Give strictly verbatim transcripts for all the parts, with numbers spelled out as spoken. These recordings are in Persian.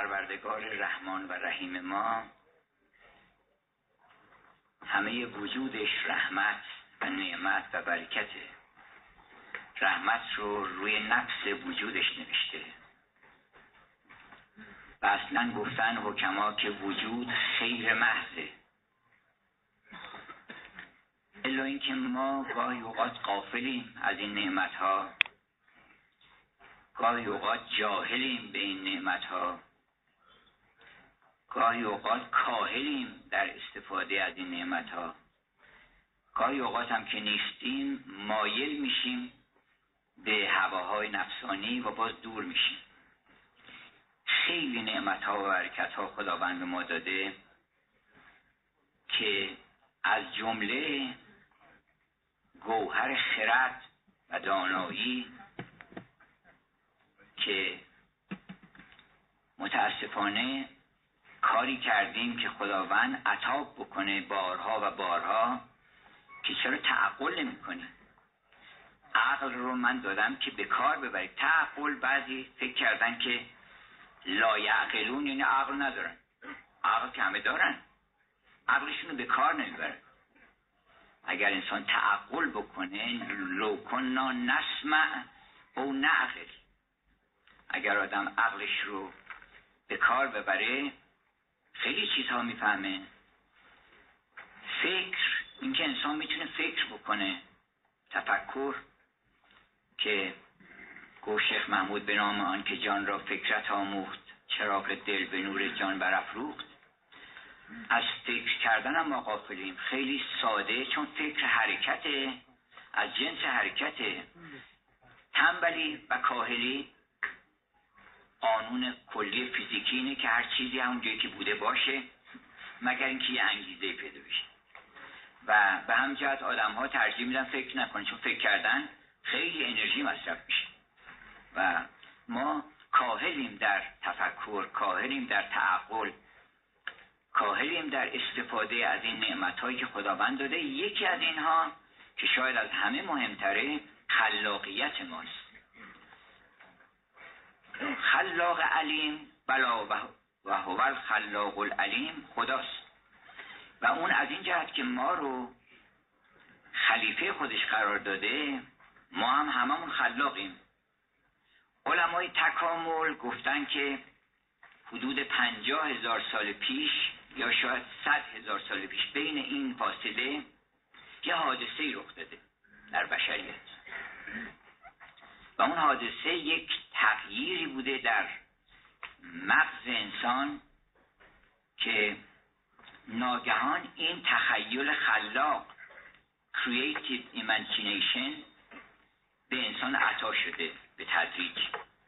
پروردگار رحمان و رحیم ما همه وجودش رحمت و نعمت و برکته. رحمت رو روی نفس وجودش نوشته و اصلا گفتن حکما که وجود خیر محضه، الا اینکه ما گاهی اوقات غافلیم از این نعمت‌ها، گاهی اوقات جاهلیم به این نعمت‌ها، گاهی اوقات کاهلیم در استفاده از این نعمت‌ها، گاهی اوقات هم که نیستیم مایل میشیم به هواهای نفسانی و باز دور میشیم. خیلی نعمت‌ها و برکت‌ها خداوند به ما داده که از جمله گوهر خرد و دانایی که متاسفانه کاری کردیم که خداوند عتاب بکنه بارها و بارها که چرا تعقل نمی کنی؟ عقل رو من دادم که به کار ببرید. تعقل بعضی فکر کردن که لا یعقلون یعنی عقل ندارن. عقل که همه دارن، عقلشون رو به کار نمیبرن. اگر انسان تعقل بکنه لو کنا نسمع او نعقل، اگر آدم عقلش رو به کار ببره خیلی چیزها میفهمه. فکر، اینکه انسان میتونه فکر بکنه، تفکر، که گفت شیخ محمود به نام آن که جان را فکرت آموخت، چراغ دل به نور جان برافروخت. از فکر کردن هم ما غافلیم. خیلی ساده، چون فکر حرکته، از جنس حرکته. تنبلی و کاهلی قانون کلی فیزیکی اینه که هر چیزی همون جایی که بوده باشه مگر اینکه یه انگیزه پیدا بشه. و به همین جهت آدم ها ترجیح میدن فکر نکنن، چون فکر کردن خیلی انرژی مصرف میشه و ما کاهلیم در تفکر، کاهلیم در تعقل، کاهلیم در استفاده از این نعمت‌هایی که خداوند داده. یکی از اینها که شاید از همه مهمتره خلاقیت ماست. خلاق علیم بلا و هو الخلاق العلیم خداست و اون از این جهت که ما رو خلیفه خودش قرار داده، ما هم هممون خلاقیم. علمای تکامل گفتن که حدود پنجاه هزار سال پیش یا شاید صد هزار سال پیش بین این فاصله یه حادثه‌ای رخ داده در بشریت و اون حادثه یک تغییری بوده در مغز انسان که ناگهان این تخیل خلاق creative imagination به انسان عطا شده به تدریج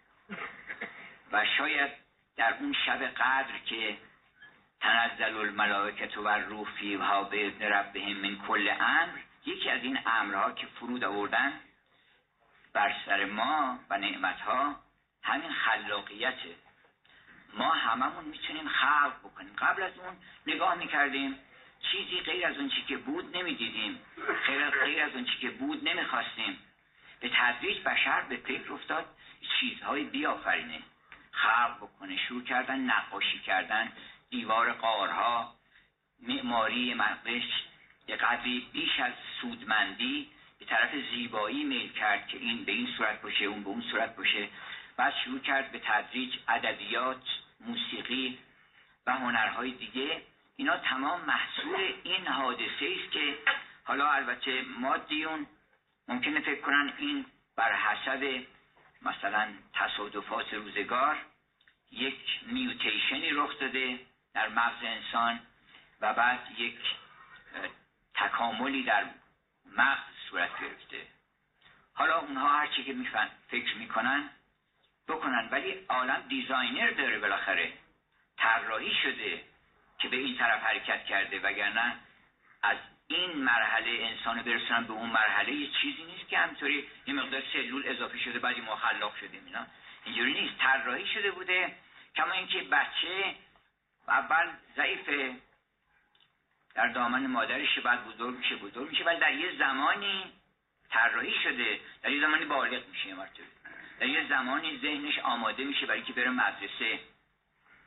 و شاید در اون شب قدر که تنزل الملائکه و الروح فیها باذن ربهم من کل امر، یکی از این امرها که فرود آوردن بر سر ما و نعمتها همین خلاقیته. ما هممون میتونیم خلق بکنیم. قبل از اون نگاه میکردیم چیزی غیر از اون چی که بود نمیدیدیم، غیر از اون چی که بود نمیخواستیم. به تدریج بشر به فکر افتاد چیزهای بیافرینه، خلق بکنه. شروع کردن نقاشی کردن، دیوار غارها، معماری مغزش یه قدری بیش از سودمندی به طرف زیبایی میل کرد که این به این صورت باشه، اون به اون صورت باشه. بعد شروع کرد به تدریج ادبیات، موسیقی و هنرهای دیگه. اینا تمام محصول این حادثه است که حالا البته مادیون ممکنه فکر کنن این بر حسب مثلا تصادفات روزگار یک میوتیشنی رخ داده در مغز انسان و بعد یک تکاملی در مغز صورت گرفته. حالا اونها هر چی که میفن فکر میکنن بکنن، ولی عالم دیزاینر داره، بالاخره طراحی شده که به این طرف حرکت کرده، وگرنه از این مرحله انسان برسونن به اون مرحله یه چیزی نیست که همطوری یه مقدار سلول اضافه شده بعدی ما خلاق شدیم. اینا اینجوری نیست، طراحی شده بوده. کما اینکه بچه اول ضعیفه، در دامن مادرش، بعد بزرگ میشه بزرگ میشه ولی در یه زمانی طراحی شده، در یه زمانی بالغ میشه، مرتبه در یه زمانی ذهنش آماده میشه برای که بره مدرسه.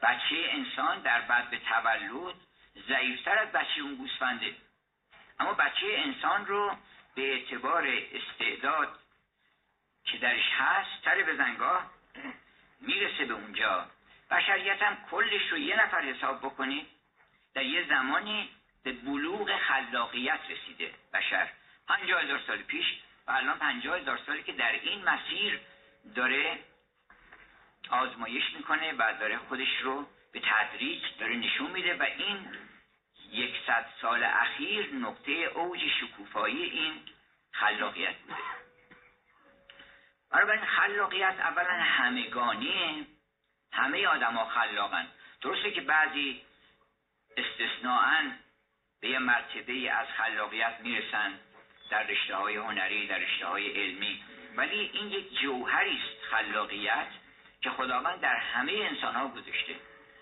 بچه انسان در بعد تولد ضعیفتر از بچه اون گوسفنده، اما بچه انسان رو به اعتبار استعداد که درش هست سر بزنگاه میرسه به اونجا. بشریت هم کلش رو یه نفر حساب بکنید در یه زمانی به بلوغ خلاقیت رسیده بشر پنجاه هزار سال پیش و الان پنجاه هزار سالی که در این مسیر داره آزمایش میکنه و داره خودش رو به تدریج داره نشون میده و این یکصد سال اخیر نقطه اوج شکوفایی این خلاقیت بوده. بنابراین خلاقیت اولا همگانیه، همه آدم ها خلاقن. درسته که بعضی استثناءً به یه مرتبه از خلاقیت میرسن در رشته های هنری، در رشته های علمی، ولی این یک جوهری است خلاقیت که خداوند در همه انسان ها گذاشته.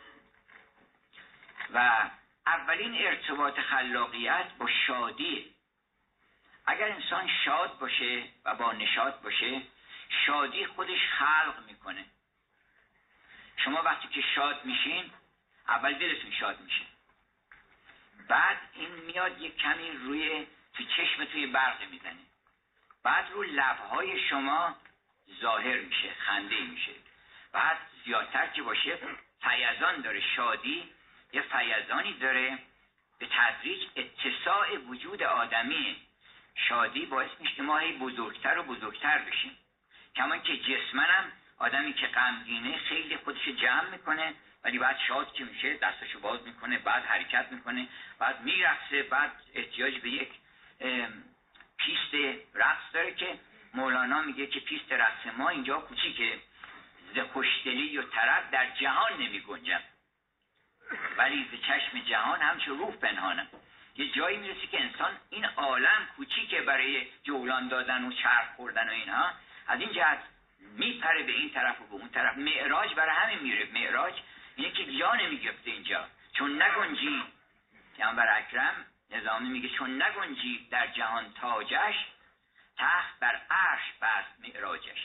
و اولین ارتباط خلاقیت با شادی. اگر انسان شاد باشه و با نشاط باشه، شادی خودش خلق میکنه. شما وقتی که شاد میشین اول دلتون شاد میشه، بعد این میاد یک کمی روی تو چشم توی برق میزنه، بعد رو لبهای شما ظاهر میشه، خنده میشه، بعد زیادتر که باشه فیضان داره. شادی یه فیضانی داره، به تدریج اتساع وجود آدمی. شادی باعث میشه که ما هی بزرگتر و بزرگتر بشیم. کمان که جسمنم آدمی که غمگینه خیلی خودش جمع میکنه، ولی بعد شاد که میشه دستشو باز میکنه، بعد حرکت میکنه، بعد میرقصه، بعد احتیاج به یک پیست رقص داره که مولانا میگه که پیست رقص ما اینجا کوچیکه، ز خوشدلی و طرب در جهان نمی گنجم، ولی ز چشم جهان همچو روح پنهانم. یه جایی میرسی که انسان این عالم کوچیکه برای جولان دادن و چرخ خوردن و اینها، از این جهت میپره به این طرف و به اون طرف. معراج برای همین میره. معراج اینه که جا نمیگفته اینجا، چون نگنجی، پیامبر اکرم نظامی میگه چون نگنجی در جهان تاجش، تخت بر عرش بست معراجش.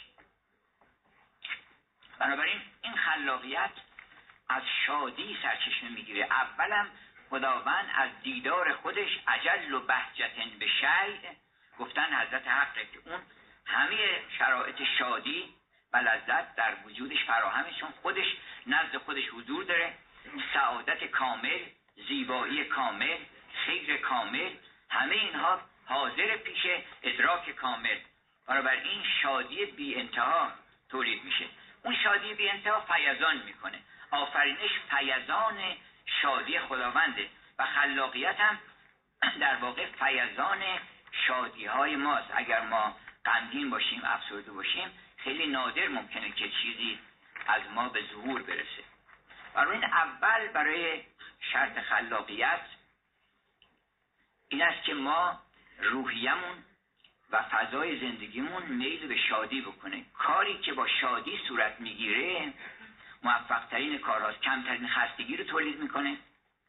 بنابراین این خلاقیت از شادی سرچشمه میگیره. اولم خداوند از دیدار خودش عجل و بهجتن به شیء، گفتن حضرت حق که اون همه شرایط شادی و لذت در وجودش فراهمه، چون خودش نزد خودش حضور داره. سعادت کامل، زیبایی کامل، خیر کامل، همه اینها حاضر پیش ادراک کامل. بنابراین شادی بی انتها تولید میشه. اون شادی بی انتها فیضان میکنه. آفرینش فیضان شادی خداونده و خلاقیت هم در واقع فیضان شادی های ماست. اگر ما غمگین باشیم، افسرده باشیم، خیلی نادر ممکنه که چیزی از ما به ظهور برسه. برای این اول برای شرط خلاقیت این است که ما روحیمون و فضای زندگیمون میل به شادی بکنه. کاری که با شادی صورت میگیره موفق ترین کارهاست، کمترین خستگی رو تولید میکنه.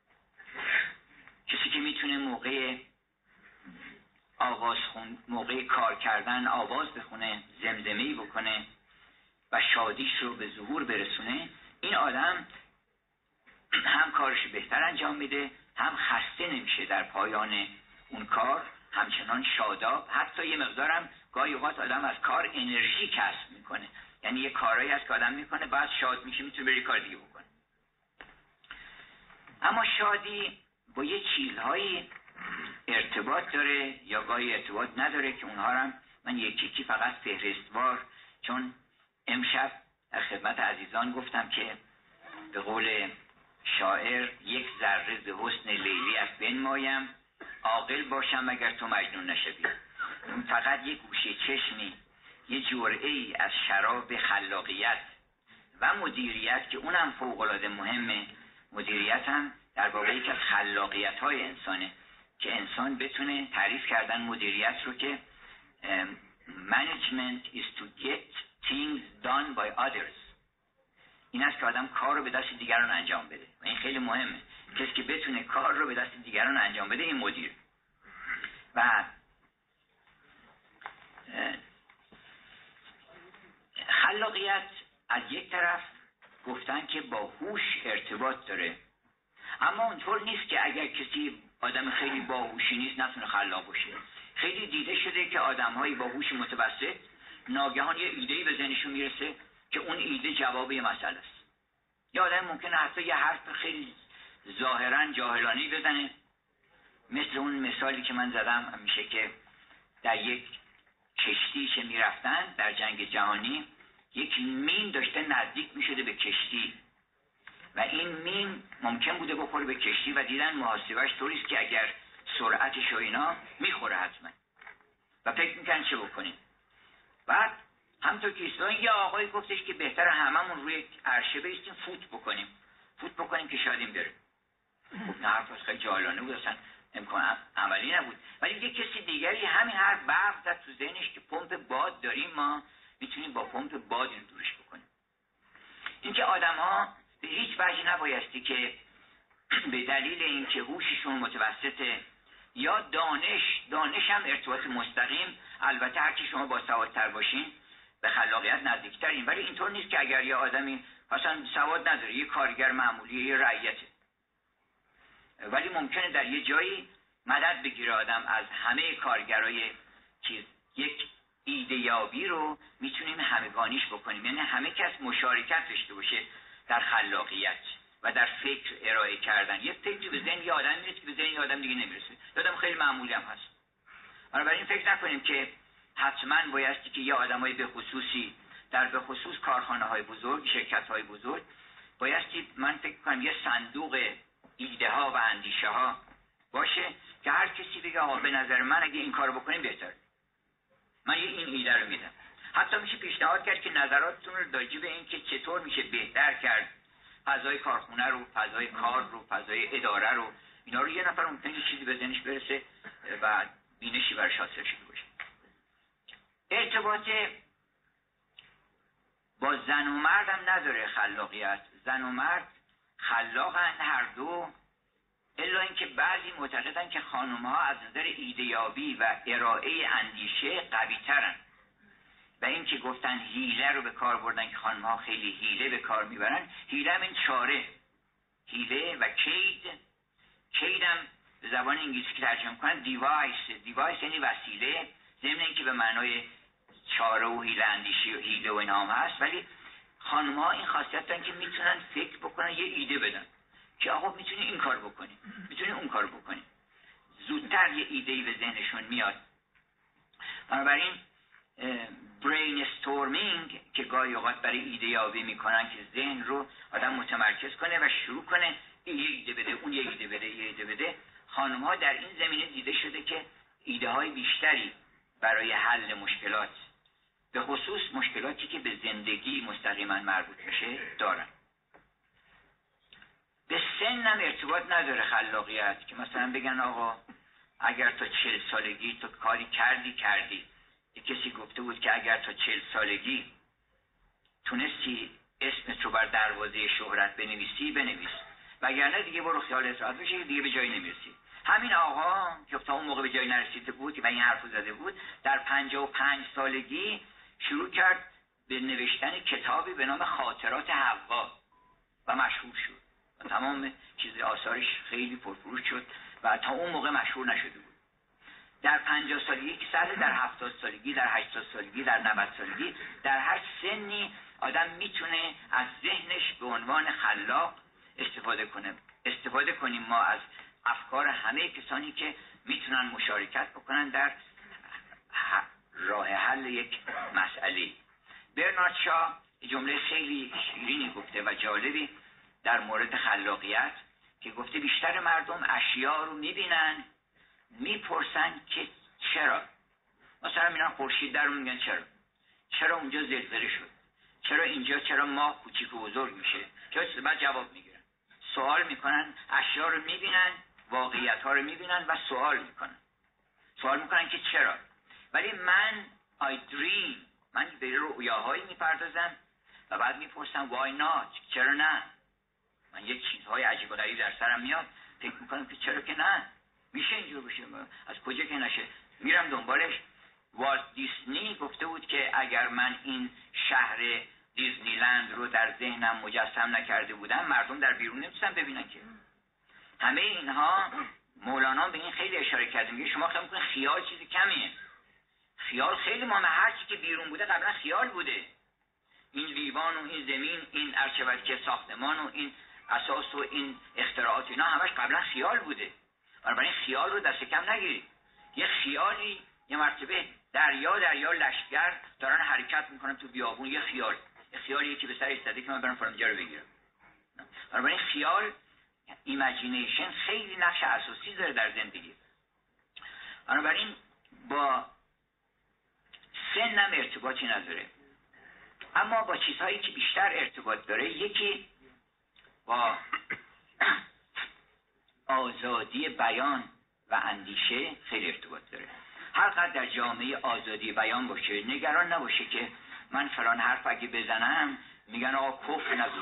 کسی که میتونه موقع آواز خون، موقع کار کردن آواز بخونه، زمزمه‌ای بکنه و شادیش رو به ظهور برسونه، این آدم هم کارش بهتر انجام میده، هم خسته نمیشه در پایان اون کار، همچنان شاداب. حتی یه مقدارم گاهی اوقات آدم از کار انرژی کسب میکنه، یعنی یه کارایی هست که آدم میکنه بعد شاد میشه، میتونه بره کار دیگه بکنه. اما شادی با یه چیزهایی ارتباط داره یا گاهی ارتباط نداره که اونها هم من یکی یکی فقط فهرستوار، چون امشب در خدمت عزیزان گفتم که به قول شاعر یک ذره ز حسن لیلی از بنمایم، عاقل باشم اگر تو مجنون نشوی. اون فقط یک گوشه چشمی، یه جرعه‌ای از شراب خلاقیت و مدیریت که اونم فوق‌العاده مهمه. مدیریت هم در واقع یک از خلاقیت‌های انسانه که انسان بتونه تعریف کردن مدیریت رو که management is to get things done by others. این است که آدم کار رو به دست دیگران انجام بده و این خیلی مهمه. کسی که بتونه کار رو به دست دیگران انجام بده این مدیر. و خلاقیت از یک طرف گفتن که با هوش ارتباط داره. اما اونطور نیست که اگر کسی آدم خیلی باهوشی نیست نتونه خلاق باشه. خیلی دیده شده که آدم‌های با هوش متوسط ناگهان یه ایده‌ای به ذهنشون میرسه که اون ایده جواب یه مسئله است. یا آدم ممکنه حتی یه حرف خیلی ظاهراً جاهلانه‌ای بزنه، مثل اون مثالی که من زدم میشه که در یک کشتی که میرفتن در جنگ جهانی یک مین داشته نزدیک میشده به کشتی و این مین ممکن بوده بخوره به کشتی و دیدن محاسبهش طوریست که اگر سرعتش و اینا میخوره حتما و فکر میکنن چه بکنیم. بعد همطور که ایستان یه آقایی گفتش که بهتر هممون روی عرشه بایستیم فوت بکنیم فوت بکنیم که شاید این بره. خب نه حرف خیلی جاهلانه بود، اصلا امکان عملی نبود. ولی یه کسی دیگری همین حرف برق زد تو ذهنش که پمپ باد داریم، ما میتونیم با پمپ باد این دورش بکنیم. اینکه آدم‌ها به هیچ وجه نبایستی که به دلیل اینکه هوششون متوسطه یا دانش دانش هم ارتباط مستقیم، البته هرچی شما باسوادتر باشین به خلاقیت نزدیکترین، ولی اینطور نیست که اگر یه آدمی مثلا سواد نداره، یه کارگر معمولی، یه رعیته، ولی ممکنه در یه جایی مدد بگیره آدم از همه کارگرای چیز. یک ایده یابی رو میتونیم همگانیش بکنیم، یعنی همه کس مشارکت داشته باشه در خلاقیت و در فکر ارائه کردن. یه فکری به ذهن یه آدم میرسه که به ذهن یه آدم دیگه نمیرسه، یه آدم خیلی معمولی هم هست. بنابراین فکر نکنیم که حتما بایستی که یه آدمای به خصوصی در به خصوص کارخانه های بزرگ، شرکت های بزرگ بایستی، من فکر کنم یه صندوق ایده ها و اندیشه ها باشه که هر کسی بگه آقا به نظر من اگه این کارو بکنیم بهتره، من یه این ایده رو میدم. حتی میشه پیشنهاد کرد که نظراتتون رو راجع به این که چطور میشه بهتر کرد فضای کارخونه رو، فضای کار رو، فضای اداره رو، اینا رو یه نفر ممکنه یه چیزی به ذهنش برسه و بینشی برش حاصل شده باشه. ارتباط با زن و مرد هم نداره خلاقیت. زن و مرد خلاقن هر دو، الا اینکه بعضی معتقدن که خانم‌ها از نظر ایده‌یابی و ارائه اندیشه قوی‌ترن و این که گفتن حیله رو به کار بردن که خانم‌ها خیلی حیله به کار میبرن. حیله هم این چاره، حیله و کید. کید هم به زبان انگلیسی که ترجمه کنن دیوایس. دیوایس یعنی وسیله، ضمن اینکه به معنای چاره و حیله اندیشی و حیله و اینا هم هست، ولی خانم‌ها این خاصیت دارن که میتونن فکر بکنن، یه ایده بدن که آقا میتونی این کار بکنی، میتونی اون کار بکنی، زودتر یه ایده‌ای به ذهنشون میاد. بنابراین برین استورمینگ که گاهی اوقات برای ایده یابی میکنن که ذهن رو آدم متمرکز کنه و شروع کنه این یه ایده بده، اون یه ایده بده، یه ایده بده. خانم‌ها در این زمینه دیده شده که ایده های بیشتری برای حل مشکلات، به خصوص مشکلاتی که به زندگی مستقیما مربوط میشه، دارن. به سن هم ارتباط نداره خلاقیت، که مثلا بگن آقا اگر تا چهل سالگی تو کاری کردی کردی. یک کسی گفته بود که اگر تا چهل سالگی تونستی اسمت رو بر دروازه شهرت بنویسی بنویس، وگرنه دیگه برو خیالت راحت بشه دیگه به جایی نمیرسی. همین آقا که تا اون موقع به جایی نرسیده بود و این حرفو زده بود، در پنجاه و پنج سالگی شروع کرد به نوشتن کتابی به نام خاطرات حوا و مشهور شد و تمام چیز آثارش خیلی پرفروش شد و تا اون موقع مشهور نشده بود. در پنجاه سالگی که سهله، در هفتاد سالگی، در هشتاد سالگی، در نود سالگی، در هر سنی آدم میتونه از ذهنش به عنوان خلاق استفاده کنه. استفاده کنیم ما از افکار همه کسانی که میتونن مشارکت بکنن در راه حل یک مسئله. برنارد شاه جمله خیلی شیرینی گفته و جالبی در مورد خلاقیت که گفته بیشتر مردم اشیاء رو میبینن، میپرسن که چرا. مثلا میرن خورشید در رو میگن چرا چرا اونجا زلزله شد، چرا اینجا، چرا ماه کوچیک و بزرگ میشه، چرا. بعد جواب میگیرن، سوال میکنن، اشیاء رو میبینن، واقعیت ها رو میبینن و سوال میکنن سوال میکنن که چرا. ولی من I dream، من به رؤیاهایی میپردازم و بعد میپرسم why not، چرا نه. من یک چیزهای عجیب و غریب در سرم میاد، فکر میکنم که چرا که نه، میشه اینجور بشه، از کجا که نشه، میرم دنبالش. والت دیسنی گفته بود که اگر من این شهر دیزنیلند رو در ذهنم مجسم نکرده بودم، مردم در بیرون نمیتونن ببینن که. همه اینها مولانا به این خیلی اشاره کرده، میگه شما خیال میکنید خیال چیزی کمیه. خیال خیلی مهمه، هر چی که بیرون بوده قبلا خیال بوده. این لیوان و این زمین، این ارچوکی ساختمان و این اساس و این اختراعات، اینا همش قبلا خیال بوده. بنابراین خیال رو دست کم نگیرید. یه خیالی یه مرتبه دریا دریا لشگر دارن حرکت میکنن تو بیابون، یه خیال یه خیالی که به سر ایستاده که من برم فلان جا رو بگیرم. بنابراین خیال، ایمیجینیشن خیلی نقش اساسی داره در زندگی. بنابراین با سنم ارتباطی نداره، اما با چیزهایی که بیشتر ارتباط داره، یکی با آزادی بیان و اندیشه خیلی ارتباط داره. هر قدر در جامعه آزادی بیان باشه، نگران نباشه که من فلان حرف اگه بزنم میگن آقا کفر نگو،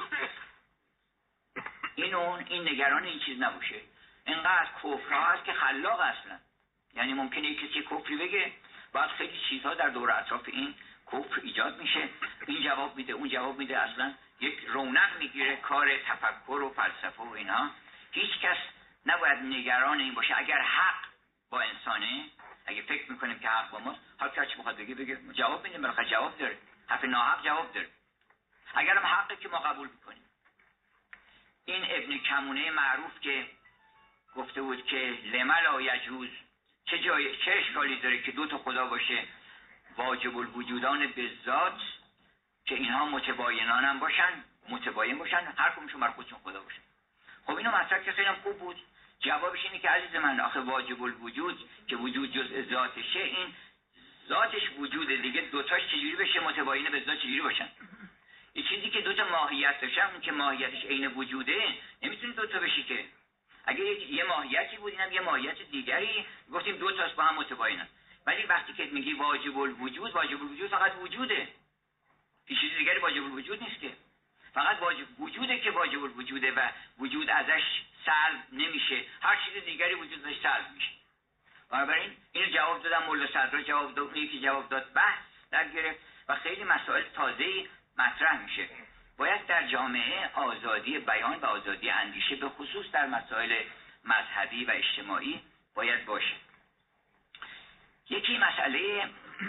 این اون این نگران این چیز نباشه. اینقدر کفرها هست که خلاق اصلا، یعنی ممکنه یک کسی کفری بگه، بعد خیلی چیزها در دور اطراف این کفر ایجاد میشه، این جواب میده اون جواب میده، اصلا یک رونق میگیره کار تفکر و فلسفه و اینا. هیچ کس نباید نگران این باشه. اگر حق با انسانه، اگه فکر میکنیم که حق با ماست، حالا که چی بخواد بگه بگه جواب میدیم، بالاخره جواب داره. حرف ناحق جواب داره، اگرم حقه که ما قبول میکنیم. این ابن کمونه معروف که گفته بود که لملا یجوز، چه جای چه اشکالی داره که دو تا خدا باشه، واجب الوجودان به ذات، که اینها متباینان هم باشن، متباین باشن، هر کدومشون بر خودشون خدا باشن. خب اینو مطرح که خیلی خوب بود. جوابش اینه که عزیز من، آخه واجب الوجود که وجود جزء ذاتشه، این ذاتش وجوده دیگه، دوتاش چجوری بشه متباین به ذات، چجوری باشن؟ یه چیزی که دوتا ماهیت داشتن، اون که ماهیتش عین وجوده، نمیتونه دوتا بشی که. اگه یه ماهیتی بود اینم یه ماهیت دیگری، گفتیم دو تاست با هم متباینن. ولی وقتی که میگی واجب الوجود، واجب الوجود فقط وجوده، هیچ چیز دیگری واجب الوجود نیست که. فقط واجب وجوده که واجب الوجوده و وجود ازش سلب نمیشه، هر چیز دیگری وجود ازش سلب میشه. بنابراین اینو جواب دادم، مولا صدرا جواب داد، یکی جواب داد، بحث در گرفت و خیلی مسائل تازه‌ای مطرح میشه. باید در جامعه آزادی بیان و آزادی اندیشه، به خصوص در مسائل مذهبی و اجتماعی باید باشه. یکی مسئله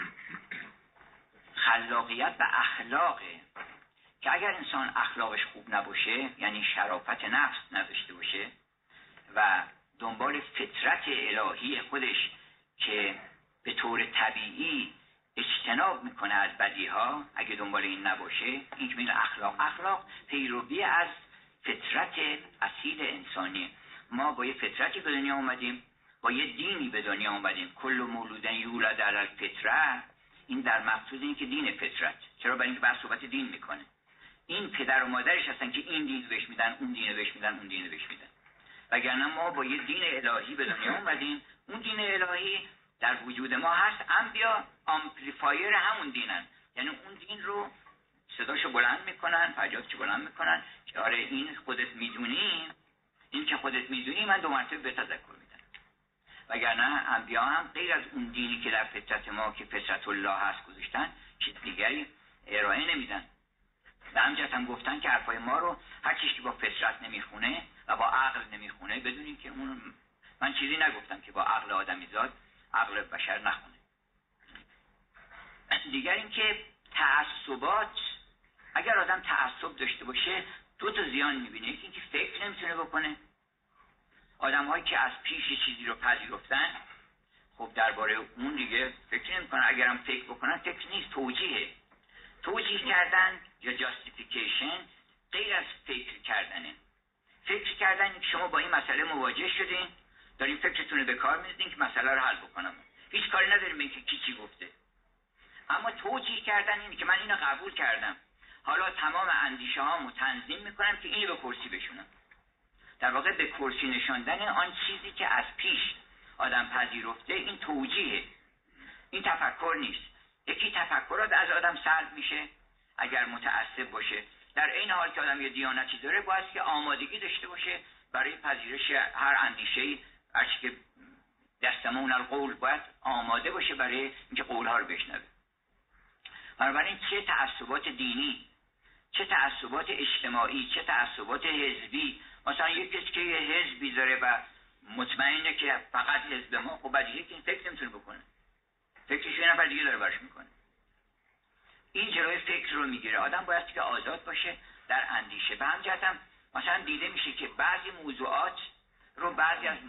خلاقیت و اخلاقه، که اگر انسان اخلاقش خوب نباشه، یعنی شرافت نفس نداشته باشه و دنبال فطرت الهی خودش که به طور طبیعی اجتناب میکنه از بدیها، اگه دنبال این نباشه، این که میگه اخلاق اخلاق پیروی از فطرت اصیل انسانی. ما با یه فطرتی به دنیا اومدیم، با یه دینی به دنیا اومدیم. کل مولودن یولد علی الفطره، این در مقصود این که دین فطرت. چرا؟ برای اینکه بحث صحبت دین میکنه. این پدر و مادرش هستن که این دین بهش میدن، اون دین بهش میدن، اون دین بهش میدن. وگرنه ما با یه دین الهی به دنیا اومدیم، اون دین الهی در وجود ما هست، انبیا آمپلیفایر همون دینن، یعنی اون دین رو صداشو بلند میکنن، فریادشو بلند میکنن که آره این خودت میدونی، این که خودت میدونی من دو مرتبه به تذکر میدم. وگرنه انبیا هم غیر از اون دینی که در فطرت ما که فطرت الله هست گذاشتن، چیز دیگری ارائه نمیدن. و همجاست هم گفتن که حرفای ما رو هر چیزی که با فطرت نمیخونه و با عقل نمیخونه، بدونیم که اون من چیزی نگفتم که با عقل آدمیزاد عقل بشر نخونه. دیگر این که تعصبات، اگر آدم تعصب داشته باشه دو تا زیان میبینه. یکی اینکه فکر نمیتونه بکنه. آدم هایی که از پیش چیزی رو پذیرفتن، خب درباره اون دیگه فکر نمیکنن. اگرم فکر بکنن فکر نیست، توجیهه. توجیه کردن یا جاستیفیکیشن غیر از فکر کردنه. فکر کردن که شما با این مسئله مواجه شدین، دارین فکرتون رو به کار می‌ذارین که مسئله رو حل بکنم، هیچ کاری نداریم اینکه کی چی گفته. اما توجیه کردن اینه که من اینو قبول کردم، حالا تمام اندیشه هامو تنظیم میکنم که اینو به کرسی بشونم. در واقع به کرسی نشاندن آن چیزی که از پیش آدم پذیرفته، این توجیهه، این تفکر نیست. یکی تفکرات از آدم سلب میشه اگر متعصب باشه، در این حال که آدم یه دیانتی داره باید که آمادگی داشته باشه برای پذیرش هر اندیشه‌ای، هرچی که دستمون القول باید آماده باشه برای اینکه قولها رو بشنوه. بنابراین چه تعصبات دینی چه تعصبات اجتماعی، چه تعصبات حزبی. مثلا یک کسی که یه حزبی داره و مطمئنه که فقط حزب ما، خب بدیهیه که این فکر نمیتونه بکنه، فکرش یه نفر دیگه داره برش میکنه. این جلوی فکر رو میگیره. آدم باید که آزاد باشه در اندیشه. به همین جهت هم مثلا دیده میشه که بعضی موضوعات رو بعضی از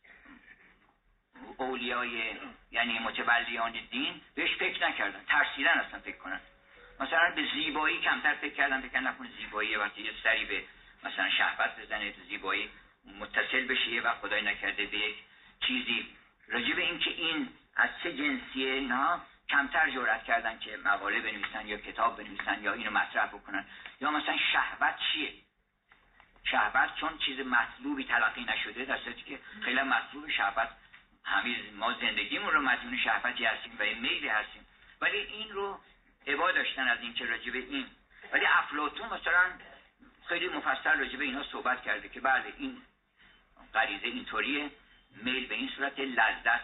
اولیای یعنی متولیان دین بهش فکر نکردن، ترسیدن اصلا فکر کنن. مثلا به زیبایی کمتر فکر کردن، فکر نکنه زیبایی وقتی یه سری به مثلا شهوت بزنه، زیبایی متصل بشه یه وقت خدای نکرده به یک چیزی راجع به این که این از چه جنسیه، اینها کمتر جرأت کردن که مقاله بنویسن یا کتاب بنویسن یا اینو مطرح بکنن. یا مثلا شهوت چیه؟ شهوت چون چیز مطلوبی تلقی نشده، در صورتی که خیلی مطلوب شهوت، همه ما زندگیمون رو مدیون شهوتی هستیم و این میلی هستیم، ولی این رو ابا داشتن از این که راجع به این. ولی افلاطون مثلا خیلی مفصل راجع به اینا صحبت کرده که بله این غریزه اینطوریه، میل به این صورت، لذت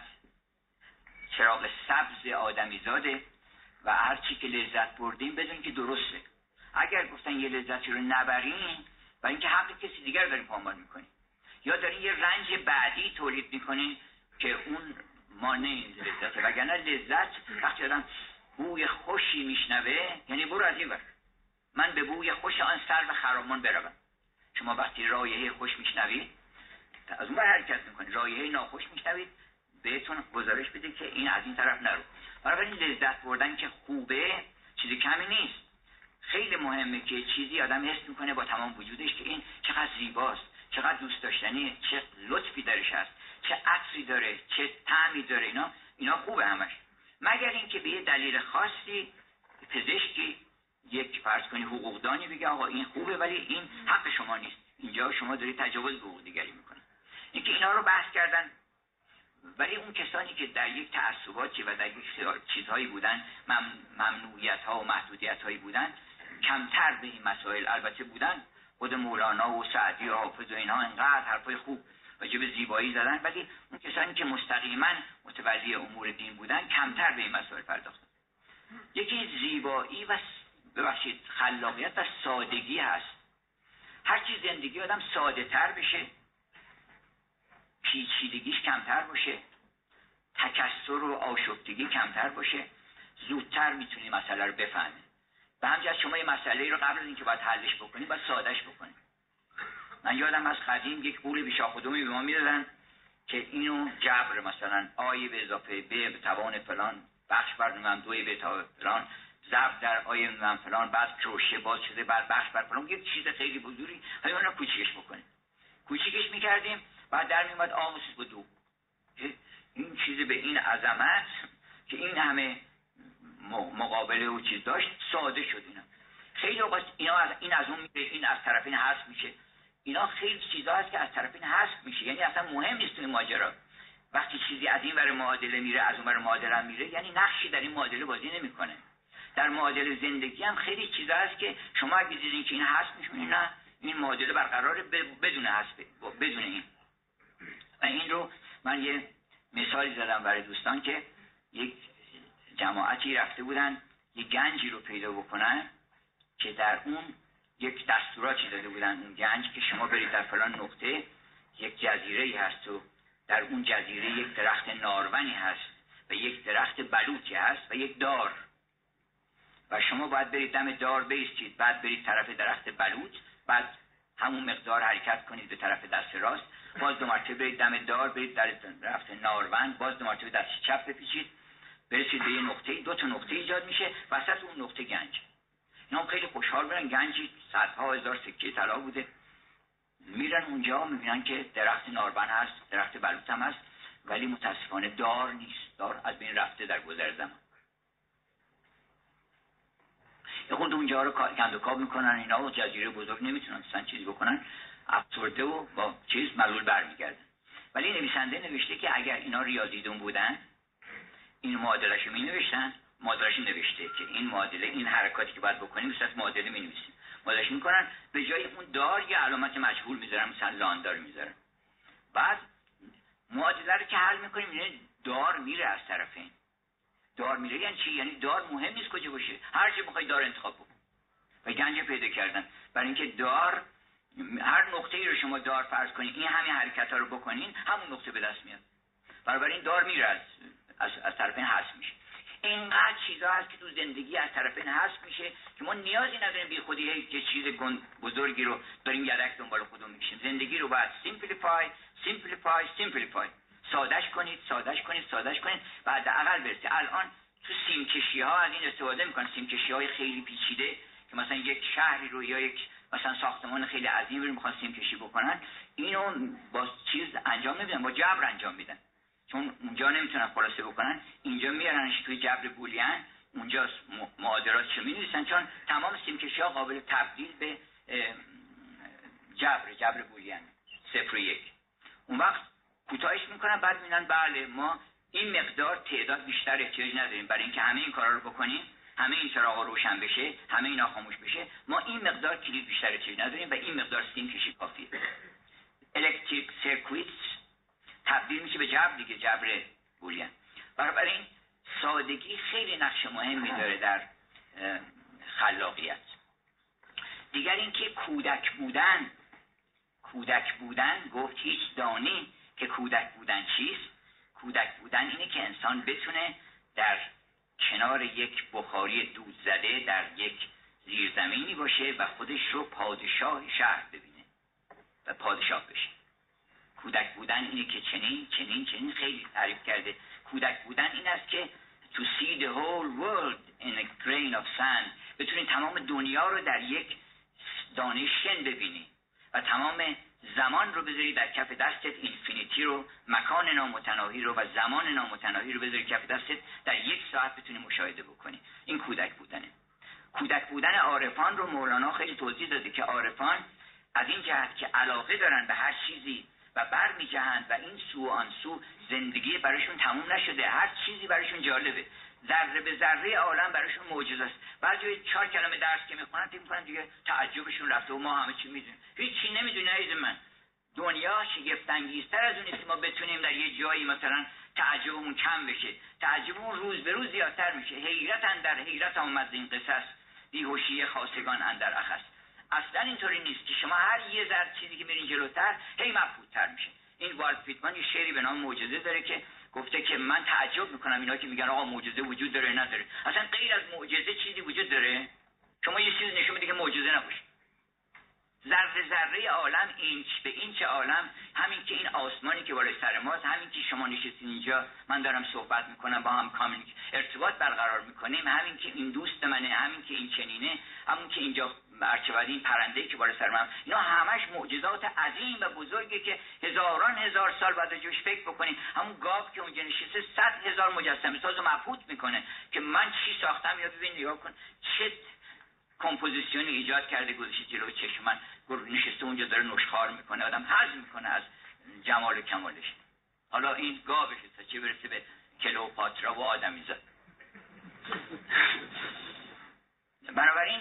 چراغ سبز آدمی زاده و هر چی که لذت بردیم بدون که درسته. اگر گفتن یه لذتی رو نبرین و اینکه حق کسی دیگر داریم پامال میکنیم یا دارین یه رنج بعدی تولید میکنین که اون مانع این لذته. وگرنه لذت وقتی آدم بوی خوشی میشنوه یعنی برو از این ور، من به بوی خوش آن سرو خرامان بروم. شما وقتی رایحه خوش میشنوید از اون ور حرکت میکنید، رایحه ناخوش میشنوید بهتون گزارش بده که این از این طرف نرو. بنابراین لذت بردن که خوبه چیزی کمی نیست. خیلی مهمه که چیزی آدم حس میکنه با تمام وجودش که این چقدر زیباست، چقدر دوست داشتنیه، چه لطفی درش هست، چه عطری داره، چه طعمی داره. اینا اینا خوبه همش، مگر اینکه به یه دلیل خاصی پزشکی یک فرض کنی حقوقدانی بگه آقا این خوبه ولی این حق شما نیست، اینجا شما دارید تجاوز به حقوق دیگری میکنید. اینکه اینا رو بحث کردن. ولی اون کسانی که در یک تعصباتی و در یک چیزهایی بودن، ممنوعیت ها و محدودیت هایی بودن، کمتر به این مسائل البته بودن. خود مولانا و سعدی و حافظ و اینها انقدر حرفای خوب راجع به زیبایی زدن، ولی اون کسانی که مستقیما متولی امور دین بودن کمتر به این مسائل پرداختن. یکی زیبایی و ببخشید خلاقیت و سادگی هست. هر چی زندگی آدم ساده تر بشه، پیچیدگیش کمتر باشه، تکثر و آشفتگی کمتر باشه، زودتر میتونی مسئله رو بفهمی. به همجهت شما یه مسئله رو قبل از اینکه باید حلش بکنی باید سادهش بکنی. من یادم از قدیم یک قول بیشاخ و دومی به ما میدادن که اینو جبر مثلا آی به اضافه ب به توان فلان بخش بر نمیم دوی به توان فلان ضرب در آی نمیم فلان بعد کروشه باز شده بعد بخش بر فلان، یک چیز خیلی بزرگی همین رو کوچیکش بکنیم. کوچیکش میکردیم بعد در میومد آموزش به دو. این چیزی به این عظمت که این همه مقابله و چیز داشت ساده شد. اینا خیلی اوقات اینا از این از اون میره، این از طرف این حذف میشه. اینا خیلی چیزا هست که از طرف این حذف میشه، یعنی اصلا مهم نیست توی ماجرا. وقتی چیزی از این ور معادله میره از اون ور معادله میره یعنی نقشی در این معادله بازی نمیکنه. در معادله زندگی هم خیلی چیزا هست که شما اگه دیدین که این حذف میشه نه این معادله برقراره بدون حذف، بدون این. و این رو من یه مثالی زدم برای دوستان که یک جماعتی رفته بودن یک گنجی رو پیدا بکنن که در اون یک دستوراتی داده بودن. اون گنج که شما برید در فلان نقطه یک جزیره‌ای هست و در اون جزیره یک درخت نارونی هست و یک درخت بلوطی هست و یک دار و شما باید برید دم دار بایستید، بعد برید طرف درخت بلوط، بعد همون مقدار حرکت کنید به طرف دست راست، باز دو مرتبه برید دم دار، برید در درخت نارون، باز دو مرتبه دست چپ بپیچید، برسید به یه نقطه، دو تا نقطه ایجاد میشه، وسط اون نقطه گنج. اینا خیلی خوشحال بودن، گنجی صدها هزار سکه طلا بوده. میرن اونجا میبینن که درخت نارون هست، درخت بلوط هم هست، ولی متاسفانه دار نیست، دار از بین رفته در گذر زمان. یه خود اونجا رو گند و کاب میکنن، اینا و جزیره بزرگ نمیتونن اصلا چیزی بکنن، افسرده و با چیز ملول برمیگردن. ولی نویسنده نوشته که اگر اینا ریاضیدون بودن این معادله‌شو مینوشتن، معادله‌شو نوشته که این معادله این حرکاتی که باید بکنیم مثلا معادله مینویسیم، معادله‌اش میکنن، به جای اون دار یه علامت مجهول میذارن، مثلا لاندار میذارن. بعد معادله رو که حل میکنیم یعنی دار میره از طرفین. دار میره یعنی چی؟ یعنی دار مهم نیست کجا باشه، هر جا بخوای دار انتخاب بکن. و گنج پیدا کردن. برای اینکه دار، هر نقطه‌ای رو شما دار فرض کنید، این همین حرکت‌ها رو بکنین، همون نقطه به دست میاد. بنابراین دار میره از از, از طرفین حذف میشه. اینقدر چیزا هست که تو زندگی از طرفین حذف میشه که ما نیازی نداریم بی خودی یک چیز بزرگی رو داریم یدک دنبال خودمون میکشیم. زندگی رو باید سیمپلیفای سیمپلیفای سیمپلیفای سادهش کنید سادهش کنید سادهش کنید بعد عقل برسید. الان تو سیمکشی ها از این استفاده میکنن، سیمکشی های خیلی پیچیده که مثلا یک شهری رو یا یک مثلا ساختمان خیلی عظیمی رو میخوان سیمکشی بکنن، اینو با چیز انجام نمیدن، با جبر انجام میدن، چون اونجا نمیتونن خلاصه بکنن، اینجا میارنش توی جبر بولیان، اونجا معادلاتش رو مینویسن، چون تمام سیمکشی ها قابل تبدیل به جبر جبر بولیان صفر و یک. اون وقت کوتاهش میکنن، بعد میگن بله ما این مقدار تعداد بیشتر احتیاج نداریم برای اینکه همه این کارا رو بکنیم، همه این چراغا روشن بشه، همه اینا خاموش بشه، ما این مقدار کلید بیشتر احتیاج نداریم و این مقدار سیمکشی کافیه. الکتریک سرکویتس تبدیل میشه به جبر دیگه، جبر بولیان. بنابراین سادگی خیلی نقش مهمی داره در خلاقیت. دیگر اینکه کودک بودن، کودک بودن گفت هیچ دانی که کودک بودن چیست. کودک بودن اینه که انسان بتونه در کنار یک بخاری دود زده در یک زیرزمینی باشه و خودش رو پادشاه شهر ببینه و پادشاه بشه. کودک بودن اینه که چنین چنین چنین خیلی تعریف کرده. کودک بودن این است که to see the whole world in a grain of sand، بتونید تمام دنیا رو در یک دانه شن ببینی و تمام زمان رو بذاری در کف دستت، اینفینیتی رو، مکان نامتناهی رو و زمان نامتناهی رو بذاری کف دستت، در یک ساعت بتونی مشاهده بکنی. این کودک بودنه. کودک بودن عارفان رو مولانا خیلی توضیح داده که عارفان از این جهت که علاقه دارن به هر چیزی و برمی جهند و این سو و آن سو، زندگی براشون تموم نشده، هر چیزی براشون جالبه، ذره به ذره عالم براشون معجزه است. بعد جای چهار کلمه درس که میخونن فکر میکنن دیگه تعجبشون رفته و ما همه چی میدونیم. هیچ چی نمیدونی عزیز من. دنیا شگفت انگیزتر از اون است که ما بتونیم در یه جایی مثلا تعجبمون کم بشه، تعجبمون روز به روز زیادتر میشه. حیرت اندر حیرت آمد این قصص، بیهوشی خاصگان اندر اخس. اصلا اینطوری نیست که شما هر یه ذره چیزی که میرین جلوتر هی مبهوت‌تر میشه. این والت ویتمن یه شعری به نام معجزه داره که گفته که من تعجب میکنم اینا که میگن آقا معجزه وجود داره نداره. اصلا غیر از معجزه چیزی وجود داره؟ شما یه چیز نشون میده که معجزه نباشه. ذره ذره عالم، اینچ به اینچ عالم، همین که این آسمانی که بالای سر ماست، همین که شما نشستین اینجا من دارم صحبت میکنم با هم کامیونیک ارتباط برقرار میکنیم، همین که این دوست منه، همین که این چنینه، همون که اینجا برچه این پرنده‌ای که بالای سر من، اینا همش معجزات عظیم و بزرگی که هزاران هزار سال بعد جوش فکر بکنیم. همون گاو که اونجا نشسته صد هزار مجسمه ساز و مبهوت میکنه که من چی ساختم، یا ببین نگاه کن چه کمپوزیشنی ایجاد کرده گذاشته جلوی چشم من، نشسته اونجا داره نوشخوار میکنه، آدم حظ میکنه از جمال و کمالش. حالا این گاوش تا چه برسه به کلئوپاترا و آدمیزاد. بنابراین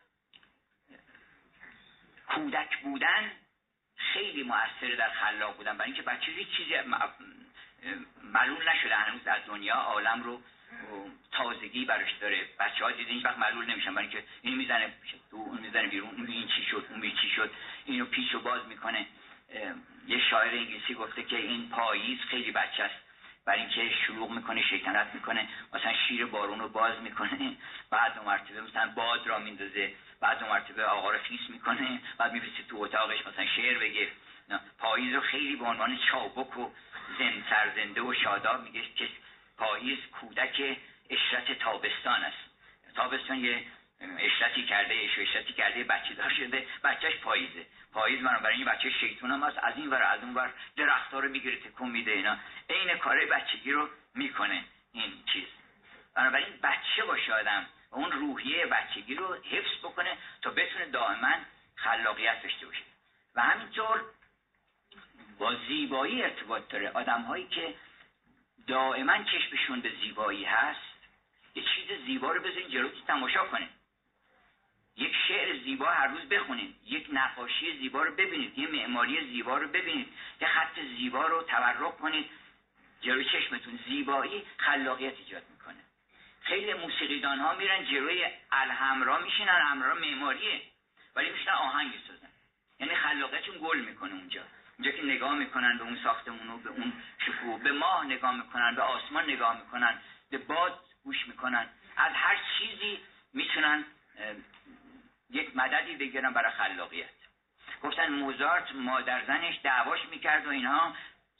کودک بودن خیلی مؤثره در خلاق بودن، برای اینکه بچه هیچ چیزی معلول نشده هنوز از دنیا، عالم رو تازگی براش داره. بچه ها دیدین هیچ وقت معلول نمیشن، برای اینکه این میزنه تو اون میزنه بیرون، اون این چی شد اون چی شد، اینو پیچ و باز میکنه. یه شاعر انگلیسی گفته که این پاییز خیلی بچه است، برای اینکه شلوغ میکنه، شیطنت میکنه، مثلا شیر بارون رو باز میکنه، بعد دو مرتبه مثلا باد را میندازه، بعد دو مرتبه آقا رو خیس میکنه، بعد میفرسته تو اتاقش مثلا شعر بگه. پاییز رو خیلی به عنوان چابک و زن سرزنده و شاداب میگه که پاییز کودک اشرت تابستان است. تابستان یه اشرتی کرده، اشرتی کرده، بچه دار شده، بچهش پاییزه. پاییز بنابراین این بچه شیطون هم هست، از این ور از اون ور درخت‌ها رو میگیره تکون میده، اینا عین کارهای بچگی رو میکنه این چیز. بنابراین بچه باشه آدم و اون روحیه بچگی رو حفظ بکنه تا بتونه دائما خلاقیت داشته باشه. و همینطور با زیبایی ارتباط داره. آدم‌هایی که دائما چشمشون به زیبایی هست، یه چیز زیبا رو بذارین جلوتون تماشا کنین، یک شعر زیبا هر روز بخونید، یک نقاشی زیبا رو ببینید، یه معماری زیبا رو ببینید، یه خط زیبا رو تورق کنید جلوی چشمتون. زیبایی خلاقیت ایجاد میکنه. خیلی موسیقیدان ها میرن جلوی الحمرا میشینن، الحمرا معماریه ولی میشینن آهنگ میسازن، یعنی خلاقیتشون گل میکنه اونجا. اونجا که نگاه میکنن به اون ساختمون و به اون شکوه، به ماه نگاه میکنن، به آسمان نگاه میکنن، به باد گوش میکنن، از هر چیزی میتونن یک مددی بگیرن برای خلاقیت. گفتن موزارت مادر زنش دعواش میکرد و اینها،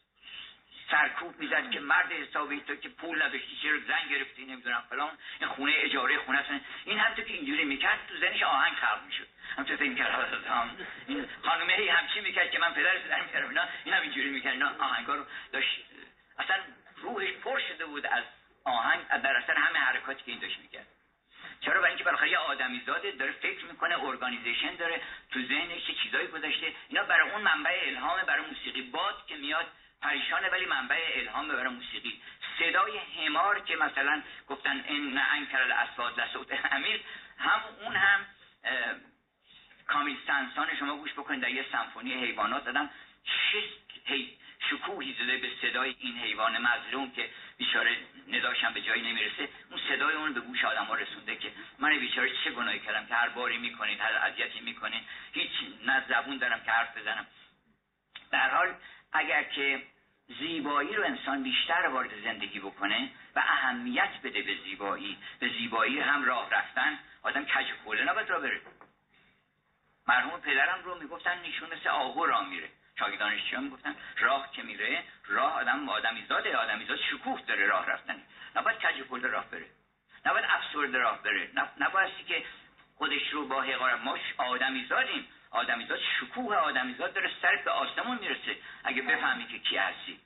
سرکوب میزد که مرد حسابی تو که پول نداشتی چرا زن گرفتی نمیدونم فلان، این خونه اجاره خونه است. این همونطور که اینجوری میکرد تو ذهنش آهنگ خلق میشد. همونطور فکر میکرد این خانومه هی همچی میکرد که من پدر پدر میکردم اینا، این هم اینجوری میکرد، اینا آهنگا رو داشت، اصلا روحش پر شده بود از آهنگ در اثر همه حرکاتی که این داشت میکرد. چرا؟ برای اینکه بالاخره یه آدمیزاده داره فکر میکنه، ارگانیزیشن داره، تو ذهنش چه چیزایی گذاشته. اینا برای اون منبع الهام، برای موسیقی. باد که میاد پریشانه ولی منبع الهام برای موسیقی. صدای حمار که مثلا گفتن ان انکر الاصوات لصوت امیر، هم اون هم کامیل سنسان شما گوش بکنید در یه سمفونی حیوانات دادم چه شکوهی زده به صدای این حیوان مظلوم که بیچاره نداشتن به جایی نمیرسه. اون صدای اون به گوش آدم‌ها رسونده که من بیچاره چه گناهی کردم که هر باری میکنید، هر اذیتی میکنید، هیچ نه زبون دارم که حرف بزنم. در حال اگر که زیبایی رو انسان بیشتر وارد زندگی بکنه و اهمیت بده به زیبایی، به زیبایی هم راه رفتن، آدم کج کوله نباید راه بره. مرحوم پدرم رو میگفتن نشون مثل آهو راه میره. شاگردانش میگفتن راه که میره، راه آدم آدمیزاده، آدمیزاد شکوه داره راه رفتن، نباید کج کوله راه بره، نباید افسرده راه بره، نباید که خودش رو با حقارت. ما آدمیزادیم، آدمیزاد شکوه آدمیزاد داره، سرت به آسمون میرسه اگه بفهمی که کی هستی.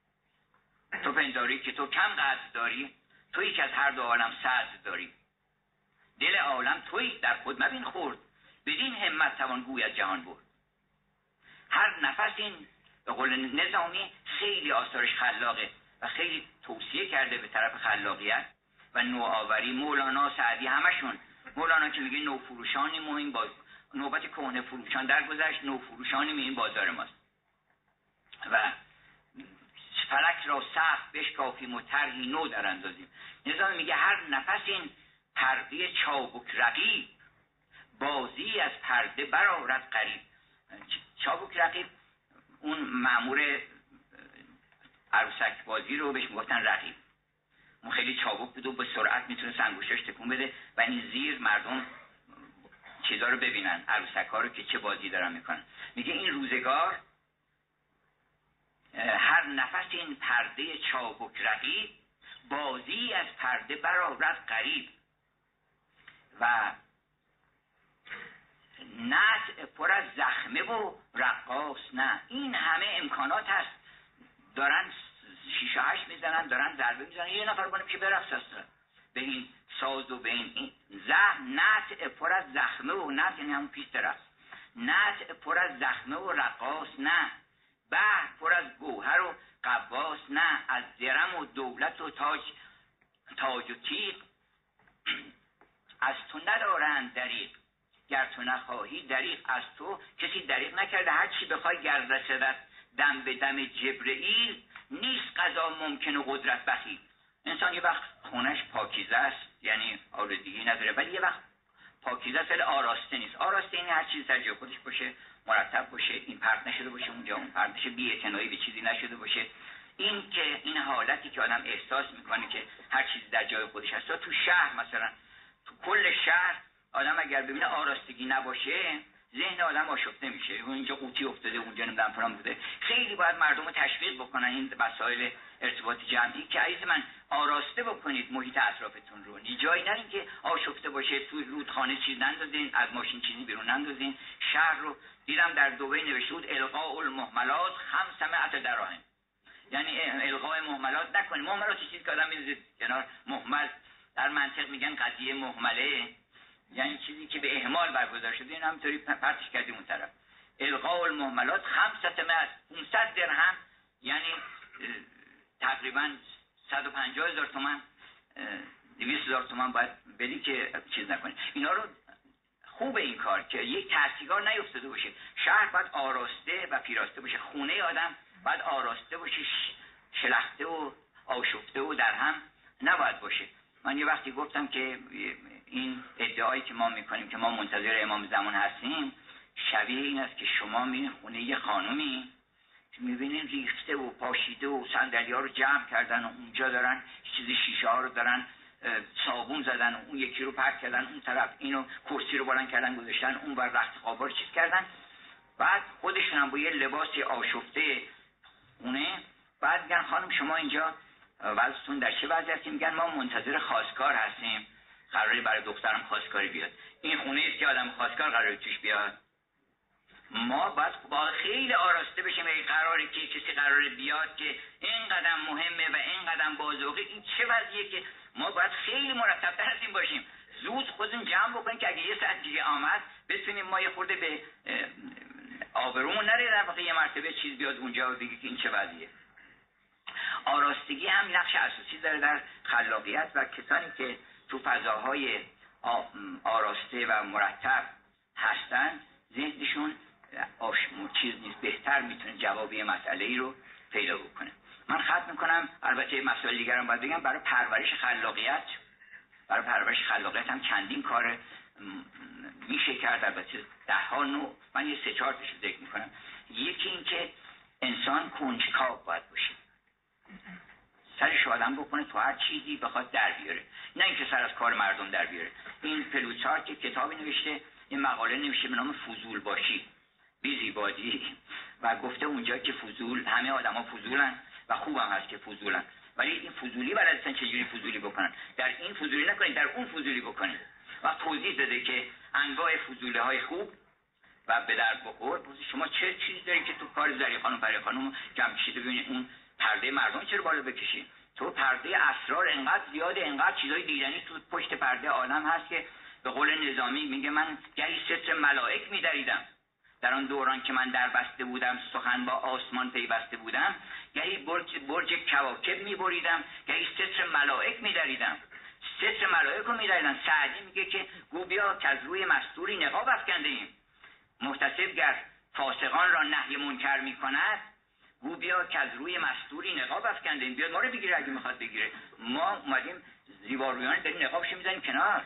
تو پنداری که تو کم قدر داری، تویی که از هر دو عالم صدر داری، دل عالم تویی در خود مبین خورد، بدین همت توان گوی از جهان برد. هر نفس این به قول نظامی خیلی آثارش خلاقه و خیلی توصیه کرده به طرف خلاقیت و نوآوری. مولانا، سعدی، همشون. مولانا که میگه نوفروشانی ما این باز نوبت کهنه فروشان درگذشت، نوفروشانی می این بازار ماست و فلک را سخت بشکافیم و طرحی نو در اندازیم. نظام میگه هر نفس این پرده چابک رقیب، بازی از پرده برآورد غریب. چابک رقیب اون مأمور عروسک بازی رو بهش میگفتن رقیب. اون خیلی چابک بود و به سرعت میتونه انگشتاش تکون بده و این زیر مردم چیزا رو ببینن، عروسک ها رو که چه بازی دارن میکنن. میگه این روزگار هر نفس این پرده چابک رقیب، بازی از پرده برآورد غریب و نطع پر از زخمه و رقاص نه. این همه امکانات هست، دارن شیشه هشت میزنن، دارن ضربه میزنن، یه نفر بانه که برقص هست به این ساز و به این, این زخم. نطع پر از زخمه و نطع یعنی همون پیست رقص، نطع پر از زخمه و رقاص نه، بحر پر از گوهر و قواس نه، از درم و دولت و تاج تاج و تیغ از تو ندارند دریغ، گر تو نخواهی دریغ از تو کسی دریغ نکرده. هر چی بخوای گر رسدت دم به دم جبرئیل، نیست قضا ممکن و قدرت بخیل. انسان یه وقت خونش پاکیزه است، یعنی آلودگی نداره، ولی یه وقت پاکیزه است ولی آراسته نیست. آراسته یعنی هر چیز در جای خودش باشه، مرتب باشه، این پرت نشده باشه اونجا، اون پرت نشه، بی‌اعتنایی به چیزی نشده باشه. این که این حالتی که آدم احساس میکنه که هر چیزی در جای خودش هست. تو شهر مثلا، تو کل شهر آدم اگر ببینه آراستگی نباشه، ذهن آدم آشفته میشه. اینجا قوطی افتاده، اونجا نمیدونم فلان بوده. خیلی باید مردم رو تشویق بکنن این وسایل ارتباط جمعی که عزیز من آراسته بکنید محیط اطرافتون رو. جایی نرین که آشفته باشه، تو رودخانه چیز نندازین، از ماشین چیزی بیرون نندازین. شهر رو دیدم در دبی نوشته بود القاء المهملات خمس مئة دراهم، یعنی القاء مهملات نکنید. مهملات چیزی که آدم میذاره کنار. مهمل در منطق میگن قضیه مهمله، یعنی چیزی که به اهمال برگزار شده، این همینطوری پرتش کردیم اون طرف. القاء المهملات خمسة مئة، پانصد درهم، یعنی تقریبا صد و پنجاه هزار تومان، دویست هزار تومان باید بدی که چیز نکنی. اینا رو خوبه این کار که یک تاثیرگار نیفتاده باشه. شهر باید آراسته و پیراسته باشه، خونه آدم باید آراسته باشه، شلخته و آشفته و در هم نباید باشه. من یه وقتی گفتم که این ادعایی که ما میکنیم که ما منتظر امام زمان هستیم شبیه این است که شما میرین خونه یه خانومی میبینین ریخته و پاشیده و صندلی‌ها رو جمع کردن و اونجا دارن چیزی شیشه ها رو دارن صابون زدن و اون یکی رو پرت کردن اون طرف، اینو کرسی رو بلند کردن گذاشتن اون بر رخت خوابا رو چیز کردن، بعد خودشون هم با یه لباسی آشفته خونه، بعد میگن خانم شما اینجا وضعتون در چه وضعی هستیم؟ میگن ما منتظر خواستگار هستیم، قراره برای دخترم خواستگاری بیاد. این خونه است که آدم خواستگار قراره توش بیاد. ما باید با خیلی آراسته بشیم ای قراره که کسی قراره بیاد که این قدم مهمه و این قدم بازوقه، این چه وضعیه که ما باید خیلی مرتب‌تر از این باشیم. زود خودمون جمع بکنیم که اگه یه ساعت دیگه آمد بتونیم ما یه خورده به آبرومون نره در واقع یه مرتبه چیز بیاد اونجا و بگه که این چه وضعیه. آراستگی هم نقش اساسی داره در خلاقیت و کسانی که تو فضاهای آراسته و مرتب هستن ذهنشون آشمون چیز نیست، بهتر میتونه جوابی مسئله ای رو پیدا بکنه. من ختم میکنم. البته مسائل دیگر هم باید بگم. برای پرورش خلاقیت برای پرورش خلاقیت هم چندین کار میشه کرد، البته ده ها نوع. من یه سه چهار تاشو ذکر میکنم. یکی این که انسان کنجکاو باید باشه، سرش آدم بکنه تو هر چیزی بخواد در بیاره، نه اینکه سر از کار مردم در بیاره. این پلوچار که کتابی نوشته، این مقاله نوشته به نام فضول باشی بیزی بادی و گفته اونجا که فضول، همه آدما فضولن و خوبم هست که فضولن، ولی این فضولی بلدن چجوری فضولی بکنن. در این فضولی نکنید، در اون فضولی بکنید. و توضیح داده که انواع فضوله های خوب و به درد بخور. شما چه چیزی دارید که تو کار زری خانم پری خانم جمع کشیده، ببینید اون پرده مردم چرا بالا بکشید؟ تو پرده اسرار انقدر زیاده، انقدر چیزای دیدنی تو پشت پرده آدم هست که به قول نظامی میگه من گهی ستر ملائک میدریدم در آن دوران که من در بسته بودم، سخن با آسمان پیوسته بودم، گهی برج برج کواکب میبریدم، گهی ستر ملائک میدریدم. ستر ملائک رو میدریدن. سعدی میگه که گو بیا که از روی مستوری نقاب افکنده ایم، محتسب گر فاسقان را نهی منکر میکند، گو بیا که از روی مستوری نقاب افکنده ایم، بیاد ما رو بگیره اگه میخواد بگیره. ما اومدیم زیبارویان داریم نقابش میذاریم کنار.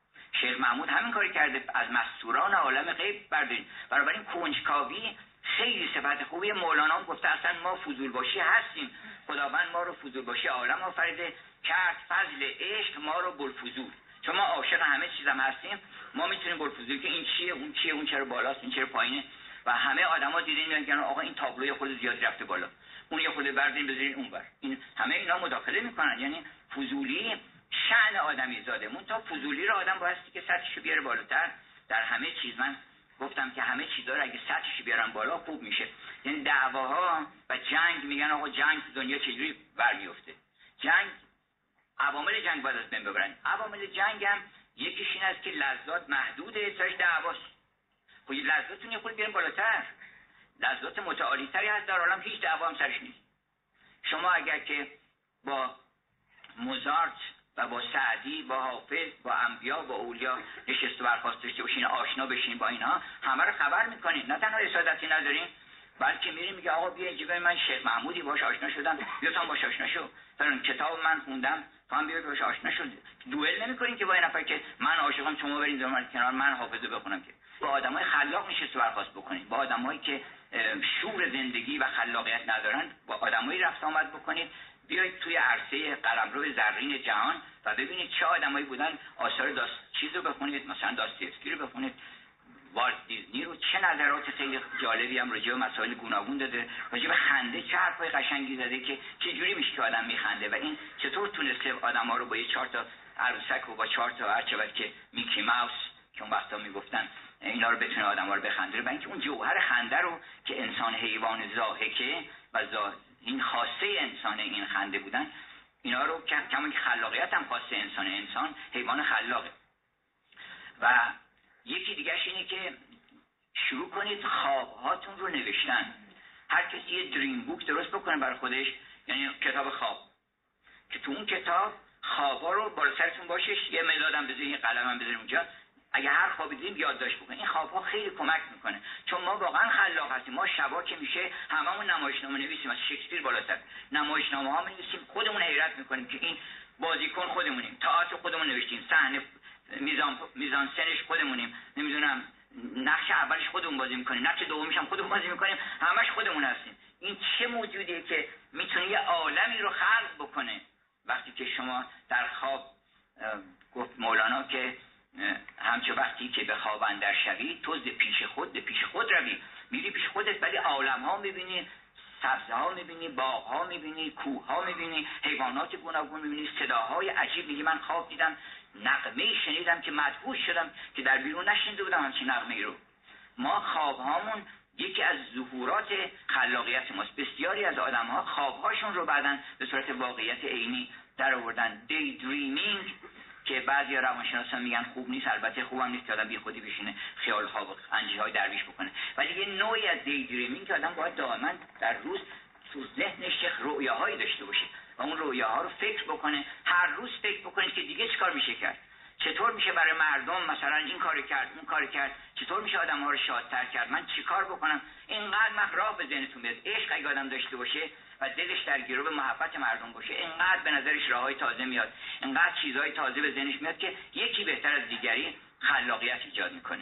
شیخ محمود همین کاری کرده، از مستوران عالم غیب برداریم. بنابراین کنجکاوی خیلی صفت خوبی. مولانا هم گفته اصلا ما فضول باشی هستیم، خداوند ما رو فضول باشی عالم آفریده، کرد فضل عشق ما رو بلفضول. چون ما عاشق همه چیزم هستیم، ما میتونیم بلفضول که این چیه اون چیه، اون چرا بالاست این چرا پایینه. و همه آدما دیدین میگن آقا این تابلوی خود زیاد رفته بالا، اون یه خود بردارین بذارین اونور. این همه اینا مداخله میکنن. یعنی فضولی شأن آدمی زاده. مون تا فضولی رو آدم بایستی که سطحشو بیاره بالاتر در همه چیز. من گفتم که همه چیزا رو اگه سطحشو بیارن بالا خوب میشه. یعنی دعواها و جنگ، میگن آقا جنگ تو دنیا چجوری برمیفته؟ جنگ عوامل جنگ باید از بین ببرن. عوامل جنگ هم یکیش این است که لذات محدوده، سرش دعواست. خب لذاتون یه خود بیارن بالاتر. لذات متعالی تری هست در عالم، هیچ دعوا هم سرش نیست. شما اگر که با موزارت و با سعدی، با حافظ، با انبیا، با اولیا نشست و برخاست داشته باشین، آشنا بشین با اینها، همه رو خبر میکنین. نه تنها حسادتی ندارین، بلکه میرین میگه آقا بیا اینجا، من شیخ محمودی باش آشنا شدم، بیا تو هم باش آشنا شو، مثلا کتاب من خوندم تو هم بیا باش آشنا شو. دوئل نمیکنین که با این نفر که من عاشقم شما برین دور کنار من حافظو بخونم. که با آدمای خلاق نشست و برخاست بکنید، با آدمایی که شور زندگی و خلاقیت ندارن، با آدمایی رفت آمد بکنید. بیایید توی عرصه قلمرو زرین جهان و ببینید چه آدمایی بودن. آثار داست چیزو بخونید، مثلا داستایوفسکی رو بخونید، والت دیزنی رو، چه نظرات خیلی جالبی هم راجع به مسائل گوناگون داده، راجع به خنده چه حرفای قشنگی زده که چه جوری میشه که آدم میخنده و این چطور تونسته آدم‌ها رو با یه چهار تا عروسک و با چهار تا هرچه که میکی ماوس که اون وقتا میگفتن اینا رو بتونه آدم‌ها رو بخندونه. و اینکه اون جوهر خنده رو که انسان حیوان ضاحکه و زا... این خاصه انسان این خنده بودن، اینا رو کما که خلاقیت هم خاصه انسان، انسان حیوان خلاقه. و یکی دیگهش اینه که شروع کنید خوابهاتون رو نوشتن. هر کسی یه دریم بوک درست بکنه برای خودش، یعنی کتاب خواب، که تو اون کتاب خوابا رو بالا سرتون باشه، یه مدادم بذارین، یه قلمم بذارین اونجا، اگه هر خوابی دیدیم یادداشت بکنید. این خوابها خیلی کمک میکنه، چون ما واقعا خلاق هستیم. ما شبا که میشه هممون نمایشنامه نویسیم، از شکسپیر بالاتر نمایشنامه ها می‌نویسیم، خودمون حیرت میکنیم که این بازیکن خودمونیم، تئاتر خودمون نوشتیم، صحنه میزان میزان سنش خودمونیم، نمیدونم نقش اولش خودمون بازی میکنیم، نقش دومش هم خودمون بازی میکنیم، همش خودمون هستیم. این چه موجودیه که میتونه یه عالمی رو خلق بکنه؟ وقتی که شما در خواب گفت مولانا که همچه وقتی که به خواب اندر شوی تو ز پیش خود به پیش خود روی، میری پیش خودت ولی عالم ها میبینی، سبزه ها میبینی، باغ ها میبینی، کوه ها میبینی، حیوانات گوناگون میبینی، صداهای عجیب. میگی من خواب دیدم نغمه شنیدم که مدهوش شدم که در بیرون نشنیده بودم همچین نغمه رو. ما خواب هامون یکی از ظهورات خلاقیت ماست. بسیاری از آدم ها خواب هاشون رو بعدن به صورت واقعیت عینی در آوردن. دی دریمینگ که بعضی روانشناسان میگن خوب نیست، البته خوبم نیست که آدم بی خودی بشینه خیال خواب انجی های درویش بکنه، ولی یه نوعی از دی دریمینگ که آدم باید دائما در روز تو ذهنش رؤیاهایی داشته باشه و اون رؤیاها رو فکر بکنه. هر روز فکر بکنید که دیگه چیکار میشه کرد، چطور میشه برای مردم مثلا این کارو کرد اون کارو کرد، چطور میشه آدم‌ها رو شادتر کرد، من چیکار بکنم. اینقدر راه به ذهنتون بیاد. عشق اگه آدم داشته باشه و دلش در گرو محبت مردم باشه، اینقدر به نظرش راههای تازه میاد، اینقدر چیزهای تازه به ذهنش میاد که یکی بهتر از دیگری خلاقیت ایجاد میکنه.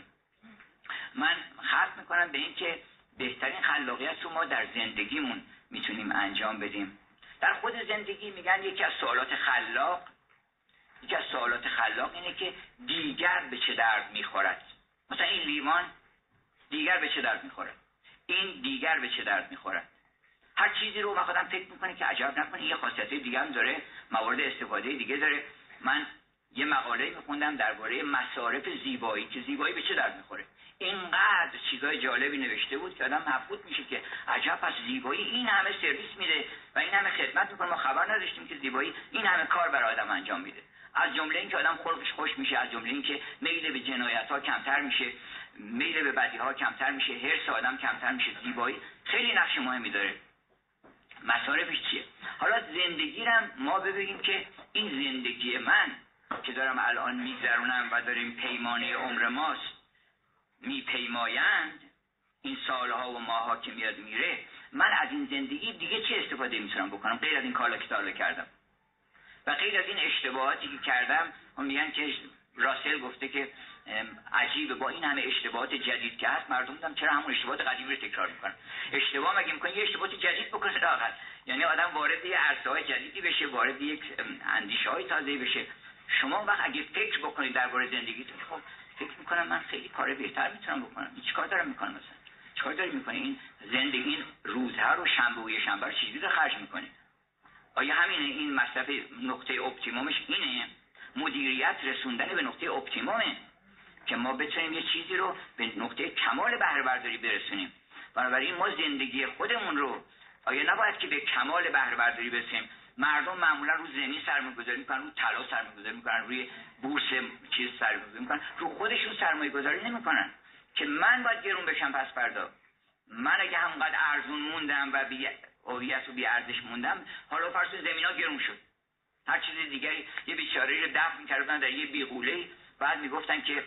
من ختم میکنم به این که بهترین خلاقیت رو ما در زندگیمون میتونیم انجام بدیم. در خود زندگی میگن یکی از سوالات خلاق یکی از سوالات خلاق اینه که دیگر به چه درد میخورد. مثلا این لیوان دیگر به چه درد میخورد، این دیگر به چه درد میخورد. هر چیزی رو من خودم فکر میکنه که عجب نکنه یه خاصیت دیگه هم داره، موارد استفاده دیگه داره. من یه مقاله میخوندم درباره مصارف زیبایی که زیبایی به چه درد میخوره. اینقدر چیزای جالبی نوشته بود که آدم مبهوت میشه که عجب پس زیبایی این همه سرویس میده و این همه خدمت میکنه، ما خبر نداشتیم که زیبایی این همه کار برای آدم انجام میده. از جمله این که آدم خلقش خوش میشه، از جمله این که میل به جنایت ها کمتر میشه، میل به بدی ها کمتر میشه، حرص آدم کمتر میشه. زیبایی خیلی نقش مهمی داره. مصارفش چیه؟ حالا زندگی رو ما ببینیم که این زندگی من که دارم الان میگذرونم و داریم پیمانه عمر ماست میپیمایند، این سالها و ماها که میاد میره، من از این زندگی دیگه چه استفاده میتونم بکنم غیر از این کارا که تا حالا کردم و غیر از این اشتباهاتی که کردم. هم میگن که راسل گفته که عجیبه با این همه اشتباهات جدید که هست مردم میگن چرا همون اشتباهات قدیمی رو تکرار میکنن. اشتباه مگه میکنه یه اشتباهات جدید بکنه لااقل، یعنی آدم وارد یه عرصه‌های جدیدی بشه، وارد یک اندیشه‌های تازه‌ای بشه. شما وقت اگه فکر بکنید درباره زندگیتون، خب فکر میکنم من خیلی کار بهتر میتونم بکنم. این چیکار دارم میکنم؟ مثلا چیکار داری میکنی؟ این زندگی این روزها رو شنبه و یه شنبه رو چجوری رو خرج میکنی؟ آیا همینه این مصرف نقطه اپتیمومش اینه؟ مدیریت رسوندن به نقطه اپتیمومه که ما بتونیم یه چیزی رو به نقطه کمال بهره برداری برسونیم. بنابراین ما زندگی خودمون رو آیا نباید که به کمال بهره برداری برسیم؟ مردم معمولا رو زمین سرمایه‌گذاری میکنن، رو طلا سرمایه‌گذاری میکنن، روی بورس چیز سرمایه‌گذاری میکنن، رو خودشون سرمایه‌گذاری نمیکنن که من باید گرون بشم پس فردا. من اگه همونقدر ارزون موندم و بی هویت و بی ارزش موندم، حالا فرض زمینا گرون شد، هر چیز دیگری. یه بیچاره‌ای رو دفن می‌کردن در یه بیغوله، بعد میگفتن که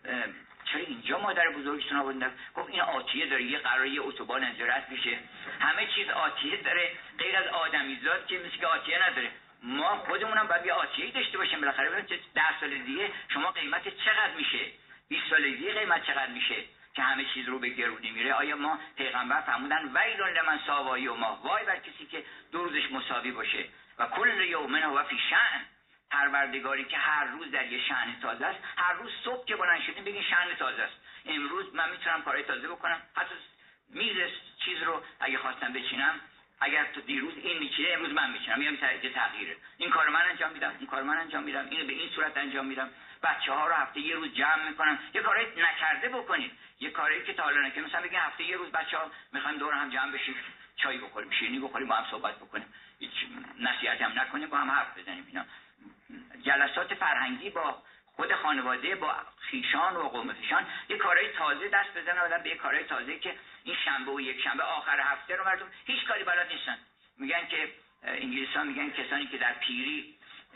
چرا اینجا مادر بزرگتون آوردن؟ گفت این آتیه داره، یه قراره یه اتوبان اینجا رد بشه، همه چیز آتیه داره غیر از آدمیزاد که مثل که آتیه نداره. ما خودمونم باید یه آتیه‌ای داشته باشیم. بالاخره ببینید که ده سال دیگه شما قیمت چقدر میشه، بیست سال دیگه قیمت چقدر میشه که همه چیز رو به گرونی میره. آیا ما پیغمبر فرمودن ویل لمن ساوایی و ما، وای بر کسی که دو روزش مساوی باشه و کل یوم هو فی شأن، پروردگاری که هر روز در یه شأن تازه است. هر روز صبح که بلند شدیم بگین شأن تازه است. امروز من میتونم کارهای تازه بکنم، حتی میز چیز رو اگه خواستم بچینم، اگر تو دیروز این میچینه امروز من میچینم، میام یه تغییره. این کارو من انجام میدم، این کارو من انجام میدم، اینو به این صورت انجام میدم. بچه‌ها رو هفته یه روز جمع میکنم، یه کاری نکرده بکنید، یه کاری که تا حالا نکردید. مثلا بگین هفته یه روز بچه‌ها میخوایم دور هم جمع بشیم، چای بخوریم، شیرینی بخوریم، با هم صحبت بکنیم، هیچ نصیحتی هم نکنیم، با هم حرف بزنیم. اینا جلسات فرهنگی با خود خانواده، با خیشان و قوم خویشان، یه کارهای تازه دست بزنن آدم به یه کارهای تازه که این شنبه و یک شنبه آخر هفته رو مردم هیچ کاری بلد نیستن. میگن که انگلیسی‌ها میگن کسانی که در پیری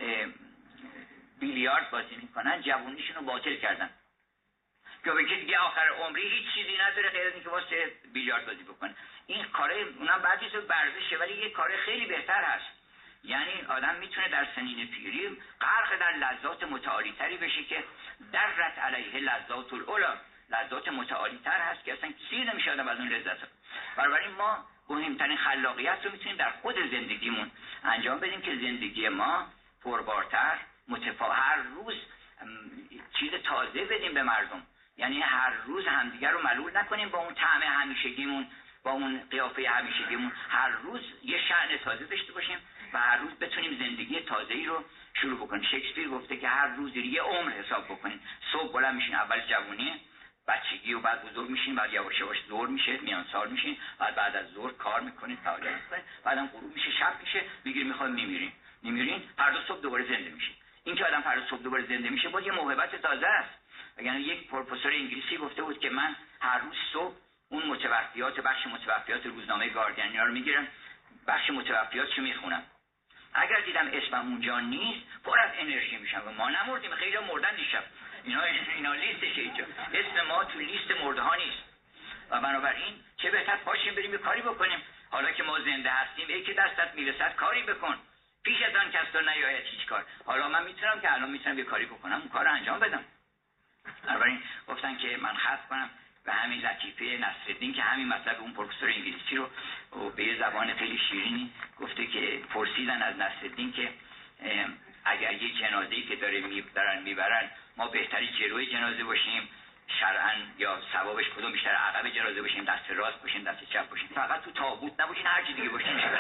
بیلیارد بازی میکنن جوونیشون رو باطل کردن، که بگه دیگه آخر عمری هیچ چیزی نداره غیر از اینکه واسه بیلیارد بازی بکنه. این کاره اونم بعضی تو ورزشه، ولی یه کار خیلی بهتر هست یعنی آدم میتونه در سنین پیری غرق در لذات متعالی تری بشه که درت علیه لذات العلا، لذات متعالی تر هست که اصلا سیر نمیشه آدم از اون لذت. بنابراین ما مهمترین خلاقیت رو میتونیم در خود زندگیمون انجام بدیم که زندگی ما پربارتر، متفا هر روز چیز تازه بدیم به مردم. یعنی هر روز همدیگر رو ملول نکنیم با اون طعم همیشگیمون، با اون قیافه همیشگیمون. هر روز یه شأن تازه داشته باشیم و هر روز بتونیم زندگی تازه‌ای رو شروع بکنیم. شکسپیر گفته که هر روز یه عمر حساب بکنیم. صبح بلند میشین، اول جوونی، بچگی و بعد بزرگ میشین، بعد یواش یواش دور میشه، میان سال میشین، بعد بعد از ظهر کار میکنین، فعالیت میکنین، بعدم غروب میشه، شب میشه، میگیرین میخوایم میمیرین. میمیرین، فردا صبح دوباره زنده میشین. این که آدم فردا صبح دوباره زنده میشه باز یه موهبت تازه است. یعنی یک پروفسور انگلیسی گفته بود که من هر روز صبح اون متوفیات، بخش متوفیات روزنامه گاردین اینا رو میگیرم، بخش متوفیاتشو میخونم. اگر دیدم اسمم اونجا نیست پر از انرژی میشم و ما نمردیم، خیلی مردن دیشب. اینا اینا لیستشه اینجا. اسم ما تو لیست مرده ها نیست. و بنابراین چه بهتر پاشیم بریم یه کاری بکنیم. حالا که ما زنده هستیم، ای که دستت میرسد کاری بکن. پیش از آن کس تو نیاید هیچ کار. حالا من میتونم که الان میتونم یه کاری بکنم، اون کارو انجام بدم. بنابراین گفتن که من خط کنم و همین لطیفه نصرالدین که همین مطلب اون پروفسور انگلیسی رو به یه زبان خیلی شیرینی گفته که پرسیدن از نصرالدین که اگر یه جنازه‌ای که داره میبرن میبرن ما بهتری جلوی جنازه باشیم شرعاً یا ثوابش کدوم بیشتر، عقب جنازه باشیم، دست راست باشیم، دست چپ باشیم، فقط تو تابوت نباشین، هر چی دیگه باشین میشه.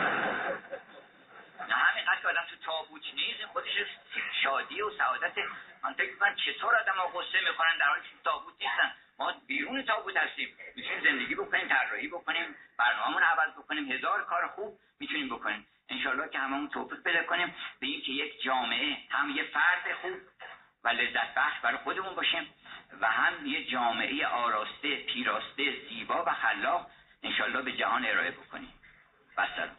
نه همینقدر که آدم تو تابوت نیست خودش شادی و سعادت. من فکر می‌کنم چطور آدم‌ها غصه می‌خورن در حالی که تو تابوت نیستن. ما بیرون تابوت هستیم، میتونیم زندگی بکنیم، طراحی بکنیم، برنامه‌مون عوض بکنیم، هزار کار خوب میتونیم بکنیم. انشالله که هممون توفیق پیدا کنیم به این که یک جامعه هم یه فرد خوب و لذت بخش برای خودمون باشیم و هم یه جامعه آراسته، پیراسته، زیبا و خلاق انشالله به جهان ارائه بکنیم. بسلام.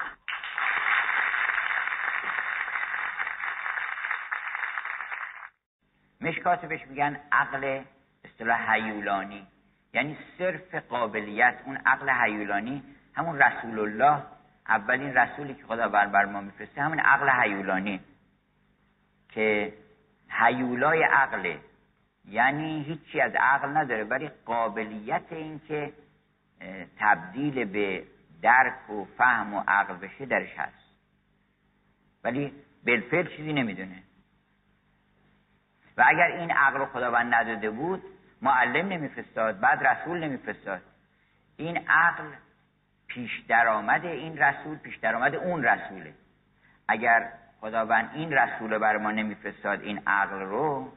مشکات بهش میگن عقل اصطلاح هیولانی، یعنی صرف قابلیت. اون عقل هیولانی همون رسول الله، اولین رسولی که خدا بر بر ما میفرسته همون عقل هیولانی که هیولای عقله، یعنی هیچی از عقل نداره ولی قابلیت این که تبدیل به درک و فهم و عقل بشه درش هست، ولی بالفعل چیزی نمیدونه. و اگر این عقل خداوند نداده بود معلم نمیفرستاد، بعد رسول نمیفرستاد. این عقل پیش درآمد این رسول، پیش درآمد اون رسوله. اگر خداوند این رسول بر ما نمیفرستاد این عقل رو،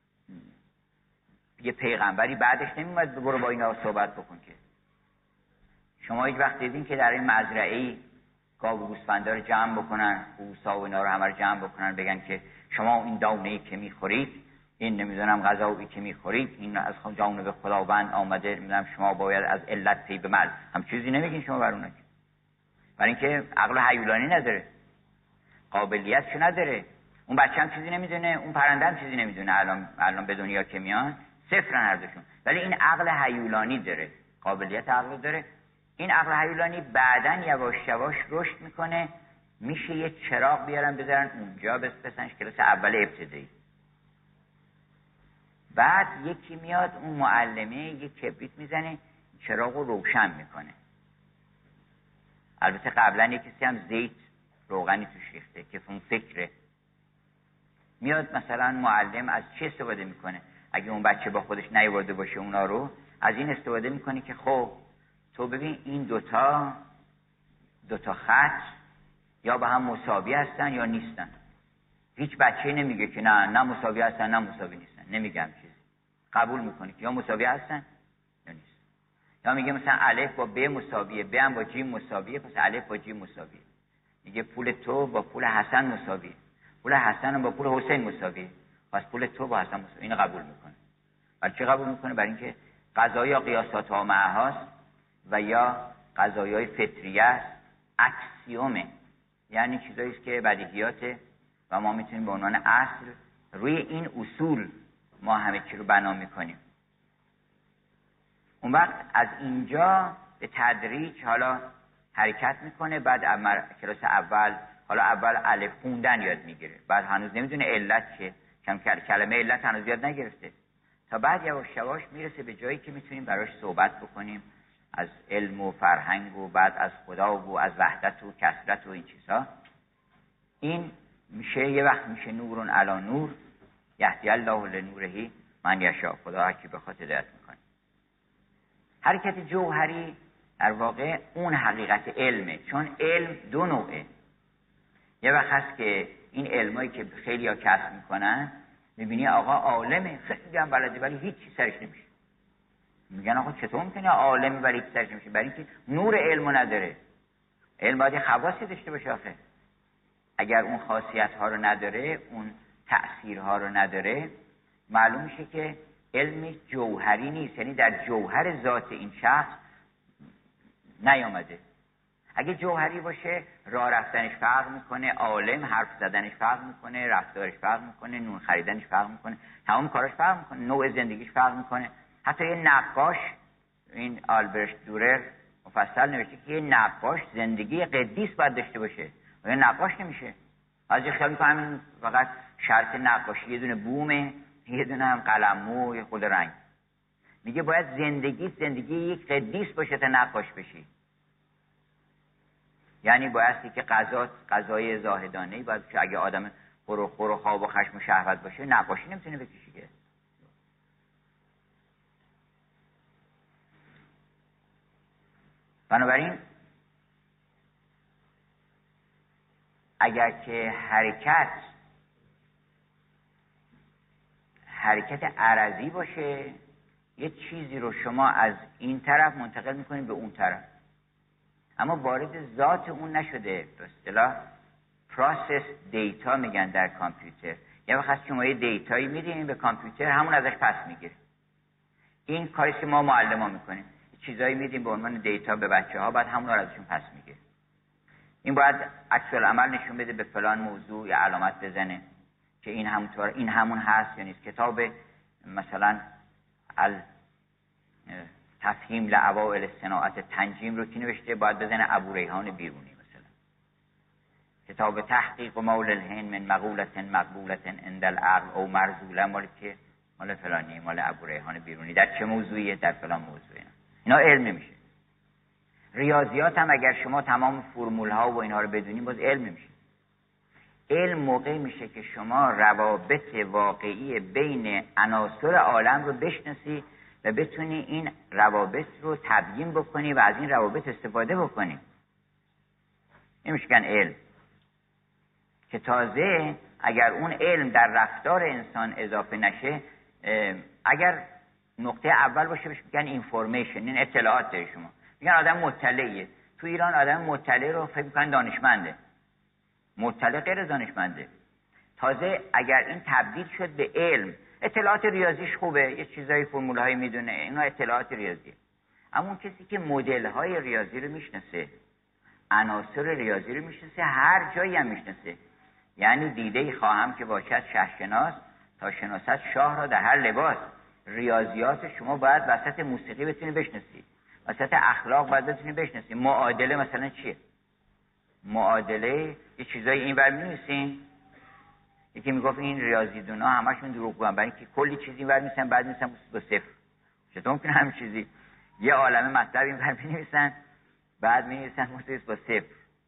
یه پیغمبری بعدش نمیومد برو با اینا صحبت بکن. که شما هیچ وقت دیدین که در این مزرعه‌ای گاو و گوسفندا رو جمع بکنن، کوسا و اینا رو همه رو جمع بکنن بگن که شما این دانه‌ای که میخورید، این نمیدونم غذایی که میخورید، این از جانب خداوند آمده، نمیدونم شما باید از علت پی بمل. هم چیزی نمیگین شما بر اونها، برای اینکه عقل هیولانی نداره، قابلیتشو نداره. اون بچه هم چیزی نمیدونه، اون پرنده هم چیزی نمیدونه. الان الان به دنیا که میان صفرن هر دوشون، ولی این عقل هیولانی داره، قابلیت عقل داره. این عقل هیولانی بعدن یواش یواش رشد میکنه، میشه یه چراغ بیارن بذارن اونجا بسنش کلاس اول ابتدایی. بعد یکی میاد اون معلمه یه کبریت میزنه چراغ رو روشن میکنه. البته قبلا یه کسی هم زیت روغنی توش ریخته که اون فکره. میاد مثلا معلم از چه استفاده میکنه؟ اگه اون بچه با خودش نیاورده باشه اونا رو، از این استفاده میکنه که خب تو ببین این دوتا دوتا خط یا با هم مساوی هستن یا نیستن. هیچ بچه نمیگه که نه نه مساوی هستن نه مساوی نیستن، نمیگم چیزی، قبول میکنه که یا مساوی هستن یا نیست. یا میگه مثلا الف با ب مساویه، ب هم با ج مساویه، پس الف با ج مساویه. میگه پول تو با پول حسن مساویه، پول حسن با پول حسین مساویه، پس پول تو با حسن مساویه. اینو قبول میکنه. برای چه قبول میکنه؟ برای اینکه قضایی یا قیاسات ها معهاست و یا قضایای فطریه است، اکسیومه، یعنی چیزایی است که بدیهیاته و ما میتونیم به عنوان اصل روی این اصول ما همه چی رو بنا میکنیم. اون وقت از اینجا به تدریج حالا حرکت میکنه. بعد کلاس اول حالا اول الف خوندن یاد میگیره، بعد هنوز نمیدونه علت چیه، چون کلمه علت هنوز یاد نگرفته، تا بعد یواش یواش میرسه به جایی که میتونیم براش صحبت بکنیم از علم و فرهنگ و بعد از خدا و از وحدت و کثرت و این چیزها. این میشه یه وقت میشه نورون علی نور یهدی الله لنوره من یشاء، خدا هر کی بخواد هدایت میکنه. حرکت جوهری در واقع اون حقیقت علمه، چون علم دو نوعه. یه وقت هست که این علمایی که خیلی ها کسب میکنن میبینی آقا عالمه خیلی هم بلده ولی هیچ چیز سرش نمیشه. میگن آقا چطور میتونی عالمی ولی هیچ سرش نمیشه؟ برای اینکه نور علمو نداره. علم باید خواصی داشته باشه آخه. اگر اون خاصیت ها رو نداره، اون تأثیر ها رو نداره، معلوم میشه که علم جوهری نیست، یعنی در جوهر ذات این شخص نیامده. اگه جوهری باشه راه رفتنش فرق میکنه، عالم حرف زدنش فرق میکنه، رفتارش فرق میکنه، نون خریدنش فرق میکنه، تمام کاراش فرق میکنه، نوع زندگیش فرق میکنه. حتی یه نقاش، این آلبرت دورر مفصل نوشته که یه نقاش زندگی قدیس باید داشته باشه و یه نقاش نمیشه. از یه خیال میکنم فقط شرط نقاشی یه دونه بومه، یه دونه هم قلمو، یه خود رنگ. میگه باید زندگی زندگی یک قدیس باشه تا نقاش بشی. یعنی بایستی که غذا غذای زاهدانه‌ای باید باشه. اگه آدم خور و خور و خواب و خشم و شهوت باشه نقاشی نمیتونه بکشی که. بنابراین اگر که حرکت حرکت عرضی باشه، یه چیزی رو شما از این طرف منتقل میکنید به اون طرف، اما وارد ذات اون نشده. به اصطلاح پروسس دیتا میگن در کامپیوتر. یه وقت شما یه دیتایی میدین به کامپیوتر، همون ازش پس میگیره. این کاری که ما معلما میکنیم، چیزایی میدیم به عنوان دیتا به بچه‌ها، بعد همون رو ازشون پس میگیره. این باید عکس العمل نشون بده به فلان موضوع، یا علامت بزنه که این همونطور، این همون هست یا نیست. کتاب مثلا ال تفهیم لعوائل صناعت تنجیم رو کی نوشته؟ باید بزنه ابو ریحان بیرونی. مثلا کتاب تحقیق مول الهن من مقولت مقبولت عند العقل او مرزوله مال که مال فلانی، مال ابو ریحان بیرونی. در چه موضوعیه؟ در فلان موضوعه. اینا علم نمیشه. ریاضیات هم اگر شما تمام فرمول ها و اینها رو بدونید باز علم نمیشه. علم موقعی میشه که شما روابط واقعی بین عناصر عالم رو بشناسی و بتونی این روابط رو تبیین بکنی و از این روابط استفاده بکنی. این میشه علم. که تازه اگر اون علم در رفتار انسان اضافه نشه، اگر نقطه اول باشه بهش میگن اینفورمیشن، این اطلاعات داره شما. میگن آدم مطلعیه. تو ایران آدم مطلع رو فکر میکنن دانشمنده. مطلع غیر دانشمنده. تازه اگر این تبدیل شد به علم، اطلاعات ریاضیش خوبه، یه چیزای فرمولهایی میدونه، اینا اطلاعات ریاضی. اما اون کسی که مدل‌های ریاضی رو میشناسه، عناصر ریاضی رو میشناسه، هر جایی هم میشناسه. یعنی دیده خواهم که باشد شهرشناس تا شناست شاه را در هر لباس. ریاضیات شما باید وسط موسیقی بتونی بشناسی، وسط اخلاق باید بتونی بشناسی. معادله مثلا چیه؟ معادله یه چیزایی اینور می‌نویسین. یکی میگفت این ریاضیدونا همشون دروغگوان، برای اینکه کلی چیز اینور می‌نویسن بعد می‌نویسن با صفر. چطور ممکنه همین چیزی یه عالمه مطلب اینور می‌نویسن بعد می‌نویسن مثلا با صفر؟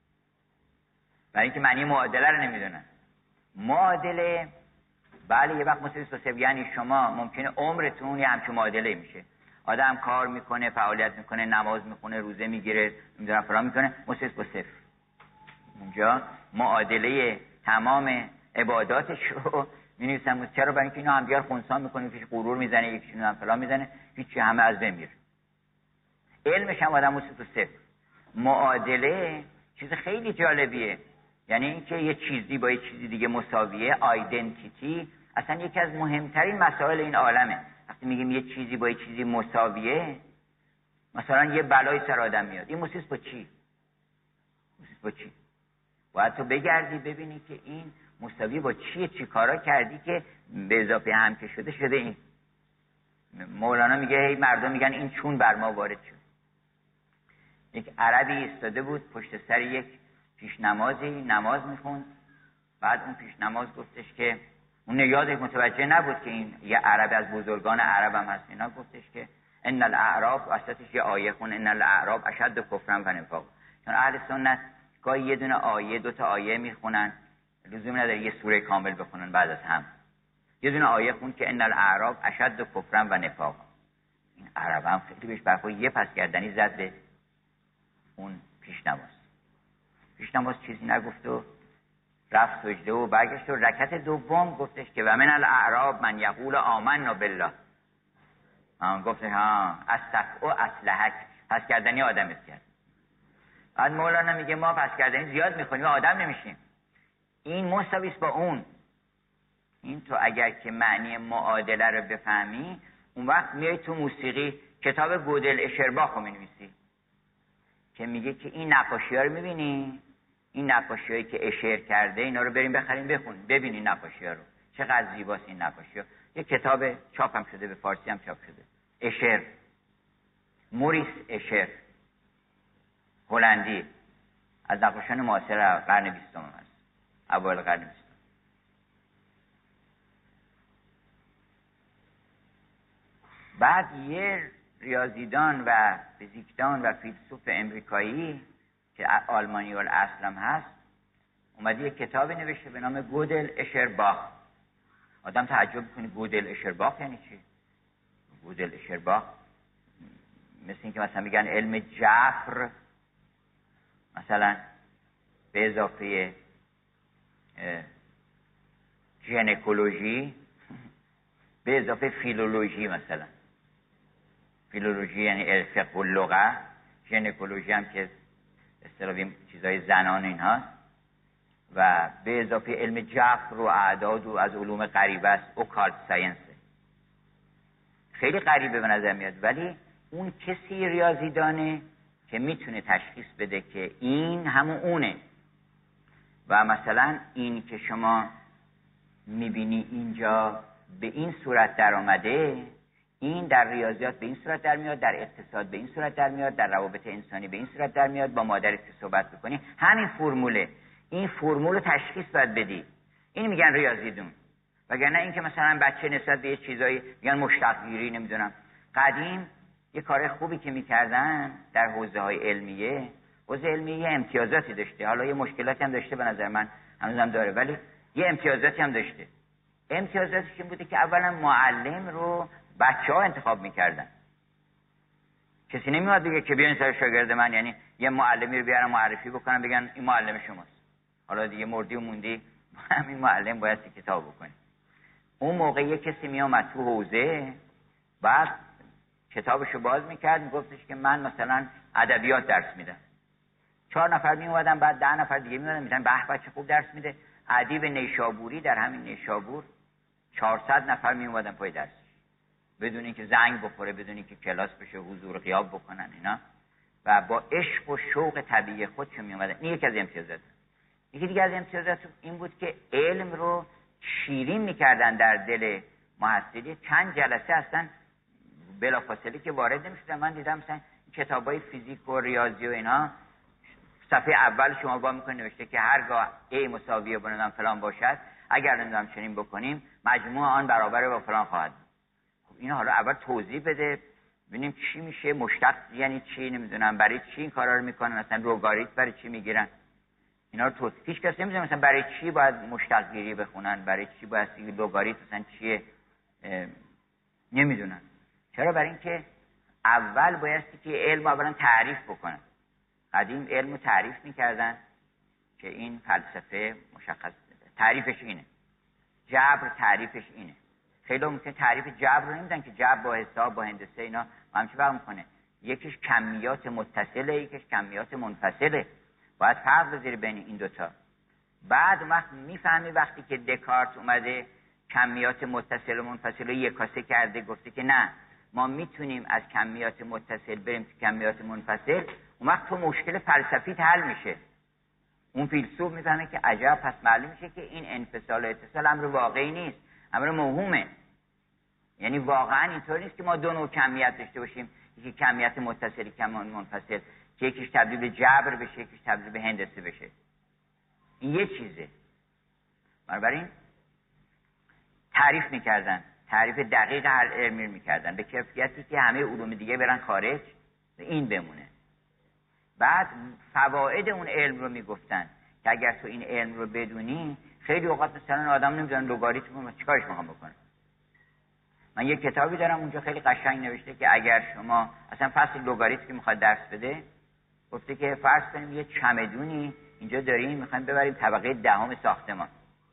برای اینکه معنی معادله رو نمیدونن. معادله بله یه وقت مثلا با صفر یعنی شما ممکنه عمرتون یه همچین معادله میشه. آدم کار میکنه، فعالیت میکنه، نماز میخونه، روزه میگیره، نمیدونم فلان میکنه، مثلا با صفر. اونجا معادله تمام عباداتش رو می‌نویسن. چرا؟ برای اینکه اینا هم دیگر خنثی میکنه، یکیش غرور میزنه، یکیشون هم فلان میزنه، هیچی همه از بین میره. علمش هم آدم مثلا با صفر. معادله چیز خیلی جالبیه. یعنی اینکه یه چیزی با یه چیزی دیگه مساویه، آیدنتیتی اصلا یکی از مهمترین مسائل این عالمه. وقتی میگیم یه چیزی با یه چیزی مساویه، مثلا یه بلای سر آدم میاد، این مسیس با چی؟ مسیس با چی؟ باید تو بگردی ببینی که این مساوی با چیه، چی کارا کردی که به اضافه هم که شده شده این. مولانا میگه هی مردم میگن این چون بر ما وارد شد. یک عربی ایستاده بود پشت سر یک پیش نمازی نماز میخوند. بعد اون پیش نماز گفتش که اون یاد متوجه نبود که این یه عرب از بزرگان عرب هم هست. اینا گفتش که ان الاعراب، وسطش یه آیه خون ان الاعراب اشد کفرا و نفاق. چون اهل سنت گاهی یه دونه آیه دو تا آیه میخونن، لزوم نداره یه سوره کامل بخونن بعد از هم. یه دونه آیه خون که ان الاعراب اشد کفرا و نفاق. این عرب هم خیلی بهش برخورد، یه پس گردنی زد به اون پیش نماز. پیش نماز چیزی نگفت و رفت سجده و برگشت و رکعت دوم گفتش که و من الاعراب من یقول آمنا بالله. آن گفت ها استفع اسلحک، پس کردنی آدمت کرد. بعد مولانا میگه ما پس کردنی زیاد میکنیم و آدم نمیشیم. این مساویس با اون. این تو اگر که معنی معادله رو بفهمی، اون وقت میای تو موسیقی کتاب گودل اشرباخ رو مینویسی که میگه که این نقاشی ها رو میبینی، این نقاشی هایی که اشعر کرده اینا رو بریم بخریم بخونیم ببینین نقاشی ها رو چقدر زیباست. این نقاشی ها یه کتاب چاپ هم شده، به فارسی هم چاپ شده. اشعر، موریس اشعر، هلندی، از نقاشان معاصر قرن بیستم هست، اوایل قرن بیستم. بعد یه ریاضیدان و فیزیکدان و فیلسوف امریکایی که آلمانی الاصل هم هست اومده یه کتابی نوشته به نام گودل اشرباخ. آدم تعجب میکنه گودل اشرباخ یعنی چی؟ گودل اشرباخ مثل این که مثلا میگن علم جبر مثلا به اضافه ژنکولوژی به اضافه فیلولوژی، مثلا فیلولوژی یعنی فقه اللغه، ژنکولوژی هم که اصطلاحاً چیزای زنان اینهاست، و به اضافه علم جبر و اعداد و از علوم غریبه است، اوکالت ساینس. خیلی غریبه به نظر میاد، ولی اون کسی ریاضیدانه که میتونه تشخیص بده که این همون اونه. و مثلا این که شما میبینی اینجا به این صورت در آمده، این در ریاضیات به این صورت در میاد، در اقتصاد به این صورت در میاد، در روابط انسانی به این صورت در میاد. با مادرت که صحبت بکنی همین فرموله، این فرمول تشخیص باید بدی. این میگن ریاضیدون. وگرنه این که مثلا بچه نسبت به یه چیزایی میگن مشتق گیری، نمیدونم. قدیم یه کار خوبی که میکردن در حوزه های علمیه، حوزه علمیه امتیازاتی داشته، حالا یه مشکلاتی هم داشته به نظر من هنوزم داره، ولی یه امتیازاتی هم داشته. امتیازاتش این بوده که اولا معلم رو بچه ها انتخاب میکردن. کسی نمیاد بگه که بیاین سر شاگرد من، یعنی یه معلمی رو بیارن معرفی بکنن بگن این معلم شماست، حالا دیگه مردی و موندی همین معلم باید کتاب بکنه. اون موقع یه کسی میامد تو حوزه، بعد کتابشو باز میکرد، میگفتش که من مثلا ادبیات درس میدم. چهار نفر میومدن، بعد ده نفر دیگه میومدن میگن به بچه خوب درس میده. ادیب نیشابوری در همین نیشابور چهارصد نفر میومدن پای درس، بدون اینکه زنگ بخوره، بدون اینکه کلاس بشه، حضور غیاب بکنن اینا، و با عشق و شوق طبیعی خودشون میومدن. این یکی از امتیازات. یکی دیگه از امتیازات این بود که علم رو شیرین میکردن در دل محصلی. چند جلسه اصلا بلافاصله که وارد نمیشدن. من دیدم مثلا کتابای فیزیک و ریاضی و اینا صفحه اول شما با میکنه نوشته که هرگاه A مساوی با فلان باشد، اگر نمیدونم چنین بکنیم مجموع آن برابر با فلان خواهد. خب اینا حالا اول توضیح بده ببینیم چی میشه، مشتق یعنی چی، نمیدونم برای چی این کارا رو میکنن، مثلا لوگاریتم برای چی میگیرن. اینا رو توضیح هیچ کس نمیدونه مثلا برای چی باید مشتق گیری بخونن، برای چی باید لوگاریتم مثلا چیه، نمیدونن. چرا؟ برای اینکه اول بایستی که علم اولا تعریف بکنن. قدیم علم رو تعریف میکردن که این فلسفه مشخص تعریفش اینه، جبر تعریفش اینه. خیلی ممکن تعریف جبر رو نمیدن که جبر با حساب با هندسه اینا هم چه فرق میکنه. یکیش کمیات متصله، یکیش کمیات منفصله. باید فرق بذاری بین این دوتا. بعد وقت میفهمی وقتی که دکارت اومده کمیات متصل و منفصل رو یکاسه کرده، گفته که نه ما میتونیم از کمیات متصل بریم تو کمیات منفصل، اون وقت تو مشکل فلسفی حل میشه. اون فیلسوف میفهمه که عجب، پس معلوم میشه که این انفصال و اتصال امر واقعی نیست، امر موهومه. یعنی واقعا اینطور نیست که ما دو نوع کمیت داشته باشیم، یکی کمیت متصل، کمیت منفصل، که یکیش تبدیل به جبر بشه، یکیش تبدیل به هندسه بشه. این یه چیزه. بنابراین تعریف میکردن، تعریف دقیق هر علمی میکردن به کیفیتی که همه علوم دیگه برن خارج و این بمونه. بعد فواید اون علم رو میگفتن که اگر تو این علم رو بدونی، خیلی اوقات مثلا آدم نمیدونن لگاریتم رو چیکارش میخوام بکنم. من یه کتابی دارم اونجا خیلی قشنگ نوشته که اگر شما اصلا فصل لگاریتم که میخواد درس بده، گفته که فرض کنیم یه چمدونی اینجا داریم میخوایم ببریم طبقه دهم ساختمان.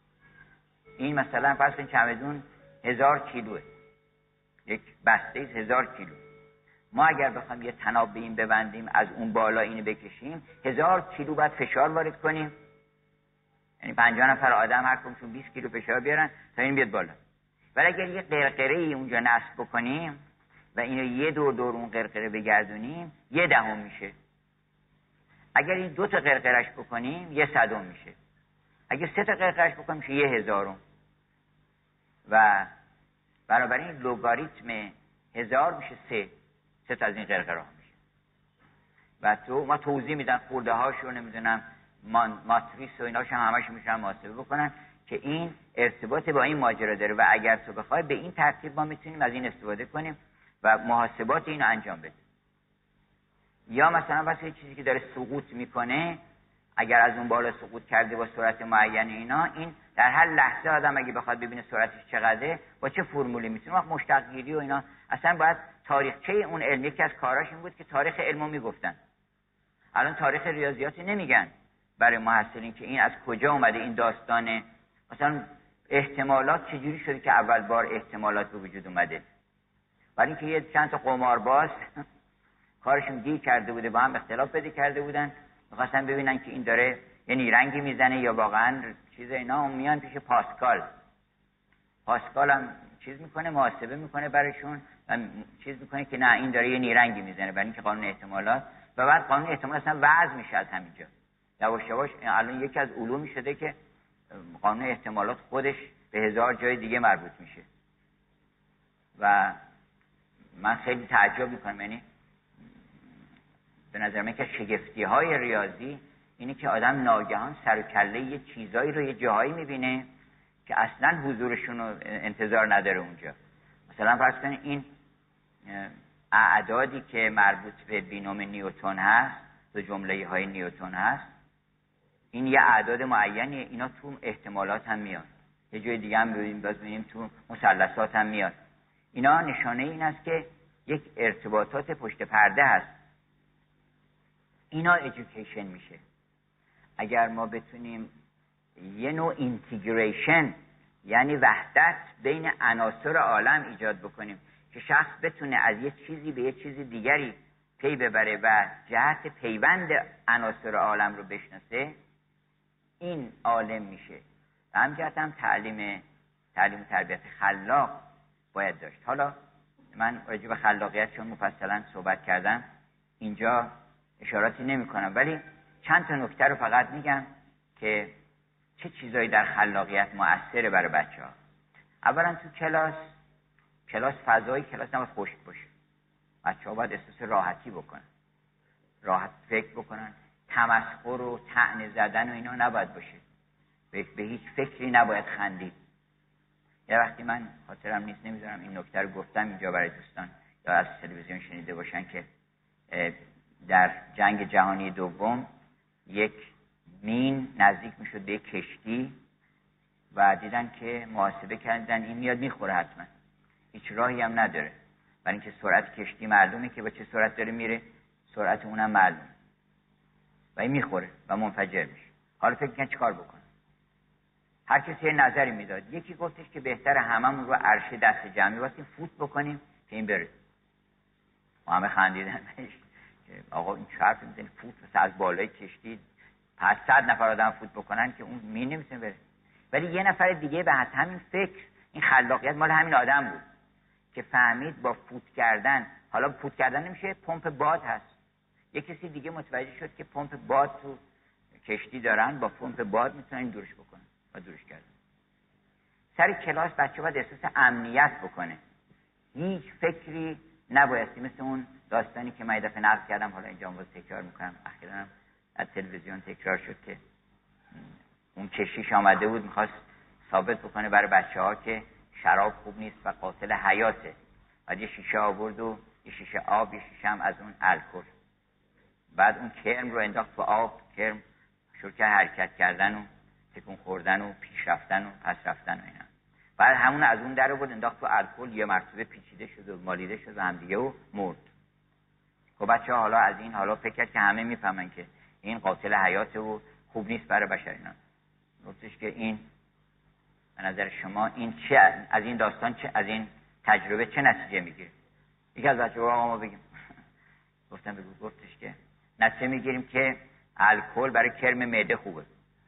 این مثلا فرض کنیم چمدون هزار کیلوه، یک بسته هزار کیلو. ما اگر بخوایم یه طناب به این ببندیم، از اون بالا اینو بکشیم، هزار کیلو باید فشار وارد کنیم، یعنی پنجاه نفر آدم هر کدومشون بیست کیلو فشار بیارن تا این بیاد بالا. ولی اگر یه قرقره ای اونجا نصب بکنیم و اینو یه دور دور اون قرقره بگردونیم، یه دهم میشه. اگر این دو تا قرقرش بکنیم، یه صدم میشه. اگر سه تا قرقرش بکنیم، میشه یه هزارم. و برابر این لگاریتم هزار میشه سه. سه تا از این قرقره ها میشه. و تو ما توضیح میدن خورده هاشو، نمیدونم ماتریس و ایناش هم همش میشن محاسبه بکنن که این ارتباط با این ماجرا داره و اگر تو بخوای به این ترتیب ما میتونیم از این استفاده کنیم و محاسبات اینو انجام بدیم. یا مثلا واسه چیزی که داره سقوط میکنه، اگر از اون بالا سقوط کرده با سرعت معین اینا، این در هر لحظه آدم اگه بخواد ببینه سرعتش چقدره با چه فرمولی میتونه، وقت مشتق گیری و اینا، اصلا باید تاریخچه اون علم، یکی از کاراش این بود که تاریخ علمو میگفتن. الان تاریخ ریاضیاتی نمیگن برای محصلین که این از کجا اومده این داستانه، مثلا احتمالات چجوری شده که اول بار احتمالات به وجود اومده. برای اینکه یه چند تا قمارباز کارشون دی کرده بوده، با هم اختلاف پیدا کرده بودن، می‌خواستن ببینن که این داره یه نیرنگی میزنه یا واقعا چیز اینا، هم میان پیش پاسکال. پاسکال هم چیز میکنه، محاسبه میکنه براشون و چیز میکنه که نه این داره یه نیرنگی میزنه، برای اینکه قانون احتمالات و بعد قانون احتمالات اصلا وضع میشه از همینجا. یواش یواش الان یکی از علومی شده که قانون احتمالات خودش به هزار جای دیگه مربوط میشه. و من خیلی تعجب میکنم، یعنی به نظر من که شگفتی های ریاضی اینه که آدم ناگهان سر و کله یه چیزایی رو یه جاهایی میبینه که اصلا حضورشون رو انتظار نداره اونجا. مثلا فرض کنید این اعدادی که مربوط به بینوم نیوتن هست، دو جمله های نیوتن هست، این یه اعداد معینیه، اینا تو احتمالات هم میاد. یه جای دیگه هم ببینیم، باز ببینیم تو مثلثات هم میاد. اینا نشانه این است که یک ارتباطات پشت پرده هست. اینا ایژوکیشن میشه. اگر ما بتونیم یه نوع اینتگریشن، یعنی وحدت بین عناصر عالم ایجاد بکنیم که شخص بتونه از یه چیزی به یه چیز دیگری پی ببره و جهت پیوند عناصر عالم رو بشناسه، این عالم میشه. و همجهت هم تعلیم تعلیم تربیت خلاق باید داشت. حالا من راجع به خلاقیت چون مفصلا صحبت کردم اینجا اشاراتی نمی کنم، ولی چند تا نکته رو فقط میگم که چه چیزایی در خلاقیت مؤثره برای بچه ها. اولا تو کلاس کلاس فضایی کلاس نباید خشک باشه. بچه ها باید احساس راحتی بکنن، راحت فکر بکنن، تمسخر و طعنه زدن و اینا نباید باشه. به, به هیچ فکری نباید خندید. یه وقتی من خاطرم نیست، نمیذارم این نکته رو گفتم اینجا برای دوستان یا از تلویزیون شنیده باشن که در جنگ جهانی دوم یک مین نزدیک میشد به یک کشتی و دیدن که محاسبه کردن این میاد میخوره حتما، هیچ راهی هم نداره، برای اینکه سرعت کشتی معلومه که با چه سرعت داره میره، سرعت اونم معلومه و این میخوره و منفجر میشه. حالا فکر کن چیکار بکنه. هر کسی یه نظری میداد. یکی گفتش که بهتره هممون رو عرشه دست جمعی واسه فوت بکنیم که این بره. و همه خندیدن. آقا این چه حرفی میزنی فوت مثلا از بالای کشتی پس صد نفر آدم فوت بکنن که اون می نمیتونه بره. ولی یه نفر دیگه به همین فکر، این خلاقیت مال همین آدم بود که فهمید با فوت کردن، حالا فوت کردن نمیشه، پمپ باد هست. یه کسی دیگه متوجه شد که پمپ باد تو کشتی دارن، با پمپ باد میتونن دورش بکنن و دورش کردن. سر کلاس بچه باید احساس امنیت بکنه، هیچ فکری نبایستی، مثل اون داستانی که من یه دفعه نقل کردم، حالا اینجا باز تکرار میکنم، اخیراً از تلویزیون تکرار شد که اون کشیش آمده بود میخواست ثابت بکنه برای بچه ها که شراب خوب نیست و قاتل حیاته. بعد یه شیشه آورد و یه شیشه آب، یه شیشه هم از اون الکل. بعد اون کرم رو انداخت تو آب، کرم شروع کرد حرکت کردن و تکون خوردن و پیش رفتن و پس رفتن و اینا. بعد همون از اون در بود انداخت تو الکل، یه مرتبه پیچیده شد و مالیده شد و هم دیگه و مرد. خب بچه‌ها حالا از این حالا فکر کرد که همه میفهمن که این قاتل حیاته و خوب نیست برای بشر. اینا گفتش که این به نظر شما این چه از این داستان، چه از این تجربه چه نتیجه میگیره؟ یکی از بچه‌ها آقا ما بگیم. گفتم بگو. گفتش که نتیجه میگیریم که الکل برای کرم معده خوبه.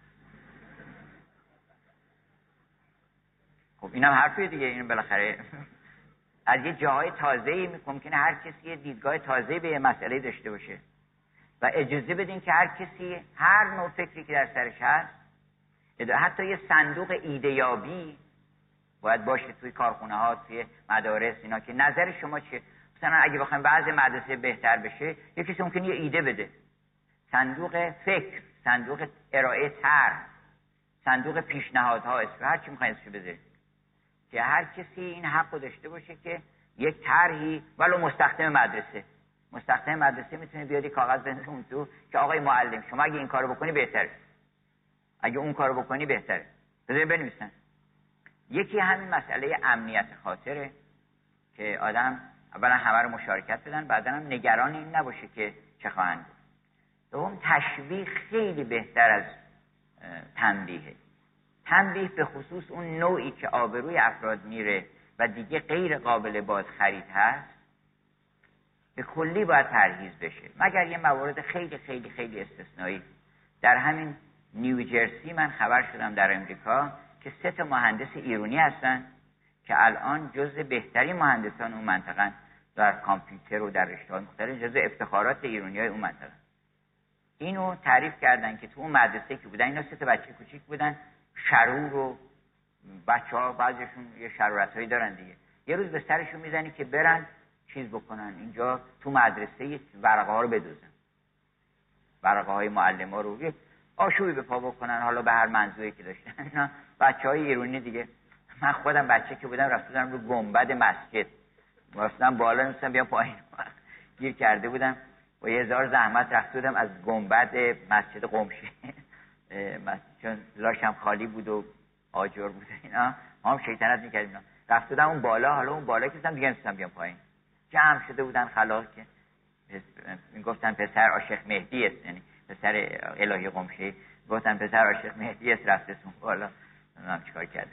خب اینم حرفیه دیگه. این بالاخره از یه جاهای تازه‌ای ممکنه هر کسی یه دیدگاه تازه‌ای به یه مسئله داشته باشه و اجازه بدین که هر کسی هر نوع فکری که در سرش هست، حتی یه صندوق ایده‌یابی باید باشه توی کارخونه ها، توی مدارس اینا، که نظر شما چیه؟ مثلا اگه بخوایم بعضی مدرسه بهتر بشه، یه کسی ممکنه یه ایده بده، صندوق فکر، صندوق ارائه طرح، صندوق پیشنهادها، اسم هر چی می‌خواید اسمش بذارید، که هر کسی این حق رو داشته باشه که یک طرحی ولو مستخدم مدرسه مستخدم مدرسه میتونه بیاد کاغذ بنویسه اون تو که آقای معلم شما اگه این کارو بکنی بهتره، اگه اون کارو بکنی بهتره، بذارید بنویسن. یکی همین مسئله امنیت خاطره که آدم اولا همه رو مشارکت بدن، بعدا هم نگران این نباشه که چه خواهند بود. دوم تشویق خیلی بهتر از تنبیه. تنبیه به خصوص اون نوعی که آبروی افراد میره و دیگه غیر قابل باز خرید هست، به کلی باید پرهیز بشه، مگر یه موارد خیلی خیلی خیلی استثنایی. در همین نیوجرسی من خبر شدم در امریکا که سه تا مهندس ایرانی هستن که الان جزء بهترین مهندسان اون منطقه در کامپیوتر و در رشته‌های مختلف، جزء افتخارات ایرانیای اون منطقه. اینو تعریف کردن که تو اون مدرسه که بودن، اینا سه تا بچه کوچیک بودن، شرور و بچه‌ها بعضیشون یه شرارتایی دارن دیگه، یه روز به سرشون میزنی که برن چیز بکنن اینجا تو مدرسه، ورقه ها رو بدوزن، ورقه های معلم‌ها رو یه آشوبی به پا بکنن، حالا به هر منظوری که داشتن. اینا بچهای ایرانی دیگه. من خودم بچه که بودم رفتم رو گنبد مسجد، واسطم بالا نمیستم بیام پایین، گیر کرده بودم و یه هزار زحمت رفته بودم از گنبد مسجد قمشه، چون لاشم خالی بود و آجر بود اینا، ما هم شیطنت میکردیم اینا. رفته بودم اون بالا، حالا اون بالا که دیگه نمیستم بیام پایین، جمع شده بودن خلاق که میگفتن پسر عاشق مهدی است، یعنی پسر الهی قمشه، گفتن پسر عاشق مهدی است رفته اون بالا، نمیدونم چیکار کرده.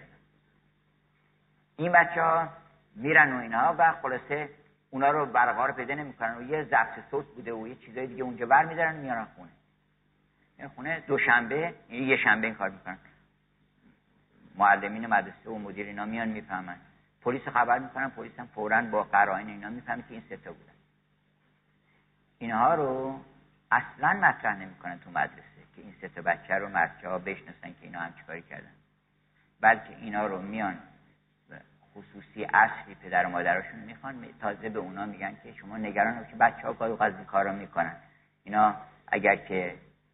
این بچه‌ها میرن و اینا و خلاصه اونا رو برقرار پیدا نمی‌کنن و یه ضبط صوت بوده و یه چیزای دیگه اونجا برمی‌دارن میارن خونه. این خونه دوشنبه یه شنبه این کار می‌کنن. معلمین مدرسه و مدیر اینا میان میفهمن. پلیس خبر می‌کنن، پلیس هم فوراً با قرائن اینا میفهمه که این سه تا بودن. اینها رو اصلاً مطرح نمی‌کنن تو مدرسه که این سه تا بچه رو بچه‌ها بشناسن که اینا هم چیکار کردن. بلکه اینا رو میان خصوصی اصلی پدر و مادرشون میخوان، تازه به اونا میگن که شما نگران نباشید که بچه‌ها کارو از این کارا میکنن. اینا اگر که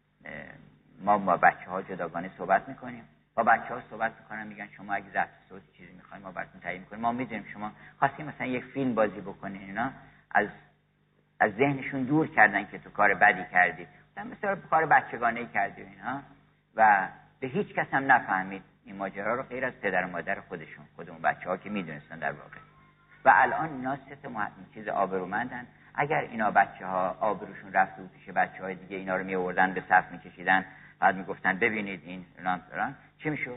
ما با بچه‌ها جداگانه صحبت میکنیم، با بچه‌ها صحبت میکنن، میگن شما اگه ضبط صوت چیزی میخواین ما براتون تعیین میکنیم، ما میدونیم شما خواستین مثلا یک فیلم بازی بکنین، اینا از از ذهنشون دور کردن که تو کار بدی کردی، مثلا کار بچگانه‌ای کردی اینا، و به هیچ کس هم نفهمید این ماجرا رو غیر از پدر و مادر خودشون، خودمون بچه‌ها که میدونستن در واقع. و الان اینا سه تا مهم چیز آبرومندن. اگر اینا بچه‌ها آبروشون رفته بود پیش بچه‌های دیگه، اینا رو میآوردن به صف میکشیدن، بعد میگفتن ببینید این فلان فلان، چی میشد؟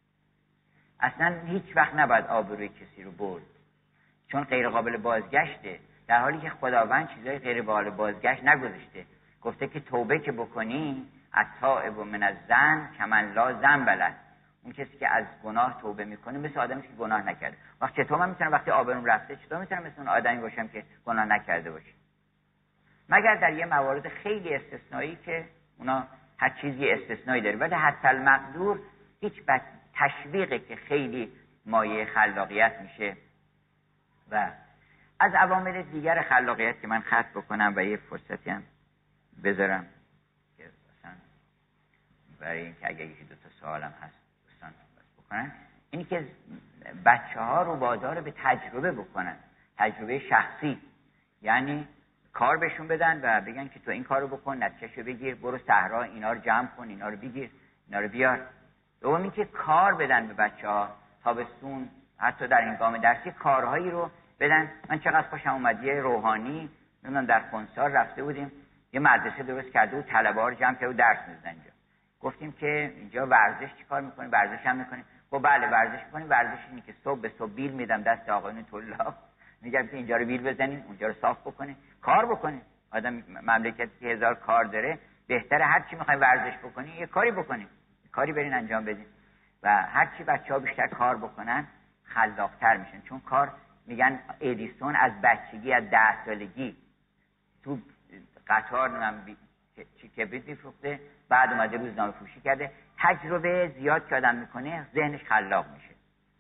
اصلا هیچ وقت نباید آبروی کسی رو برد، چون غیر قابل بازگشته، در حالی که خداوند چیزای غیر قابل بازگشت نگذاشته. گفته که توبه که بکنی التائب من الذنب کمن لا ذنب له، اون کسی که از گناه توبه میکنه مثل آدمی که گناه نکرده. وقت چطور من میتونم وقتی آبروم رفته، چطور میتونم مثل اون آدمی باشم که گناه نکرده باشه؟ مگر در یه موارد خیلی استثنایی که اونا هر چیزی استثنایی داره، ولی حتی المقدور هیچ بس تشویقی که خیلی مایه خلاقیت میشه. و از عوامل دیگر خلاقیت که من خط بکنم و یه فرصتی هم بذارم که مثلا برای اینکه اگه یکی دو تا سوالم هست دوستان بس بکنن، اینی که بچه ها رو وادار به تجربه بکنن، تجربه شخصی، یعنی کار بهشون بدن و بگن که تو این کارو بکن، نتیجهشو بگیر، برو صحرا اینا رو جمع کن، اینا رو بگیر، اینا رو بیار. دوم اینکه کار بدن به بچه‌ها، تابستون حتی در هنگام درسی کارهایی رو بدن. من چقدر خوشم اومد یه روحانی نمیدونم در کنسار رفته بودیم، یه مدرسه درست کرده بود، طلبه‌ها رو جمع کرده بود درس می‌دادن اینجا. گفتیم که اینجا ورزش چیکار می‌کنی؟ ورزش هم می‌کنی؟ خب بله ورزش می‌کنیم. ورزش اینه که صبح به صبح بیل میدم دست آقایون طلاب، میگم که اینجا رو بیل بزنین، اونجا رو صاف بکنین، کار بکنین. آدم مملکتی که هزار کار داره، بهتره هر چی می‌خواید ورزش بکنین یه کاری بکنین، کاری برین انجام بدین. و هر چی بچه‌ها بیشتر کار بکنن خلاق‌تر میشن. چون کار، میگن ادیسون از بچگی، از ده سالگی تو قطار من بی... چی کبریت میفروخته، بعد اومده روزنامه فروشی کرده. تجربه زیاد که آدم میکنه ذهنش خلاق میشه.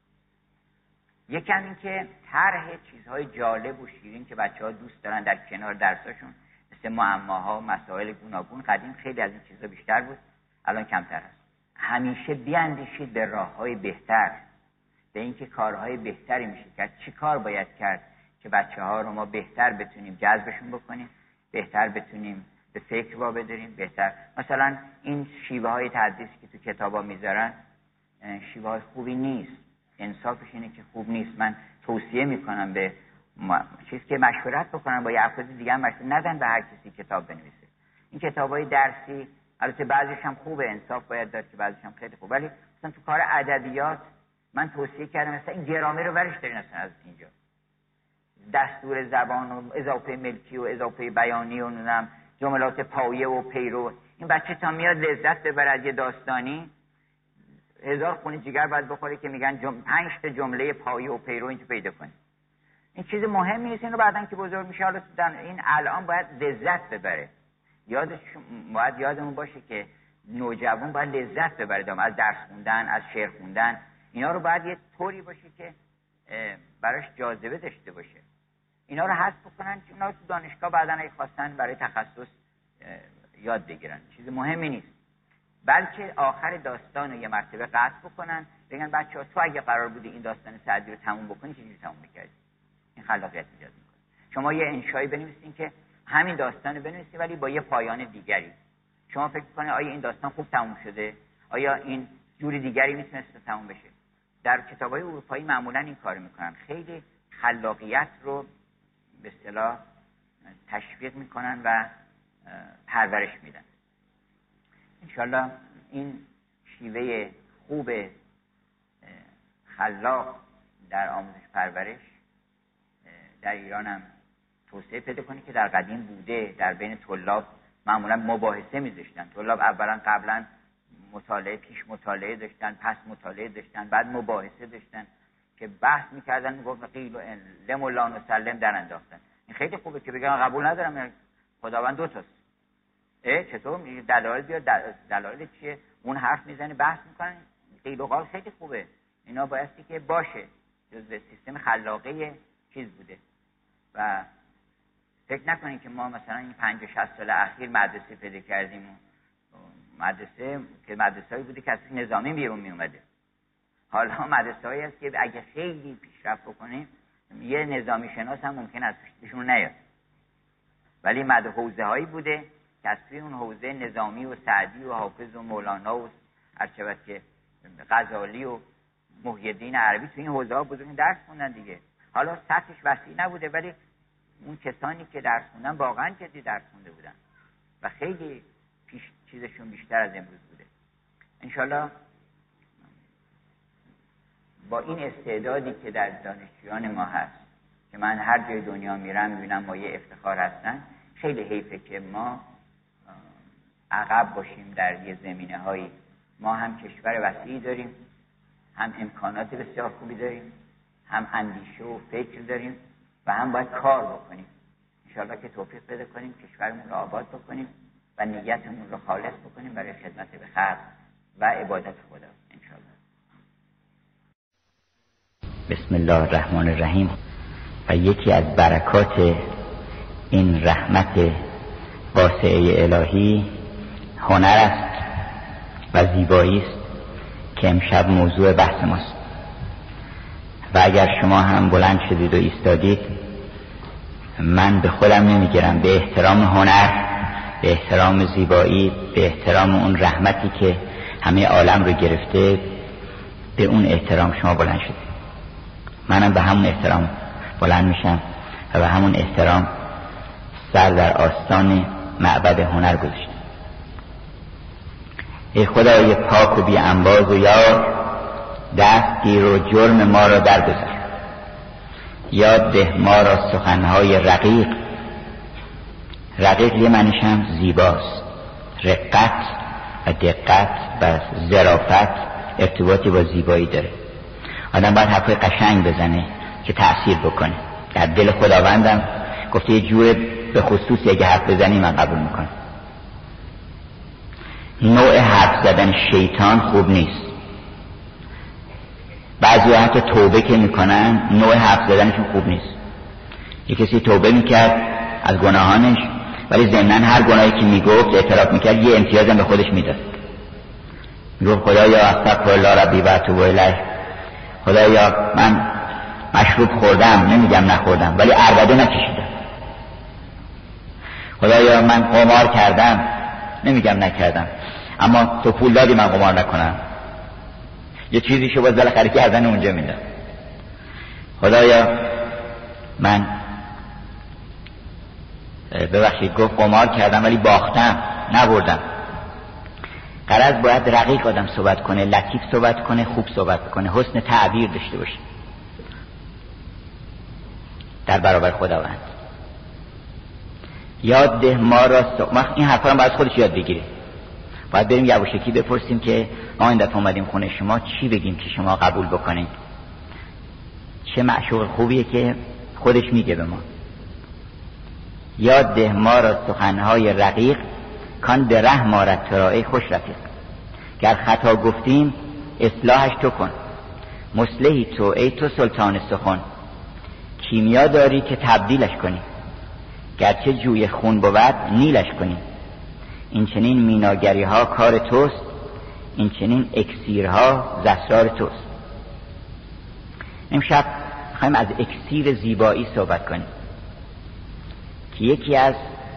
یکم این که طرح چیزهای جالب و شیرین که بچه‌ها دوست دارن در کنار درساشون، مثل معماها و مسائل گوناگون، قدیم خیلی از این چیزا بیشتر بود، الان کمتر است. همیشه بیاندیشید به راههای بهتر، به اینکه کارهای بهتری میشه کرد. چی کار باید کرد که بچه‌ها رو ما بهتر بتونیم جذبشون بکنیم، بهتر بتونیم به فکر وابداریم، بهتر. مثلا این شیوه های تدریس که تو کتابا میذارن شیوه های خوبی نیست، انصافش اینه که خوب نیست. من توصیه میکنم به ما... چیز که مشورت بکنن با یه افراد دیگه هم مشورت ندن به هر کسی کتاب بنویسه. این کتابای درسی البته بعضیش هم خوبه، انصاف باید داد که بعضیش هم خیلی خوبه، ولی مثلا تو کار ادبیات من توصیه کردم مثلا این گرامر رو ورش دارین اصلا از اینجا، دستور زبان و اضافه ملکی و اضافه بیانی و نمیدونم جملات پایه و پیرو. این بچه تا میاد لذت ببره از یه داستانی، هزار خونه جگر باید بخوره که میگن جم... پنج تا جمله پایه و پیرو اینجا پیدا کنی. این چیز مهمی نیست. اینو بعدن که بزرگ میشه، حالا این الان باید لذت ببره. یادش باید یادمون باشه که نوجوان باید لذت ببره دام از درس خوندن، از شعر خوندن. اینا رو باید یه طوری باشه که براش جاذبه داشته باشه. اینا رو حذف بکنن که اونا تو دانشگاه بعدن اگه خواستن برای تخصص یاد بگیرن. چیز مهمی نیست. بلکه آخر داستان رو یه مرتبه قطع بکنن، بگن بچه‌ها تو اگه قرار بوده این داستان سعدی رو تموم بکنی چجوری تموم می‌کردی؟ این خلاقیت ایجاد می‌کنه. شما یه انشایی بنویسین که همین داستان رو بنویسید ولی با یه پایان دیگری. شما فکر کنید آیا این داستان خوب تموم شده؟ آیا این جوری دیگری میتونست تموم بشه؟ در کتاب‌های اروپایی معمولاً این کارو میکنن. خیلی خلاقیت رو به اصطلاح تشویق میکنن و پرورش میدن. انشالله این شیوه خوب خلاق در آموزش پرورش در ایران هم توسعه پیدا کنه که در قدیم بوده. در بین طلاب معمولا مباحثه میذاشتن. طلاب اولا قبلا مطالعه، پیش مطالعه داشتن، پس مطالعه داشتن، بعد مباحثه داشتن که بحث میکردن، میگفت قیل و لم و لان و سلم در انداختن. این خیلی خوبه که بگن قبول ندارم خداوند دو تاست. اه چطور دلایل بیاد، دلایل چیه؟ اون حرف میزنه، بحث میکنن. قیل و قال خیلی خوبه، اینا بایستی که باشه، جزء سیستم خلاقه چیز بوده. و فکر نکنید که ما مثلا این پنجاه شصت سال اخیر مدرسه پیدا کردیم، مدرسه که مدرسه‌ای بوده که از نظامی بیرون می اومده. حالا مدرسه‌ای هست که اگه خیلی پیشرفت بکنیم یه نظامی شناس هم ممکن است توشون نیاد، ولی مد حوزه‌هایی بوده که از توی اون حوزه نظامی و سعدی و حافظ و مولانا و هرچند که غزالی و محی الدین عربی توی این حوزه‌ها بزرگ درس خوندن دیگه. حالا سطحش وسیع نبوده ولی اون کسانی که درس خوندن واقعا جدی درس خونده بودن و خیلی پیش چیزشون بیشتر از امروز بوده. انشالله با این استعدادی که در دانشجویان ما هست که من هر جای دنیا میرم میبینم مایه افتخار هستن، خیلی حیفه که ما عقب باشیم در یه زمینه هایی. ما هم کشور وسیعی داریم، هم امکانات بسیار خوبی داریم، هم اندیشه و فکر داریم و هم باید کار بکنیم. انشالله که توفیق پیدا کنیم کشورمون رو آباد بکنیم و نیتمون رو خالص بکنیم برای خدمت به خلق و عبادت خدا انشالله. بسم الله الرحمن الرحیم. و یکی از برکات این رحمت واسعه الهی هنر است و زیبایی است که امشب موضوع بحث ماست. و اگر شما هم بلند شدید و ایستادید، من به خودم نمیگیرم، به احترام هنر، به احترام زیبایی، به احترام اون رحمتی که همه عالم رو گرفته، به اون احترام شما بلند شدید. منم به همون احترام بلند میشم و به همون احترام سر در آستان معبد هنر گذاشتم. ای خدای پاک و بی انباز و یار، دستگیر و جرم ما را درگذر. یاد ده ما را سخنهای رقیق. رقیق یه معنیش هم زیباست. رقت و دقت و ظرافت ارتباطی با زیبایی داره. آدم باید حرفای قشنگ بزنه که تأثیر بکنه. در دل خداوندم گفته یه جور به خصوصی اگه حرف بزنی من قبول میکنم. نوع حرف زدن شیطان خوب نیست. بعضی حتی توبه که میکنن نوع حرف زدنشون خوب نیست. یه کسی توبه میکرد از گناهانش، ولی ضمناً هر گناهی که میگفت اعتراف میکرد یه امتیازم به خودش میداد. میگفت خدایا استغفرالله ربی و اتوب الیه. خدایا من مشروب خوردم، نمیگم نخوردم، ولی عربده نکشیدم. خدایا من قمار کردم، نمیگم نکردم، اما تو پول دادی من قمار نکنم. یه چیزی شو باز بالاخره کردن اونجا میدم. خدایا من ببخشید گفت قمار کردم ولی باختم، نبردم. غرض باید رقیق آدم صحبت کنه، لطیف صحبت کنه، خوب صحبت کنه، حسن تعبیر داشته باشه در برابر خداوند. یاد ده ما را س... این حرفا رو باید خودش یاد بگیره. باید بریم یواشکی بپرسیم که ما این دفعه اومدیم خونه شما، چی بگیم که شما قبول بکنید. چه معشوق خوبیه که خودش میگه به ما. یاد ده ما را سخنهای رقیق، کان به ره مارد تو را ای خوش رفیق. گر خطا گفتیم اصلاحش تو کن، مصلحی تو ای تو سلطان سخن. کیمیا داری که تبدیلش کنی، گرچه جوی خون بود نیلش کنی. این چنین میناگری ها کار توست، این چنین اکسیرها زسرار توست. امشب میخوایم از اکسیر زیبایی صحبت کنیم که یکی از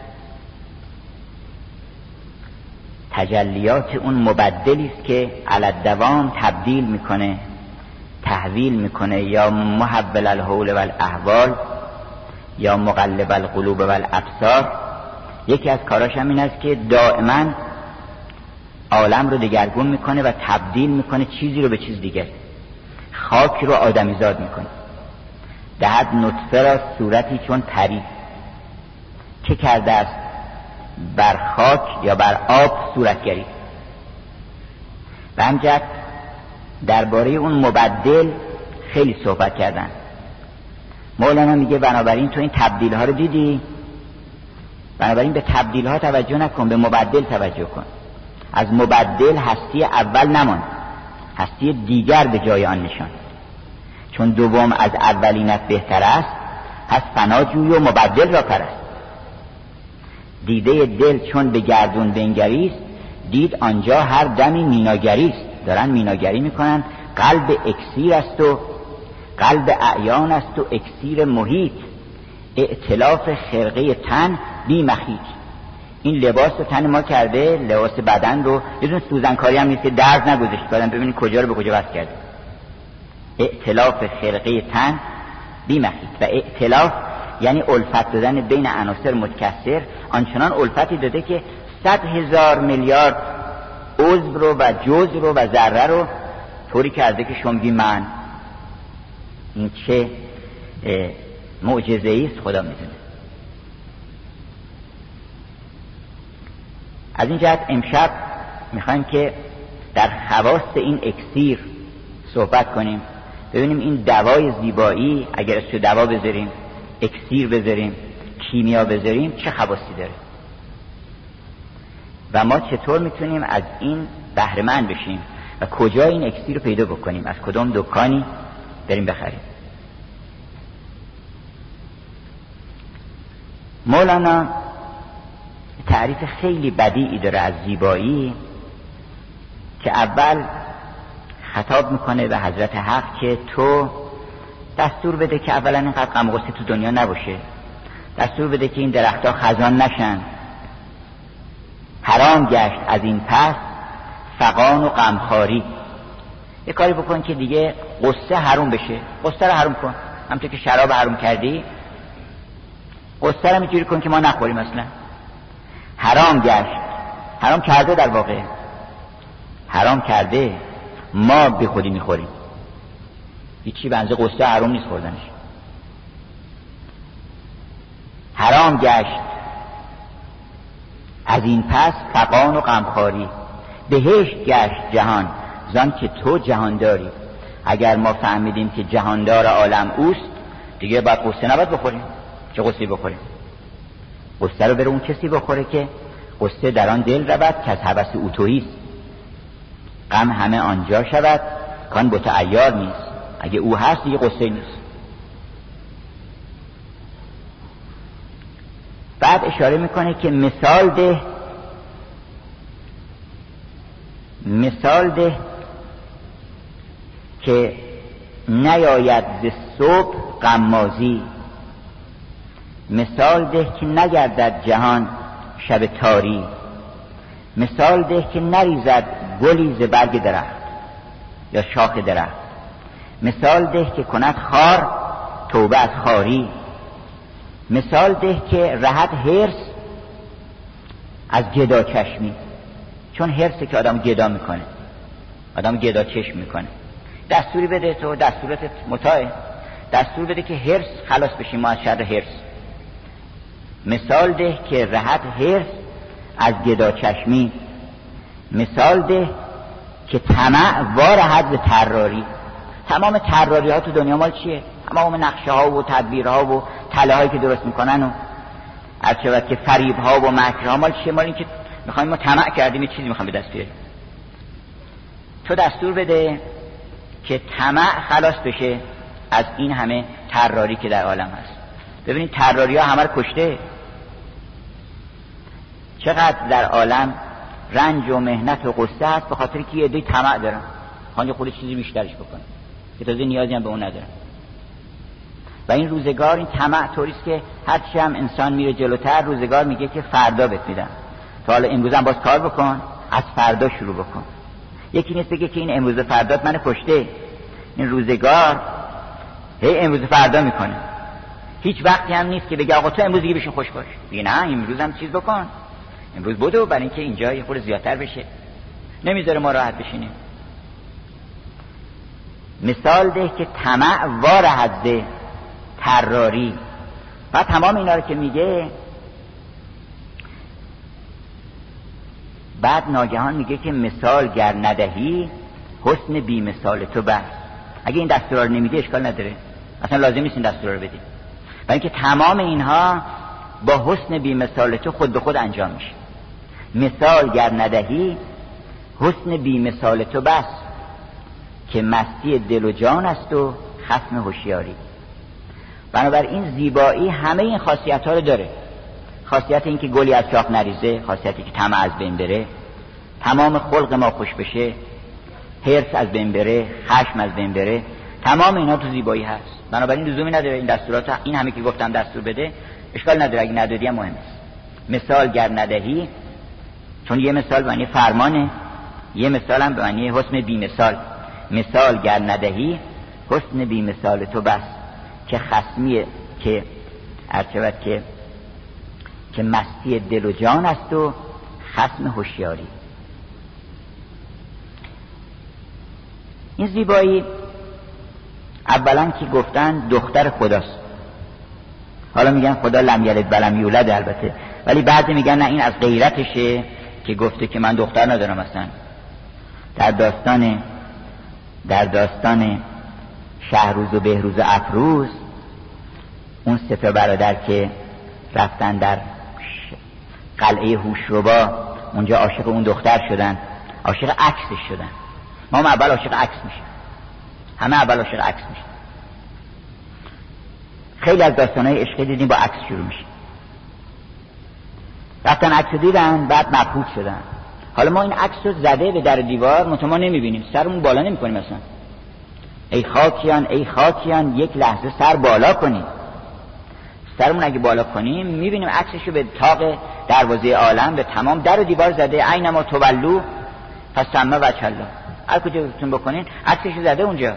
تجلیات اون مبدلی است که علالدوام تبدیل میکنه، تحویل میکنه، یا محول الحول والاحوال یا مقلب القلوب والابصار. یکی از کاراش هم این است که دائما عالم رو دگرگون میکنه و تبدیل میکنه چیزی رو به چیز دیگر. خاک رو آدمیزاد میکنه، دهد نطفه را صورتی چون پری. که کرده است بر خاک یا بر آب صورتگری. به همجد درباره اون مبدل خیلی صحبت کردن. مولانا میگه بنابراین تو این تبدیل ها رو دیدی، بنابراین به تبدیل ها توجه نکن، به مبدل توجه کن. از مبدل هستی اول نمان، هستی دیگر به جای آن نشان. چون دوم از اولینت بهتر است، پس فنا جوی و مبدل را پرست. دیده دل چون به گردون بنگریست، دید آنجا هر دمی میناگریست. دارن میناگری میکنن. قلب اکسیر است و قلب اعیان است و اکسیر محیط. ائتلاف خرقه تن بی مخیط. این لباس رو تن ما کرده، لباس بدن رو یه دونه سوزنکاری هم نیست که درد نگذاشت کردن. ببینید کجا رو به کجا وصل کرده. ائتلاف خرقه تن بی مخیط. و ائتلاف یعنی الفت دادن بین عناصر متکثر. آنچنان الفتی داده که صد هزار میلیارد عضو رو و جزء رو و ذره رو طوری کرده که شما میگی من. این چه معجزه‌ای است خدا میدونه. از این جهت امشب میخوایم که در خواص این اکسیر صحبت کنیم. ببینیم این دوای زیبایی اگر اسمش دوا بذاریم، اکسیر بذاریم، کیمیا بذاریم، چه خواصی داره و ما چطور میتونیم از این بهره مند بشیم و کجا این اکسیر رو پیدا بکنیم، از کدام دکانی بریم بخریم. مولانا تعریف خیلی بدیعی داره از زیبایی که اول خطاب میکنه به حضرت حق که تو دستور بده که اولا اینقدر غم و غصه تو دنیا نباشه، دستور بده که این درختها خزان نشن، حرام گشت از این پس فغان و غمخواری. یه کاری بکن که دیگه غصه حرام بشه، غصه رو حرام کن، همونطور که شراب حرام کردی غصه رو اینجوری کن که ما نخوریم. اصلا حرام گشت، حرام کرده، در واقع حرام کرده، ما به خودی میخوریم، هیچی بنزه غصه حرام نیست خوردنش. حرام گشت از این پس فغان و غمخواری، بهشت گشت جهان زان که تو جهان داری. اگر ما فهمیدیم که جهاندار عالم اوست، دیگه باید غصه نباید بخوریم. چه غصه بخوریم؟ غصه رو بره اون کسی بخوره که غصه در آن دل رود که از هوس او توییست. غم همه آنجا شود کان بت عیار نیست. اگه او هست دیگه غصه نیست. بعد اشاره میکنه که مثال ده مثال ده که نیاید ز صبح غمازی، مثال ده که نگردد جهان شب تاری، مثال ده که نریزد گلی ز برگ درخت یا شاخ درخت، مثال ده که کند خار توبه از خاری، مثال ده که رهد حرص از گدا چشمی، چون حرصه که آدم گدا میکنه، آدم گدا چشم میکنه. دستوری بده، تو دستورات متاعه، دستور بده که حرص خلاص بشیم ما از شر حرص. مثال ده که رهد حرص از گدا چشمی، مثال ده که طمع وارهد به طراری. تمام طراری ها تو دنیا مال چیه؟ تمام نقشه ها و تدبیر ها و تله هایی که درست میکنن و البته که فریب ها و مکر ها مال چیه؟ مال این که میخوایم ما طمع کردیم یه چیزی میخوایم به دست بیاریم. تو دستور بده که طمع خلاص بشه از این همه طراری که در عالم هست. ببینید طراری ها همه رو کشته. چقدر در عالم رنج و مهنت و قصه هست به خاطر که یه عده طمع دارن، خواهند خود چیزی بیشترش بکنه که تازه نیازی هم به اون ندارن. و این روزگار این طمع طوریست که هرچی هم انسان میره جلوتر روزگار میگه که فردا بهت میدم، تا حالا امروز هم باز کار بکن، از فردا شروع بکن. یکی نیست بگه که این امروز فردات من کشته. این روزگار هی امروز فردا میکنه. هیچ وقتی هم نیست که بگه آقا تو امروز دیگه بشین خوش باش، دیگه نه امروز هم چیز بکن، امروز بدو، برای اینکه اینجا یه خورده زیادتر بشه، نمیذاره ما راحت بشینیم. مثال ده که طمع وارهد ز طراری. و تمام اینا رو که میگه بعد ناگهان میگه که مثال گر ندهی حسن بی مثال تو بس. اگه این دستورا رو نمیده اشکال نداره، اصلا لازم نیست این دستورا رو بدی، برای اینکه تمام اینها با حسن بی مثال تو خود به خود انجام میشه. مثال گر ندهی حسن بی مثال تو بس، که مستی دل و جان است و خصم هوشیاری. بنابراین زیبایی همه این خاصیت ها رو داره. خاصیت این که گلی از شاخ نریزه، خاصیتی که طمع از بین بره، تمام خلق ما خوش بشه، حرص از بین بره، خشم از بین بره، تمام اینا تو زیبایی هست. بنابراین لزومی نداره این دستورات، این همه که گفتم دستور بده، اشکال نداره، اگه ندادی هم مهم است. مثال گر ندهی، چون یه مثال به معنی فرمانه، یه مثال هم به معنی حسن بی مثال. مثال گر ندهی حسن بی مثال تو بس، که خصمیه که ارچبت که که مستی دل و جان است و خصم هوشیاری. این زیبایی اولا که گفتن دختر خداست، حالا میگن خدا لم یلد ولم یولد البته، ولی بعضی میگن نه این از غیرتشه که گفته که من دختر ندارم. اصلا در داستان در داستان شهروز و بهروز و افروز، اون سه تا برادر که رفتن در قلعه هوشربا، اونجا عاشق اون دختر شدن، عاشق عکسش شدن. ما هم اول عاشق عکس میشیم، همه اول عاشق عکس میشیم. خیلی از داستانهای عشقی دیدیم با عکس شروع میشه. رفتن عکس دیدن، بعد مبهوت شدن. حالا ما این عکس رو زده به در دیوار، منتها ما نمیبینیم، سرمون بالا نمیکنیم اصلا. ای خاکیان ای خاکیان یک لحظه سر بالا کنیم. سرمون اگه بالا کنیم میبینیم عکسش رو به طاق دروازه عالم به تمام در و دیوار زده. اینما تولو فثم وجه الله. هر کجا بتون بکنین عکسش رو زده اونجا.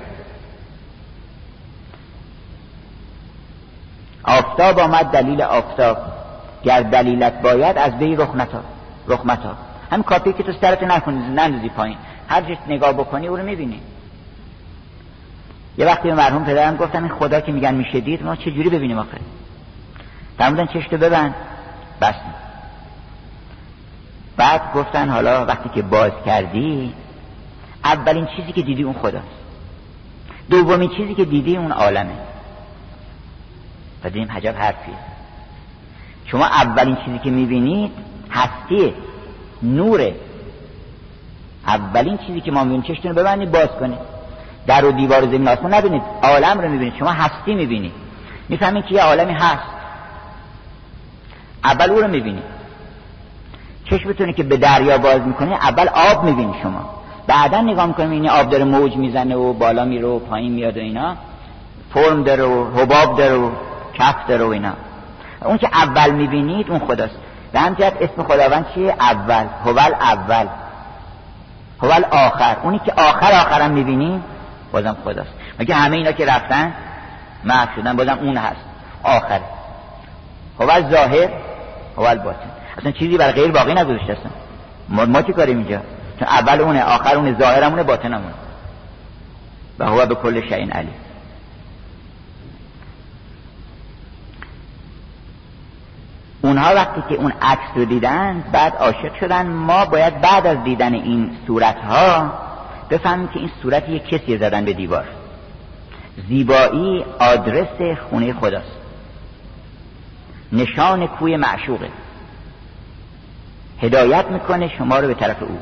آفتاب آمد دلیل آفتاب، گر دلیلت باید از بی رخ نتا رخ متا. هم کافی که تو سرتو نکنی نندازی پایین، هر جا نگاه بکنی او رو میبینی. یه وقتی به مرحوم پدرم گفتم این خدا که میگن میشه دید، ما چه جوری ببینیم آخه؟ فرمودن چشتو ببند. بس بعد گفتن حالا وقتی که باز کردی اولین چیزی که دیدی اون خداست، دومین چیزی که دیدی اون عالمه. و دیدیم عجب حرفیه. شما اولین چیزی که میبینید هستیه، نوره. اولین چیزی که ما میبینید چشتون رو ببندید باز کنید، در و دیوار و زمین آسمان نبینید، عالم رو میبینید. شما هستی میبینید، میفهمید که یه عالمی هست. اول او رو میبینید. چشمتونه که به دریا باز میکنه اول آب میبینید شما، بعدا نگاه میکنید این آب داره موج میزنه و بالا میره و پایین میاد و اینا، فرم داره و حباب داره و کف داره و اینا. اون که اول میبینید اون خداست. به همجهت اسم خداوند چیه؟ اول. هوال اول، هوال آخر. اونی که آخر آخرم میبینید بازم خداست. مگه همه اینا که رفتن محو شدن بازم اون هست آخر. هوال ظاهر هوال باطن. اصلا چیزی برای غیر باقی نگذاشته اصلا. ما, ما چی کاریم اینجا؟ چون اول اونه، آخر اونه، ظاهرمونه، باطنمونه. و هو به کل شیء علیم. اونها وقتی که اون عکس رو دیدن بعد عاشق شدن. ما باید بعد از دیدن این صورتها بفهمیم که این صورت یک کسی زدن به دیوار. زیبایی آدرس خونه خداست، نشان کوی معشوقه، هدایت میکنه شما رو به طرف او.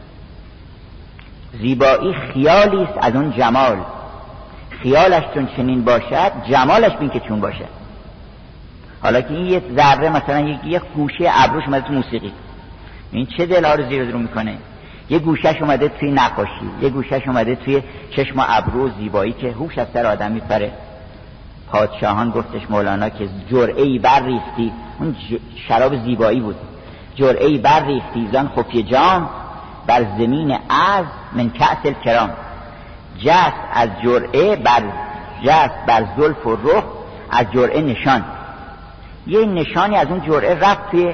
زیبایی خیالی است از اون جمال. خیالش چون چنین باشد جمالش بین که چون باشد. حالا که این یه ذره مثلا یه گوشه ابروش اومده تو موسیقی، این چه دلها رو زیر و رو میکنه. یه گوشهش اومده توی نقاشی، یه گوشهش اومده توی چشم و ابرو زیبایی که هوش از سر آدم میپره. پادشاهان گفتش مولانا که جرعه‌ای برریختی، اون شراب زیبایی بود، جرعه‌ای برریختی زان خفیه جام، بر زمین از من کأس الکرام. جست از جرعه بر جست بر زلف و رخ، از جرعه نشان. یه نشانی از اون جرعه رفت توی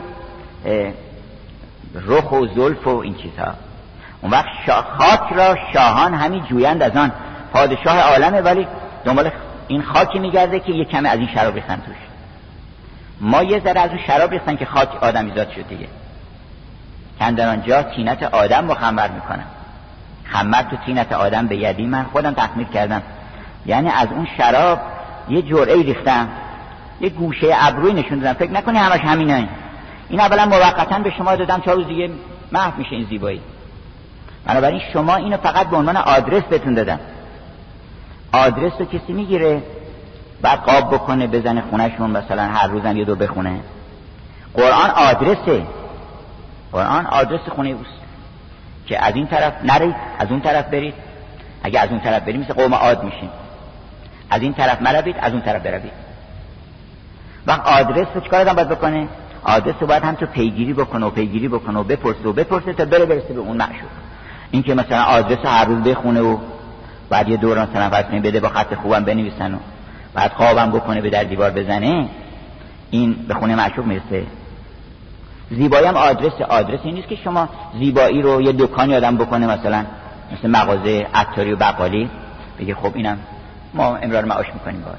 رخ و زلف و این چیزها. اون وقت خاک را شاهان همین جویند از آن. پادشاه عالمه ولی دنبال این خاکی میگرده که یه کمی از این شراب ریختن توش. ما یه ذره از اون شراب ریختن که خاک آدمیزاد شد دیگه. کندن آنجا تینت آدم مخمر میکنن. خمر تو تینت آدم به یدی، من خودم تخمیر کردم. یعنی از اون شراب یه جرعه ریختم، یه گوشه ابروی نشون دادم. فکر نکنی همش همینه. این اولا موقتا به شما دادم، چهار روز دیگه محو میشه این زیبایی. بنابراین شما اینو فقط به عنوان آدرس بهتون دادم. آدرس رو کسی میگیره بعد قاب بکنه بزنه خونهشون، مثلا هر روزم یه دو بخونه. قرآن آدرسه، قرآن آدرس خونه اوست که از این طرف نرید از اون طرف برید. اگه از اون طرف برید مثل قوم عاد میشین، از این طرف مروید از اون طرف بروید. وقت آدرس رو چیکار آدم باید بکنه؟ آدرس رو باید هم تو پیگیری بکنه و پیگیری بکنه و بپرسه و بپرسه تا بره برسه به اون معشوق. این که مثلا آدرس هر روز بخونه و بعد یه دور مثلا فرض کنید بده با خط خوبم بنویسن و بعد خوابم بکنه به در دیوار بزنه، این به خونه معشوق میرسه. زیبایی هم آدرس. آدرس این نیست که شما زیبایی رو یه دکانی آدم بکنه مثلا مثل مغازه عطاری و بقالی بگه خب اینم ما امرار معاش میکنیم باش.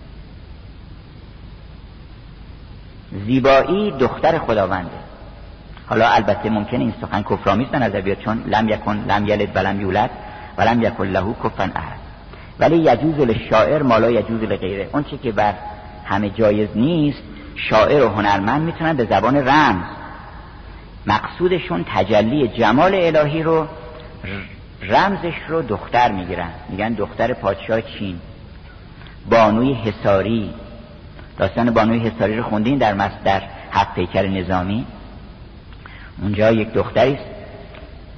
زیبایی دختر خداونده. حالا البته ممکنه این سخن کفرآمیز به نظر بیاد، چون لم یکن لم یلد ولم یولد ولم یکن له کفوا احد، ولی یجوز للشاعر ما لا یجوز لغیره. اون چی که بر همه جایز نیست، شاعر و هنرمند میتونن به زبان رمز مقصودشون تجلی جمال الهی رو، رمزش رو دختر میگیرن. میگن دختر پادشاه چین، بانوی حصاری. داستان بانوی حصاری رو خوندین در مصدر هفت پیکر نظامی؟ اونجا یک دختری است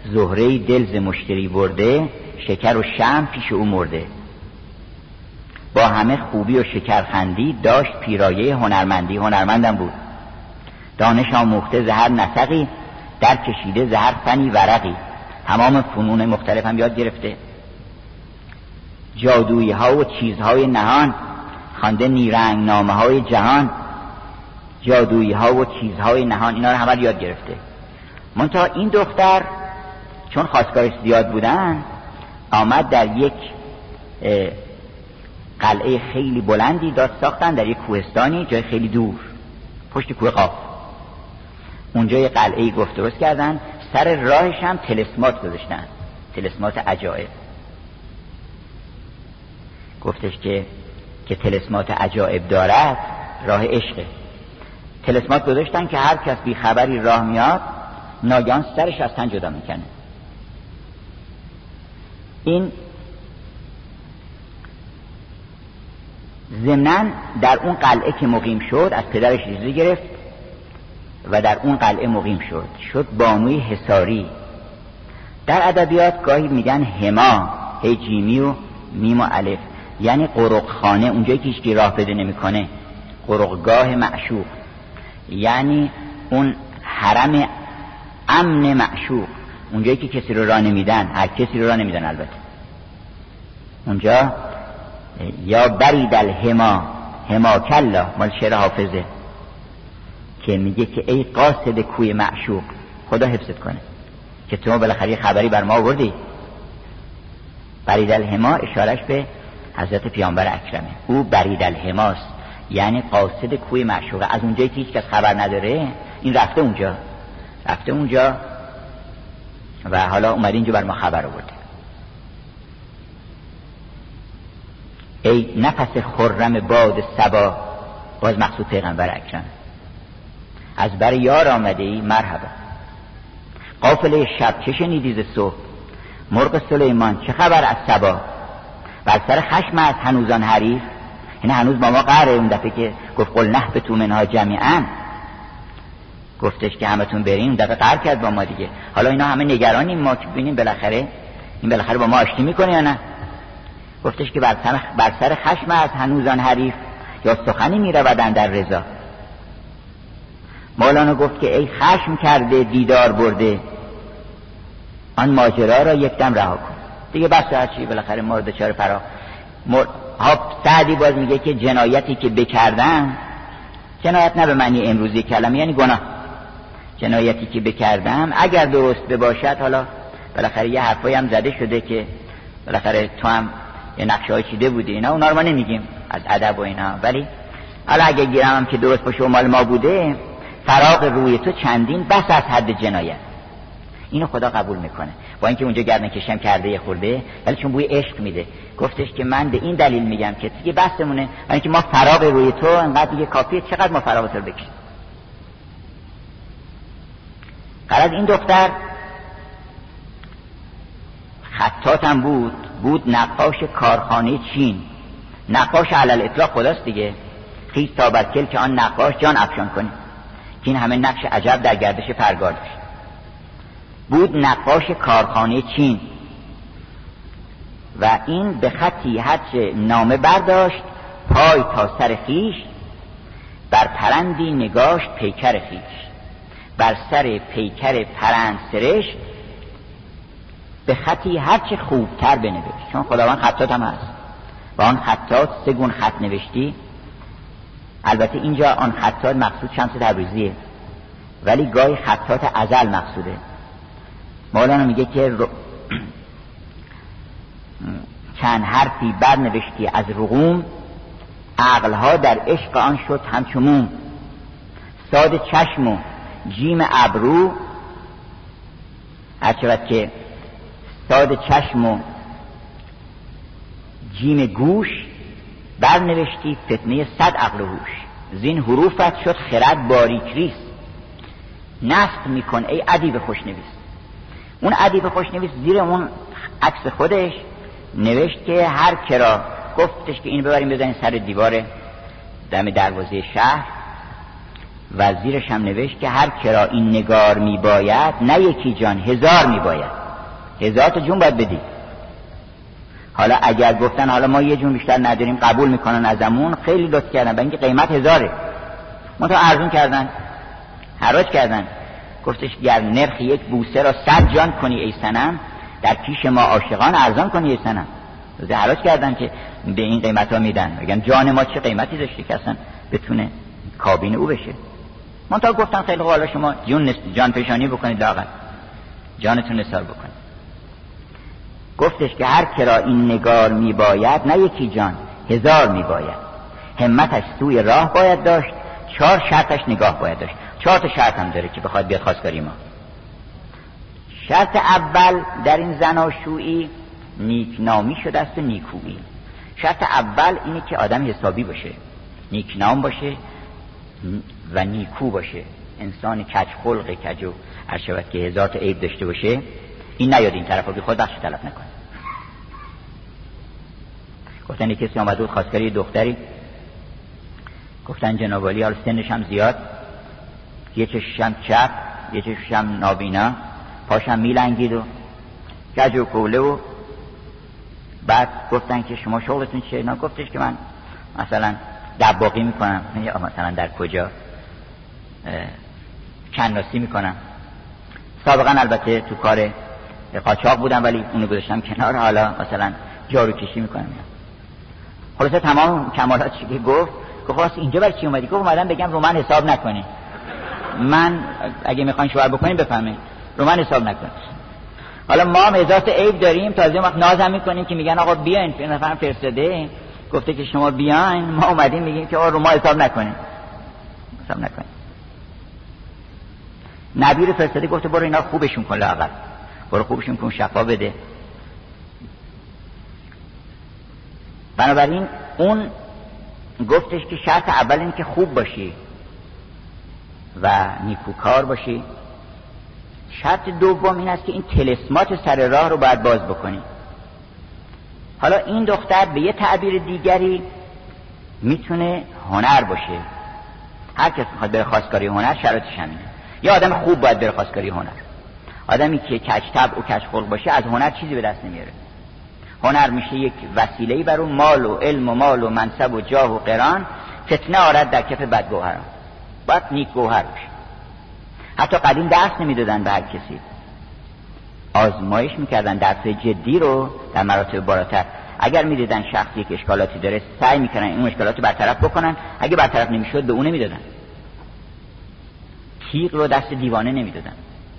زهره دل ز مشتری برده، شکر و شمع پیش او مرده. با همه خوبی و شکرخندی، داشت پیرایه هنرمندی. هنرمندم بود. دانش آموخته ز هر نسقی، در کشیده ز هر فنی ورقی. تمام فنون مختلف هم یاد گرفته. جادویی ها و چیزهای نهان، خوانده نیرنگ نامه های جهان. جادویی ها و چیزهای نهان، اینا رو همه رو یاد گرفته. منتها این دختر چون خواستگارش زیاد بودن، آمد در یک قلعه خیلی بلندی داد ساختن، در یک کوهستانی، جای خیلی دور، پشت کوه قاف. اونجا یک قلعه گفت درست کردن، سر راهش هم تلسمات گذاشتن، تلسمات عجایب. گفتش که که تلسمات عجایب دارد، راه عشقه. تلسمات گذاشتن که هر کس بی خبری راه میاد، ناگهان سرش از تن جدا میکنه. این ضمناً در اون قلعه که مقیم شد، از پدرش اجازه گرفت و در اون قلعه مقیم شد، شد بانوی حصاری. در ادبیات گاهی میگن هما، هی جیمی و میم و الف، یعنی قرق خانه، اونجایی که هیچکی راه پیدا نمیکنه، قرقگاه معشوق، یعنی اون حرم امن معشوق، اونجایی که کسی رو راه نمیدن، هر کسی رو راه نمیدن. البته اونجا یا برید الهما، هما کلا، مال شعر حافظه که میگه که ای قاصد کوی معشوق، خدا حفظت کنه که تو بالاخره خبری بر ما آوردی. برید الهما اشارش به حضرت پیامبر اکرمه. او برید الهماست، یعنی قاصد کوی معشوقه. از اونجایی که هیچ کس خبر نداره، این رفته اونجا، رفته اونجا و حالا اومد اینجا بر ما خبر آورده. ای نفس خرم باد صبا، باز مقصود پیغمبر اکرم، از بر یار آمده ای مرحبا. قافله شب چه شنیدی ز صبح، مرغ سلیمان چه خبر از صبا. بر سر خشم از هنوزان حریف، این هنوز ما ما قهره. اون دفعه که گفت قل نهبطوا منها جمیعا، گفتش که همتون برین، اون دفعه قهر کرد با ما دیگه. حالا اینا همه نگرانیم ما که ببینیم بالاخره این بالاخره با ما آشتی میکنه یا نه. گفتش که بر سر, بر سر خشم از هنوزان حریف، یا سخنی میرودن در رضا. مولانا گفت که ای خشم کرده دیدار برده، آن ماجرا را یک دم رها کن. دیگه بس هرچی بالاخره مورد چاره فرا مر... ها سعدی باز میگه که جنایتی که بکردن، جنایت نه به معنی امروزی کلمه، یعنی گناه. جنایتی که بکردم اگر درست بباشد، حالا بالاخره یه حرفایی هم زده شده که بالاخره تو هم یه نقشه‌ای چیده بودی، اینا اونا رو ما نمیگیم از ادب و اینا، ولی حالا اگه گیرم هم که درست باشه و مال ما بوده، فراق روی تو چندین بس از حد جنایت. اینو خدا قبول میکنه. با اینکه اونجا گردن کشم کرده یه خورده، ولی چون بوی عشق میده. گفتش که من به این دلیل میگم که دیگه بسمونه، ولی که ما فراق روی تو انقدر دیگه کافیه، چقدر ما فراق تو رو بکشیم. قرار این دختر خطاتم بود، بود نقاش کارخانه چین. نقاش علل اطلاق خداست دیگه. خیز تا برکل که آن نقاش جان افشان کنه، که این همه نقش عجب در گردش پرگار داشت. بود نقاش کارخانه چین و این به خطی هرچه نامه برداشت، پای تا سر خیش، بر پرندی نگاشت پیکر خیش. بر سر پیکر پرند سرشت، به خطی هرچه خوبتر بنوشت. چون خداوند خطات هم هست و آن خطات سه گون خط نوشتی. البته اینجا آن خطات مقصود شمس تبریزیه، ولی گاهی خطات ازل مقصوده. مولانا میگه که رو... چند حرفی بر نوشتی از رقوم، عقلها در عشق آن شد همچو موم. ساد چشم و جیم ابرو، هرچند که ساد چشم و جیم گوش، بر نوشتی فتنه صد عقل و هوش. زین حروفت شد خرد باریک ریس، نسخ میکن ای ادیب خوشنویس. اون ادیب خوشنویس زیر اون عکس خودش نوشت که هر کرا، گفتش که این ببریم بزنین سر دیوار دم دروازه شهر وزیرش هم نوشت که هر کرا این نگار می باید نه یکی جان هزار می باید، هزار تا جون باید بدی. حالا اگر گفتن حالا ما یه جون بیشتر نداریم قبول میکنن ازمون، خیلی لطف کردن، برای اینکه قیمت هزاره، منتها ارزون کردن، حراج کردن. گفتش گر نرخ یک بوسه را صد جان کنی ای صنم، در پیش ما عاشقان ارزان کنی ای صنم. حراج کردن که به این قیمت ها میدن، میگن جان ما چه قیمتی داشته که اصلا بتونه کابین او بشه. منتها گفتن خیلی حالا شما جون جان پیشانی بکنید، لااقل جانتون نثار بکنید. گفتش که هر کرا این نگار می باید نه یکی جان هزار می باید، همتش سوی راه باید داشت، چهار شرطش نگاه باید داشت. چهار تا شرط هم داره که بخواد بیاد خواستگاری ما. شرط اول در این زناشویی نیکنامی شده است و نیکویی. شرط اول اینه که آدم حسابی باشه، نیکنام باشه و نیکو باشه، انسان کج خلق کج و هر شود که هزار تا عیب داشته باشه. این نیاد این طرفا که خود بخش طلب نکنه. گفتن کسی آمد بود خواستگاری دختری، گفتن جناب عالی حالا سنش هم زیاد، یه چشم چپ یه چشم نابینا، پاشم میلنگید و کج و کوله و بعد گفتن که شما شغلتون چیه؟ نه گفتش که من مثلا دباغی میکنم، یا مثلا در کجا کناسی میکنم. سابقا البته تو کار قاچاق بودم ولی اونو گذاشتم کنار، حالا مثلا جارو کشی میکنم. خلاصه تمام کمالات چی که گفت، گفت خلاص اینجا برای چی اومدی؟ گفت اومدم بگم رو من حساب نکنی، من اگه میخواین شوهر بکنیم بفهمید رو من حساب نکنید. حالا ما هم هزار تا عیب داریم، تازه وقت نازم میکنیم که میگن آقا بیاین، این نفر فرستاده گفته که شما بیاین، ما اومدیم میگیم که آقا رو ما حساب نکنیم، حساب نکنیم. نبی رو فرستاده گفته برو اینا خوبشون کن، لااقل برو خوبشون کن، شفا بده. بنابراین اون گفتش که شرط اول اینه که خوب باشی و نیکوکار باشی. شرط دوم این است که این طلسمات سر راه رو باید باز بکنی. حالا این دختر به یه تعبیر دیگری میتونه هنر باشه. هر کس میخواد بره خواستگاری هنر شرطش همینه. یه آدم خوب باید بره خواستگاری هنر. آدمی که کج طبع و کج خلق باشه از هنر چیزی به دست نمیاره. هنر میشه یک وسیله‌ای بر اون مال و علم و مال و منصب و جاه و قران فتنه آرد در کف بدگوهران. باید نیک گوهر باشه. حتی قدیم درس نمیدادن به هر کسی، آزمایش میکردن درس جدی رو در مراتب بالاتر. اگر میدیدن شخصی یک اشکالاتی داره سعی میکنن این اشکالات رو برطرف بکنن، اگه برطرف نمیشد به اون نمیدادن، تیغ رو دست دیوانه نمیدادن.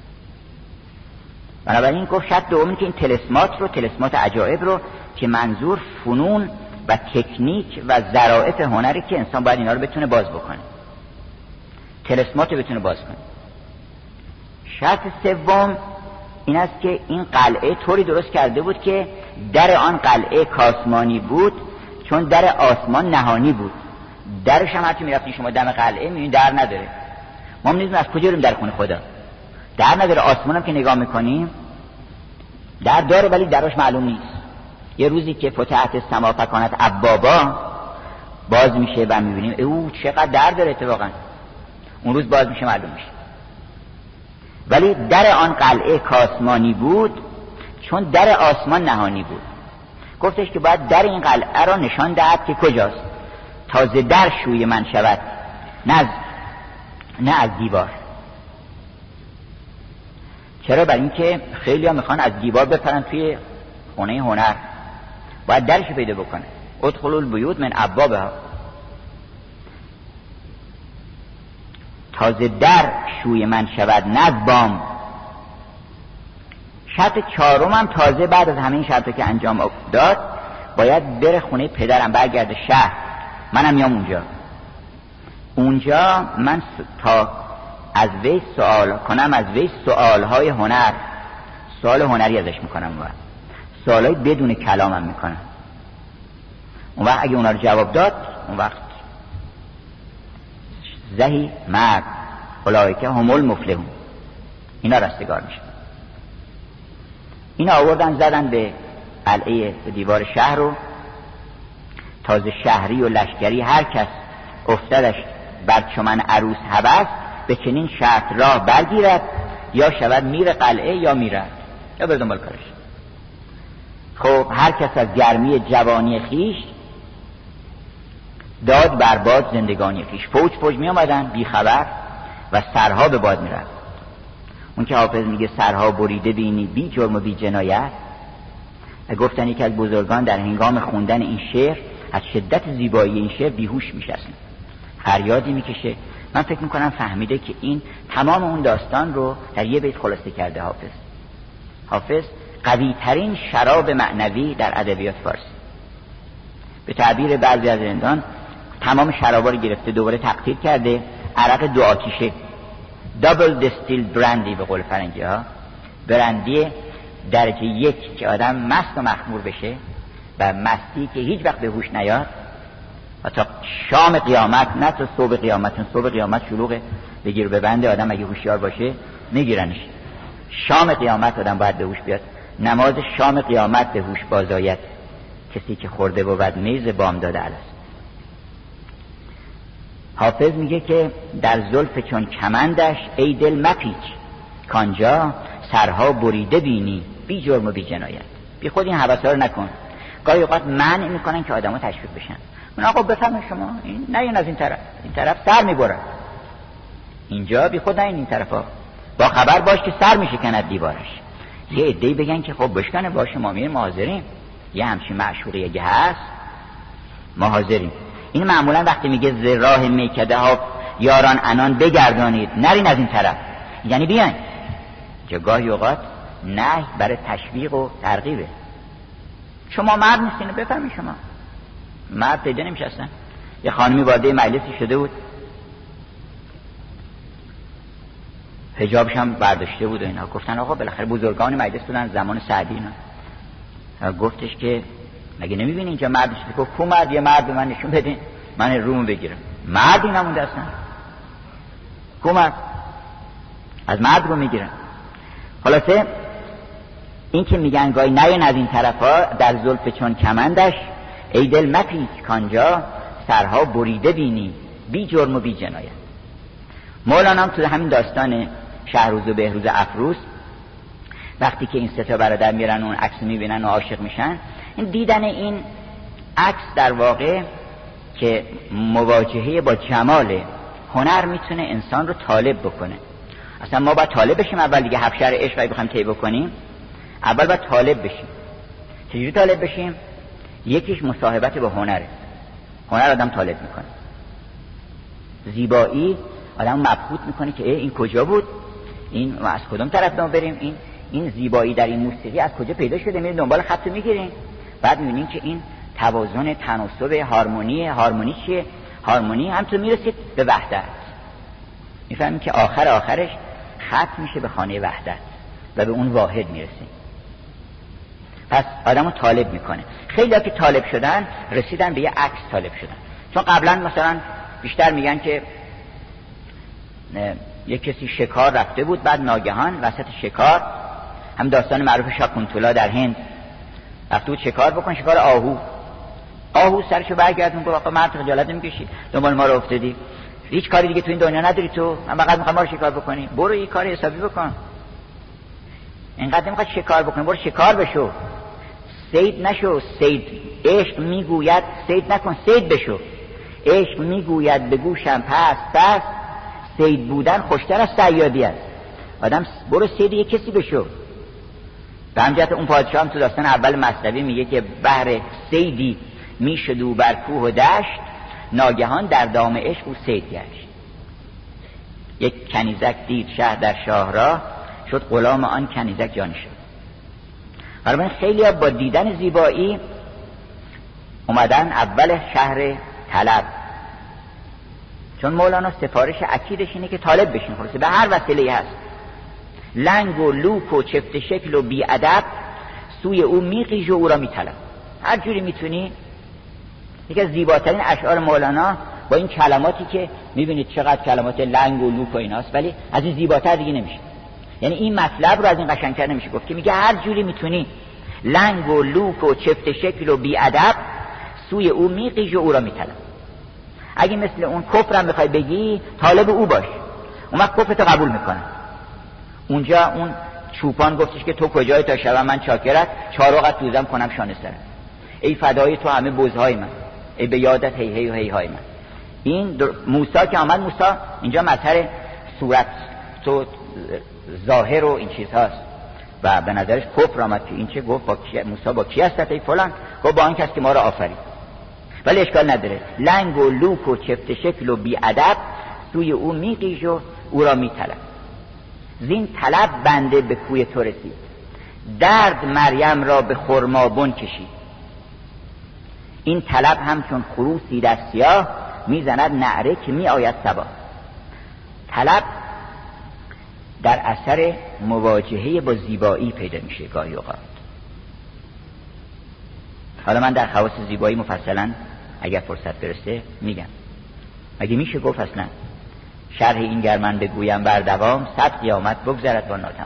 بنابراین گفت شرط دوم که این طلسمات رو، طلسمات عجایب رو که منظور فنون و تکنیک و ظرافت هنری که انسان باید اینا رو بتونه باز بکنه، طلسمات رو بتونه باز کنه. شرط سوم این است که این قلعه طوری درست کرده بود که در آن قلعه کاسمانی بود، چون در آسمان نهانی بود. درش هم هرچی میرفتین شما دم قلعه میبینید در نداره. ما می‌دونیم از کجا بریم در خونه خدا، در نداره. آسمان هم که نگاه میکنیم در داره ولی دراش معلوم نیست. یه روزی که فتحت السما فکانت ابوابا باز میشه و میبینیم او چقدر در داره، اتفاقا اون روز باز میشه معلوم میشه. ولی در آن قلعه کاسمانی بود چون در آسمان نهانی بود. گفتش که باید در این قلعه را نشان دهد که کجاست، تازه در شوی من شود، نه از نه از دیوار. چرا؟ برای اینکه خیلی ها میخوان از دیوار بپرن توی خونه هنر، باید درشو پیدا بکنه. ادخلوا البیوت من ابوابها، تازه در شوی من شود نه از بام. شرط چهارم هم تازه بعد از همین شرطی که انجام داد باید بره خونه پدرم، برگرده شهر، منم میام اونجا. اونجا من تا از وی سوال کنم، از وی سوالهای هنر، سوال هنری ازش میکنم و سوالهای بدون کلامم میکنم. اون وقت اگه اونا رو جواب داد، اون وقت زهی مرد اولئک هم المفلحون، اینا رستگار میشن. اینا آوردن زدن به قلعه، به دیوار شهر رو. تازه شهری و لشکری هر کس افتادش بر چمن عروس هوس به چنین شرط راه برگیرد، یا شود میر قلعه یا میرد، یا بر دنبال کارش. خب هر کس از گرمی جوانی خیش داد بر باد زندگانی خیش. فوج فوج می آمدن بی خبر و سرها به باد می رفت. اون که حافظ میگه سرها بریده بینی بی جرم و بی جنایت، گفتن یکی از بزرگان در هنگام خوندن این شعر از شدت زیبایی این شعر بیهوش میشستن، فریادی میکشه. من فکر میکنم فهمیده که این تمام اون داستان رو در یه بیت خلاصه کرده حافظ. حافظ قوی ترین شراب معنوی در ادبیات فارسی، به تعبیر بعضی از رندان تمام شرابا رو گرفته دوباره تقطیر کرده، عرق دو آتیشه، دابل دستیل براندی به قول فرنگی ها، برندی درجه یک که آدم مست و مخمور بشه و مستی که هیچ وقت به هوش نیاد و تا شام قیامت، نه تا صبح قیامت، چون صبح قیامت شلوغه بگیر ببنده، آدم اگه هوشیار باشه میگیرنش. شام قیامت آدم باید به هوش بیاد، نماز شام قیامت به هوش بازآید، کسی که خورده بود میز بامداد الست. حافظ میگه که در زلف چون کمندش ای دل مپیچ، کانجا سرها بریده بینی بی جرم و بی جنایت. بی خود این حواسا رو نکن. گاهی اوقات منع میکنن که آدمو تشویق بشن. من آقا بفهمه شما این نه این از این طرف، این طرف سر میبره، اینجا بی خود نه این طرفا، با خبر باش که سر میشکند دیوارش. یه عده‌ای بگن که خب بشکنه باشه ما میریم، ما حاضریم. یه همچین معشوقی اگه هست ما حاضریم. این معمولا وقتی میگه ز راه میکده ها یاران انان بگردانید، نرین از این طرف، یعنی بیاین. که گاهی اوقات نه برای تشویق و ترغیبه. شما مرد نیستین، بفهمی شما مرد پیدا نمیشه اصلا. یه خانمی وارد مجلسی شده بود، حجابش هم برداشته بود و اینا. گفتن آقا بالاخره بزرگان مجلس بودن زمان سعدی اینا. گفتش که مگه نمیبینی اینجا مرد نشده؟ گفت کو مرد؟ یه مرد به من نشون بدین من رومو بگیرم. مردی نمونده اصلا. کو مرد؟ از مرد رو میگیرن. خلاصه این که میگن گاهی نیان از این طرفا در زلف چون کمندش ای دل مپیچ، کانجا سرها بریده بینی بی جرم و بی جنایت. مولانا هم تو همین داستان شهروز و بهروز افروز وقتی که این سه تا برادر میرن اون عکس میبینن و عاشق میشن، این دیدن این عکس در واقع که مواجهه با جمال هنر میتونه انسان رو طالب بکنه. اصلا ما باید طالب بشیم اول دیگه، هفت شهر عشق اگه بخوایم طی بکنیم اول باید طالب بشیم. چجوری طالب بشیم؟ یکیش مصاحبت با هنره. هنر آدم طالب میکنه. زیبایی آدم مبهوت میکنه که این کجا بود، این از کدوم طرف دام بریم، این این زیبایی در این موسیقی از کجا پیدا شده، میریم دنبال خط میگیریم. بعد میبینیم که این توازن، تناسب، هارمونی، هارمونی چیه؟ هارمونی همینطور میرسید به وحدت. میفهمیم که آخر آخرش ختم میشه به خانه وحدت و به اون واحد میرسیم. پس آدمو طالب میکنه. خیلی ها که طالب شدن رسیدن به یه عکس طالب شدن. چون قبلا مثلا بیشتر میگن که یه کسی شکار رفته بود، بعد ناگهان وسط شکار، هم داستان معروف شاکنتولا در هند، رفته بود شکار بکن، شکار آهو. آهو سرشو برگرد میگه آقا مرد خجالت نمیکشی دنبال ما رو افتادی، هیچ کاری دیگه تو این دنیا نداری تو، من فقط میخوام ما رو شکار بکنی، برو یه کار حسابی بکن، اینقدر نمیخواد شکار بکنی، برو شکار بشو، صید نشو. صید عشق میگوید صید نکن، صید بشو. عشق میگوید به گوشم پس پس، صید بودن خوشتر از صیادی است. آدم برو صید یک کسی بشو. به همجهت اون پادشاه هم تو داستان اول مثنوی میگه که بهر صیدی میشد و بر کوه و دشت، ناگهان در دام عشق او صید گشت. یک کنیزک دید شهر در شاهراه، شد غلام آن کنیزک جان شد. برای خیلی ها با دیدن زیبایی اومدن اول شهر طلب، چون مولانا سفارش اکیدش اینه که طالب بشین، خلاصه به هر وسیله هست، لنگ و لوک و چفت شکل و بی ادب سوی او میقیژ و او را میطلب. هر جوری میتونی. یکی از زیباترین اشعار مولانا با این کلماتی که میبینید چقدر کلمات لنگ و لوک و ایناست، ولی از این زیباتر دیگه نمیشه. یعنی این مطلب رو از این قشنگتر نمیشه گفت که میگه هر جوری میتونی، لنگ و لوک و چفت شکل و بی ادب سوی او میقیژ و او را میطلب. اگه مثل اون کفرم بخوای بگی طالب او باش، اون وقت کفرتو قبول میکنن. اونجا اون چوپان گفتش که تو کجای تا شبم من چاکرت، چارقت دوزم کنم شانه سرت، ای فدای تو همه بزهای من، ای به یادت هی هی و هی های من. این موسی که آمد، موسی اینجا مظهر صورت تو ظاهر و این چیزهاست و به نظرش کفر آمد که این چه گفت با کی موسی با کی هستت ای فلان، گفت با این کس که ما را آفرید. ولی اشکال نداره، لنگ و لوک و چفت شکل و بی ادب سوی او میقیژ و او را میطلب. زین طلب بنده به کوی تو رسید، درد مریم را به خرمابون کشید. این طلب همچون خروسی در سیاه، میزند نعره که می آید صبا. طلب در اثر مواجهه با زیبایی پیدا میشه گاهی اوقات. حالا من در خواص زیبایی مفصلا اگر فرصت برسه میگم. مگه میشه گفت اصلا شرح این گر من بگویم بر دوام، صد قیامت بگذرد با ناتم.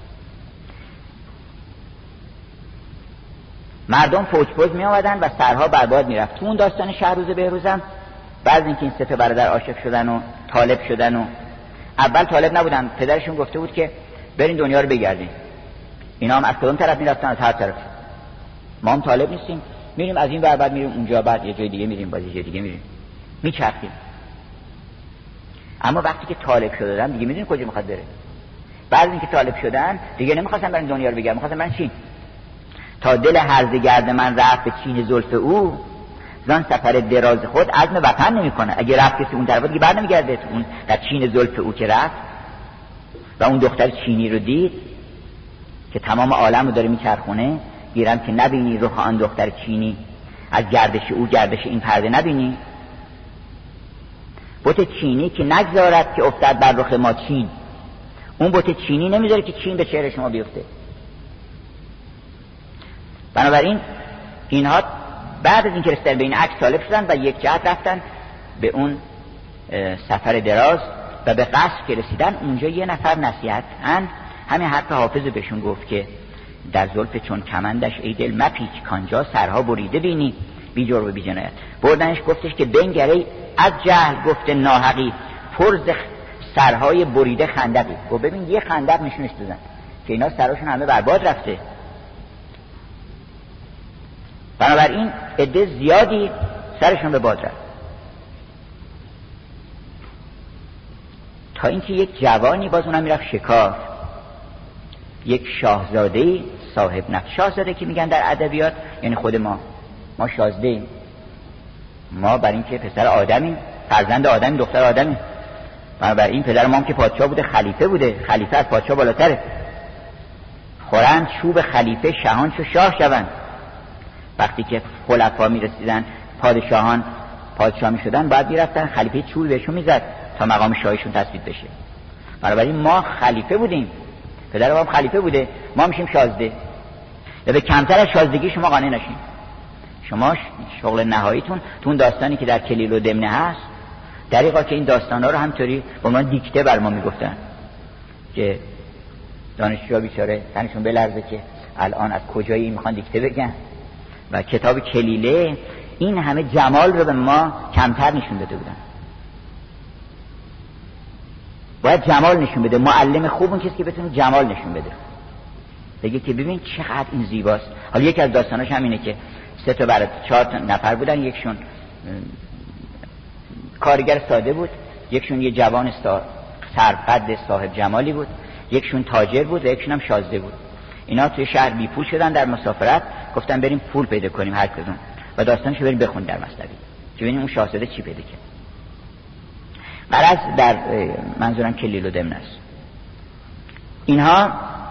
مردم فوج فوج می آمدن و سرها برباد می رفت. تو اون داستان شهروز بهروزم بعد اینکه این سه تا برادر عاشق شدن و طالب شدن، و اول طالب نبودن، پدرشون گفته بود که برین دنیا رو بگردین. اینا هم از کدوم طرف می رفتن؟ از هر طرف. ما هم طالب نیستیم، میریم از این ور بعد میریم اونجا، بعد یه جای دیگه میریم، بعد یه جای دیگه میریم، میچرخیم. اما وقتی که طالب شدن دیگه میدونی کجا میخواد بره. بعد اینکه طالب شدن دیگه نمیخواستن برن دنیا رو بگردن، میخواستن برن چین. تا دل هرزه گرد من رفت به چین زلف او، زان سفر دراز خود عزم وطن نمیکنه. اگه رفت کسی اون طرف دیگه بر نمیگرده. اون در چین زلف او که رفت و اون دختر چینی رو دید که تمام عالم رو داره میچرخونه، گیرم که نبینی رخ آن دختر چینی، از گردش او گردش این پرده نبینی. بت چینی که نگذارد که افتاد بر رخ ما چین، اون بت چینی نمیذاره که چین به چهره شما بیفته. بنابراین اینها بعد از اینکه رسیدن به این عکس طالب شدن و یک جهت رفتن به اون سفر دراز و به قصر که رسیدن، اونجا یه نفر نصیحتاً همین حرف حافظ بهشون گفت که در زلف چون کمندش ای دل مپیچ، کانجا سرها بریده بینی بی جرم و بی جنایت. بردنش گفتش که بنگری از جهل گفت ناحقی، پرز سرهای بریده خندقی. و ببین یه خندق نشونش دادن که اینا سراشون همه برباد رفته. بنابراین عده زیادی سرشون به باد رفت، تا اینکه یک جوانی باز اونم میرفت شکار، یک شاهزاده صاحب نفس. شاهزاده که میگن در ادبیات یعنی خود ما، ما شازده ایم، ما بر این که پسر آدمیم، فرزند آدمیم، دختر آدمیم. بنابراین پدر ما هم که پادشاه بوده، خلیفه بوده، خلیفه از پادشاه بالاتره. خورند چوب خلیفه شهان چو شاه شوند. وقتی که خلفا می رسیدن، پادشاهان پادشاه می شدن، بعد می رفتن خلیفه چوب بهشون می زد تا مقام شاهیشون تثبیت بشه. بنابراین ما خلیفه بودیم، پدر ما هم خلیفه بوده، ما میشیم شازده. و به کمتر از شازدگی شما قانع نشین. شما شغل نهاییتون تو اون داستانی که در کلیل و دمنه هست، دریقا که این داستانا رو همطوری به عنوان دیکته بر ما میگفتن که دانشجوها بیچاره تنشون بلرزه که الان از کجایی میخوان دیکته بگن. و کتاب کلیله این همه جمال رو به ما کمتر نشون داده بودن. باید جمال نشون بده. معلم خوب اون کسی که بتونه جمال نشون بده، بگه که ببین چقدر این زیباست. حالا یکی از داستاناش هم اینه که سه تا برات چهار نفر بودن، یکشون کارگر ساده بود، یکشون یه جوان سرقد صاحب جمالی بود، یکشون تاجر بود و یکشون هم شازده بود. اینا توی شهر بی پول شدن در مسافرت، گفتن بریم پول پیدا کنیم هر کدوم و داستانشو بریم بخونیم در مثنوی که ببینیم اون شاهزاده چی پیدا کرد. غرض در منظورم کلیل و دمنه است. اینها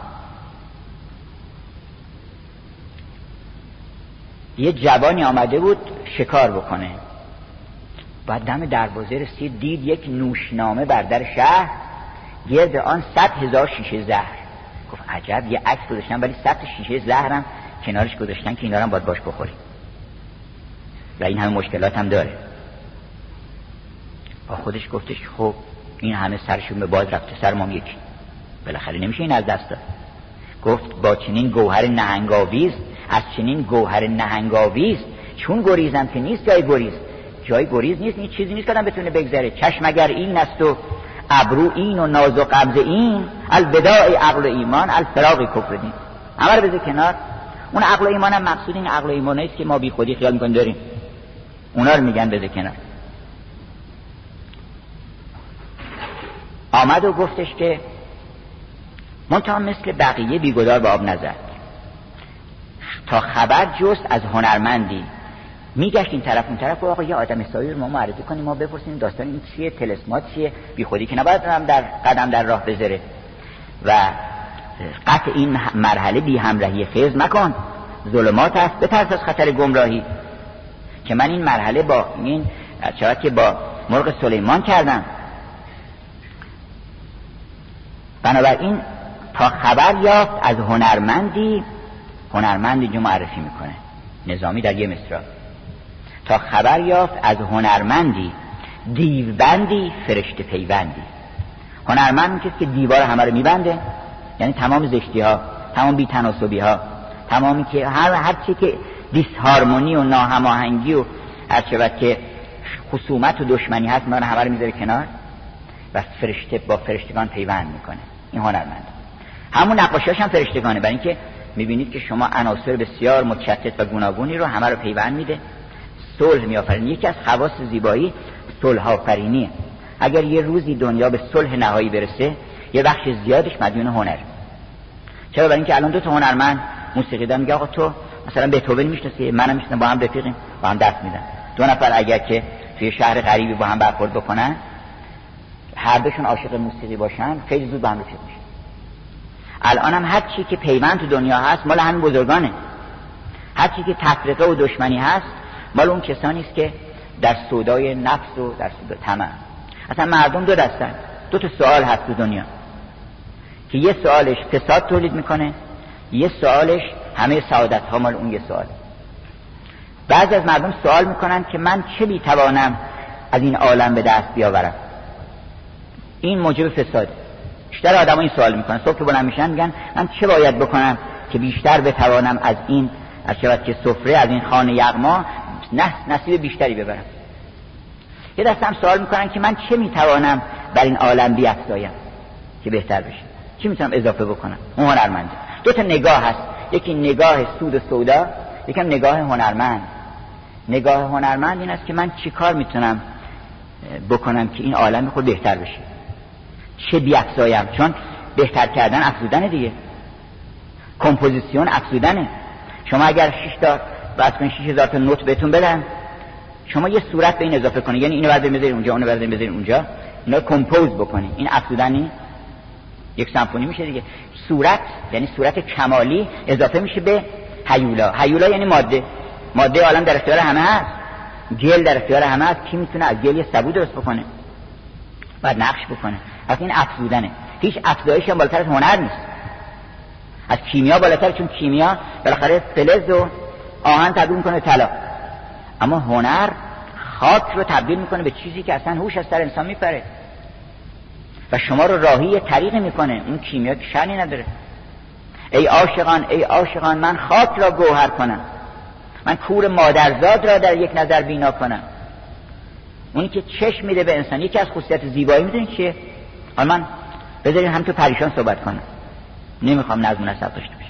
یه جوانی آمده بود شکار بکنه، بعد دم دروازه رسید، دید یک نوشنامه بر در شهر، گرد آن صد هزار شیشه زهر. گفت عجب، یه عکس گذاشتن ولی صد شیشه زهرم کنارش گذاشتن که اینا رو باید باش بخوریم و این همه مشکلات هم داره. با خودش گفتش خب این همه سرشون به باد رفته، سر ما یکی، بالاخره نمیشه این از دست داد. گفت با چنین گوهر نهنگاویز، از چنین گوهر نهنگاویز چون گریزم که نیست جای گریز، جای گریز نیست، این چیزی نیست که آدم بتونه بگذره. چشم اگر این است و ابرو این و ناز و قبض این، الوداع عقل و ایمان الفراق کفر دین. همه رو بذار کنار. اون عقل و ایمان هم مقصود این عقل و ایمان نیست که ما بی خودی خیال میکنیم داریم، اونا رو میگن بذار کنار. آمد و گفتش که منتها مثل بقیه بیگدار به آب نزد، تا خبر جست از هنرمندی. میگشت این طرف اون طرف و آقا یه آدم حسابی رو ما معرفی کنیم، ما بپرسیم داستان این چیه، تلسمات چیه، بی خودی که نباید هم در قدم در راه بذاره و قطع این مرحله بی همراهی خیز مکن، ظلمات است، بترس از خطر گمراهی که من این مرحله با این چرا که با مرغ سلیمان کردم. بنابراین تا خبر یافت از هنرمندی، هنرمندی جو معرفی میکنه نظامی در یه مصرع، تا خبر یافت از هنرمندی دیوبندی فرشته پیوندی. هنرمند کسی که دیوار همه رو میبنده، یعنی تمام زشتی ها، تمام بی تناسبی ها، تمامی که هر هر چی که دیسهارمونی و ناهماهنگی و هر چه که خصومت و دشمنی هست من همه رو میذاره کنار و فرشته با فرشتگان پیوند میکنه. این هنرمند. همون نقاشی‌هاش هم فرشتگانه، برای اینکه میبینید که شما عناصر بسیار متشتت و گوناگونی رو همه رو پیوند میده، صلح میآفرینه. یکی از خواص زیبایی صلح آفرینیه. اگر یه روزی دنیا به صلح نهایی برسه، یه بخش زیادش مدیون هنر. چرا؟ برای اینکه الان دو تا هنرمند موسیقی دارن، میگه آقا تو مثلا بتهوون میشناسی، منم میشناسم، با هم رفیقیم، با هم دست میدن. دو نفر اگر که توی شهر غریبی با هم برخورد بکنن، هر دوشون عاشق موسیقی باشن، خیلی زود با هم رفیق میشن. الان هم هر چی که پیوند تو دنیا هست مال همین بزرگانه. هر چی که تفرقه و دشمنی هست مال اون کسانی است که در سودای نفس و در سودای طمع. اصلا مردم دو دستن. دو تا سوال هست تو دنیا که یه سوالش فساد تولید میکنه، یه سوالش همه سعادت ها مال اون یه سوال. بعضی از مردم سوال میکنن که من چه میتوانم از این عالم به دست بیاورم. این موجب فساد. بیشتر آدم ها این سوال میکنن، صبح که بلند میشن میگن من چه باید بکنم که بیشتر بتوانم از این از شود که سفره، از این خانه یغما نصیب بیشتری ببرم. یه دسته هم سوال میکنن که من چه میتوانم بر این عالم بیفزایم که بهتر بشه، چی میتونم اضافه بکنم. اون هنرمنده. دو تا نگاه هست، یکی نگاه سود و سودا، یکی هم نگاه هنرمند. نگاه هنرمند این است که من چی کار میتونم بکنم که این عالم خود بهتر بشه، چه بیفزایم، چون بهتر کردن افزودن دیگه، کمپوزیسیون افزودنه. شما اگر شش تا بس کنید شش هزار تا نوت بهتون بدن، شما یه صورت به این اضافه کنید، یعنی اینو بردارید بذارید اونجا، اونو بردارید بذارید اونجا، اینا کمپوز بکنید، این افزودنی یک سمفونی میشه دیگه. صورت یعنی صورت کمالی اضافه میشه به هیولا. هیولا یعنی ماده. ماده عالم در اختیار همه هست، گل در اختیار همه هست. کی میتونه از گل یه سبو درست بکنه؟ بعد نقش بکنه. پس این افزودنه. هیچ افزایشی هم بالاتر از هنر نیست، از کیمیا بالاتر، چون کیمیا بالاخره فلز و آهن تبدیل میکنه به طلا، اما هنر خاک رو تبدیل میکنه به چیزی که اصلا هوش از سر انسان میپره و شما رو راهی طریق میکنه. اون کیمیا که شأنی نداره. ای عاشقان ای عاشقان من خاک را گوهر کنم، من کور مادرزاد را در یک نظر بینا کنم. اونی که چشم میده به انسان، یکی از خصوصیت زیبایی میدونید چیه؟ حالا من بذارید هم تو پریشان صحبت کنم، نمیخوام نظم و نسق داشته باشه.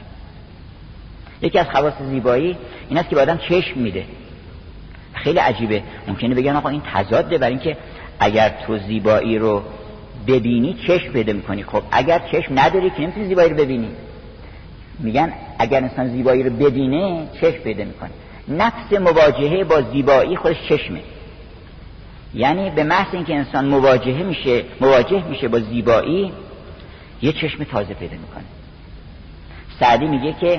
یکی از خواص زیبایی این است که به آدم چشم میده. خیلی عجیبه، ممکنه بگن آقا این تضاده، برای اینکه اگر تو زیبایی رو ببینی چشم پیدا میکنی. خب اگر چشم نداری که نمیتونی زیبایی رو ببینی. میگن اگر انسان زیبایی رو ببینه چشم پیدا میکنه. نفس مواجهه با زیبایی خودش چشمه. یعنی به محض اینکه انسان مواجهه میشه مواجه میشه با زیبایی، یه چشم تازه پیدا میکنه. سعدی میگه که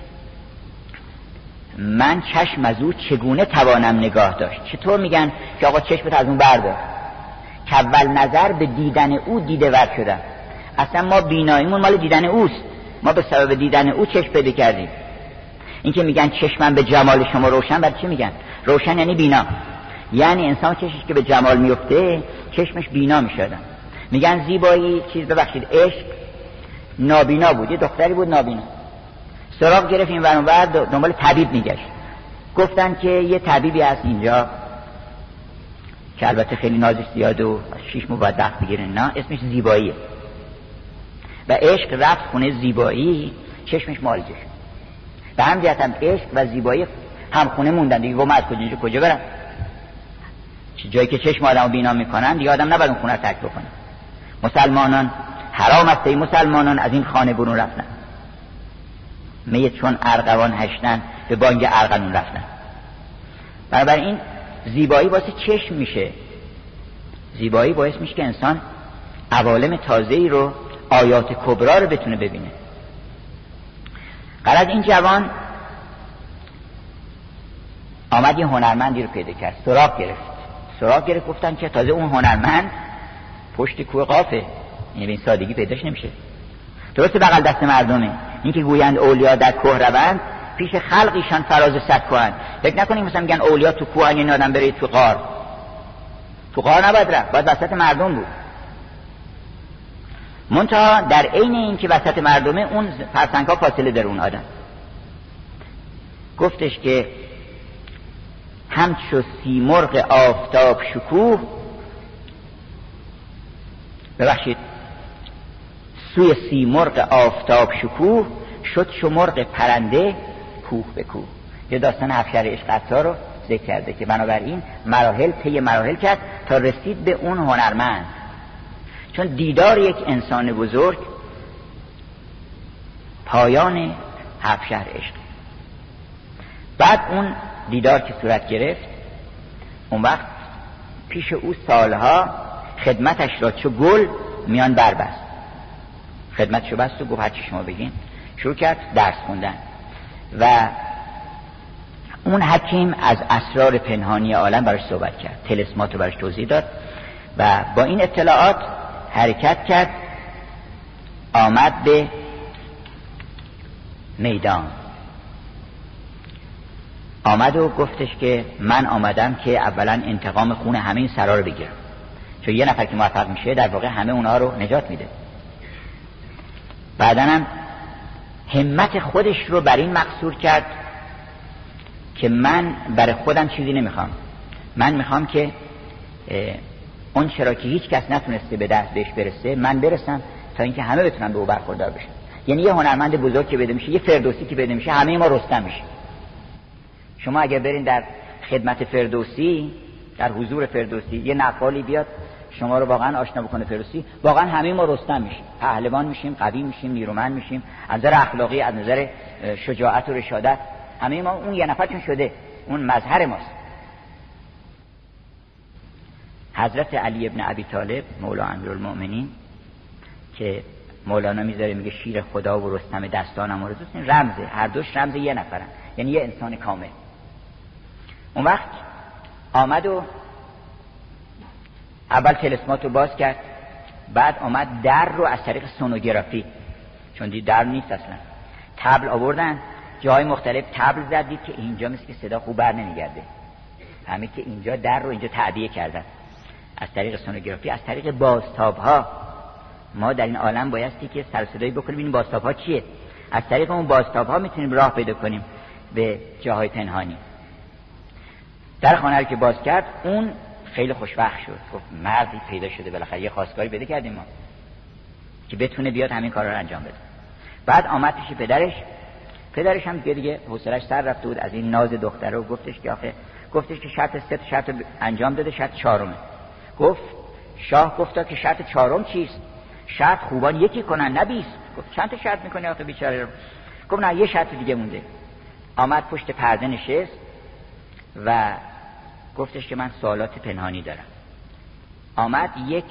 من چشم از او چگونه توانم نگاه داشت. چطور؟ میگن که آقا چشمت از اون بردار، که اول نظر به دیدن او دیده ور شدم. اصلا ما بیناییمون مال دیدن اوست، ما به سبب دیدن او چشم پیدا کردیم. این که میگن چشمم به جمال شما روشن، برای چی میگن روشن؟ یعنی بینا. یعنی انسان چشمش که به جمال میفته چشمش بینا میشدن. میگن زیبایی چیز، ببخشید عشق نابینا بود. یه دختری بود نابینا، سراغ گرفت این ور اون ور، دنبال طبیب میگشت. گفتن که یه طبیبی هست اینجا که البته خیلی نازش زیاد و شیش ماه باید وقت بگیره، نه، اسمش زیباییه. و عشق رفت خونه زیبایی، چشمش مالجه شد. به هم جهت هم عشق و زیبایی هم خونه موندن دیگه. گفت من از کجا کجا برم؟ جایی که چشم آدمو بینا میکنن دیگه آدم نباید اون خونه رو ترک بکنه. مسلمانان حرام است ای مسلمانان از این خانه برون رفتن، می چون ارغوان هشتن به بانگ ارغنون رفتن. بنابراین زیبایی واسه چشم میشه، زیبایی باعث میشه که انسان عوالم تازه‌ای رو، آیات کبرا رو بتونه ببینه. غرض این جوان آمد یه هنرمندی رو پیدا کرد، سراغ گرفت سراغ گرفت گفتن که تازه اون هنرمند پشت کوه قافه، یعنی به این سادگی پیداش نمیشه. درسته بغل دست مردمه، این که گویند اولیا در کوه روند پیش خلقیشان فراز صد کوهن. فکر نکنیم مثلا میگن اولیا تو کوه، این آدم بره تو غار، تو غار نباید رفت، باید وسط مردم بود. منتها در عین این که وسط مردمه اون فرسنگ‌ها فاصله داره اون آدم. گفتش که همچو سیمرغ آفتاب شکوه، ببخشید سوی سیمرغ آفتاب شکوه شد چو مرغ پرنده کوه به کوه. یه داستان افشار عشق عطار رو ذکر کرده که بنابراین مراحل طی مراحل کرد تا رسید به اون هنرمند. چون دیدار یک انسان بزرگ پایان افشار عشق. بعد اون دیدار که صورت گرفت، اون وقت پیش او سالها خدمتش را چو گل میان بربست. خدمتشو بست و گفت هرچی شما بگین. شروع کرد درس خوندن و اون حکیم از اسرار پنهانی عالم براش صحبت کرد، طلسمات رو براش توضیح داد و با این اطلاعات حرکت کرد، آمد به میدان. آمد و گفتش که من آمدم که اولا انتقام خون همه این سرا رو بگیرم، چون یه نفر که موفق میشه در واقع همه اونها رو نجات میده. بعدن هم همت خودش رو بر این مقصور کرد که من برای خودم چیزی نمیخوام، من میخوام که اون چرا که هیچ کس نتونسته به دست بهش برسه من برسم تا اینکه همه بتونن به او برخوردار بشن. یعنی یه هنرمند بزرگ که بده میشه، یه فردوسی که بده میشه، همه ما رستم میشه. شما اگر برین در خدمت فردوسی، در حضور فردوسی، یه نقالی بیاد شما رو واقعا آشنا بکنه فردوسی، واقعا همه ما رستم میشیم، پهلوان میشیم، قوی میشیم، نیرومند میشیم، از نظر اخلاقی، از نظر شجاعت و رشادت همه ما اون یه نفر چون شده، اون مظهر ماست. حضرت علی ابن ابی طالب مولا امیرالمؤمنین که مولانا میذاره میگه شیر خدا و رستم دستانم آرزوست، این رمزه، هر دوش رمز یه نفرن، یعنی یه انسان کامل. اون وقت آمد و اول طلسمات رو باز کرد، بعد آمد در رو از طریق سونوگرافی، چون دید در نیست اصلا، تبل آوردن جای مختلف، تبل زد، دید که اینجا مثل که صدا خوب بر نمیگرده، همین که اینجا در رو اینجا تعبیه کردن از طریق سونوگرافی، از طریق بازتاب ها. ما در این عالم بایستی که سر صدایی بکنیم ببینیم بازتاب ها چیه، از طریق اون بازتاب ها میتونیم راه پیدا کنیم به جاهای پنهانی. در خانه رو که باز کرد اون خیلی خوشبخت شد، گفت مردی پیدا شده، بالاخره یه خواستگاری پیدا کردیم ما که بتونه بیاد همین کارا رو انجام بده. بعد آمد پیش پدرش، پدرش هم دیگه دیگه حوصله‌اش سر رفته بود از این ناز دختره و گفتش که آخه گفتش که شرط سه تا شرط انجام داده، شرط چهارمه. گفت شاه گفتا که شرط چهارم چیست؟ شرط خوبان یکی کنن نه بیست. گفت چند تا شرط میکنی آخه بیچاره رو؟ گفت نه یه شرط دیگه مونده. آمد پشت پرده نشست و گفتش که من سوالات پنهانی دارم. آمد یک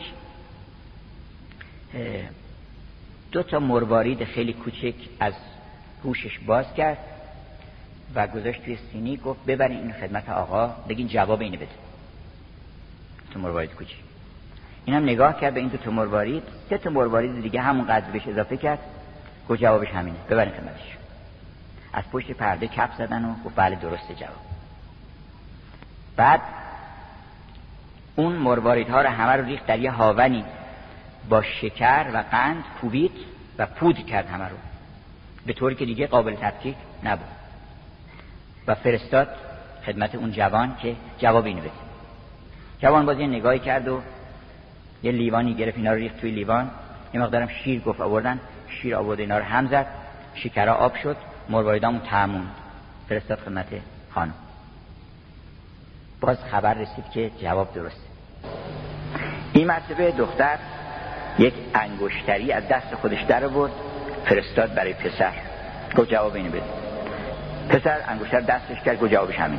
دو تا مروارید خیلی کوچک از گوشش باز کرد و گذاشت توی سینی، گفت ببرین این خدمت آقا، بگین جواب اینو بده. تو مروارید کوچک اینم نگاه کرد به این دو تا مروارید، سه تا مروارید دیگه همون قدر بهش اضافه کرد، گفت جوابش همینه، ببرین خدمتش. از پشت پرده کف زدن و گفت بله درسته جواب. بعد اون مرواریدها رو همه رو ریخت در یه هاونی با شکر و قند کوبید و پودر کرد همه رو، به طوری که دیگه قابل تفکیک نبود و فرستاد خدمت اون جوان که جواب اینو بده. جوان باز یه نگاهی کرد و یه لیوانی گرفت، اینا رو ریخت توی لیوان، یه مقدارم شیر گفت آوردن، شیر آورد اینا رو هم زد، شکرها آب شد، مرواریدامون تموم فرستاد خدمت خانم. باز خبر رسید که جواب درسته. این مرتبه دختر یک انگشتری از دست خودش در آورد فرستاد برای پسر، گفت جواب اینو بده. پسر انگشتر دستش کرد، گفت جوابش همین.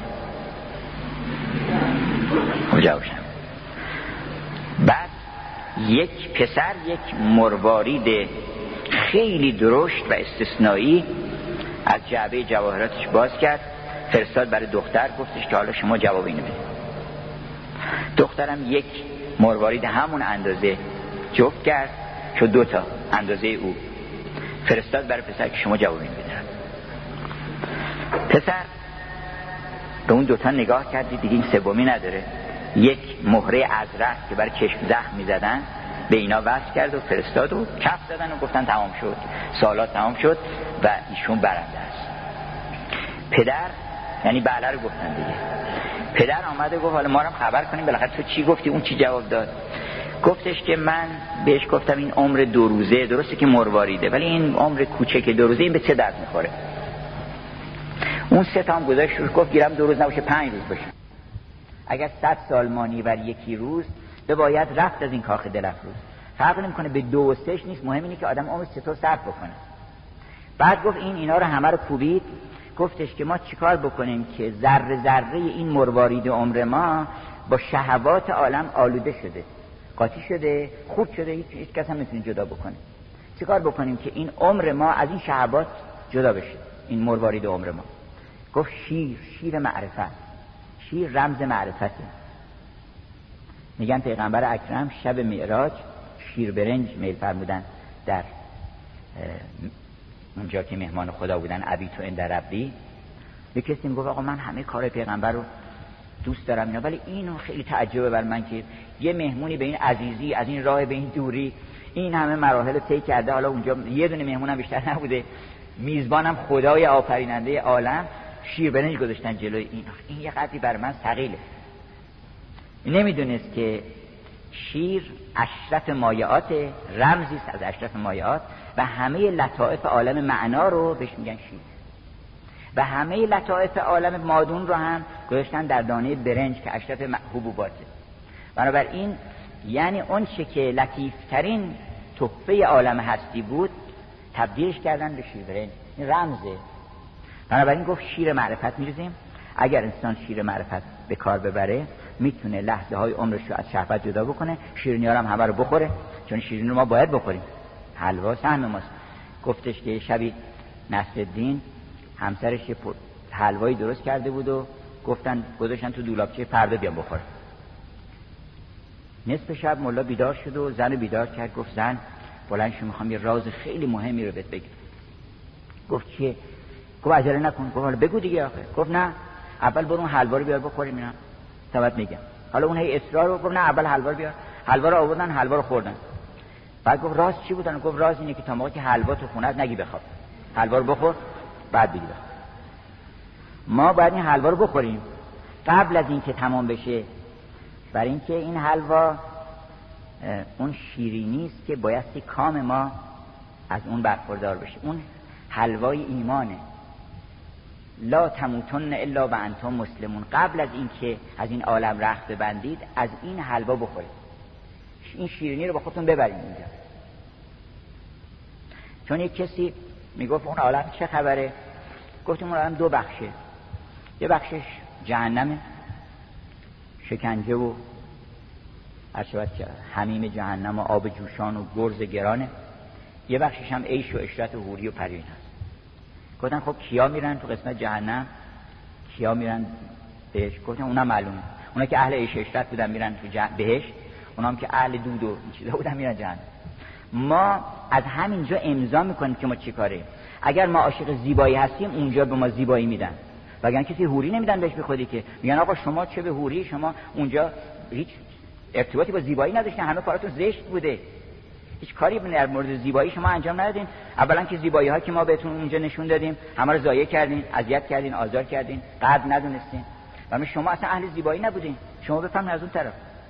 گفت جوابش همین. بعد یک پسر یک مروارید خیلی درشت و استثنایی از جعبه جواهراتش باز کرد فرستاد برای دختر، گفتش که حالا شما جواب اینو بده. دخترم یک مروارید همون اندازه جفت کرد، شد دو تا اندازه او، فرستاد برای پسر که شما جواب اینو بده. پسر به اون دوتا نگاه کردی، دیگه این سومی نداره، یک مهره ازرق که برای چشم زخم می‌زدن به اینا وصل کرد و فرستاد و کف زدن و گفتن تمام شد، سوالات تمام شد و ایشون برنده است. پدر یعنی بله رو گفتن دیگه. پدر آمده گفت حالا ما رو خبر کنیم بالاخره تو چی گفتی، اون چی جواب داد. گفتش که من بهش گفتم این عمر دو روزه، درسته که مرواریده ولی این عمر کوچک دو روزه این به چه درد میخوره. اون سه تا هم گذاشت روش، گفت گیرم دو روز نباشه پنج روز باشه. اگر صد سال مانی بر یکی روز به باید رفت از این کاخ دلفروز. فرق نمیکنه به دو و سهش نیست، مهم اینه که آدم عمرش چطور صرف بکنه. بعد گفت این اینا رو همه رو کوبید، گفتش که ما چیکار بکنیم که ذره ذره این مروارید عمر ما با شهوات عالم آلوده شده، قاطی شده، خورد شده، هیچ, هیچ کس هم نمیتونه جدا بکنه. چیکار بکنیم که این عمر ما از این شهوات جدا بشه، این مروارید عمر ما. گفت شیر، شیر معرفت، شیر رمز معرفته. میگن پیغمبر اکرم شب معراج شیر برنج میل فرمودن در اونجا که مهمان خدا بودن، ابی تو اند ربی. یه کسی میگفت آقا من همه کار پیغمبر رو دوست دارم اینا، ولی اینو خیلی تعجبه بر من که یه مهمونی به این عزیزی از این راه به این دوری این همه مراحل طی کرده، حالا اونجا یه دونه مهمونم بیشتر نبوده، میزبانم خدای آفریننده عالم، شیر برنج گذاشتن جلوی این. این یه قدری بر من ثقیله. نمیدونست که شیر اشرف مایعات، رمزی است از اشرف مایعات و همه لطائف عالم معنا رو بهش میگن شیر و همه لطائف عالم مادون رو هم گذاشتن در دانه برنج که اشرف حبوباته. بنابراین یعنی اون چه که لطیفترین تحفه عالم هستی بود تبدیلش کردن به شیر برنج. این رمزه. بنابراین گفت شیر معرفت میریزیم. اگر انسان شیر معرفت به کار ببره میتونه لحظه های عمرش رو از شهوت جدا بکنه. شیرینی ها هم همه رو بخوره، چون شیرینی رو ما باید بخوریم، حلوا سهم ماست. گفتش که شبی نصرالدین همسرش حلوایی درست کرده بود و گفتن گذاشتن تو دولابچه پرده بیام بخوره. نصف شب ملا بیدار شد و زن بیدار کرد، گفت زن بلند شو میخوام یه راز خیلی مهمی رو بهت بگم. گفت چیه؟ گفت عجله نکن. گفت حالا بگو دیگه آخه. گفت نه اول برو اون حلوا رو بیار بخوریم اینا ثبت میگم. حالا اون هی اصرار رو گفت نه اول حلوا رو بیار. حلوا رو آوردن، حلوا رو خوردن. بعد گفت راز چی بودن؟ گفت راز اینه که تا موقعی که حلوا تو خونه نگی بخواب، حلوا رو بخور بعد بگی بخواب. ما باید این حلوا رو بخوریم قبل از اینکه تمام بشه، برای اینکه این حلوا اون شیرینی است که بایستی کام ما از اون برخوردار بشه. اون حلوای ایمانه. لا تموتن الا و انتم مسلمون. قبل از اینکه از این عالم رخت ببندید از این حلوا بخورید، این شیرینی رو با خودتون ببرید اینجا. چون یک کسی میگفت اون عالم چه خبره؟ گفتیم اون عالم دو بخشه، یه بخشش جهنمه، شکنجه و عرشبت حمیم جهنم و آب جوشان و گرز گرانه. یه بخشش هم عیش و عشرت و حوری و پرین هست. گفتن خب کیا میرن تو قسمت جهنم، کیا میرن بهش؟ گفتن اونا معلومه، اونا که اهل عیش و عشرت بودن میرن تو جه... بهش، اونا هم که اهل دود و این چیزا بودن میرن جهنم. ما از همینجا امضا میکنیم که ما چی کاره. اگر ما عاشق زیبایی هستیم اونجا به ما زیبایی میدن، وگرنه کسی حوری نمیدن بهش. به خودی که میگن آقا شما چه به حوری، شما اونجا هیچ ارتباطی با زیبایی نداشتین، همه کاراتون زشت بوده، هیچ کاری در مورد زیبایی شما انجام ندادین. اولا که زیبایی ها که ما بهتون اونجا نشون دادیم همه رو ضایع کردین، اذیت کردین، آزار کردین، قدر ندونستین. و شما اصلا اهل زیبایی نبودین. شما بفهمید از اون طرف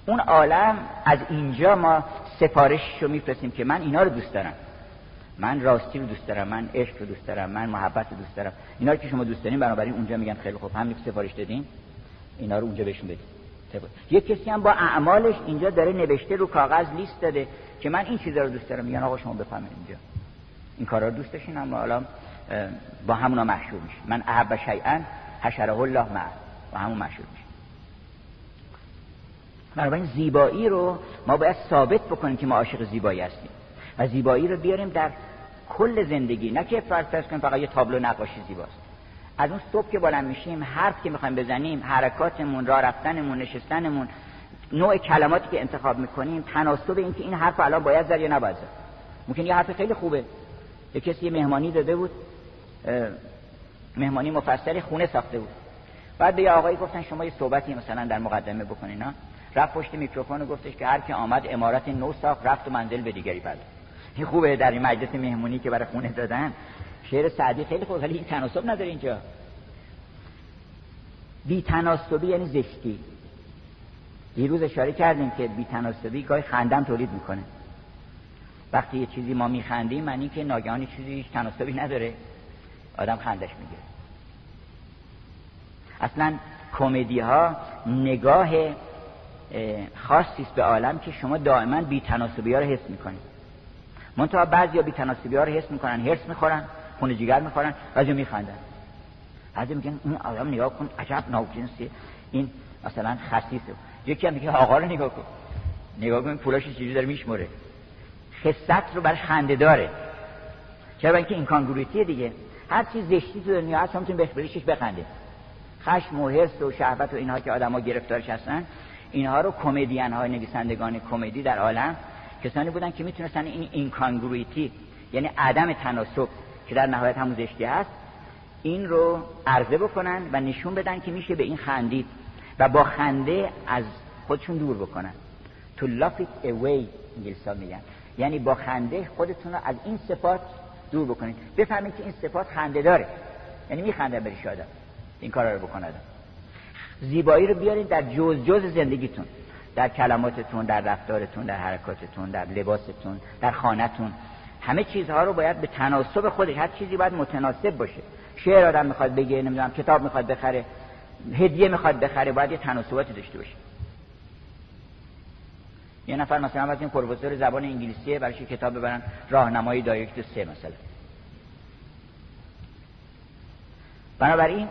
اون عالم از اینجا ما سفارشش رو میفرستیم که من اینا رو دوست دارم، من راستی رو دوست دارم، من عشق رو دوست دارم، من محبت رو دوست دارم. اینا رو که شما دوست دارین بنابراین اونجا میگن خیلی خوب همین سفارش دادین، اینا رو اونجا بهشون بدید. یک کسی هم با اعمالش اینجا داره نوشته رو کاغذ لیست داده که من این چیزا رو دوست دارم، میگن آقا شما بفهمید اینجا این کارا رو دوست داشتین، اما حالا با همونا مشهور میشه. من احب شیئا حشره الله معه، با همون مشهور میشه. بنابراین زیبایی رو ما باید ثابت بکنیم که ما عاشق زیبایی هستیم و زیبایی رو بیاریم در کل زندگی، نه که فرض کنیم فقط یه تابلو نقاشی زیباست. از اون صبح که بلند میشیم، حرف که میخوایم بزنیم، حرکاتمون، راه رفتنمون، نشستنمون، نوع کلماتی که انتخاب میکنیم، تناسب این که این حرف الان باید زد یا نباید زد. ممکن یه حرف خیلی خوبه، یه کسی یه مهمانی داده بود، مهمانی مفصلی خونه ساخته بود، بعد به یه آقایی گفتن شما یه صحبتی مثلا در مقدمه بکنین. ها رفت پشت میکروفون و گفتش که هر کی آمد عمارت نو ساخت رفت و منزل به دیگری برد. این خوبه در این مجلس مهمونی که برای خونه دادن. شعر سعدی خیلی خوبه ولی این تناسب نداره اینجا. بی تناسبی یعنی زشتی. دیروز اشاره کردیم که بی تناسبی گاهی خندم تولید میکنه. وقتی یه چیزی ما میخندیم معنی که ناگهان چیزی هیچ تناسبی نداره، آدم خندش میگیره. اصلا کمدی ها نگاه خاصی است به عالم که شما دائما بی تناسبی ها رو حس میکنید. منتها بعضیا بی تناسبی ها رو حس میکنن، هرس میخورن، خون جگر میخورن، بعضی میخندن. بعضی میگن اون آدم نگاه کن عجب ناجنسی، این مثلا خسیسه. یکی هم میگه آقا رو نگاه کن، نگاه کن پولاش چجوری داره میشمره. خست رو برای خنده داره. چرا؟ اینکه این کانگرویتی دیگه. هر چیز زشتی تو دنیا هست میتونه بهش بخنده. خشم و حرص و شهوت و اینها که آدم‌ها گرفتارش هستن، اینها رو کمدین های نویسندگان کمدی در عالم کسانی بودن که میتونستن این اینکانگرویتی یعنی عدم تناسب که در نهایت همون زشتی هست این رو عرضه بکنن و نشون بدن که میشه به این خندید و با خنده از خودشون دور بکنن. to laugh it away انگلیسا میگن، یعنی با خنده خودتون رو از این صفات دور بکنید. بفهمید که این صفات خنده داره، یعنی میخنده بری شاده این کارا رو بکنه. زیبایی رو بیارید در جز جز زندگیتون، در کلماتتون، در رفتارتون، در حرکاتتون، در لباستون، در خانه‌تون. همه چیزها رو باید به تناسب خودش، هر چیزی باید متناسب باشه. شعر آدم میخواد بگه، نمیدونم کتاب میخواد بخره، هدیه میخواد بخره، باید یه تناسباتی داشته باشه. یه نفر مثلا وقتی این پروفسور زبان انگلیسیه برایش کتاب ببرن راهنمای دایرکت سه مثلا. بنابراین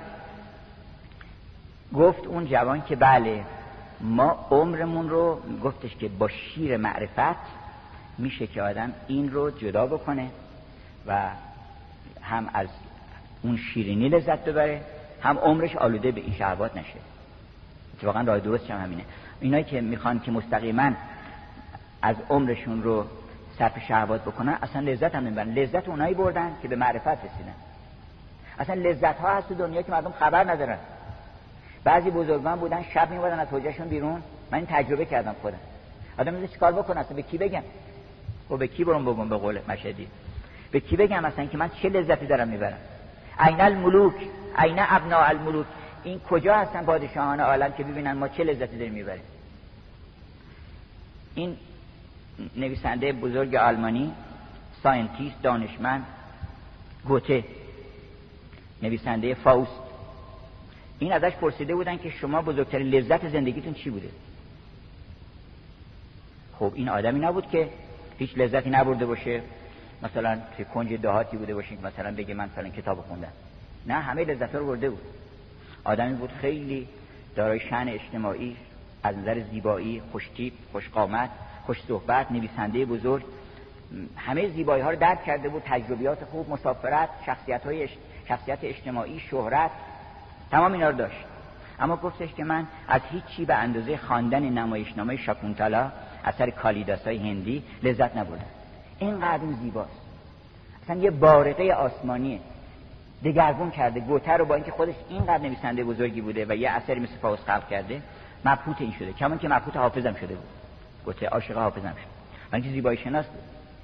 گفت اون جوان که بله ما عمرمون رو، گفتش که با شیر معرفت میشه که آدم این رو جدا بکنه و هم از اون شیرینی لذت ببره، هم عمرش آلوده به این شهوات نشه. اتفاقا راه درست هم همینه. اینایی که میخوان که مستقیما از عمرشون رو صرف شهوات بکنن اصلا لذت هم نمیبرن. لذت اونایی بردن که به معرفت رسیدن. اصلا لذت ها هست تو دنیا که مردم خبر ندارن. بعضی بزرگان بودن شب میومدن از حجرشون بیرون، من این تجربه کردم خودم. آدم میگه چیکار بکنه اصلا به کی بگم؟ و به کی برم بگم؟ به قول مشهدی به کی بگم مثلا که من چه لذتی دارم میبرم؟ عین الملوک، عین ابناء الملوک، این کجا هستن پادشاهان عالم که ببینن ما چه لذتی داریم میبریم؟ این نویسنده بزرگ آلمانی، ساینتیست، دانشمند، گوته، نویسنده فاوست، این ازش پرسیده بودن که شما بزرگترین لذت زندگیتون چی بوده؟ خب این آدمی نبود که هیچ لذتی نبرده باشه، مثلا توی کنج دهاتی بوده باشه مثلا بگه من مثلا کتاب خوندم. نه، همه لذت‌ها رو برده بود. آدمی بود خیلی دارای شأن اجتماعی، از نظر زیبایی، خوشتیپ، خوشقامت، خوش صحبت، نویسنده بزرگ، همه زیبایی ها رو درک کرده بود، تجربیات خوب، مسافرت، شخصیت‌های اش... شخصیت اجتماعی، شهرت، تمام اینا رو داشت. اما گفتش که من از هیچ چی به اندازه خواندن نمایشنامه شاکونتالا اثر کالیداسای هندی لذت نبردم. اینقدر این زیباست، اصلا یه بارقه آسمانیه، دگرگون کرده. گوته رو با اینکه خودش اینقدر نویسنده بزرگی بوده و یه اثری مثل فاوست خلق کرده، مبهوت این شده، کمان که مبهوت حافظم شده بود. گوته عاشق حافظم شد، و اینکه زیبایی شناس بود.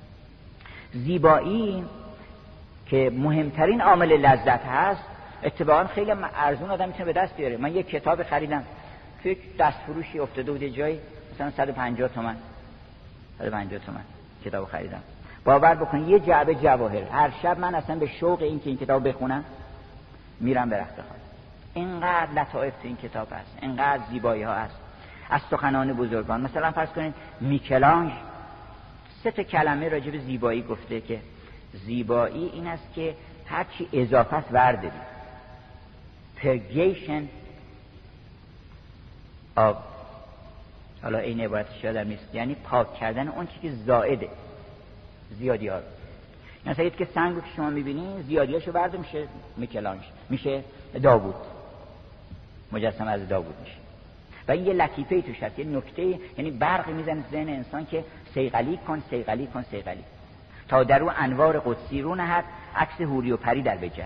زیبایی که مهمترین عامل لذت هست، اتفاقا خیلی ارزون آدم میتونه به دست بیاره. من یک کتاب خریدم، توی دست فروشی افتاده بود جایی، مثلا صد و پنجاه تومن صد و پنجاه تومن کتاب خریدم. باور بکنید یه جعبه جواهر. هر شب من اصلا به شوق این که این کتاب بخونم میرم به رخت خواب. اینقدر لطائف تو این کتاب هست، اینقدر زیبایی ها هست از سخنان بزرگان. مثلا فرض کنید میکلانژ سه تا کلمه راجع به زیبایی گفته که زیبایی این است که هر چی اضافه است ورداری. purgation of، حالا این عبارتش یادم نیست، یعنی پاک کردن اون چیزی که زائده، زیادی ها. مثلا که سنگو که شما میبینید زیادیاشو ورده میشه میکلانژ، میشه داوود، مجسمه از داوود میشه. و این یه لطیفه توش هست، یه نکته، یعنی برق میزنه ذهن انسان که صیقلی کن صیقلی کن صیقلی تا در اون انوار قدسی رو نهد عکس حوری و پری در وجه.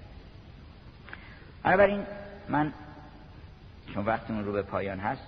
بنابراین من چون وقتمون رو به پایان هست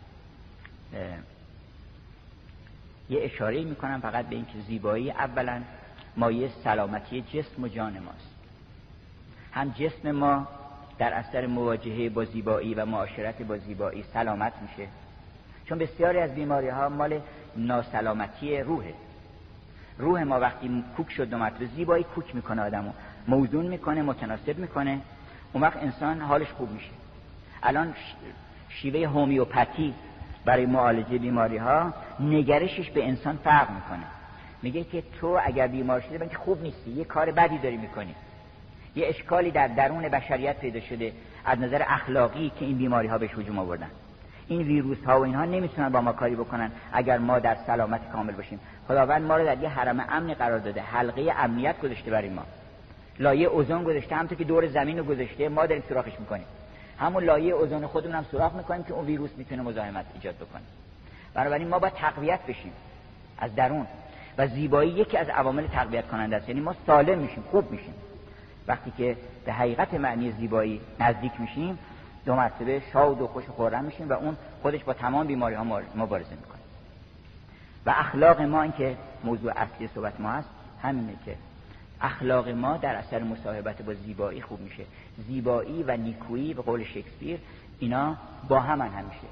یه اشاره میکنم فقط به این که زیبایی اولا مایه سلامتی جسم و جان ماست. هم جسم ما در اثر مواجهه با زیبایی و معاشرت با زیبایی سلامت میشه، چون بسیاری از بیماری ها مال ناسلامتی روحه. روح ما وقتی کوک شد دو مرتبه، زیبایی کوک میکنه آدمو، موزون میکنه، متناسب میکنه، اون وقت انسان حالش خوب میشه. الان شیوه هومیوپاتی برای معالجه بیماری ها نگرشش به انسان فرق میکنه. میگه که تو اگر بیمار شده ببین که خوب نیستی، یه کار بدی داری میکنی، یه اشکالی در درون بشریت پیدا شده از نظر اخلاقی که این بیماری ها بهش هجوم آوردن. این ویروس ها و اینها نمیتونن با ما کاری بکنن اگر ما در سلامت کامل باشیم. خداوند ما رو در یه حرم امنی قرار داده، حلقه امنیت گذاشته برای ما، لایه اوزون گذاشته، همونطور که دور زمین رو گذاشته ما داریم سوراخش میکنیم، همون لایه اوزون خودمون هم سوراخ میکنیم که اون ویروس میتونه مزاحمت ایجاد بکنه. بنابراین ما باید تقویت بشیم از درون و زیبایی یکی از عوامل تقویت کننده است. یعنی ما سالم میشیم، خوب میشیم وقتی که به حقیقت معنی زیبایی نزدیک میشیم، دو مرتبه شاد و خوش و خرم میشیم و اون خودش با تمام بیماری ها مبارزه میکنه. و اخلاق ما، این که موضوع اصلی صحبت ما هست، همینه که اخلاق ما در اثر مصاحبت با زیبایی خوب میشه. زیبایی و نیکویی به قول شکسپیر اینا با هم همیشه.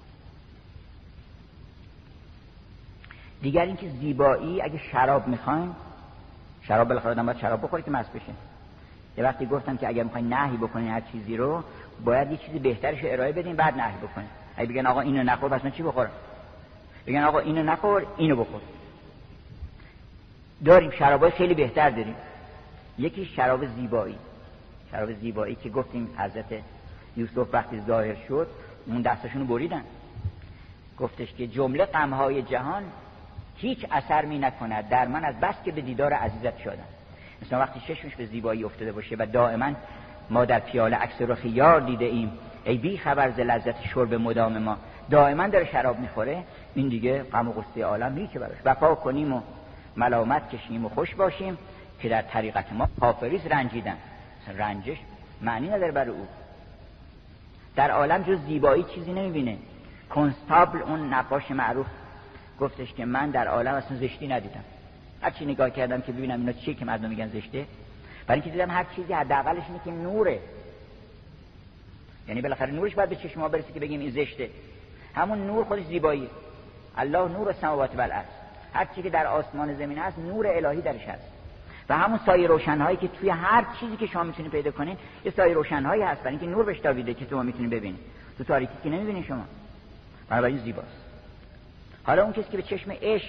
دیگر اینکه زیبایی، اگه شراب میخواین، شراب بالاخره آدم باید شراب بخوره که مست بشه. یه وقتی گفتم که اگر میخواین نهی بکنین هر چیزی رو، باید یه چیزی بهترش ارائه بدین بعد نهی بکنین. اگه بگن آقا اینو نخور پس من چی بخورم؟ بگن آقا اینو نخور اینو بخور. داریم شرابای خیلی بهتر داریم. یکی شراب زیبایی، شراب زیبایی که گفتیم حضرت یوسف وقتی ظاهر شد اون دستاشونو بریدن، گفتش که جمله غمهای جهان هیچ اثر می نکند در من از بس که به دیدار عزیزت شدم. مثلا وقتی چشمش به زیبایی افتاده باشه و دائما ما در پیاله عکس رخ یار دیده ایم، ای بی خبر ز لذت شرب مدام ما، دائما داره شراب میخوره، این دیگه غم و غصه عالم نیست که براش. وفا کنیم و ملامت کشیم و خوش باشیم که در طریقت ما کافریست رنجیدن. رنجش معنی نداره برای او. در عالم جز زیبایی چیزی نمیبینه. کنستابل اون نقاش معروف گفتش که من در عالم اصلا زشتی ندیدم. هر چی نگاه کردم که ببینم اینا چیه که مردم میگن زشته، برای اینکه دیدم هر چیزی حداقلش اینه که نوره، یعنی بالاخره نورش باید به چشم ما برسه که بگیم این زشته. همون نور خودش زیباییه. الله نور السماوات و الارض، هر چیزی که در آسمان زمین هست نور الهی درش هست. و همون سایه روشن‌هایی که توی هر چیزی که شما میتونید پیدا کنین یه سایه روشن‌هایی هست، برای اینکه نور بهش تابیده که شما میتونید ببینید، تو تاریکی که نمیبینید شما. بنابراین زیباست. حالا اون کسی که به چشم عشق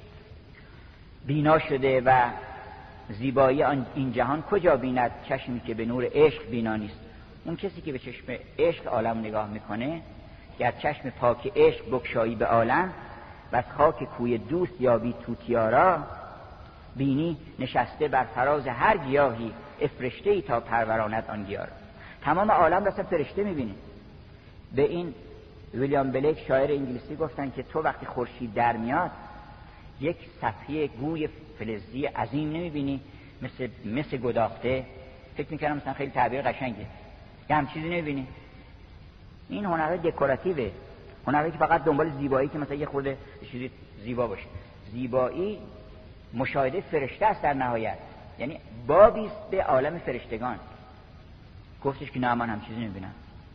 بینا شده و زیبایی این جهان کجا بیند؟ چشمی که به نور عشق بینا نیست. اون کسی که به چشم عشق عالم نگاه میکنه، گر چشم پاک عشق بگشایی به عالم و از خاک کوی دوست یابی توتیارا، بینی نشسته بر فراز هر گیاهی افرشته ای تا پروراند آن گیاه. تمام عالم را فرشته میبینه. به این ویلیام بلیک شاعر انگلیسی گفتن که تو وقتی خورشید در میاد یک صفحه گوی فلزی عظیم نمیبینی مثل مثل گداخته؟ فکر میکردم مثلا خیلی تعبیر قشنگه. یه هم چیزی نمیبینی. این هنر دکوراتیوه، هنری که فقط دنبال زیبایی که مثلا یه خورده چیزی زیبا باشه. زیبایی مشاهده فرشته است در نهایت، یعنی بابی است به عالم فرشتگان. گفتش که نه من هم چیزی نمیبینم،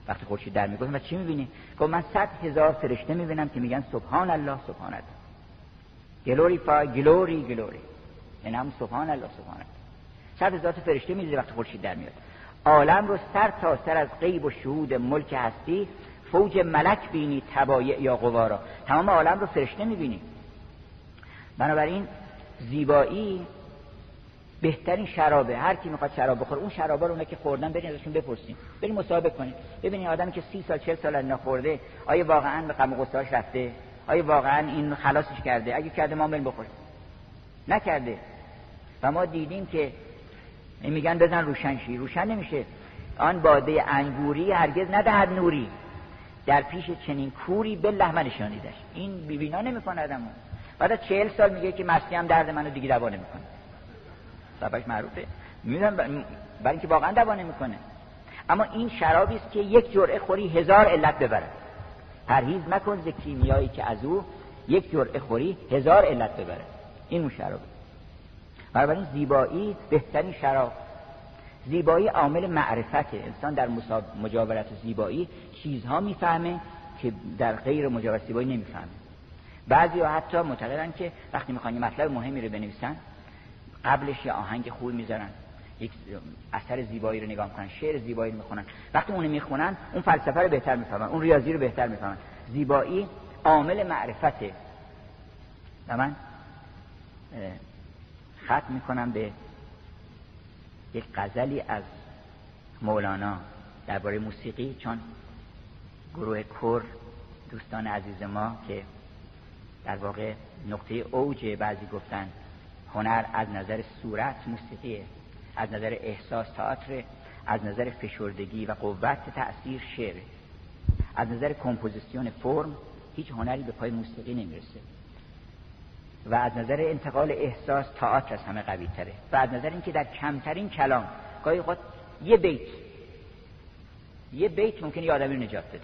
وقتی خورشید در میاد و چی میبینی؟ گفت من صد هزار فرشته میبینم که میگن سبحان الله سبحان الله، گلوریفای گلوری گلوری، یعنی هم سبحان الله سبحان الله. صد هزار فرشته میدیده وقتی خورشید در میاد. عالم رو سر تا سر از غیب و شهود ملک هستی، فوج ملک بینی تبایع یا قوارا، تمام عالم رو فرشته میبینی. بنابراین زیبایی بهترین شرابه. هر کی میخواد شراب بخوره، اون شرابا رو اون که خوردن برین ازشون بپرسین، برین مصاحبه کنین، ببینین آدمی که سی سال چهل سال نخورده آیا واقعا به غم و غصه‌اش رفته؟ آیا واقعا این خلاصش کرده؟ اگه کرده ما بریم بخوریم. نکرده. و ما دیدیم که میگن بزن روشن شی، روشن نمیشه. آن باده انگوری هرگز ندهد نوری، در پیش چنین کوری بالله من نشانیدش. این بی‌بینا نمیکنه آدمو. بعد از چهل سال میگه که مستی هم درد منو دیگه دوا نمیکنه. سببش معروفه. میدونم برای اینکه واقعا دوا نمیکنه. اما این شرابی است که یک جرعه خوری هزار علت ببره. پرهیز مکن ز کیمیایی که از او یک جرعه خوری هزار علت ببره. این اون شرابه. بنابراین زیبایی بهترین شراب. زیبایی عامل معرفته. انسان در مجاورت زیبایی چیزها میفهمه که در غیر مجاورت زیبایی نمیفهمه. بعضی ها حتی معتقدن که وقتی میخوان یه مطلب مهمی رو بنویسن قبلش یه آهنگ خوب میذارن، یک اثر زیبایی رو نگاه میکنن، شعر زیبایی رو میخونن، وقتی اونو میخونن اون فلسفه رو بهتر میفهمن، اون ریاضی رو بهتر میفهمن. زیبایی عامل معرفته. و من ختم میکنم به یک غزلی از مولانا درباره موسیقی، چون گروه کور دوستان عزیز ما که در واقع نقطه اوج بعضی گفتن هنر از نظر صورت موسیقیه، از نظر احساس تئاتر، از نظر فشردگی و قوت تأثیر شعر، از نظر کمپوزیسیون فرم هیچ هنری به پای موسیقی نمیرسه، و از نظر انتقال احساس تئاتر از همه قوی تره، و از نظر اینکه در کمترین کلام گاهی اوقات یه بیت یه بیت ممکنه یه آدمی رو نجات بده.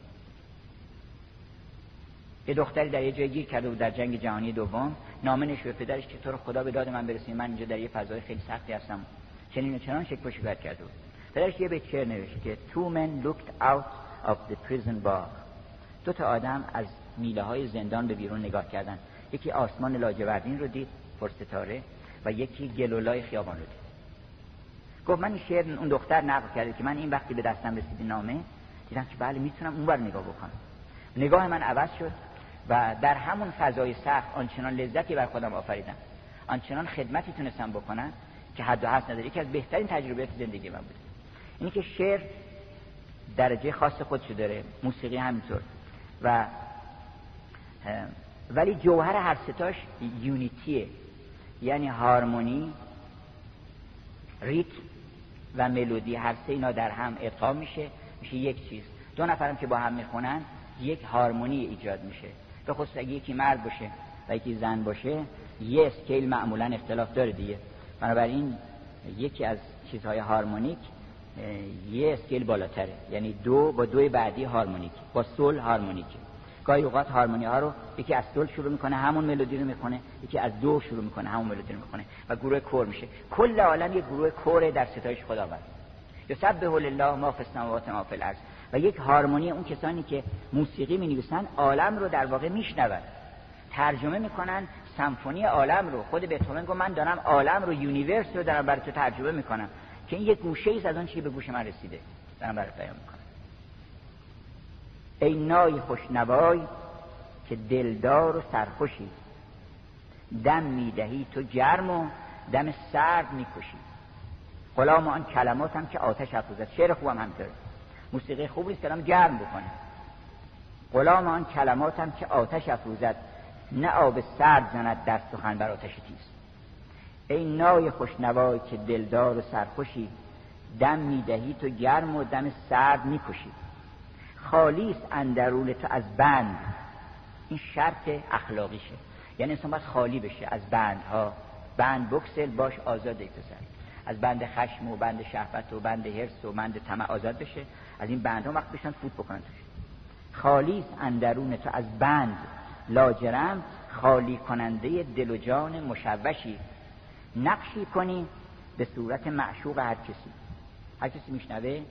یه دختری در یه جای گیر کرده بود در جنگ جهانی دوم، نامه نوشت به پدرش که تو رو خدا به داد من برسون، من اینجا در یه فضای خیلی سختی هستم، چنین و چنان شکوه و شکایت کرده بود. پدرش یه بیت شعر نوشت که two men looked out of the prison bar. دو تا آدم از میله های زندان به بیرون نگاه کردن، یکی آسمان لاجوردین رو دید پرستاره و یکی گلولای خیابان رو دید. گفت من این شعر اون دختر نقل کرده که من این وقتی به دستم رسید نامه دیدم که بله میتونم اونور نگاه بکنم. نگاه من عوض شد و در همون فضای سخت آنچنان لذتی بر خودم آفریدم، آنچنان خدمتی تونستم بکنم که حد و حد نداره. یکی از بهترین تجربیات زندگی من بود. اینی که شعر درجه خاص خودشو داره، موسیقی همینطور، و ولی جوهر هر ستاش یونیتیه، یعنی هارمونی، ریتم و ملودی، هر سه اینا در هم ادغام میشه، میشه یک چیز. دو نفرم که با هم میخونن یک هارمونی ایجاد میشه. به خصوص اگه یکی مرد باشه و یکی زن باشه یه اسکیل معمولا اختلاف داره دیگه، بنابراین یکی از چیزهای هارمونیک یه اسکیل بالاتره، یعنی دو با دوی بعدی هارمونیک، با سول هارمونیک. گاهی اوقات هارمونی ها رو یکی از سول شروع میکنه همون ملودی رو میکنه، یکی از دو شروع میکنه همون ملودی رو میکنه و گروه کور میشه. کل عالم یک گروه کوره در ستایش خداوند. یسبح لله ما فی السماوات و ما فی الارض. و یک هارمونی اون کسانی که موسیقی می‌نویسن عالم رو در واقع میشنون، ترجمه میکنن سمفونی عالم رو. خود بتهوون گفت من دارم عالم رو، یونیورس رو دارم برای تو ترجمه میکنم که این یک گوشه‌ای از اون چیزی به گوش من رسیده دارم برات بیان میکنم. ای نای خوشنوای که دلدار و سرخوشی، دم میدهی تو گرم و دم سرد میکشی. غلام آن کلماتم که آتش افروزد. شعر خوبم همینطوره، موسیقی خوبی است که آدم گرم بکنه. غلام آن کلماتم که آتش افروزد، نه آب سرد زند در سخن بر آتش تیز. ای نای خوشنوای که دلدار و سرخوشی، دم میدهی تو گرم و دم سرد میکشی. خالیست اندرون تو از بند، این شرط اخلاقیشه، یعنی انسان باید خالی بشه از بندها. بند بکسل باش آزاد ای پسر، از بند خشم و بند شهوت و بند حرص و بند طمع آزاد بشه. از این بندها وقت بشن فوت بکنن توش. خالیست اندرون تو از بند، لاجرم خالی کننده دل و جان مشوشی. نقشی کنی به صورت معشوق هر کسی. هر کسی میشنوه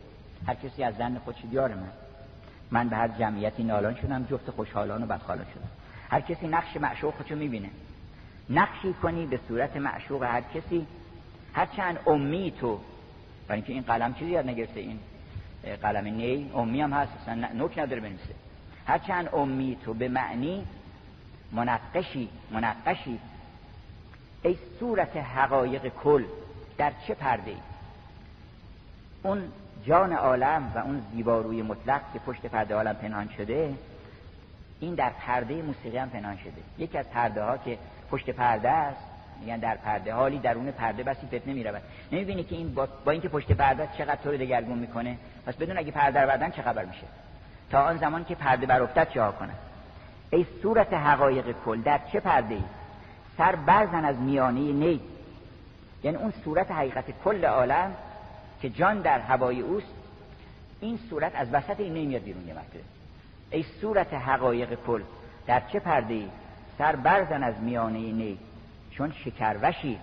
هر کسی از زن خودش دیار من. من به هر جمعیتی نالان شدم، جفت خوشحالان و بدحالان شدم. هر کسی نقش معشوق خودشو میبینه. نقشی کنی به صورت معشوق هر کسی، هرچند امی تو، برای اینکه این قلم چیزی یاد نگرفته، این قلم نی امی هم هست، اصلا نوک نداره بنویسه. هرچند امی تو به معنی منقشی منقشی ای صورت حقایق کل، در چه پرده ای؟ اون جان عالم و اون زیباروی مطلق که پشت پرده عالم پنهان شده، این در پرده موسیقی هم پنهان شده. یکی از پرده ها که پشت پرده است، میگن در پرده حالی درون پرده بسی فتنه میرود. نمیبینی که این با, با اینکه پشت پرده چقدر تو رو دگرگون میکنه؟ پس بدون اگه پرده رو بردن چه خبر میشه؟ تا آن زمان که پرده برافتد چه ها کنه؟ ای صورت حقایق کل، در چه پرده ای؟ سر برزن از میانه نی، یعنی اون صورت حقیقت کل عالم که جان در هوای اوست، این صورت از وسط این نمیاد بیرون. یه مرتبه ای صورت حقایق کل، در چه پرده ای؟ سر برزن از میانه نی، چون شکروشی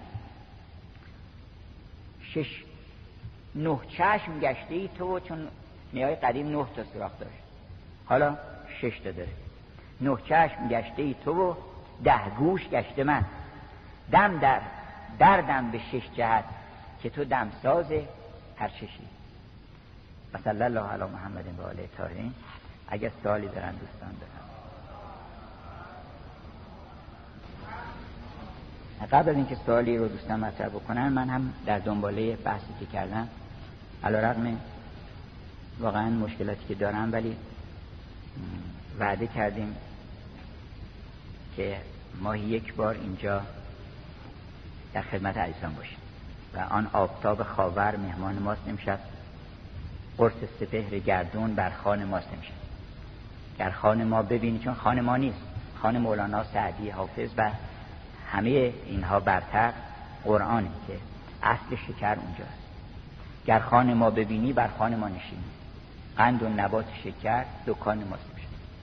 شش نه چشم گشته ای تو، چون نیای قدیم نه تا سوراخ داشت، حالا شش تا داره. نه چشم گشته ای تو و ده گوش گشته من، دم در دردم به شش جهت که تو دمساز هر چشی. و صلی الله علی محمد و آله الطاهرین. اگر سوالی دارن دوستان دارن. قبل از اینکه سوالی رو دوستان مطرح بکنن، من هم در دنباله بحثی که کردم، علیرغم واقعا مشکلاتی که دارم، ولی وعده کردیم که ماهی یک بار اینجا در خدمت عزیزان باشیم و آن آفتاب خاور مهمان ماست امشب. قرص سپهر گردون بر خوان ماست امشب. در خان ما ببینی، چون خان ما نیست، خان مولانا، سعدی، حافظ و همه اینها برتر قرآنی که اصل شکر اونجاست. گر خان ما ببینی بر خان ما نشینی، قند و نبات شکر دکان ماست میشه.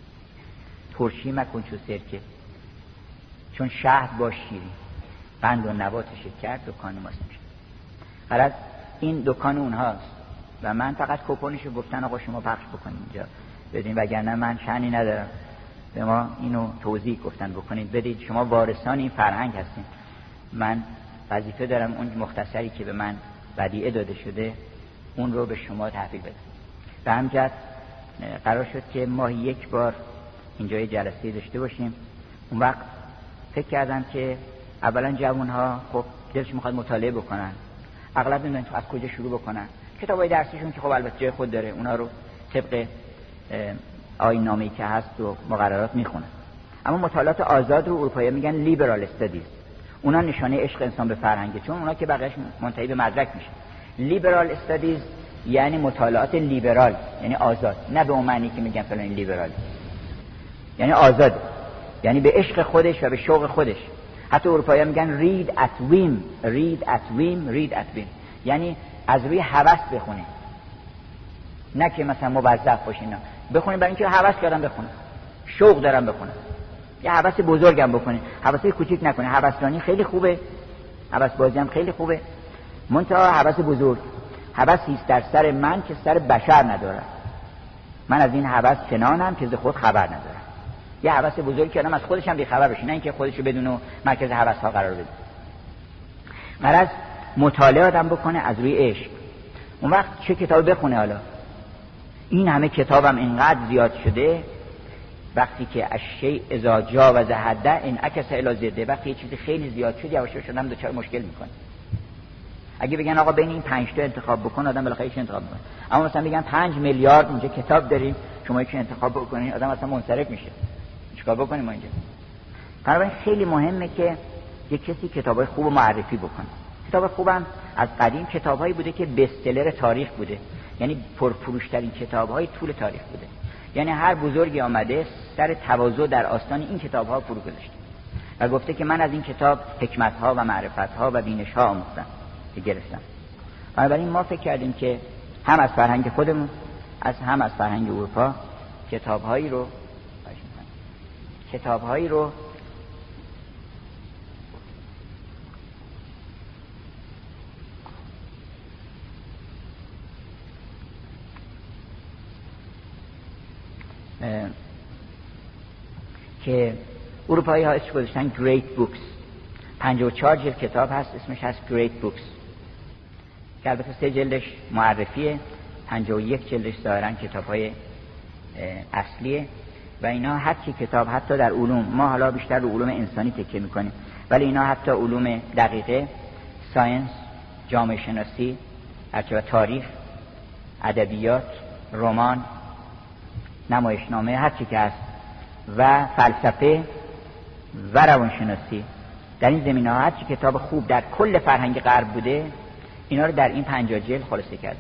ترشی مکن چون سرکه، چون شهد باش شیرین، قند و نبات شکر دکان ماست میشه. غرض این دکان اونهاست و من فقط کوپونشو گفتن آقا شما پخش بکنید اینجا بدین، وگرنه من شأنی ندارم. به ما اینو توضیح گفتن بکنید بدید، شما وارثان این فرهنگ هستین. من وظیفه دارم اون مختصری که به من ودیعه داده شده اون رو به شما تحویل بدم. به همجد قرار شد که ماهی یک بار اینجا یه جلسه داشته باشیم. اون وقت فکر کردم که اولا جوان‌ها خب دلش میخواد مطالعه بکنن، اغلب نمیدونن از کجا شروع بکنن. کتابای درسیشون که خب البته جای خود داره، اونا رو طبق آیین‌نامه‌ای که هست و مقررات میخونن. اما مطالعات آزاد رو اروپایی میگن لیبرال استادیز. اونا نشانه عشق انسان به فرهنگه، چون اونا که بقیه‌اش منتهی به مدرک میشه. لیبرال استادیز یعنی مطالعات لیبرال، یعنی آزاد، نه به اون معنی که میگن فلان لیبرال، یعنی آزاد، یعنی به عشق خودش و به شوق خودش. حتی اروپایی میگن read at whim، read at whim، read at whim، یعنی از روی هوس بخونه، نه که مثلا موظف باشین، نه بخونید برای اینکه هوس کردم بخونم، شوق دارم بخونم. یه هوس بزرگم بکنید، هوس کوچیک نکنید. هوسرانی خیلی خوبه، هوس بازی هم خیلی خوبه، منتها هوس بزرگ، هوسی است در سر من که سر بشر نداره. من از این هوس چنانم که ز خود خبر ندارم. یه هوس بزرگ کردم از خودش هم بی‌خبر بشه، نه اینکه خودشو بدون مرکز هوس ها قرار بده. غرض مطالعه آدم بکنه از روی عشق. اون وقت چه کتاب بخونه؟ حالا این همه کتابم اینقدر زیاد شده، وقتی که الشیء اذا جاوز حده انعکس الی ضده، وقتی یه چیزی خیلی زیاد شد یواش یواش آدم دچار مشکل میکنه. اگه بگن آقا بین این پنج تا انتخاب بکن، آدم بالاخره چه انتخاب میکنه. اما مثلا بگن پنج میلیارد اینجا کتاب داریم، شما یکی انتخاب بکنید، آدم اصلا منصرف میشه. چیکار بکنیم ما اینجا؟ بنابراین خیلی مهمه که یک کسی کتابای خوب معرفی بکنه. کتاب خوبم از قدیم کتابایی بوده که بستسلر تاریخ بوده، یعنی پرفروشترین کتاب‌های طول تاریخ بوده. یعنی هر بزرگی آمده سر تواضع در آستان این کتاب‌ها فرو گذاشته و گفته که من از این کتاب حکمت‌ها و معرفت‌ها و بینش‌ها آموختم که گرفتم. بنابراین ما فکر کردیم که هم از فرهنگ خودمون، از هم از فرهنگ اروپا کتاب‌هایی رو کتاب‌هایی رو که اروپایی ها اسمش گذاشتن Great Books. پنجاه و چهار جلد کتاب هست اسمش هست Great Books که البته سه جلدش معرفیه، پنجاه و یک جلدش ظاهرا کتاب‌های اصلیه و اینا حتی کتاب حتی در علوم، ما حالا بیشتر رو علوم انسانی تکیه میکنیم ولی اینا حتی علوم دقیقه، ساینس، جامعه شناسی، هرچه تاریخ، ادبیات، رمان، نمایشنامه، هر چی که هست و فلسفه و روانشناسی، در این زمینه‌ها هر چی کتاب خوب در کل فرهنگ غرب بوده اینا رو در این پنجاه جلد خلاصه کردن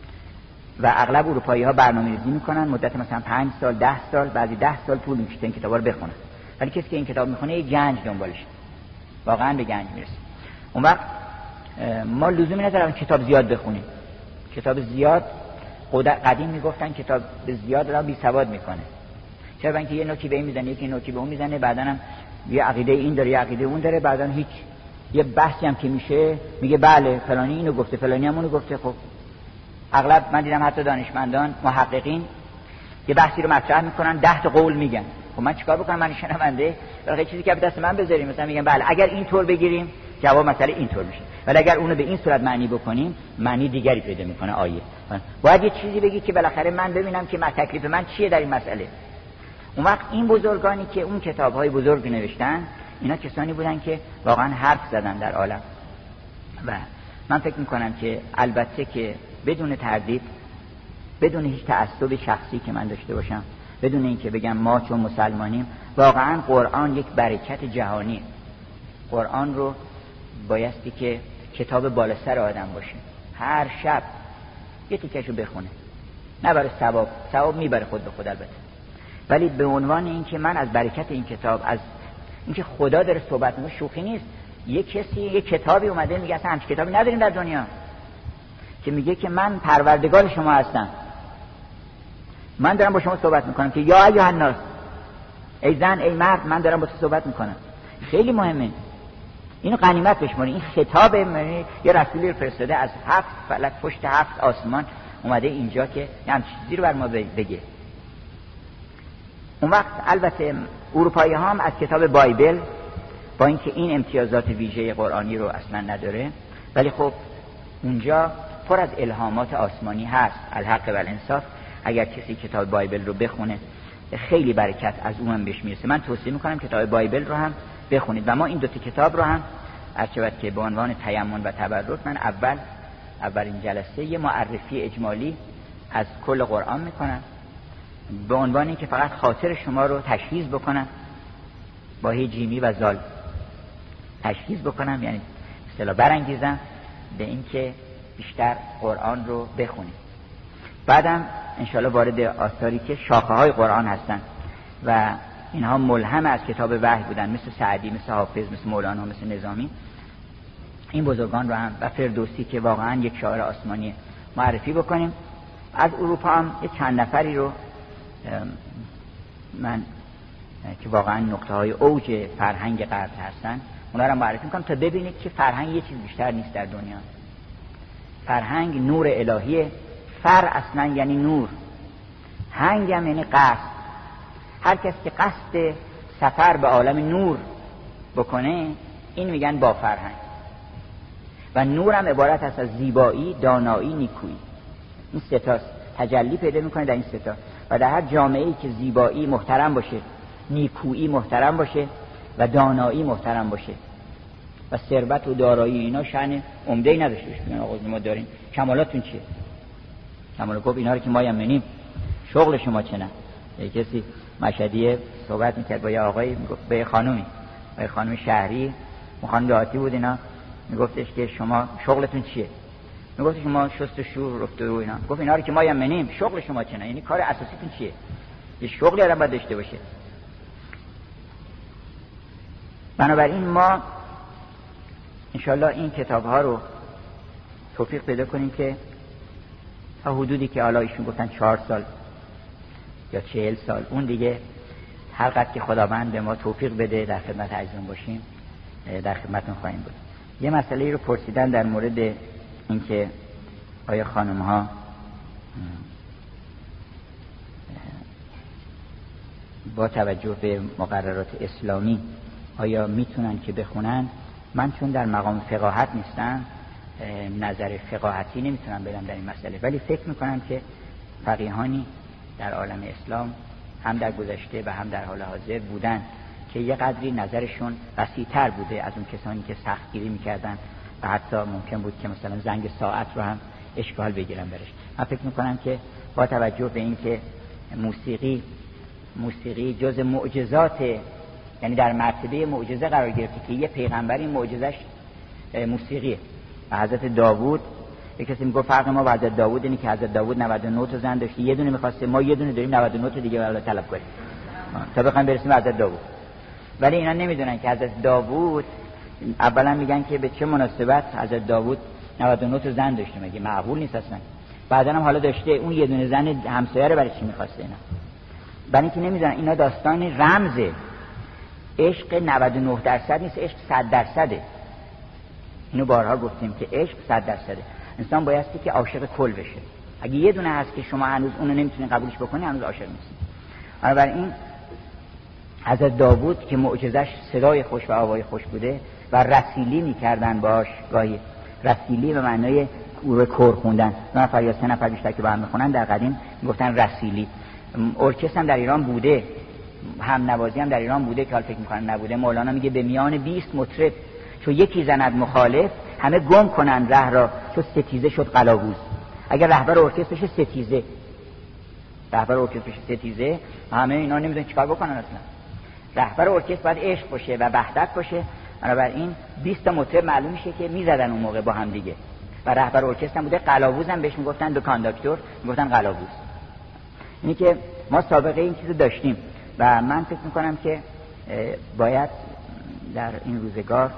و اغلب اروپایی‌ها برنامه‌ریزی میکنن مدت مثلا پنج سال، ده سال، بعضی ده سال طول میکشه این کتابا رو بخونن، ولی کسی که این کتاب میخونه یه گنج دنبالشه، واقعا به گنج میرسه. اون وقت ما لزومی نداره کتاب زیاد بخونیم. کتاب زیاد قدیم میگفتن کتاب زیاد را بی سواد میکنه. چرا؟ اینکه یه نوکی به این میزنه، یکی نوکی به اون میزنه، بعداً هم یه عقیده این داره، یه عقیده اون داره، بعداً هیچ یه بحثی هم که میشه میگه بله فلانی اینو گفته، فلانی هم اونو گفته. خب اغلب من دیدم حتی دانشمندان، محققین یه بحثی رو مطرح میکنن، ده تا قول میگن. خب من چیکار بکنم؟ من شنونده برای چیزی که به دست من بذاریم، مثلا میگم بله اگر این طور بگیریم جواب مسئله اینطور میشه، ولی اگر اونو به این صورت معنی بکنیم معنی دیگری پیدا میکنه آیه. باید یه چیزی بگی که بالاخره من ببینم که من تکلیف من چیه در این مسئله. اون وقت این بزرگانی که اون کتاب‌های بزرگ نوشتن اینا کسانی بودن که واقعا حرف زدن در عالم و من فکر میکنم که البته که بدون تردید، بدون هیچ تعصب شخصی که من داشته باشم، بدون اینکه بگم ما چون مسلمانیم، واقعا قرآن یک برکت جهانی. قرآن رو بایستی که کتاب بالا سر آدم باشه، هر شب یه تیکشو بخونه، نه برای ثواب، ثواب میبره خود به خود البته، ولی به عنوان اینکه من از برکت این کتاب، از اینکه خدا داره صحبت میکنه، شوخی نیست. یه کسی یه کتابی اومده میگه اصلا همچین کتابی نداریم در دنیا، که میگه که من پروردگار شما هستم، من دارم با شما صحبت میکنم که یا ایها الناس، ای زن ای مرد من دارم با تو صحبت میکنم. خیلی مهمه اینو غنیمت بشمارید. این خطاب یه رسولی فرستاده از هفت فلک پشت هفت آسمان اومده اینجا که هم چیزی رو بر ما بگه. اون وقت البته اروپایی ها هم از کتاب بایبل، با اینکه این امتیازات ویژه قرآنی رو اصلا نداره، ولی خب اونجا پر از الهامات آسمانی هست. الحق و الانصاف، اگر کسی کتاب بایبل رو بخونه خیلی برکت از اون هم بهش میرسه. من توصیه میکنم کتاب بایبل رو هم بخونید و ما این دو تا کتاب رو هم هرچند که به عنوان تیمم و تبرک من اول اولین جلسه یه معرفی اجمالی از کل قرآن میکنم، به عنوان اینکه فقط خاطر شما رو تشخیص بکنم، با هی جیمی و زال تشخیص بکنم، یعنی اصطلاح برانگیزم به اینکه بیشتر قرآن رو بخونید. بعدم انشاءالله وارد آثاری که شاخه های قرآن هستن و اینها ملهم از کتاب وحی بودن، مثل سعدی، مثل حافظ، مثل مولانا، مثل نظامی، این بزرگان رو هم و فردوسی که واقعا یک شاعر آسمانی معرفی بکنیم. از اروپا هم یک چند نفری رو من که واقعا نقطه های اوج فرهنگ غرب هستن اونا رو معرفی میکنم تا ببینید که فرهنگ یه چیز بیشتر نیست در دنیا. فرهنگ نور الهیه. فر اصلا یعنی نور، هنگ هم یعنی قصد. هر کس که قصد سفر به عالم نور بکنه این میگن با فرهنگ. و نور هم عبارت است از زیبایی، دانایی، نیکویی. این سه تا تجلی پیدا میکنه در این سه تا و در هر جامعه‌ای که زیبایی محترم باشه، نیکویی محترم باشه و دانایی محترم باشه و ثروت و دارایی اینا شأن عمده‌ای نداشته باشه، میگن آقا ما داریم، کمالاتون چیه؟ کمال گفت اینا رو که ما یمنیم، شغل شما چه نه؟ کسی مشهدیه صحبت میکرد با یه آقایی، میگفت به خانومی، به خانم شهری، خانم دهاتی بود، اینا میگفتش که شما شغلتون چیه؟ میگفت شما شست و شور رفته رو اینا. گفت اینا رو که ما یمنیم، شغل شما چه نه؟ یعنی کار اساسیتون چیه؟ یه شغلی آدم باید داشته باشه. بنابراین ما انشالله این کتاب ها رو توفیق پیدا کنیم که تا حدودی که حالا ایشون گفتن چهار سال یا چهل سال، اون دیگه هر قدر که خداوند به ما توفیق بده در خدمت عزیزان باشیم در خدمتتون خواهیم بود. یه مسئله رو پرسیدن در مورد اینکه آیا خانم ها با توجه به مقررات اسلامی آیا میتونن که بخونن؟ من چون در مقام فقاهت نیستم نظر فقاهتی نمیتونم بدم در این مسئله، ولی فکر میکنم که فقیهانی در عالم اسلام هم در گذشته و هم در حال حاضر بودن که یه قدری نظرشون وسیع‌تر بوده از اون کسانی که سختگیری میکردن و حتی ممکن بود که مثلا زنگ ساعت رو هم اشکال بگیرن برش. من فکر میکنم که با توجه به این که موسیقی موسیقی جز معجزات، یعنی در مرتبه معجزه قرار گرفته که یه پیغمبری معجزش موسیقیه. و حضرت داوود، یک کسی میگه فرق ما با حضرت داوود اینه که حضرت داوود نود و نه تا زن داشته، یه دونه می‌خواسته، ما یه دونه داریم نود و نه تا دیگه والا طلب کنیم تا بخوایم برسیم حضرت داوود. ولی اینا نمیدونن که حضرت داوود اولا میگن که به چه مناسبت حضرت داوود نود و نه تا زن داشته، مگه معقول نیست اصلا. بعدن هم حالا داشته اون یه دونه زن همسایه رو برای چی می‌خواسته اینا؟ برای اینکه نمیدونن اینا داستان رمزه. عشق نود و نه درصد نیست، عشق صد درصده. اینو بارها گفتیم که عشق صد درصده. انسان بایستی که عاشق کل بشه. اگه یه دونه هست که شما هنوز اونو نمیتونین قبولش بکنی، هنوز عاشق نیستی. بنابراین حضرت داوود که معجزش صدای خوش و آوای خوش بوده و رسیلی میکردن باش، گاهی رسیلی به معنای او کور خوندن، دو نفر یا سه نفر بیشتر که با هم میخونن در قدیم میگفتن رسیلی. ارکستر هم در ایران بوده، هم نوازی هم در ایران بوده که حال فکر میکنن نبوده. مولانا میگه به میان بیست مطرب چو یکی زند مخالف، همه گم کنن ره را چو ستیزه شد قلاووز. اگر رهبر ارکستر بشه ستیزه، رهبر ارکستر بشه ستیزه، همه اینا نمیدونن چیکار بکنن اصلا. رهبر ارکستر باید عشق باشه و وحدت باشه. بنابراین بیست تا مطرب معلوم میشه که میزدن اون موقع با هم دیگه. و رهبر ارکستر هم بوده، قلاووز هم بهش میگفتن، به کانداکتور میگفتن قلاووز. اینی که ما سابقه این چیزو داشتیم و من فکر میکنم که باید در این روزگار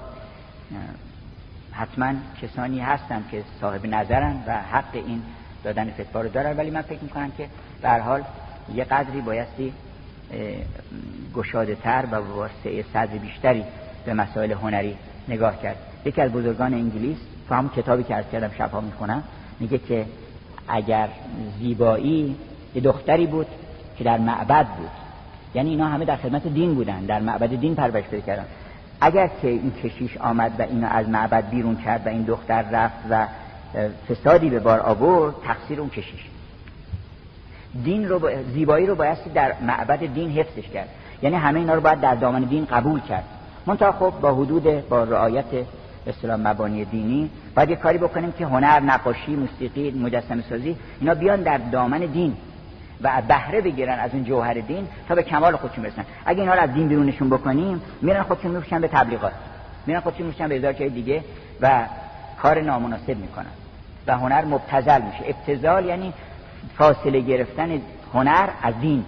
حتما کسانی هستن که صاحب نظرن و حق این دادن فتوا رو دارن، ولی من فکر میکنم که به هر حال یه قدری بایستی گشاده تر و با وسع صدر بیشتری به مسائل هنری نگاه کرد. یکی از بزرگان انگلیس تو همون کتابی که عرض کردم شبها میخونم میگه که اگر زیبایی یه دختری بود که در معبد بود، یعنی اینا همه در خدمت دین بودن، در معبد دین پرورش پیدا کردن، اگر که این کشیش آمد و اینو از معبد بیرون کرد و این دختر رفت و فسادی به بار آورد، تقصیر اون کشیش. دین رو با... زیبایی رو بایستی در معبد دین حفظش کرد، یعنی همه اینا رو باید در دامن دین قبول کرد. منتها خب با حدود، با رعایت اصطلاح مبانی دینی باید یه کاری بکنیم که هنر، نقاشی، موسیقی، مجسمه سازی اینا بیان در دامن دین و بهره بگیرن از اون جوهر دین تا به کمال خودشون برسن. اگه اینا رو از دین بیرونشون بکنیم، میرن خودشون میفروشن به تبلیغات، میرن خودشون میفروشن به هزار جای دیگه و کار نامناسب میکنن و هنر مبتذل میشه. ابتذال یعنی فاصله گرفتن هنر از دین.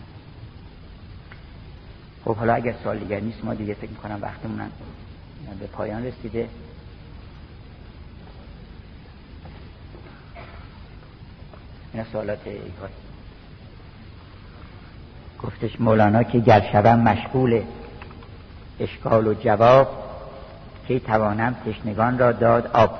خب حالا اگر سوال دیگر نیست، ما دیگه فکر میکنم وقتمون به پایان رسیده. اینا سوالات ایکار گفتش مولانا که گر شوم مشغول اشکال و جواب، که توانم تشنگان را داد آب.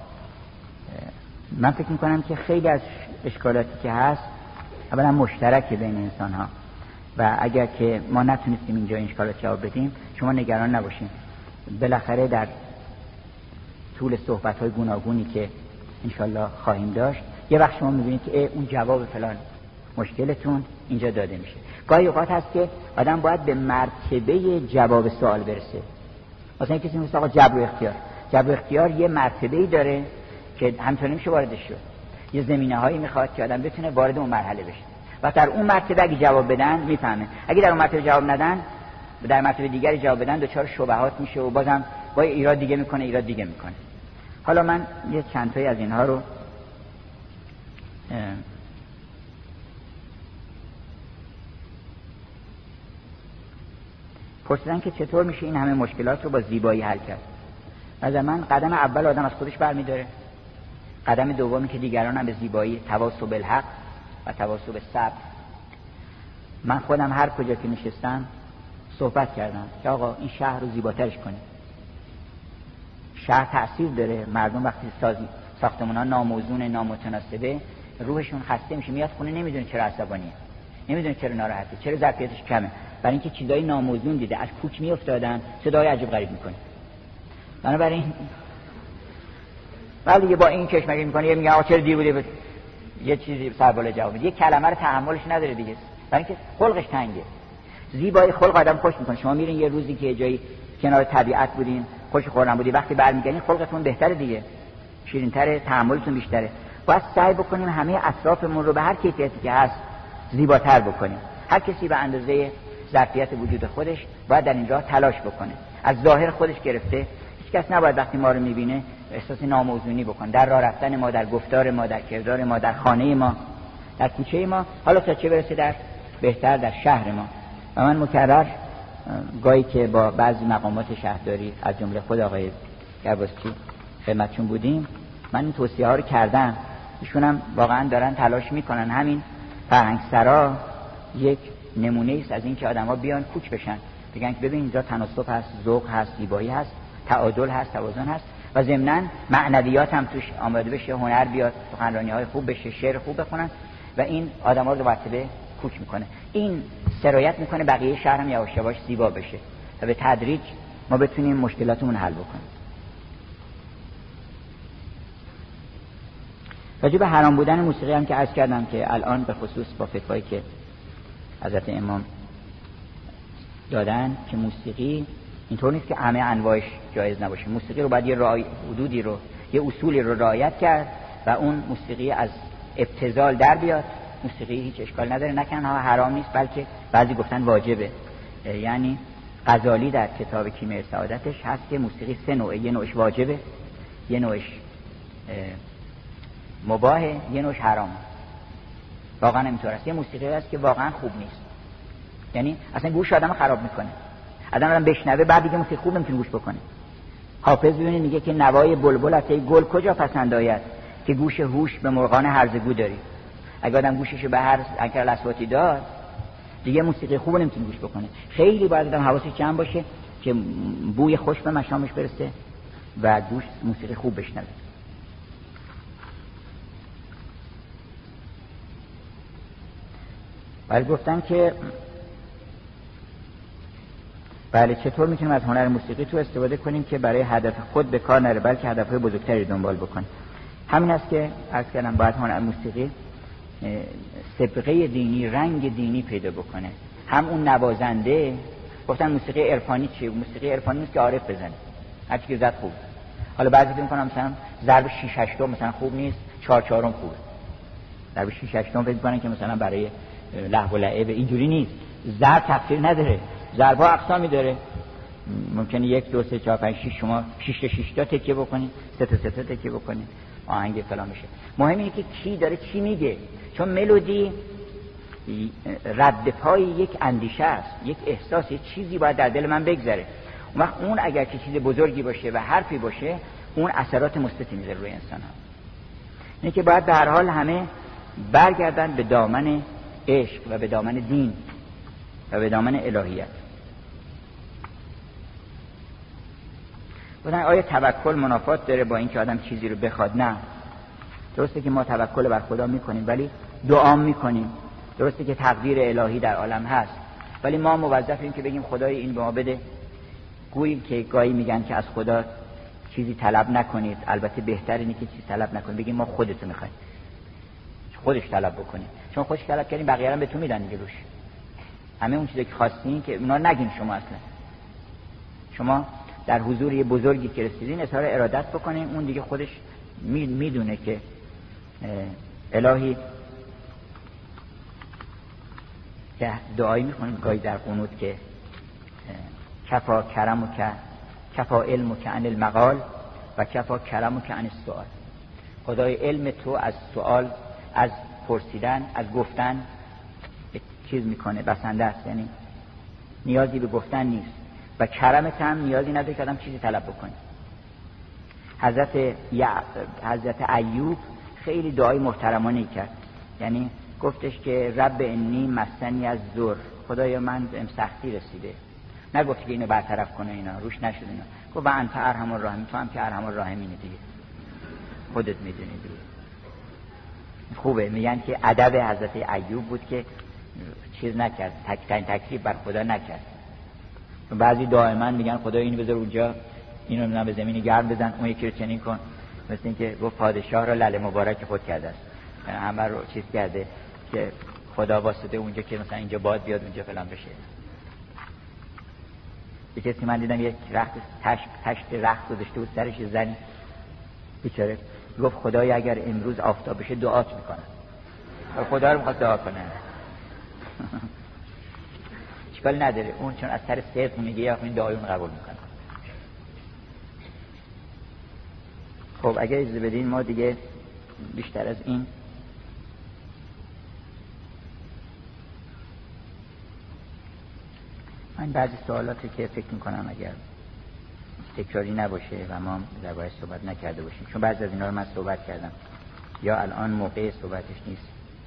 من فکر میکنم که خیلی از اشکالاتی که هست اولا مشترک بین انسان ها و اگر که ما نتونستیم اینجا این اشکالات جواب بدیم، شما نگران نباشین، بالاخره در طول صحبت های گوناگونی که انشالله خواهیم داشت یه وقت شما میبینید که اون جواب فلان مشکلتون اینجا داده میشه. گاهی اوقات هست که آدم باید به مرتبه جواب سوال برسه. مثلا کسی میگه آقا جبر و اختیار، جبر و اختیار یه مرتبه‌ای داره که همینطوری نمیشه واردش شد. یه زمینه‌هایی میخواد که آدم بتونه وارد اون مرحله بشه و در اون مرتبه اگه جواب بدن میفهمه، اگه در اون مرتبه جواب ندن در مرتبه دیگری جواب بدن دچار شبهات میشه و بازم با ایراد دیگه میکنه ایراد دیگه میکنه. حالا من یه چند تایی از اینها رو پرسیدن که چطور میشه این همه مشکلات رو با زیبایی حل کرد. از من قدم اول آدم از خودش برمیداره، قدم دومی که دیگران هم به زیبایی تواصل بالحق و تواصل بالصبر. من خودم هر کجا که نشستم صحبت کردم که آقا این شهر رو زیباترش کنیم. شهر تأثیر داره، مردم وقتی سازی ساختمان‌ها ناموزون، نامتناسبه، روحشون خسته میشه، میاد خونه نمیدونه چرا عصبانیه. نمیدونه چرا ناراحته، چرا ظرفیتش کمه، برای اینکه چیزای ناموزون دیده، از کوک میافتادن، صدای عجیب غریب میکنه. بنابراین ولی با این کشمکش میکنه، یه میگه آقا چرا دیر بوده، یه چیزی سرباله جواب میده، یه کلمه رو تحملش نداره دیگه، برای اینکه خلقش تنگه. زیبایی خلق آدم خوش میکنه. شما میرین یه روزی که جایی کنار طبیعت بودین، خوش خورم بودی، وقتی برمیگردین خلقتون بهتره دیگه، شیرین‌تره، تحملتون بیشتره. باید سعی بکنیم همه اطرافمون رو به هر کیفیتی که هست زیباتر بکنیم. هر کسی به اندازه ظرفیت وجود خودش باید در این راه تلاش بکنه. از ظاهر خودش گرفته هیچ کس نباید وقتی ما رو میبینه احساس ناموزونی بکنه در راه رفتن ما، در گفتار ما، در کردار ما، در خانه ما، در کوچه ما، حالا تا چه برسه در بهتر در شهر ما. و من مکرر گاهی که با بعضی مقامات شهرداری از جمله خود آقای گرباسچی خدمتشون بودیم، من این توصیه ها رو کردم. ایشون هم واقعا دارن تلاش میکنن. همین فرهنگسرا یک نمونه است از این که آدما بیان کوچ بشن، بگن که ببین اینجا تناسب هست، ذوق هست، زیبایی هست، تعادل هست، توازن هست و ضمناً معنویات هم توش آماده بشه، هنر بیاد، سخنرانی‌های خوب بشه، شعر خوب بخونن و این آدما رو مرتبه کوچ میکنه. این سرایت میکنه بقیه شهر هم یواش یواش زیبا بشه و به تدریج ما بتونیم مشکلاتمون حل بکنیم. راجع به حرام بودن موسیقی هم که عرض کردم که الان به خصوص با فتوایی که حضرت امام دادن که موسیقی اینطور نیست که همه انواعش جایز نباشه. موسیقی رو باید یه رعای حدودی رو، یه اصولی رو رعایت کرد و اون موسیقی از ابتذال در بیاد. موسیقی هیچ اشکال نداره، نه تنها حرام نیست بلکه بعضی گفتن واجبه. یعنی غزالی در کتاب کیمیای سعادتش هست که موسیقی سه نوعه، یه نوعش واجبه، یه نوعش مباهه، یه نوعش حرامه. واقعا اینطور است. یه موسیقی هست که واقعا خوب نیست، یعنی اصلا گوش آدمو خراب میکنه. آدم آدم بشنوه بعد دیگه موسیقی خوب نمیتونه گوش بکنه. حافظ ببینید میگه که نوای بلبل از گل کجا پسند آید که گوش هوش به مرغان هرزگو داری. اگه آدم گوششو به هر انکر الاصواتی داد دیگه موسیقی خوب نمیتونه گوش بکنه. خیلی باید آدم حواسش جمع باشه که بوی خوش به مشامش برسه و گوش موسیقی خوب بشنوه. ولی گفتن که بله چطور میتونیم از هنر موسیقی تو استفاده کنیم که برای هدف خود به کار نره بلکه هدفهای بزرگتری دنبال بکنیم. همین است که عرض کردم باید هنر موسیقی سبقه دینی، رنگ دینی پیدا بکنه. هم اون نوازنده، گفتن موسیقی عرفانی چیه؟ موسیقی عرفانی نیست که عارف بزنه هر چی که زد خوب. حالا بعضی فکر می‌کنن مثلا ضرب شش هشتم مثلا خوب نیست، چهار چهارم خوبه. ضرب شش هشتم فکر می‌کنن که مثلا برای لهو و لعب، اینجوری نیست. ضرب تفسیر نداره، ضرب‌ها اقسامی داره. ممکنه یک دو سه چهار پنج شش شما شش تا شش تا تکیه بکنید، سه تا سه تا تکیه بکنید، آهنگ فلان میشه. مهم اینه که کی داره چی میگه، چون ملودی رد پای یک اندیشه است، یک احساس، یک چیزی باید در دل من بگذره. اون وقت اون اگر که چیز بزرگی باشه و حرفی باشه اون اثرات مثبتی میذاره روی انسان ها. اینه که باید به هر حال همه برگردن به دامن عشق و به دامن دین و به دامن الهیت. بودن آیا توکل منافات داره با اینکه آدم چیزی رو بخواد؟ نه. درسته که ما توکل بر خدا میکنیم ولی دعا میکنیم. درسته که تقدیر الهی در عالم هست ولی ما موظفیم که بگیم خدای این به ما بده. گوییم که گاهی میگن که از خدا چیزی طلب نکنید، البته بهتر اینه که چیزی طلب نکنید، بگیم ما خودتو میخوایم، خودش طلب بکنیم، چون خودش طلب کردیم بقیه هم بهتون میدن دیگه روش. همه اون چیزی که خواستین که اونا نگین شما اصلا. شما در حضور یه بزرگی که رسیدین اظهار ارادت بکنین، اون دیگه خودش میدونه که الهی که دعایی میخونیم گاهی در قنوت که کفا کرم و که کفا علم و که عن المقال و کفا کرم و که عن السؤال. خدای علم تو از سوال، از پرسیدن، از گفتن چیز میکنه، بسنده است، یعنی نیازی به گفتن نیست و کرمت هم نیازی نداره که آدم چیزی طلب بکنه. حضرت ی... حضرت ایوب خیلی دعای محترمانه کرد، یعنی گفتش که رب انی مسنی از ضر، خدایا من بهم سختی رسیده. نگفت که اینو برطرف کنه، اینا روش نشد، اینا گفت و انت ارحم الراحمین، تو هم که ارحم الراحمینی دیگه، خودت میدونی دیگه. خوبه. میگن که ادب حضرت ایوب بود که چیز نکرد، تک تک تکلیف بر خدا نکرد. بعضی دائما میگن خدا اینو بذار اونجا، اینو نه به زمین گرم بزن، اون یکی رو چنین کن. مثل اینکه گفت پادشاه را لعل مبارک خود کرده است، یعنی همه رو چیز کرده که خدا واسطه اونجا که مثلا اینجا باد بیاد اونجا فلان بشه. یه کسی من دیدم یک رخت تشت تشت رخت گذاشته بود سرش، زنی بیچاره گفت خدای اگر امروز آفتاب بشه دعات میکنم. خدا رو میخواد دعا کنه. اشکال نداره اون چون از سر صدق میگه یا این دعایون قبول میکنه. خب اگر اجازه بدین ما دیگه بیشتر از این من بعضی سوالاتی که فکر میکنم اگر تکراری نباشه و ما درباره‌اش صحبت نکرده باشیم، چون بعضی از اینا رو من صحبت کردم یا الان موقع صحبتش نیست.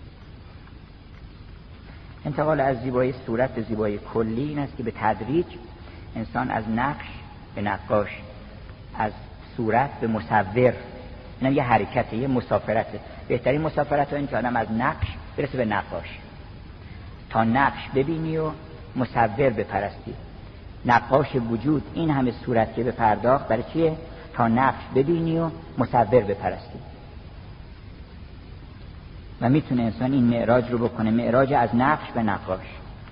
انتقال از زیبایی صورت به زیبایی کلی این است که به تدریج انسان از نقش به نقاش، از صورت به مصور، اینم یه حرکته، یه مسافرته. بهترین مسافرت ها این که آدم از نقش برسه به نقاش، تا نقش ببینی و مصور بپرستی. نقاش وجود این همه صورت که به پرداخت برای چیه؟ تا نقش ببینی و مصور بپرستی. و میتونه انسان این معراج رو بکنه، معراج از نقش به نقاش.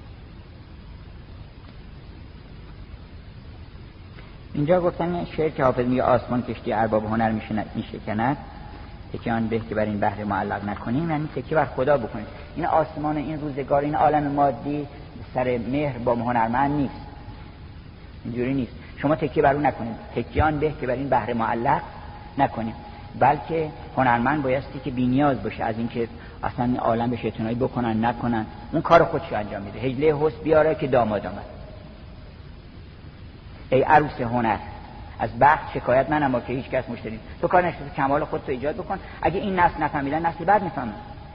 اینجا گفتن شعر که حافظ میگه آسمان کشتی ارباب هنر میشکند، تکیه آن به که بر این بحر معلق نکنیم، یعنی تکیه بر خدا بکنیم. این آسمان، این روزگار، این عالم مادی سر مهر با هنرمند نیست، اینجوری نیست. شما تکیه بر اون نکنید، تکیه آن به که بر این بحر معلق نکنیم، بلکه هنرمند بایستی که بی‌نیاز باشه از اینکه اصلا این عالم به شیطنایی بکنن نکنن، اون کار خودش انجام میده. هجله حسن بیاره که داماد آمد. ای عروس هنر از بخت شکایت ننما که هیچ کس مشتری، تو کار نشده کمال خودت رو ایجاد بکن. اگه این نسل نفهمیدن نسل بعد میفهمن.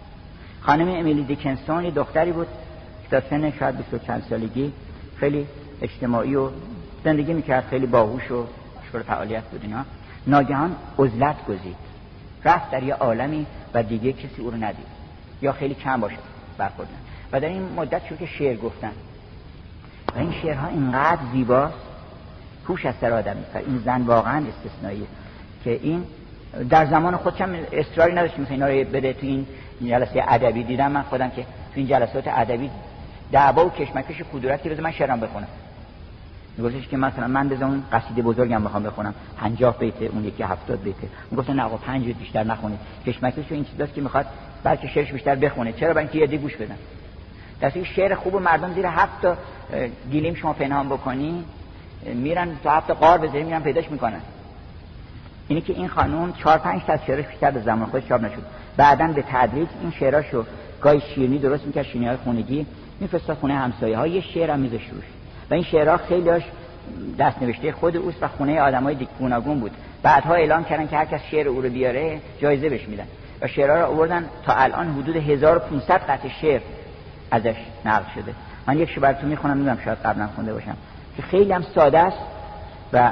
خانم امیلی دیکنسون یه دختری بود که تا سن شاید بیست و چند سالگی خیلی اجتماعی و زندگی میکرد، خیلی باهوش و مشغول فعالیت بود اینا. ناگهان عزلت گزید، رفت در یه عالمی و دیگه کسی او رو ندید یا خیلی کم باشه برخوردن و در این مدت شروع که شعر گفتن و این شعرها اینقدر زیباست هوش از سر آدم میپره. این زن واقعا استثنائیه که این در زمان خودش هم اصراری نداشت مثلا اینا رو بده تو این جلسه ادبی. دیدم من خودم که تو این جلسات ادبی دعوا و کشمکش کدورتی بده من شعرام بخونم، میگفتش که مثلا من بذار اون قصیده بزرگم بخوام بخونم پنجاه بیت، اون یکی هفتاد بیت. میگفتن نه آقا پنج بیت بیشتر نخونید. کشمکش این چیزاست که میخواد بلکه شعرش بیشتر بخونه. چرا؟ برای اینکه یه دی گوش بدن. درسته شعر خوب و مردم زیر هفت تا گلیم شما پنهان بکنی میرن تا هفت تا قار بذاری میرن پیداش میکنن. اینی که این خانم چهار پنج تا شعرش بیشتر به زمان خودش چاپ نشد. بعداً به تدریج این شعراشو گاهی شیرینی درست میکرد، شیرینی‌های خونگی میفرستاد خونه همسایه‌ها، یه شعر هم میذاشت روش و این شعرها خیلیاش دست نوشته خود اوست و خونه آدمای گوناگون بود. بعدها اعلام کردن که هر کس شعر او رو بیاره جایزه بهش میدن و شعرها رو آوردن تا الان حدود هزار و پانصد قطعه شعر ازش نقل شده. من یک شو براتون میخونم، میدونم شاید قبلا خونده باشم، که خیلی هم ساده است و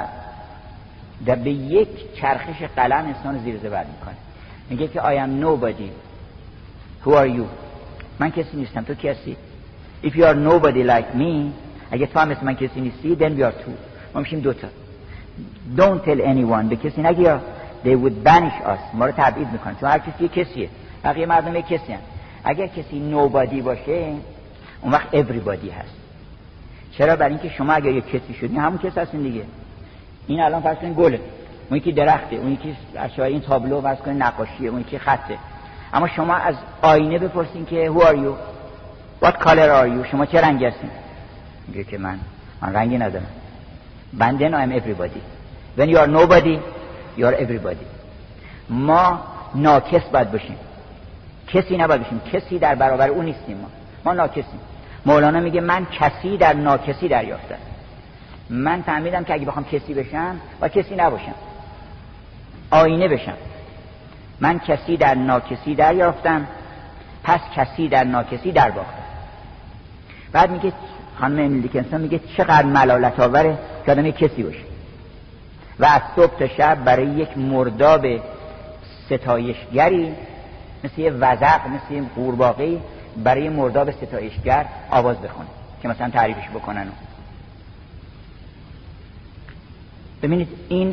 در به یک چرخش قلم انسان زیر زبر میکنه. میگه که I am nobody, who are you؟ من کسی نیستم، تو کی هستی؟ If you are nobody like me، اگه تو هم مثل من کسی نیستی then we are two، ما میشیم دوتا. Don't tell anyone، به کسی نگی they would banish us، ما رو تبعید میکنن، چون هر کسی یک کسیه، بقیه مردم یک کسی هست. اگر کسی nobody باشه اون وقت everybody هست. چرا؟ برای اینکه شما اگر یک کسی شدین همون کس هستین دیگه. این الان فرض کنین گله، اون یکی درخته، اون یکی اشیاء این تابلو فرض کنین نقاشیه، اون یکی خطه. اما شما از آینه بپرسین که who are you، what color are you، شما چه رنگی هستین؟ میگه که من من رنگی ندارم. من then I am everybody. when you are nobody you are everybody. ما ناکس باید باشیم، کسی نباید باشیم، کسی در برابر اون نیستیم. ما ما ناکسیم. مولانا میگه من کسی در ناکسی دریافتم. من فهمیدم که اگه بخوام کسی بشم و کسی نباشم، آینه بشم. من کسی در ناکسی دریافتم، پس کسی در ناکسی در باختم. بعد میگه خانم امیلی دیکنسون میگه چقدر ملالت آوره که آدم کسی باشه و از صبح تا شب برای یک مرداب ستایشگری مثل یه وزق، مثل یه قورباغه‌ای برای مرداب ستایشگر آواز بخونه که مثلا تعریفش بکنن. ببینید این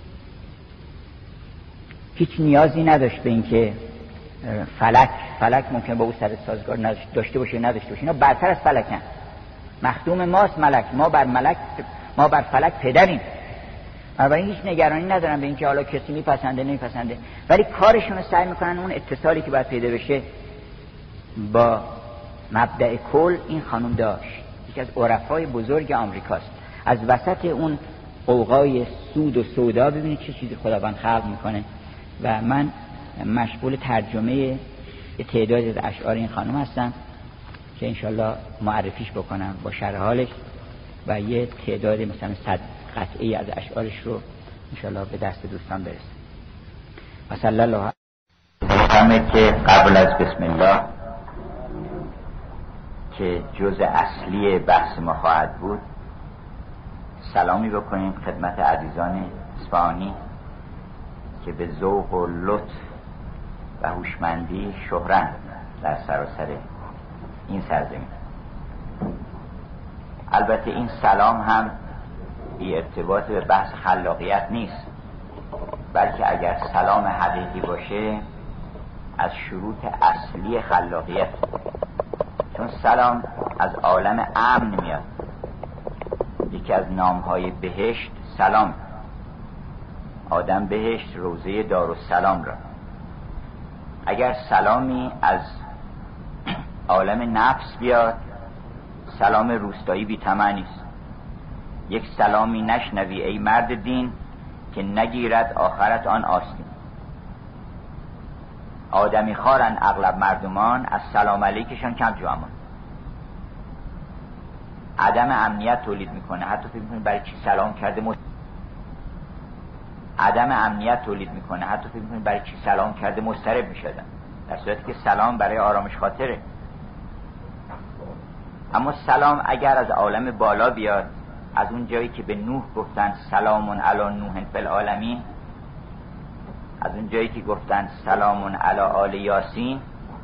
هیچ نیازی نداشت به اینکه فلک فلک ممکن با او سر سازگار داشته باشه نداشته باشه، اینا برتر از فلکن. مخدوم ماست ملک، ما بر ملک ما بر فلک پدریم. بنابراین هیچ نگرانی ندارن به اینکه حالا کسی میپسنده نمیپسنده، ولی کارشون رو سعی میکنن اون اتصالی که باید پیدا بشه با مبدأ کل این خانم داشت. یکی از عرفای بزرگ آمریکاست. از وسط اون قوقای سود و سودا ببینید چه چیزی خداوند خلق میکنه. و من مشغول ترجمه تعدادی از اشعار این خانم هستم که انشالله معرفیش بکنم با شرح حالش و یه تعداد مثلا صد قطعی از اشعارش رو انشالله به دست دوستان برسه. و صلی الله همه که قبل از بسم الله که جز اصلی بحث ما خواهد بود سلامی بکنیم خدمت عزیزان اصفهانی که به ذوق و لطف و هوشمندی شهرند در سراسر این سرزمین. البته این سلام هم بی ارتباط به بحث خلاقیت نیست، بلکه اگر سلام حقیقی باشه از شروط اصلی خلاقیت، چون سلام از عالم امن میاد. یکی از نامهای بهشت سلام، آدم بهشت روضه دارالسلام را. اگر سلامی از عالم نفس بیاد سلام روستایی بی طمع نیست. یک سلامی نشنوی ای مرد دین که نگیرد آخرت آن آستین. آدمی خارن اغلب مردمان، از سلام علیکشان کم جوامان. عدم امنیت تولید میکنه. حتی فکر میکنید برای چی سلام کرده مست... عدم امنیت تولید میکنه. حتی فکر میکنید برای چی سلام کرده مضطرب میشدن، در صورتی که سلام برای آرامش خاطره. اما سلام اگر از عالم بالا بیاد، از اون جایی که به نوح گفتن سلامون علی نوح فی العالمین، از اون جایی که گفتن سلامون علی آل یاسین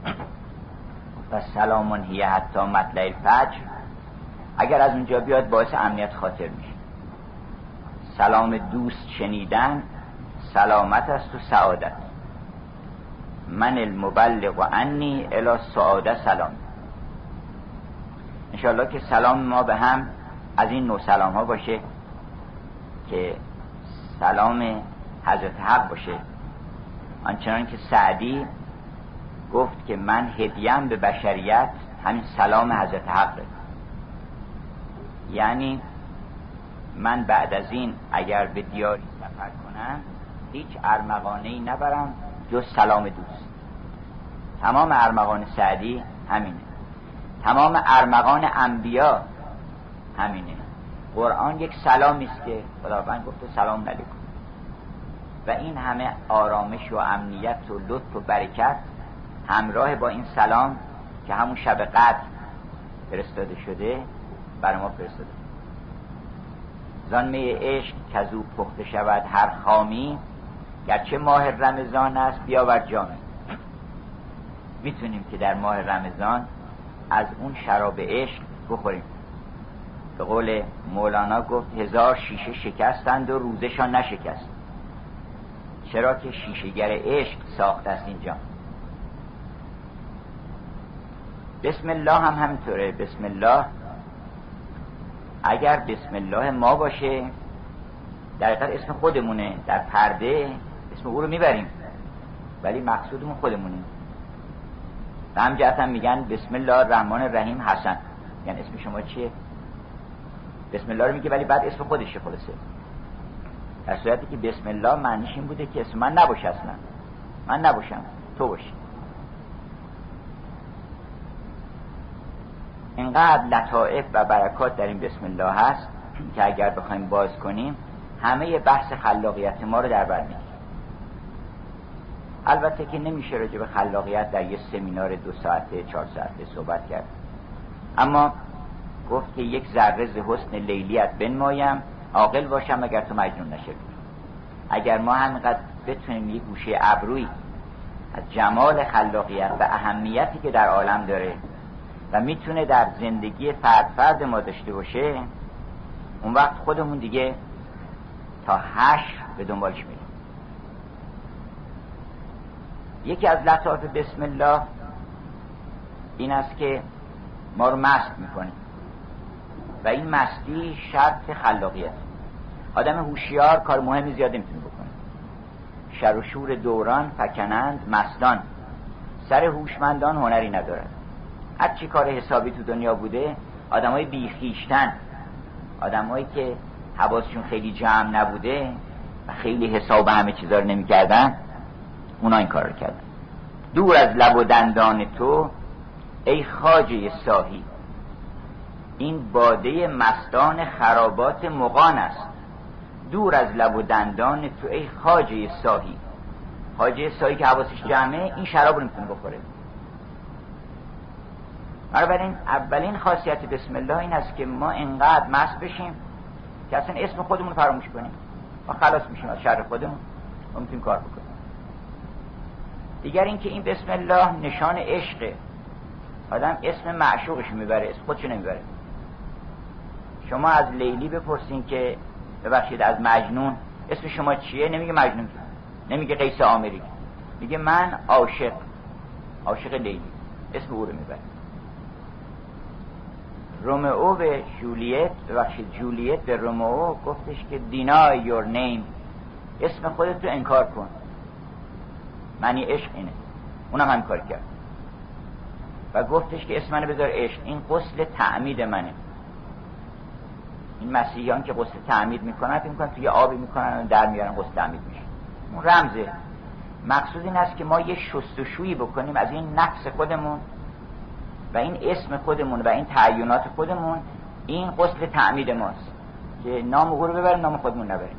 و سلامون هی حتی مطلع الفجر، اگر از اونجا بیاد باعث امنیت خاطر میشه. سلام دوست شنیدن سلامت است و سعادت. من المبلغ و انی الی سعاده سلام. انشاءالله که سلام ما به هم از این نوع سلام ها باشه که سلام حضرت حق باشه، آنچنان که سعدی گفت که من هدیم به بشریت همین سلام حضرت حقه. یعنی من بعد از این اگر به دیاری سفر کنم هیچ ارمغانه‌ای نبرم جز سلام دوست. تمام ارمغان سعدی همینه، تمام ارمغان انبیا همینه. قرآن یک سلامی است که خداوند گفته سلام علیکم، و این همه آرامش و امنیت و لطف و برکت همراه با این سلام که همون شب قدر فرستاده شده برای ما فرستاده. زان می عشق کزو پخته شود هر خامی، گرچه ماه رمضان است بیاور جامی. میتونیم که در ماه رمضان از اون شراب عشق بخوریم. به قول مولانا گفت هزار شیشه شکستند و روزشان نشکست. چرا که شیشه‌گر عشق ساخته است این جام. بسم الله هم همینطوره. بسم الله اگر بسم الله ما باشه در حقیقت اسم خودمونه، در پرده اسم او رو میبریم ولی مقصودمون خودمونه. و هم جهت هم میگن بسم الله الرحمن الرحیم حسن، یعنی اسم شما چیه؟ بسم الله رو میگه ولی بعد اسم خودشه خلاصه. در صورتی که بسم الله معنیش این بوده که اسم من نباشه، اصلا من نباشم تو باشی. اینقدر لطائف و برکات در این بسم الله هست که اگر بخوایم باز کنیم همه بحث خلاقیت ما رو در بر میگیره. البته که نمیشه راجع به خلاقیت در یه سمینار دو ساعته چهار ساعته صحبت کرد، اما گفت که یک ذره ز حسن لیلیت بنمایم عاقل باشم اگر تو مجنون نشوی. اگر ما همینقدر بتونیم یه گوشه ابروی از جمال خلاقیت و اهمیتی که در عالم داره و میتونه در زندگی فرد فرد ما داشته باشه، اون وقت خودمون دیگه تا حشر به دنبالش میریم. یکی از لطائف بسم الله این است که ما رو مست میکنه و این مستی شرط خلاقیت. آدم هوشیار کار مهمی زیاد نمیتونه بکنه. شر و شور دوران فکنند مستان، سر هوشمندان هنری ندارد. هر چی کار حسابی تو دنیا بوده، آدمای بیخیشتن، آدمایی که حواسشون خیلی جمع نبوده و خیلی حساب همه چیزا رو نمی‌کردن، اونا این کار رو کردن. دور از لب و دندان تو ای خواجه ساهی، این باده مستان خرابات مغان است. دور از لب و دندان تو ای خواجه ساهی. خواجه ساهی که حواسش جمعه این شراب رو نمیتونه بخوره. بنابراین اولین خاصیت بسم الله این است که ما انقدر مست بشیم که اصلا اسم خودمون فراموش کنیم و خلاص میشیم از شر خودمون و میتونیم کار بکنیم. دیگر این که این بسم الله نشان عشقه. آدم اسم معشوقش میبره، اسم خودشو نمیبره. شما از لیلی بپرسین که ببخشید از مجنون اسم شما چیه، نمیگه مجنون، نمیگه قیس عامری، میگه من عاشق، عاشق لیلی، اسم او رو میبره. رومئو به جولیت، ببخشید جولیت به رومئو گفتش که deny your name، اسم خودت رو انکار کن، معنی عشق اینه. اونم هم کار کرد و گفتش که اسم منو بذار عشق، این غسل تعمید منه. این مسیحیان که غسل تعمید میکنن فکر میکنن توی آبی میکنن و در میارن غسل تعمید میشه. اون رمزه. مقصود این است که ما یه شستشویی بکنیم از این نفس خودمون و این اسم خودمون و این تعیینات خودمون. این غسل تعمید ماست که نام او رو ببریم، نام خودمون نبریم.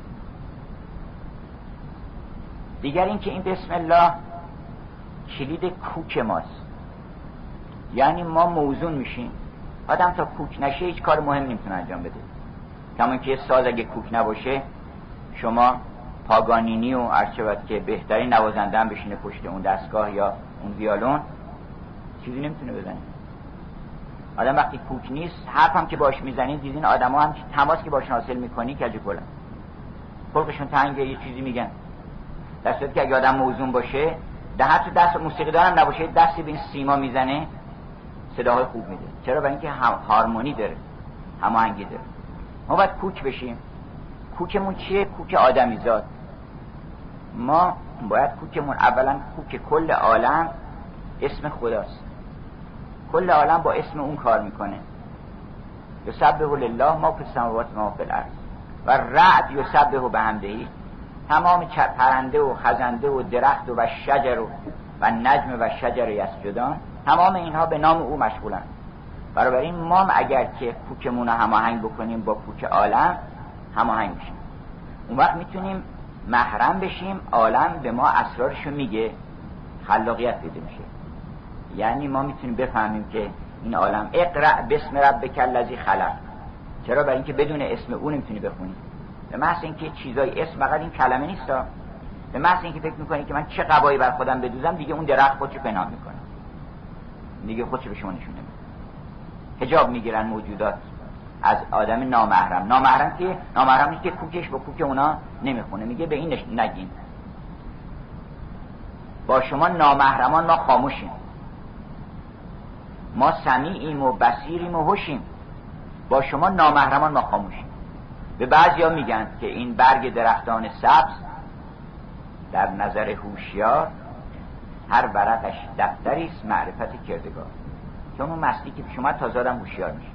دیگر این که این بسم الله کلید کوک ماست. یعنی ما موزون میشیم. آدم تا کوک نشه هیچ کار مهم نمیتونه انجام بده. کما که ساز اگه کوک نباشه، شما پاگانینی و ارچبت که بهترین نوازنده هم بشینه پشت اون دستگاه یا اون ویولون، چیزی نمیتونه بزنه. آدم وقتی کوک نیست، حرف هم که باش میزنید دیدین آدم ها هم تماس که باش حاصل میکنی کج کلن، خلقشون تنگه، یه چیزی میگن. در صورتی که اگه آدم موزون باشه، ده حتی دست موسیقی دارم نباشه، دستی به این سیما میزنه، صداهای خوب میده. چرا؟ برای اینکه هم هارمونی داره، هماهنگی داره. ما باید کوک بشیم. کوکمون چیه؟ کوک آدمیزاد. ما باید کوکمون اولا کوک کل عالم اسم خداست. کل عالم با اسم اون کار میکنه. یسبح لله ما فی السماوات و ما فی الارض و رعد یسبح بحمده. تمام پرنده و خزنده و درخت و شجر و, و نجم و شجر یسجدان، تمام اینها به نام او مشغولن. برابر این ما اگر که کوکمون رو هماهنگ بکنیم با کوک عالم، هماهنگ میشیم. اون وقت میتونیم محرم بشیم، عالم به ما اسرارشو میگه، خلاقیت پیدا میشه. یعنی ما میتونیم بفهمیم که این عالم اقرأ بسم ربک الذی خلق. چرا؟ برای اینکه بدون اسم او نمیتونی بخونی. به محض اینکه چیزای اسم فقط این کلمه نیستا، به محض اینکه فکر میکنی که من چه قبایی بر خودم بدوزم، دیگه اون درخت خودشو پنهان میکنه، دیگه خودشو به شما نشون نمیده. حجاب میگیرن موجودات از آدم نامحرم. نامحرم که نامحرم نیست که کوکش با کوک اونا نمیخونه، میگه به این نگین. با شما نامحرمان ما خاموشیم، ما سمیعیم و بصیریم و هوشیم. با شما نامحرمان ما خاموشیم. به بعضیا میگن که این برگ درختان سبز در نظر هوشیار هر ورقش دفتری است معرفت کردگار. چون اون مستی که شما تازه آدم هوشیار میشه.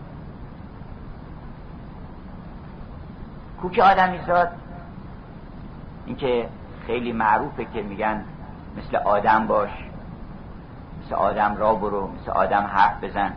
کوک آدمیزاد این که خیلی معروفه که میگن مثل آدم باش، مثل آدم را برو، مثل آدم حرف بزن.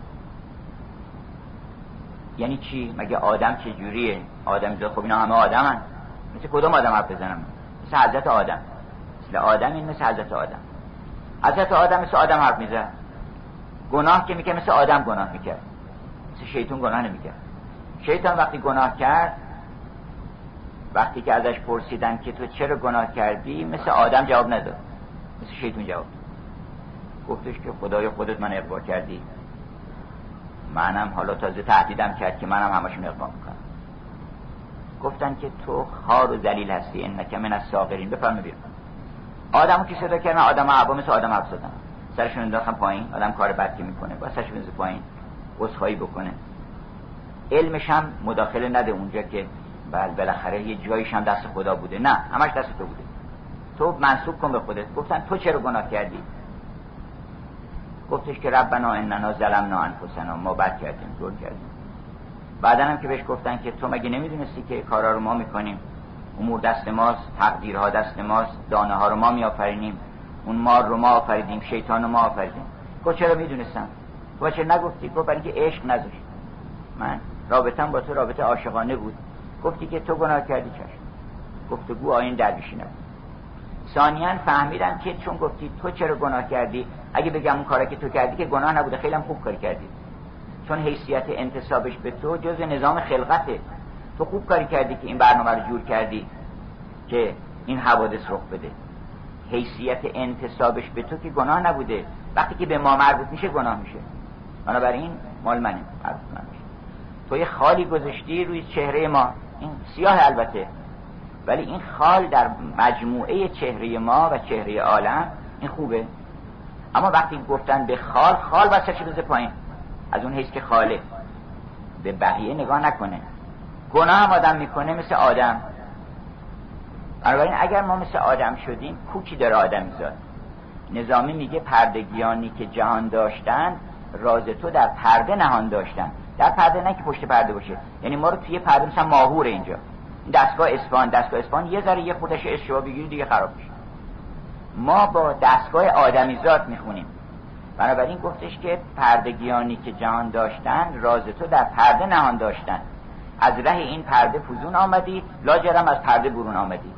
یعنی چی؟ مگه آدم چه جوریه؟ آدمیزاد خب اینا همه آدمن. مثل کدوم آدم حرف بزنم؟ مثل حضرت آدم. مثل آدم این مثل حضرت آدم. حضرت آدم مثل آدم حرف میزد. گناه که میکنه مثل آدم گناه میکرد، مثل شیطان گناه نمیکرد. شیطان وقتی گناه کرد، وقتی که ازش پرسیدن که تو چرا گناه کردی، مثل آدم جواب نداد. مثل شیطون جواب گفتش که خدای خودت من اغوا کردی، منم حالا تازه تهدیدم کرد که منم همشون اغوا میکنم. گفتن که تو خار و ذلیل هستی، انک من الصاغرین، بفرما بیرون. آدمو که صدا کردن، آدم عبا مثل آدم حرف زدن، سرشون انداختن پایین. آدم کار بد که میکنه با سرش بنزه پایین، عذرخواهی بکنه، علمش هم مداخله نده اونجا که بل بالاخره یه جایش هم دست خدا بوده، نه همش دست تو بوده، تو منسوب کن به خودت. گفتن تو چرا گناه کردی؟ گفتش که ربنا اننا ظلمنا انفسنا، ما بد کردیم، ظلم کردیم. بعدن هم که بهش گفتن که تو مگه نمیدونستی که کارا رو ما میکنیم، امور دست ماست، تقدیرها دست ماست، دانه ها رو ما میآفرینیم، اون مار رو ما آفریدیم، شیطان رو ما آفریدیم. گفت چرا میدونستم؟ گفت چرا نگفتی؟ گفت برای اینکه عشق نذاشت. من رابطم با تو رابطه عاشقانه بود، گفتی که تو گناه کردی، چشم. گفتگو آیین درویشی نبود. ثانیاً فهمیدم که چون گفتی تو چرا گناه کردی، اگه بگم اون کاری که تو کردی که گناه نبوده، خیلی هم خوب کاری کردی، چون حیثیت انتسابش به تو جزء نظام خلقته. تو خوب کاری کردی که این برنامه رو جور کردی که این حوادث رخ بده. حیثیت انتسابش به تو که گناه نبوده، وقتی که به ما مربوط میشه گناه میشه. بنابراین مال منه، مربوط من میشه. تو یه خالی گذاشتی روی چهره ما، این سیاه البته، ولی این خال در مجموعه چهره ما و چهره عالم این خوبه. اما وقتی گفتن به خال، خال باید سرش بزه پایین، از اون حیث که خاله، به بقیه نگاه نکنه. گناه هم آدم میکنه مثل آدم. بنابراین اگر ما مثل آدم شدیم، کوکی داره آدمی زاد. نظامی میگه پردگیانی که جهان داشتن، راز تو در پرده نهان داشتن. در پرده نه که پشت پرده باشه، یعنی ما رو توی پرده، مثلا ماهور اینجا این دستگاه اسپان، دستگاه اسپان یه ذره یه خودش اشتباه بگیری دیگه خراب میشه. ما با دستگاه آدمیزاد میخونیم. بنابراین گفتش که پردگیانی که جهان داشتن، راز تو در پرده نهان داشتن. از ره این پرده فزون آمدی، لاجرم از پرده برون آمدی.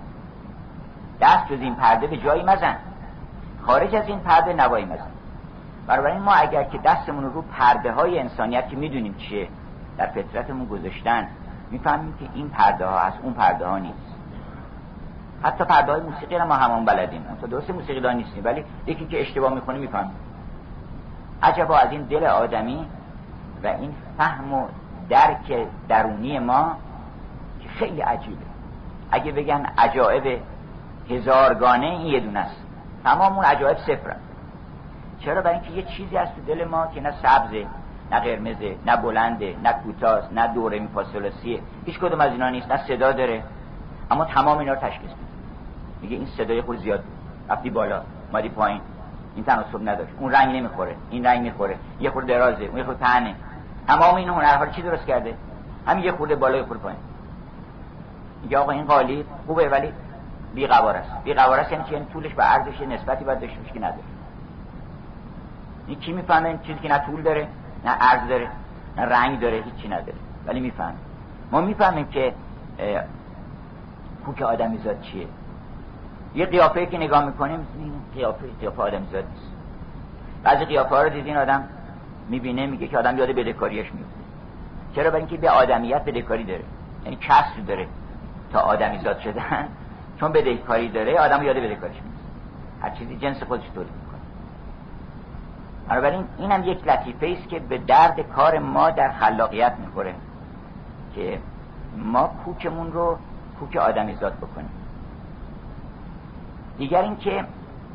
دست جز این پرده به جایی مزن، خارج از این پرده نوایی مزن. بنابراین ما اگر که دستمون رو پرده های انسانیت که میدونیم چیه در فطرتمون گذاشتن، میفهمیم که این پرده ها از اون پرده ها نیست. حتی پرده های موسیقی رو ما همون بلدیم، تو درست موسیقی دار نیستیم، ولی یکی که اشتباه میکنه میفهمیم. عجبا از این دل آدمی و این فهم و درک درونی ما که خیلی عجیبه. اگه بگن عجایب هزارگانه، این یه دونه است. تمام اون عجایب صفرن. چرا؟ برای اینکه یه چیزی هست تو دل ما که نه سبزه، نه قرمزه، نه بلنده، نه کوتاه، نه دوره میپاسولاسیه، هیچ کدوم از اینا نیست، نه صدا داره، اما تمام اینا رو تشخیص میده. میگه این صدای خود زیاد بود، رفتی بالا، اومدی پایین، این تناسب نداشت، اون رنگ نمیخوره، این رنگ میخوره، یه خورده درازه، اون یه خورده تنه. تمام این هنرها رو چی درست کرده؟ همین یه خورده بالا، یه خورده پایین. میگه آقا این قالی خوبه ولی بی قواره است. بی قواره است یعنی چی؟ یعنی طولش به عرضش نسبتی باید داشته باشه که نداره. این کی میفهمه این چیزی که نه طول داره، نه عرض داره، نه رنگ داره، هیچی نداره، ولی میفهمه. ما میفهمیم که کوک آدمیزاد چیه. یه قیافه که نگاه میکنیم، این قیافه قیافه آدمیزاد نیست. بعضی قیافه ها رو دیدین آدم میبینه میگه که آدم یاد بدهکاریش میفته. چرا؟ برای اینکه به آدمیت بدهکاری داره، یعنی کسر داره تا آدمیزاد شدن. چون بدهکاری داره، آدم یاد بدهکاریش میفته، هر چیزی جنس خودش تولید میکنه. بنابراین اینم یک لطیفه است که به درد کار ما در خلاقیت میخوره که ما کوکمون رو کوک آدمیزاد بکنیم. دیگر این که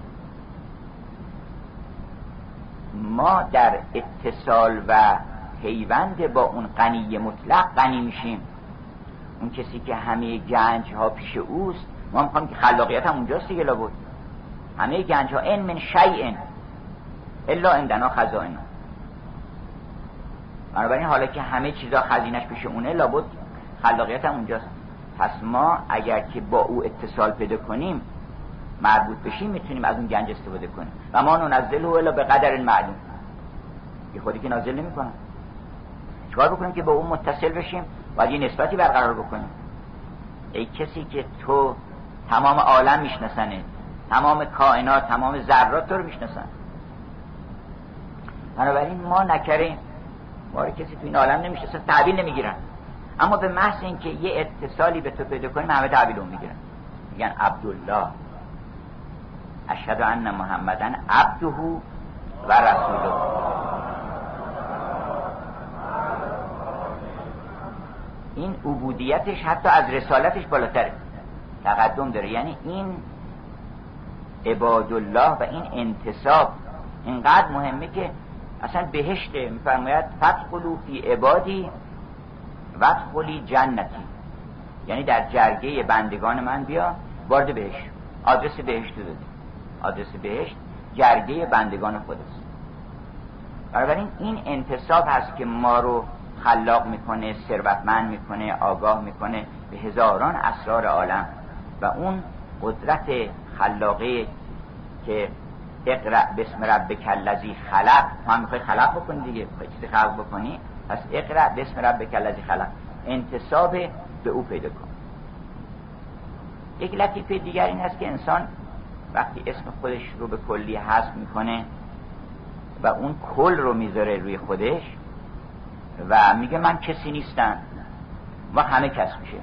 ما در اتصال و پیوند با اون غنی مطلق غنی میشیم. اون کسی که همه گنج ها پیش اوست، ما میخوایم که خلاقیت هم اونجاست دیگه. لابد همه گنج ها ان من شیء الا عندنا خزائن. بنابراین حالا که همه چیزا خزینش پیش اونه، لابد خلاقیت هم اونجاست. پس ما اگر که با او اتصال پیدا کنیم، مربوط بشیم، میتونیم از اون گنج استفاده کنیم. و ما ننزله الا به قدر معلوم. یه خودی که نازل نمی کنم. چیکار بکنیم که با اون متصل بشیم؟ باید یه نسبتی برقرار بکنیم. ای کسی که تو تمام عالم میشناسنه، تمام کائنات، تمام ذرات تو رو میشناسن. بنابراین ما نکریم، ما رو کسی تو این عالم نمیشناسه، تحویل نمیگیرن. اما به محض اینکه یه اتصالی به تو پیدا کنیم، همه تحویل اون میگیرن، میگن عبدالله. اشهد ان محمدن عبده و رسوله. این عبودیتش حتی از رسالتش بالاتره، تقدم داره. یعنی این عباد الله و این انتصاب اینقدر مهمه که اصلا بهشته. میفرماید فدخلوا فی عبادی وادخلی جنتی، یعنی در جرگه بندگان من بیا، وارد بهشت. آدرس بهشت رو داده، آدرس بهشت جرگه بندگان خودست. بنابراین این انتصاب هست که ما رو خلاق میکنه، ثروتمند میکنه، آگاه میکنه به هزاران اسرار عالم. و اون قدرت خلاقه که اقرأ بسم ربک الذی خلق، تو هم میخوای خلق بکنی دیگه، میخوای چیزی خلق بکنی، پس اقرأ بسم ربک الذی خلق، انتصاب به او پیدا کن. یک لطیفه دیگر این هست که انسان وقتی اسم خودش رو به کلی حذف میکنه و اون کل رو میذاره روی خودش و میگه من کسی نیستم و همه کس میشه.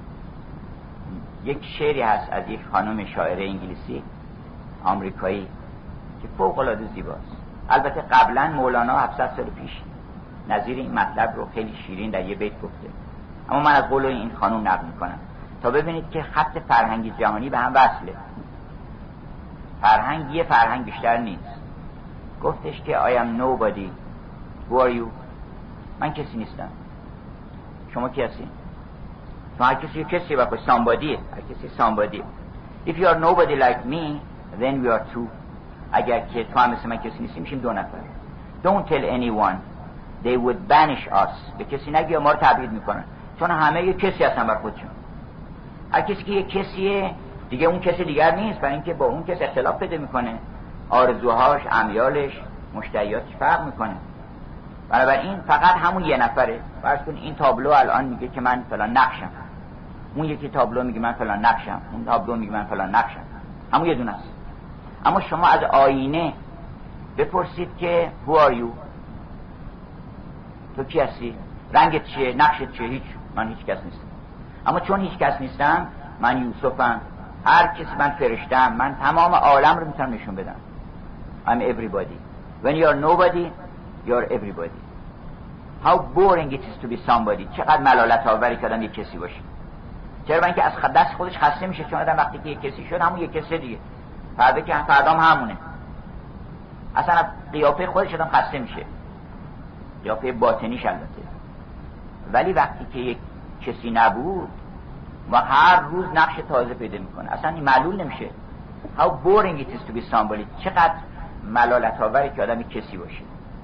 یک شعری هست از یک خانم شاعر انگلیسی آمریکایی که فوق العاده زیباست. البته قبلا مولانا هفتصد سال پیش نظیر این مطلب رو خیلی شیرین در یه بیت گفته، اما من از قول این خانم نقل میکنم تا ببینید که خط فرهنگی جهانی به هم وصله. فرهنگ یه فرهنگ بیشتر نیست. گفتش که I am nobody, who are you؟ من کسی نیستم، شما کی هستی؟ تو هر کسی کسی باید somebody، هر کسی somebody. If you are nobody like me then we are two. اگر که تو هم مثل من کسی نیستی میشیم دو نفر. Don't tell anyone they would banish us. به کسی نگی ما رو تبعید میکنن، چون همه یه کسی هستن بر خودشون. هر کسی که یه کسیه دیگه اون کسی دیگر نیست، برای اینکه با اون کسی اختلاف پیدا میکنه، آرزوهاش، امیالش، مشتهیاتش فرق میکنه. بنابراین فقط همون یه نفره. فرض کن این تابلو الان میگه که من فلان نقشم، اون یکی تابلو میگه من فلان نقشم، اون تابلو میگه من فلان نقشم، همون یه دونه است. اما شما از آینه بپرسید که who are you؟ تو کی هستی؟ رنگت چیه؟ نقشت چیه؟ هیچ. من هیچ کس نیستم. اما چون هیچ کس نیستم، من یوسفم، هر کسی، من فرشتم، من تمام عالم رو میتونم نشون بدم. I'm everybody. When you are nobody, you are everybody. How boring it is to be somebody. چقدر ملالت آوری که آدم یک کسی باشه. چرا؟ اینکه از دست خودش خسته میشه، چون آدم وقتی که یک کسی شد همون یک کسی دیگه، فردا که فردام همونه. اصلا قیافه خودش آدم خسته میشه، قیافه باطنیش البته. ولی وقتی که یک کسی نبود و هر روز نقش تازه پیدا میکنه، اصلا این معلول نمیشه. How boring it is to be somebody. چقدر ملالت آوری که آدمی کسی باشه.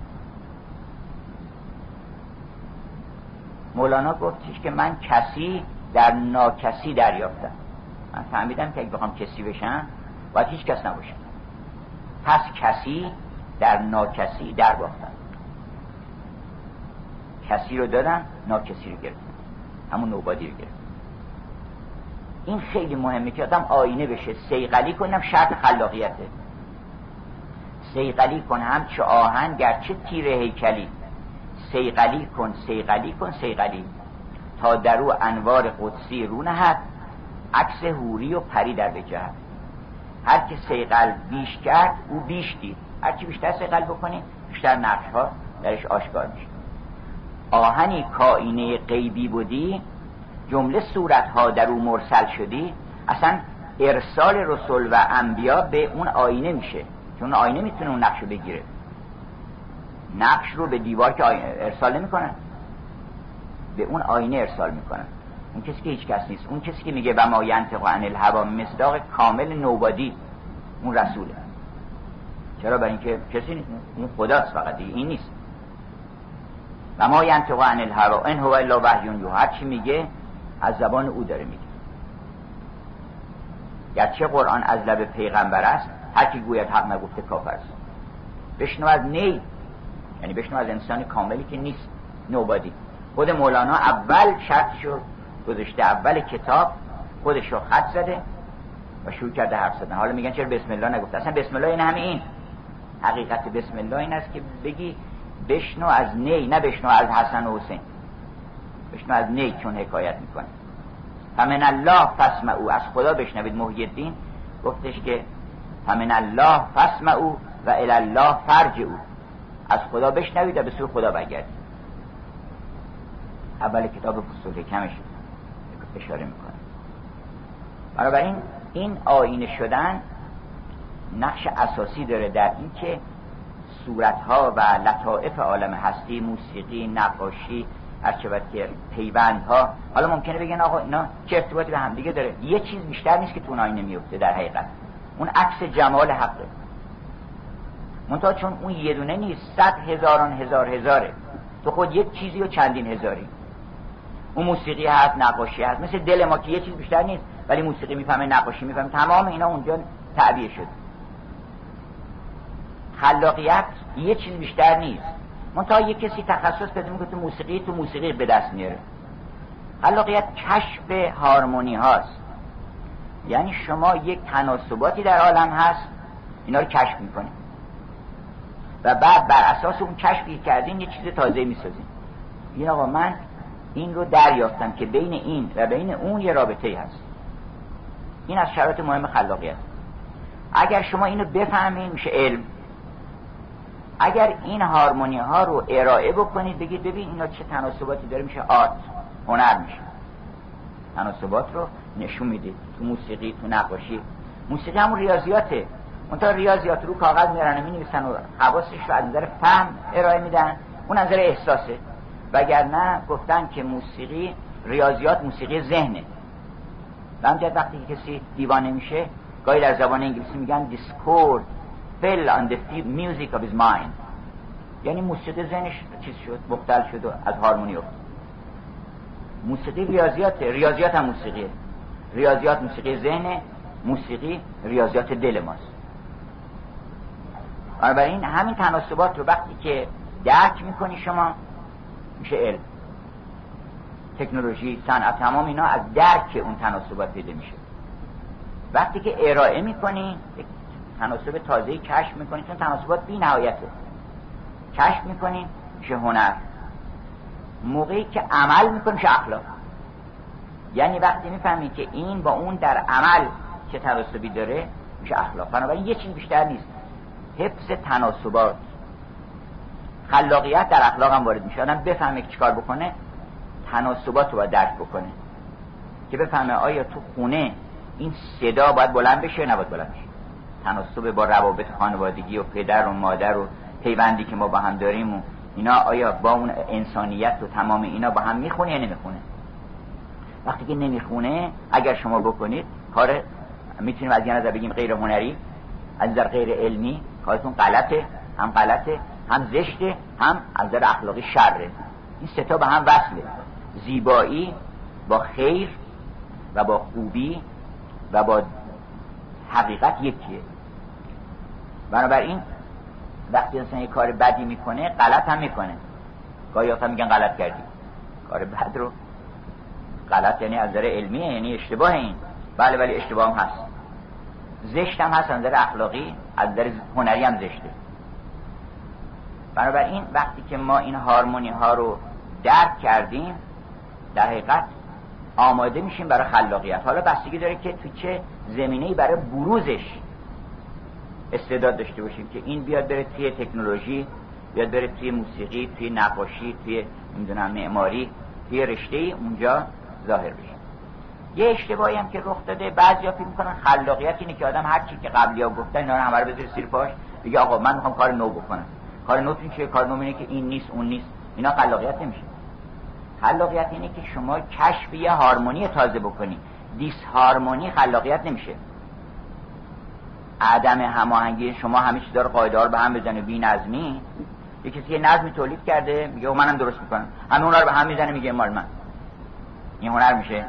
مولانا گفتش که من کسی در ناکسی دریافتم. من فهمیدم که اگه بخوام کسی بشم باید هیچ کس نباشم، پس کسی در ناکسی در باختم. کسی رو دادم، ناکسی رو گرفتم، همون نوبادی رو گرفتم. این خیلی مهمه که آدم آینه بشه، صیقلی کنم. شرط خلاقیته. صیقلی کن همچه آهن گرچه تیر هیکلی، صیقلی کن صیقلی کن صیقلی، تا درو انوار قدسی رو نهد، عکس حوری و پری در بجهد. هر که صیقل بیش کرد او بیش دید. هر چی بیشتر صیقل بکنی بیشتر نقش ها درش آشکار میشه. آهنی کائینه غیبی بودی، جمله صورت ها در او مرسل شدی. اصلا ارسال رسول و انبیا به اون آینه میشه، چون آینه میتونه اون نقش رو بگیره. نقش رو به دیوار که ارسال نمیکنن، به اون آینه ارسال میکنن. اون کسی که هیچ کس نیست، اون کسی که میگه و ما ینطق عن الهوا، مصداق کامل نوبادی اون رسوله. چرا؟ برای اینکه کسی نیست، اون خداست فقط دیگه، این نیست. و ما ینطق عن الهوا ان هو الا وحی یوحی. هر چی میگه از زبان او داره میگه. گرچه قرآن از لب پیغمبر است، هر کی گوید حق نگفته کافر است. بشنو از نی، یعنی بشنو از انسان کاملی که نیست، نوبادی. خود مولانا اول شرطشو گذاشته، اول کتاب خودشو خط زده و شروع کرده حرف زدن. حالا میگن چرا بسم الله نگفته؟ اصلا بسم الله این همه این حقیقت بسم الله این است که بگی بشنو از نی، نه بشنو از حسن و حسین. بشنو از نی، چون حکایت میکنه. فمن الله فاسمعوا، از خدا بشنوید. محی الدین گفتش که فمن الله فاسمعوا و الی الله فرجعوا. از خدا بشنوید و به سوی خدا برگردید. اول کتاب فصول حکمش اشاره میکنه. بنابراین این آینه شدن نقش اساسی داره در این که صورتها و لطائف عالم هستی، موسیقی، نقاشی، هرچه که پیوندها، حالا ممکنه بگن آقا اینا چه ارتباطی به هم دیگه داره؟ یه چیز بیشتر نیست که تو اون آینه میفته در حقیقت، اون عکس جمال حقه. منتها چون اون یه دونه نیست، صد هزاران هزار هزاره، تو خود یک چیزی و چندین هزاری. اون موسیقی هست، نقاشی هست، مثل دل ما که یه چیز بیشتر نیست ولی موسیقی میفهمه، نقاشی میفهمه، تمام اینا اونجا تعبیه شد. خلاقیت یه چیز بیشتر نیست، منتها یک کسی تخصص پیدا میکنه تو موسیقی، تو موسیقی به دست میاره. خلاقیت کشف هارمونی هاست، یعنی شما یک تناسباتی در عالم هست، اینا رو کشف میکنید و بعد بر اساس اون کشفی کردین یه چیز تازه میسازین. این آقا من این رو دریافتم که بین این و بین اون یه رابطه‌ای هست. این از شرایط مهم خلاقیت. اگر شما اینو بفهمین میشه علم. اگر این هارمونی ها رو ارائه بکنید، بگید ببین اینا چه تناسباتی داره، میشه آرت، هنر میشه. تناسبات رو نشون میدید تو موسیقی، تو نقاشی. موسیقی همون ریاضیاته، منتها ریاضیات رو کاغذ میارن و مینویسن و حواسش رو از نظر فهم ارائه میدن، اون از نظر احساسه. وگرنه گفتن که موسیقی، ریاضیات موسیقی ذهنه. و همجد وقتی که کسی دیوانه میشه، گاهی در زبان انگلیسی میگن discord fell on the music of his mind، یعنی موسیقی ذهنش چیز شد، مختل شد و از هارمونی افتاد. موسیقی ریاضیات، ریاضیات هم موسیقیه. ریاضیات موسیقی ذهنه، موسیقی ریاضیات دل ماست. بنابراین همین تناسبات رو وقتی که درک میکنی شما، میشه علم. تکنولوژی، صنعت، تمام اینا از درک اون تناسبات پیدا میشه. وقتی که ارائه میکنی تناسب تازه‌ای کشف میکنی، چون تناسبات بی نهایته، کشف میکنی میشه هنر. موقعی که عمل میکنی میشه اخلاق. یعنی وقتی میفهمی که این با اون در عمل چه تناسبی داره میشه اخلاق. بنابراین یه چیز بیشتر نیست، حفظ تناسبات. خلاقیت در اخلاق هم وارد میشه. آدم بفهمه که چیکار بکنه، تناسبات رو باید درک بکنه، که بفهمه آیا تو خونه این صدا باید بلند بشه یا نباید بلند بشه. تناسب با روابط خانوادگی و پدر و مادر و پیوندی که ما با هم داریم و اینا، آیا با اون انسانیت و تمام اینا با هم میخونه یا نمیخونه. وقتی که نمیخونه، اگر شما بکنید کار، میتونیم از یه نظر بگیم غیر هنری، از نظر غیر علمی، کارتون غلطه، هم غلطه، هم زشته، هم از نظر اخلاقی شره. این سه تا به هم وصله. زیبایی با خیر و با خوبی و با حقیقت یکیه. بنابراین وقتی انسان یک کار بدی میکنه، غلط هم میکنه. گاهی وقتا میگن غلط کردی. کار بد رو غلط یعنی از نظر علمیه، یعنی اشتباه. این بله ولی اشتباه هم هست. زشت هم هست از نظر اخلاقی، از نظر هنری هم زشته. بنابراین وقتی که ما این هارمونی ها رو درک کردیم، در حقیقت آماده میشیم برای خلاقیت. حالا بستگی داره که تو چه زمینه‌ای برای بروزش استعداد داشته باشیم، که این بیاد بره توی تکنولوژی، بیاد بره توی موسیقی، توی نقاشی، توی نمیدونم معماری، توی رشته‌ای اونجا ظاهر بشه. یه اشتباهی هم که رخ داده، بعضیا فکر می‌کنن خلاقیت اینه که آدم هر چی که قبلی‌ها گفتن اینا رو همه رو بذاره زیر پاش، بگه آقا من می‌خوام کار نو بکنم. کار نو چیه؟ کار نو اینه که این نیست اون نیست. اینا خلاقیت نمیشه. خلاقیت اینه که شما کشف یه هارمونی تازه بکنی. دیس هارمونی خلاقیت نمیشه. عدم هماهنگی، شما همه چیزا رو قاعده رو به هم بزنه، بی نظمی. یه کسی یه نظمی تولید کرده میگه منم درست میکنم، همه اونها رو به هم میزنه میگه مال من. این هنر میشه؟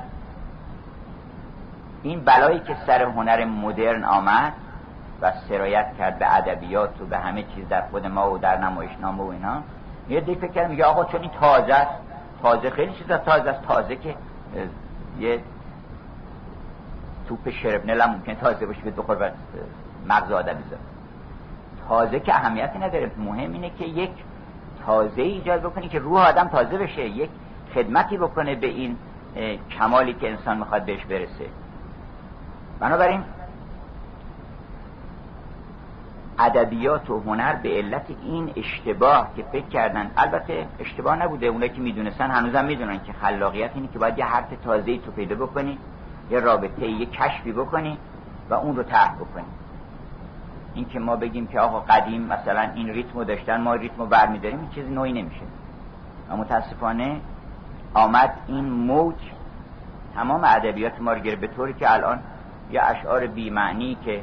این بلایی که سر هنر مدرن آمد و سرایت کرد به ادبیات و به همه چیز در خود ما و در نمایشنامه و اینا، یه دیگه فکر کرد میگه آقا چون این تازه است، تازه خیلی چیزا تازه است، تازه که یه توپ شرپنل هم ممکن تازه باشه که بخور و مغز آدم بذاره. تازه که اهمیتی نداره، مهم اینه که یک تازه ایجاد بکنی که روح آدم تازه بشه، یک خدمتی بکنه به این کمالی که انسان میخواد بهش برسه. بنابراین ادبیات و هنر به علت این اشتباه که فکر کردن، البته اشتباه نبوده، اونایی که میدونستن هنوزم میدونن که خلاقیت اینه که باید یه حرف تازه‌ای تو پیدا بکنی، یه رابطه، یه کشفی بکنی و اون رو طرح بکنی. این که ما بگیم که آقا قدیم مثلا این ریتمو داشتن ما ریتمو برمی‌داریم، این چیز نوعی نمیشه. و متاسفانه آمد این موج تمام ادبیات ما رو گرفت، به طوری که الان یه اشعار بی معنی که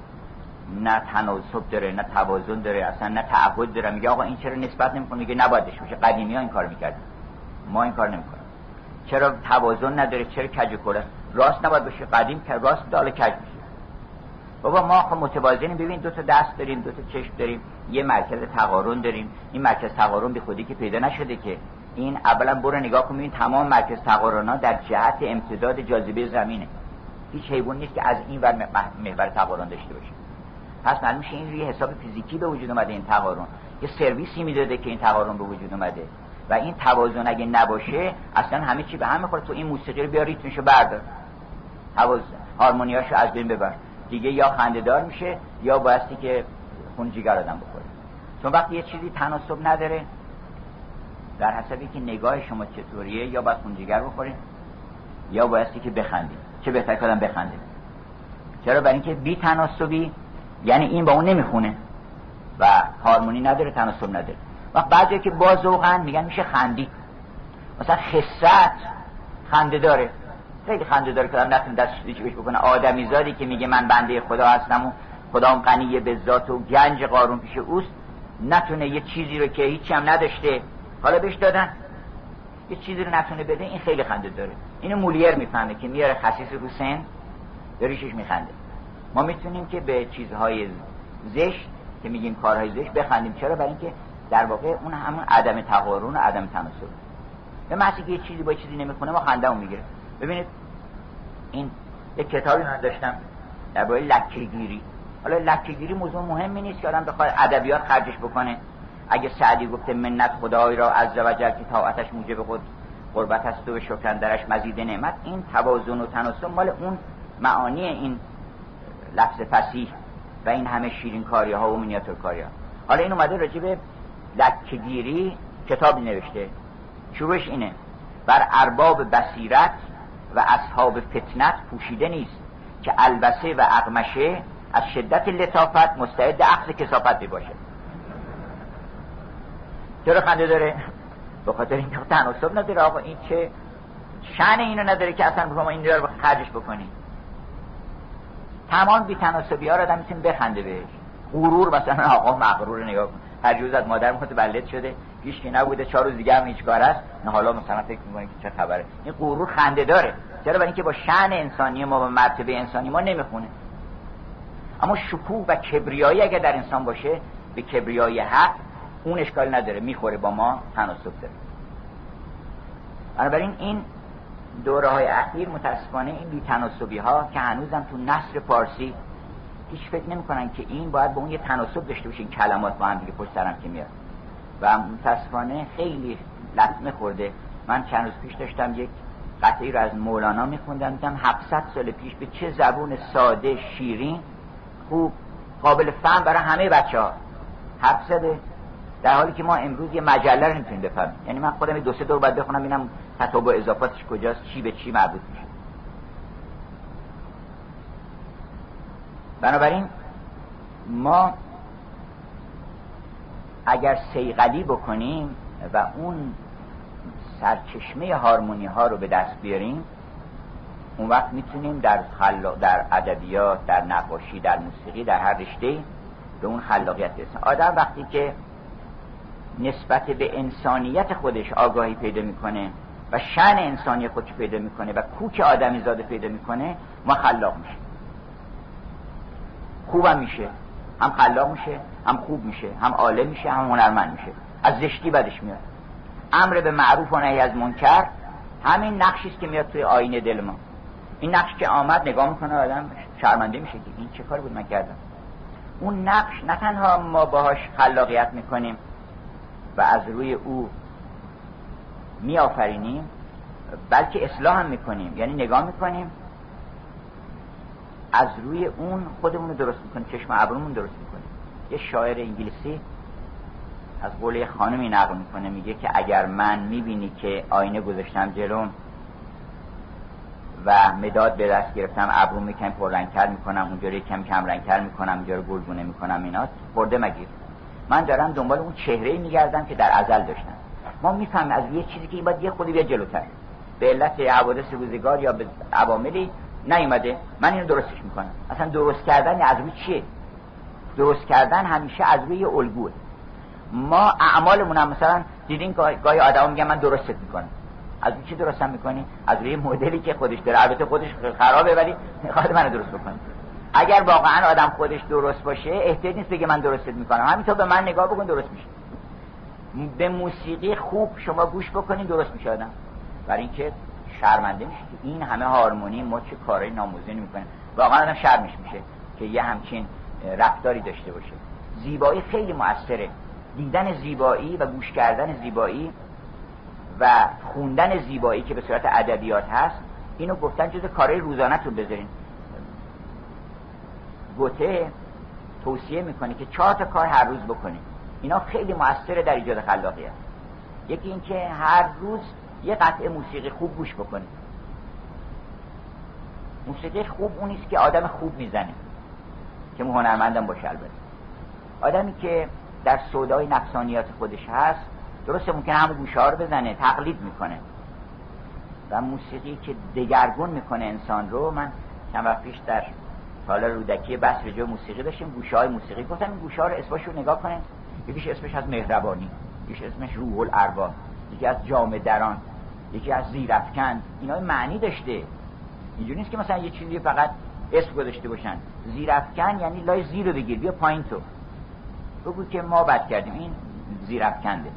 نه تناسب داره نه توازن داره، اصلا نه تعهد داره، میگه آقا این چرا نسبت نمی‌کنه، میگه نبایدش باشه، قدیمی‌ها این کارو می‌کردن ما این کار نمی‌کنیم. چرا توازن نداره، چرا کج و کله، راست نباید باشه، قدیم که راست داله کج میشه. بابا ما خب متوازنیم، ببین دو تا دست داریم، دو تا چشم داریم، یه مرکز تقارن داریم. این مرکز تقارن به خودی که پیدا نشده که، این اولا برو نگاه کن ببین تمام مرکز تقارن‌ها در جهت امتداد جاذبه زمینه. هیچ حیوان نیست که از این ور محور تقارن داشته باشه. پس معلوم میشه این روی حساب فیزیکی به وجود اومده این تقارن، یه سرویسی میداده که این تقارن به وجود اومده. و این توازن اگه نباشه اصلا همه چی به هم میخوره. تو این موسیقی رو بیا ریتمشو بردار، توازن هارمونیاشو از بین ببر، دیگه یا خنده‌دار میشه یا بایستی که خون جگر آدم بخوره. چون وقتی یه چیزی تناسب نداره، در حسابی که نگاه شما چطوریه، یا باید خون جگر بخورید یا بایستی که بخندید. چه بهتر که آدم بخنده. چرا؟ برای اینکه بی تناسبی یعنی این با اون نمیخونه و هارمونی نداره، تناسب نداره. وقت بعضی که با ذوقن میگن میشه خندید. مثلا خست خنده داره، خیلی خنده داره که آدم نتونه دستش دیگه بکنه. آدمیزادی که میگه من بنده خدا هستم و خدام غنی به ذات و گنج قارون پیش اوست، نتونه یه چیزی رو که هیچی هم نداشته حالا بهش دادن، یه چیزی رو نتونه بده، این خیلی خنده داره. اینو مولیر میفهمه که میاره خسیس رو سن دریشش میخنده. ما میتونیم که به چیزهای زشت که میگیم کارهای زشت بخندیم. چرا؟ برای اینکه در واقع اون همون عدم تقارن و عدم تناسب. به محضی که یه چیزی با چیزی نمیخونه ما خنده‌مون میگیره. ببینید این یک کتابی من داشتم درباره لکه‌گیری. حالا لکه‌گیری موضوع مهمی نیست که آدم بخواد ادبیات خرجش بکنه. اگه سعدی گفته منت خدای را عز و جل که طاعتش موجب خود قربت است و به شکر درش مزید نعمت، این توازن و تناسب مال اون معانی این لفظ فصیح و این همه شیرین کاری ها و مینیاتور کاری ها. حالا این اومده راجع به لکه‌گیری کتابی نوشته. شروعش اینه: بر ارباب بصیرت و اصحاب فتنت پوشیده نیست که البسه و اقمشه از شدت لطافت مستعد اخذ کثافت باشه. چرا خنده داره؟ به خاطر اینکه تناسب نداره. آقا این چه شأن اینو نداره که اصلا شما این رو خرجش بکنی. تمام بی تناسبی ها رو آدم میتونه بخنده بهش. غرور مثلا، آقا مغرور نگاه کن، هر روز از مادر متولد شده، هیچ کی نبوده، چهار روز دیگه هم هیچ کار است، نه حالا مثلا فکر می‌کنه که چه خبره. این غرور خنده داره. چرا؟ برای اینکه با شأن انسانی ما و مرتبه انسانی ما نمیخونه. اما شکوه و کبریایی اگه در انسان باشه، به کبریای حق، اون اشکال نداره، میخوره، با ما تناسب داره. بنابراین این دوره های اخیر متاسفانه این بی تناسبی ها که هنوزم تو نثر فارسی هیچ فکر نمی کنن که این باید با اون یه تناسب داشته باشه، این کلمات با هم دیگه پشت سرم که میاد و متاسفانه خیلی لطمه خورده. من چند روز پیش داشتم یک قطعی رو از مولانا میخوندم، دیدم هفتصد سال پیش به چه زبون ساده، شیرین، خوب، قابل فهم برای همه بچه ها حرف زده، در حالی که ما امروز یه مجله رو نمیتونیم بفهمیم. یعنی من خودم دو سه دور باید بخونم ببینم تتابع اضافاتش کجاست، چی به چی مربوط میشه. بنابراین ما اگر صیقلی بکنیم و اون سرچشمه هارمونی ها رو به دست بیاریم، اون وقت میتونیم در خلاق، در ادبیات، در نقاشی، در موسیقی، در هر رشته به اون خلاقیت برسیم. آدم وقتی که نسبت به انسانیت خودش آگاهی پیدا میکنه و شأن انسانی خودش پیدا میکنه و کوک آدمی زاده پیدا میکنه، ما خلاق میشه. خوبم میشه، هم خلاق میشه، هم خوب میشه، هم عالم میشه، هم هنرمند میشه. از زشتی بدش میاد. امر به معروف و نهی از منکر همین نقشی است که میاد توی آینه دل ما. این نقش که آمد نگاه میکنه آدم شرمنده میشه که این چه کاری بود من کردم. اون نقش نه تنها ما باهاش خلاقیت میکنیم و از روی او میآفرینیم، بلکه اصلاح هم میکنیم. یعنی نگاه میکنیم از روی اون خودمون رو درست میکنیم، چشم ابرومون درست میکنیم. یه شاعر انگلیسی از قول یه خانمی نقل میکنه، میگه که اگر من میبینی که آینه گذاشتم جلوم و مداد به دست گرفتم، ابرو میکنم پررنگتر میکنم، اونجا رو کم کم رنگتر میکنم، اونجا رو گلگونه میکنم، اینا خورده مگیر. من دارم دنبال اون چهره‌ای میگردم که در ازل داشتم. ما میفهمیم از یه چیزی که این باید یه خودی بیاد جلوتر، به علت حوادث روزگار یا به عواملی نیومده، من اینو درستش میکنم. اصلا درست کردن از روی چیه؟ درست کردن همیشه از روی الگوه. ما اعمالمون هم مثلا دیدین گاهی آدما میگن من درستت میکنم. از روی چی درستم میکنی؟ از روی مدلی که خودش داره، البته خودش خرابه ولی میخواد منو درست بکنه. اگر واقعا آدم خودش درست باشه احتیاج نیست بگه من درستت میکنم، همینطور به من نگاه بکن درست میشه. به موسیقی خوب شما گوش بکنین درست میشه آدم، برای اینکه شرمنده میشه که این همه هارمونی ما چه کارای ناموزونی میکنیم. واقعا آدم شرمش میشه که یه همچین رفتاری داشته باشه. زیبایی خیلی مؤثره، دیدن زیبایی و گوش کردن زیبایی و خوندن زیبایی که به صورت ادبیات هست، اینو گفتن جز کارهای روزانه‌تون بذارین. گوته توصیه میکنه که چهار تا کار هر روز بکنید، اینا خیلی مؤثره در ایجاد خلاقیت. یکی این که هر روز یه قطعه موسیقی خوب گوش بکنید. موسیقی خوب اون نیست که آدم خوب میزنه، که هنرمندم باشه. البته آدمی که در سودای نفسانیات خودش هست، درسته ممکنه همون گوشه ها رو بزنه، تقلید میکنه، و موسیقی که دگرگون میکنه انسان رو. من چند وقت پیش در سال رودکی بحث رجوع موسیقی داشتیم، گوشه های موسیقی گفتم این گوشه ها رو اسمش رو نگاه کنه، یکیش اسمش از مهربانی، یکیش اسمش روح الارواح، یکی از جامه دران، یکی از زیرافکن. اینا معنی داشته، اینجوری نیست که مثلا یه چیزی فقط اسم گذاشته باشن. زیرافکن یعنی لای زیر رو بگیر، بیا پایین تو بگو که ما بد کردیم، این زیرافکنده.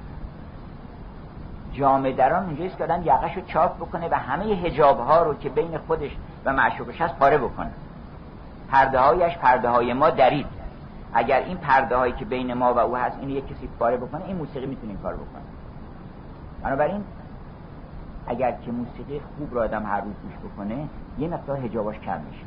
جامه دران اونجاییست که آدم یقه‌شو چاک بکنه و همه حجاب ها رو که بین خودش و معشوقش هست پاره بکنه. پرده هایش پرده های ما درید. اگر این پرده هایی که بین ما و او هست اینو یک کسی پاره بکنه، این موسیقی میتونه این کار بکنه. بنابراین اگر که موسیقی خوب رو آدم هر روز گوش بکنه، یه مقدار حجاباش کم میشه.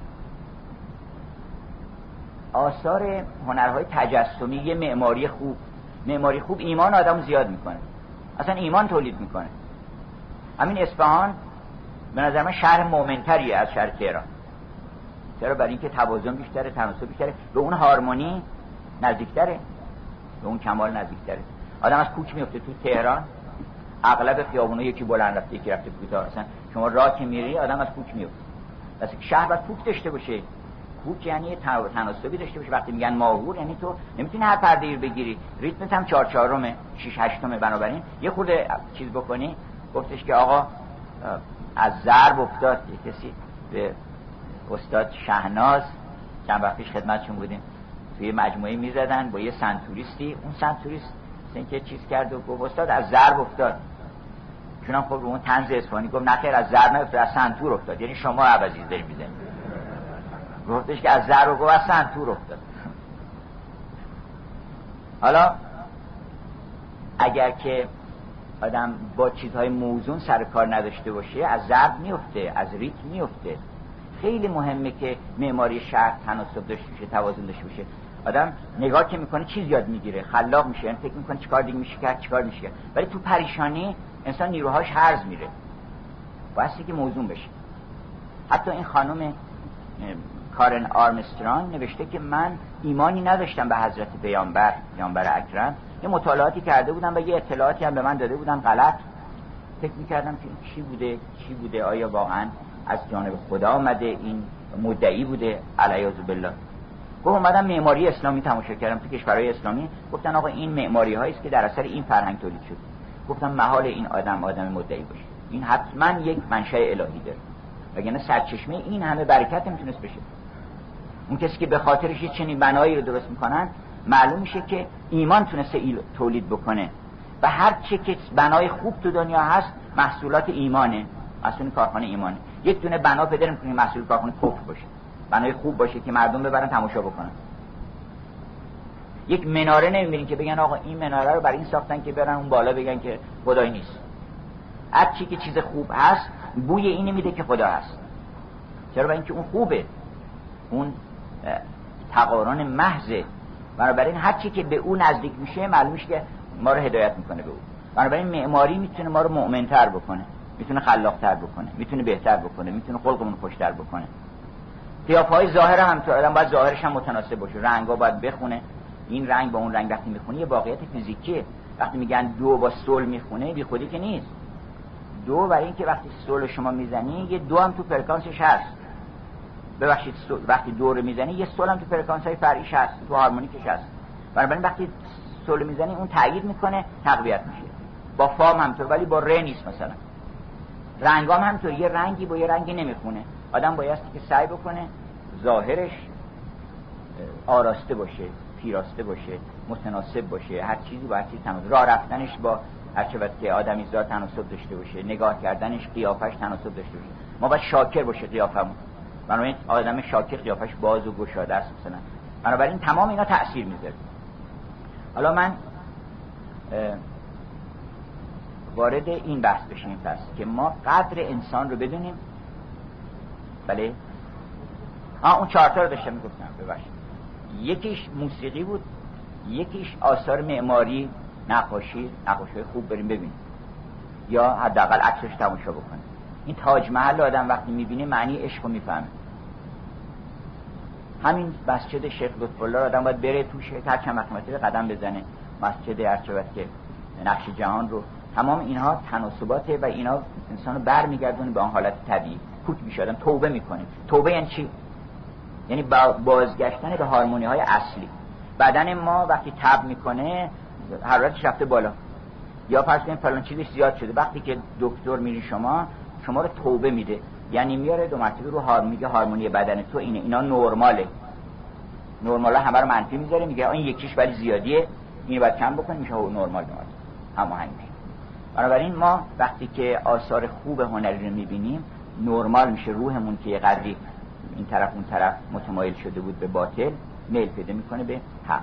آثار هنرهای تجسمی، یه معماری خوب، معماری خوب ایمان آدم زیاد میکنه، اصلا ایمان تولید میکنه. همین اصفهان به نظر من شهر مومنتریه از شهر تهران. چرا؟ برای اینکه توازن بیشتره، تناسب بیشتره، به اون هارمونی نزدیکتره، به اون کمال نزدیکتره. آدم از کوچ میفته تو تهران، اغلب خیابونا یکی بلند رفته یکی رفته کوتاه، اصلا شما راه که میری آدم از کوچ میفته. پس شهر باید کوچ داشته باشه. کوچ یعنی تناسبی داشته باشه. وقتی میگن ماهور یعنی تو نمیتونی هر پرده‌ای رو بگیری، ریتمت هم چهار چهارمه، شش هشتمه. بنابراین یه خورده چیز بکنی. گفتش که آقا از ضرب افتاد، یه کسی به استاد شهناز چند وقت پیش خدمتشون بودیم، توی مجموعه میزدن با یه سنتوریستی، اون سنتوریست این که چیز کرد و گفت استاد از ضرب افتاد. چون هم خب رو اون طنز اسپانی گفت نخیر از ضرب نافتاد، از سنتور افتاد، یعنی شما عوضی دارید میزنید. گفتش که از ضرب و گفت از سنتور افتاد. حالا اگر که آدم با چیزهای موزون سر کار نداشته باشه، از ضرب میفته، از ریتم میفته. خیلی مهمه که معماری شهر تناسب داشته باشه، توازن داشته باشه. آدم نگاه که میکنه چیز یاد میگیره، خلاق میشه، یعنی فکر میکنه چیکار دیگه میشه کرد، چیکار میشه کرد. ولی تو پریشانی انسان نیروهاش هرز میره، واسه که موزون بشه. حتی این خانم کارن آرمسترانگ نوشته که من ایمانی نداشتم به حضرت پیامبر، پیامبر اکرم. یه مطالعاتی کرده بودم و یه اطلاعاتی هم به من داده بودن غلط. فکر میکردم که این چی بوده چی بوده آیا واقعا از جانب خدا آمده، این مدعی بوده علیاذ بالله. گفت اومدم معماری اسلامی تماشا کردم تو کشورهای اسلامی، گفتن آقا این معماری هایی است که در اثر این فرهنگ تولید شد. گفتم محال این آدم آدم مدعی باشه، این حتما یک منشأ الهی داره، وگرنه سرچشمه این همه برکت نمیتونست بشه. اون کسی که به خاطرش یه چنین بنایی رو درست میکنن، معلوم میشه که ایمان تونسته تولید بکنه و هر چه که بنای خوب تو دنیا هست محصولات ایمانه، محصول کارخانه ایمانه. یک دونه بنا پیدا نمی‌کنی محصول کارخانه کفر باشه، بنای خوب باشه که مردم ببرن تماشا بکنن. یک مناره نمی‌بینین که بگن آقا این مناره رو برای این ساختن که برن اون بالا بگن که خدایی نیست. هر چی که چیز خوب هست بوی اینو میده که خدا هست. چرا؟ برای اینکه اون خوبه، اون تقارن محض بنابراین هر چی که به او نزدیک میشه معلوم میشه که ما رو هدایت میکنه به او. بنابراین معماری میتونه ما رو مؤمن‌تر بکنه، میتونه خلاق‌تر بکنه، میتونه بهتر بکنه، میتونه خلقمون خوشتر بکنه. قیافه‌های ظاهر هم تو آدم باید ظاهرش هم متناسب باشه، رنگا باید بخونه. این رنگ با اون رنگ وقتی میخونه یه واقعیت فیزیکیه. وقتی میگن دو با صلح میخونه بی خودی که نیست. دو برای اینکه وقتی صلح شما میزنی یه دو هم تو فرکانسش هست. ببخشید وقتی دو رو میزنی یه صلح هم تو فرکانس‌های فرعیش هست، تو هارمونیکش هست. بنابراین وقتی صلح میزنی اون تأیید میکنه، تقویت میشه. با فام همطور ولی با ر نیست. مثلا رنگام همطور، یه رنگی با یه رنگی نمیخونه. آدم بایستی که سعی بکنه ظاهرش آراسته باشه، پیراسته باشه، متناسب باشه، هر چیزی با هر چیز تناسب، راه رفتنش با هر چه که آدمی زاد تناسب داشته باشه، نگاه کردنش قیافش تناسب داشته باشه. ما باید شاکر باشه قیافمون. بنابراین آدم شاکر قیافش باز و گشاده است مثلا. بنابراین تمام اینا تأثیر میذاره. حالا من وارد این بحث بشیم پس که ما قدر انسان رو بدونیم. بله آه اون چهار تا رو داشتم میگفتم، ببخشید. یکیش موسیقی بود، یکیش آثار معماری، نقاشی، نقاشی خوب بریم ببینیم یا حداقل عکسش تماشا بکنیم. این تاج محل آدم وقتی میبینه معنی عشق رو میفهمه. همین مسجد شیخ لطف‌الله آدم باید بره توش، هر چند وقت مرتبه قدم بزنه. مسجد ارچوت که نقش جهان رو، تمام اینها تناسباته و اینا انسانو برمیگردونه به آن حالت طبیعی. پوک میشه، آدم توبه میکنه. توبه یعنی چی؟ یعنی بازگشتن به هارمونی های اصلی. بدن ما وقتی تب میکنه حرارتش رفته بالا، یا فرض کنیم فلان چیزش زیاد شده، وقتی که دکتر میری شما شما رو توبه میده، یعنی میاره دو مرتبه رو هارمونی، میگه هارمونی بدن تو اینه، اینا نرماله. نرمالا همه رو منفی میذاره، میگه این یکیش ولی زیادیه، اینو باید کم بکنیم، میشه نرمال نماد هماهنگ میشه. بنابراین ما وقتی که آثار خوب هنری رو میبینیم نرمال میشه، روحمون که یه قدری این طرف اون طرف متمایل شده بود به باطل میل پیدا میکنه به حق.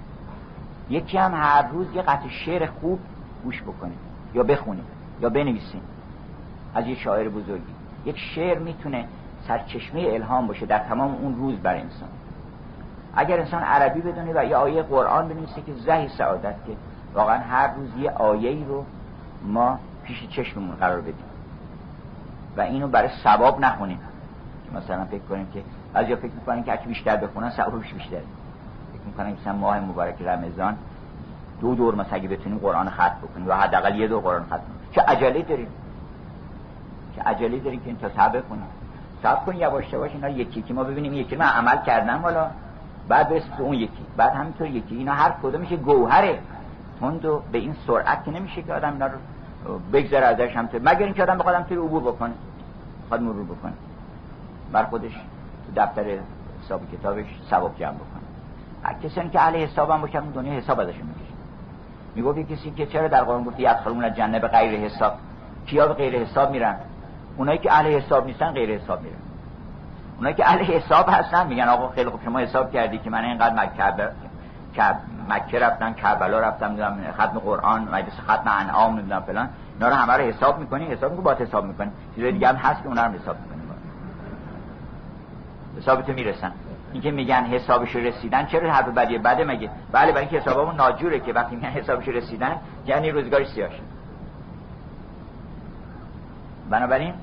یکی هم هر روز یه قطعه شعر خوب گوش بکنیم یا بخونیم یا بنویسیم از یه شاعر بزرگی. یک شعر میتونه سرچشمه الهام باشه در تمام اون روز بر انسان. اگر انسان عربی بدونه و یه آیه قرآن بنویسه که زهی سعادت، که واقعا هر روز یه آیه‌ای رو ما پیش چشممون قرار بدیم و اینو برای ثواب نخونیم. که مثلا فکر کنیم که بعضیا فکر میکنن که هرچی بیشتر بخونن ثوابش بیشتره. فکر میکنن مثلا ماه مبارک رمضان دو دور مثلا اگه بتونیم قرآن ختم بکنیم یا حداقل یه دور قرآن ختم کنیم، چه عجله داریم؟ چه عجله داریم که این تا صبر کنیم؟ صبر کن یواش یواش اینا یکی یکی ما ببینیم، یکی من عمل کردم والا، بعد برسیم به اون یکی، بعد همینطور یکی. اینا هر کدوم میشه گوهره تندو به این سرعت که نمیشه که آدم اینا رو بگذره ازش، هم مگر اینکه آدم بخواد همینطوری عبور بکنه، بخواد مرور بکنه، بر خودش تو دفتر حساب کتابش ثواب جمع بکنه. کسانی که اهل حساب هم باشن دنیا حساب ازشون میکشه. میگه یه کسی که چرا در قرآن گفتی یدخلون الجنه به غیر حساب، کیا به غیر حساب میرن؟ اونایی که اهل حساب نیستن غیر حساب میرن. اونایی که اهل حساب هستن میگن آقا خیلی خوب شما حساب کردی که من اینقدر مکه مکه رفتم، کربلا رفتم، نمیدونم ختم قرآن، مجلس ختم انعام، نمیدونم فلان، اینا رو همه رو حساب میکنی، حساب میکنی با حساب میکنی. چیزای دیگه هم هست که اونها رو حساب میکنی. حسابت میرسن. این که میگن حسابش رسیدن، چرا حرف بدیه؟ بده مگه؟ بله برای اینکه حسابمون ناجوره که وقتی میگن حسابش رسیدن یعنی روزگارش سیاه شد. بنابراین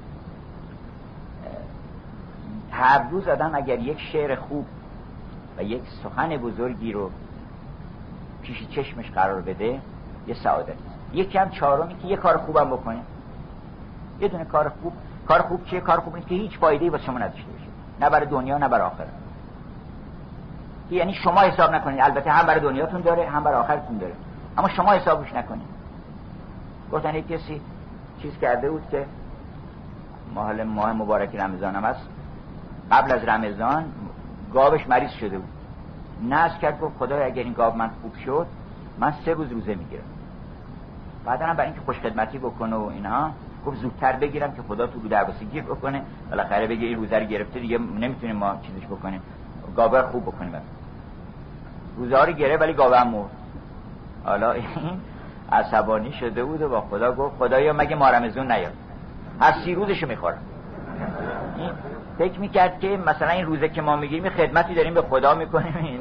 هر روز آدم اگر یک شعر خوب و یک سخن بزرگی رو پیش چشمش قرار بده یه سعادت. یکی هم چهارمی که یه کار خوبم بکنه. یه دونه کار خوب. کار خوب چیه؟ کار خوب این که هیچ فایده‌ای واسه شما نداشته باشه، نه برای دنیا نه برای آخرت. یعنی شما حساب نکنید، البته هم برای دنیاتون داره هم برای آخرتون داره، اما شما حسابش نکنید. گفتن یک کسی چیز کرده بود که ماه ماه مبارک رمضان هم هست، قبل از رمضان گاوش مریض شده بود، نذر کرد گفت خدایا اگر این گاو من خوب شد من سه روز روزه میگیرم. بعدا هم برای اینکه خوش خدمتی بکنه و اینها گفت زودتر بگیرم که خدا تو رو درباسی گیر بکنه، بالاخره بگه این روزه رو گرفته دیگه نمیتونیم ما چیزش بکنیم، گاو رو خوب بکنیم. روزه ها رو گرفت ولی گاو هم مرد. حالا این عصبانی شده بود و با خدا گفت خدایا مگه ما رمضان نیاد، از سی روزشو میخورم. این فکر میکرد که مثلا این روزه که ما میگیریم خدمتی داریم به خدا میکنیم اینا،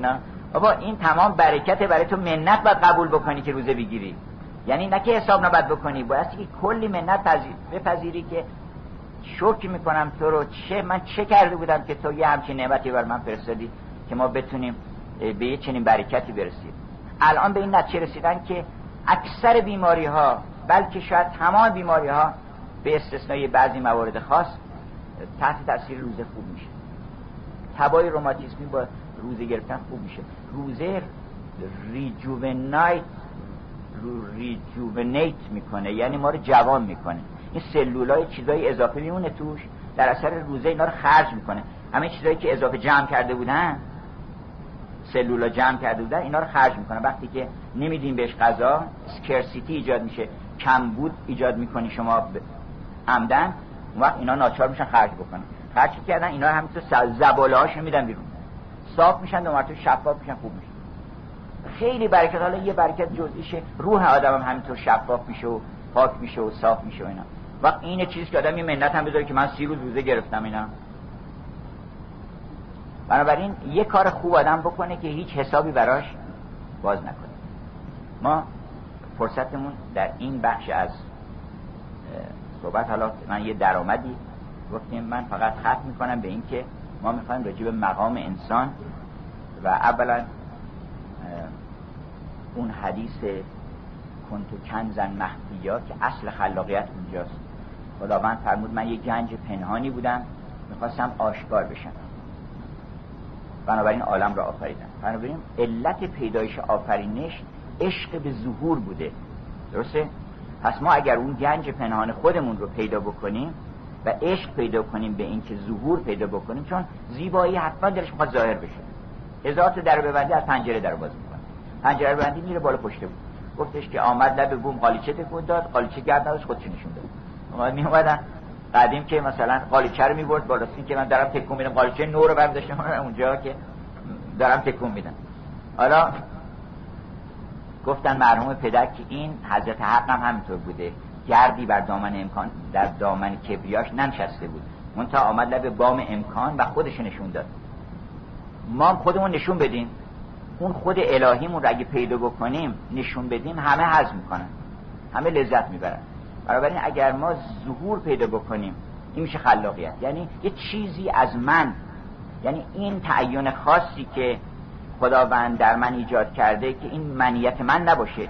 بابا این تمام برکت برای تو، منت باید قبول بکنی که روزه بگیری. یعنی نه که حساب نباید بکنی، باید که کلی منت پذیر بپذیری که شکر میکنم تو رو، چه من چه کرده بودم که تو یه همچین نعمتی بر من فرستادی که ما بتونیم به یه چنین برکتی برسیم. الان به این نتیجه رسیدن که اکثر بیماری ها، بلکه شاید تمام بیماری ها به استثنای بعضی موارد خاص تحت تاثیر روزه خوب میشه. تبای روماتیسمی با روزه گرفتن خوب میشه. روزه ریجوونایت رو ریجوونیت میکنه، یعنی ما رو جوان میکنه. این سلولای چیزای اضافه میمونه توش، در اثر روزه اینا رو خرج میکنه. همه چیزایی که اضافه جمع کرده بودن، سلولا جمع کرده بودن، اینا رو خرج میکنه. وقتی که نمیدیم بهش غذا، اسکرسیتی ایجاد میشه، کمبود ایجاد میکنی شما عمدن، اون وقت اینا ناچار میشن خرج بکنن. خرج کردن اینا رو همینطور زباله هاشون میدن بیرون، صاف میشن، دو مرتبه شفاف میشن، خوب میشن. خیلی برکت. حالا یه برکت جزئیشه، روح آدم هم همینطور شفاف میشه و پاک میشه و صاف میشه و اینا. وقت این چیزی که آدم یه منت هم بذاره که من سی روز روزه گرفتم اینا. بنابراین یه کار خوب آدم بکنه که هیچ حسابی براش باز نکنه. ما فرصتمون در این بخش از صحبت، حالا من یه درآمدی گفتیم، من فقط ختم میکنم به این که ما میخوایم راجع به مقام انسان و اولا اون حدیث کنتو کنزن مخفیا که اصل خلاقیت اونجاست. خداوند فرمود من یه گنج پنهانی بودم، میخواستم آشکار بشم، بنابراین عالم را آفریدم. بنابراین علت پیدایش آفرینش عشق به ظهور بوده، درسته؟ پس ما اگر اون گنج پنهان خودمون رو پیدا بکنیم و عشق پیدا کنیم به این که ظهور پیدا بکنیم، چون زیبایی حتما دلش میخواد ظاهر بشه. هزار تا در ببندی از پنجره در باز میکنه، پنجره رو ببندی میره بالا پشت بود. گفتش که آمد لب بوم قالیچه تکون داد، قالیچه گرد نداشت، خودش نشون داد. اومد می اومدن قدیم که مثلا قالیچه رو میبرد بالا، این که من دارم تکون میدم، قالیچه نور رو برداشتم اونجا که دارم تکون میدم. حالا گفتن مرحوم پدر که این حضرت حق هم همینطور بوده، گردی بر دامن امکان در دامن کبریاش ننشسته بود، منتها آمد لب بام امکان و خودش نشون داد. ما هم خودمون نشون بدیم، اون خود الهیمون رو اگه پیدا بکنیم نشون بدیم، همه هضم میکنن، همه لذت میبرن. بنابراین اگر ما ظهور پیدا بکنیم، این میشه خلاقیت. یعنی یه چیزی از من، یعنی این تعین خاصی که خداوند در من ایجاد کرده که این منیت من نباشه،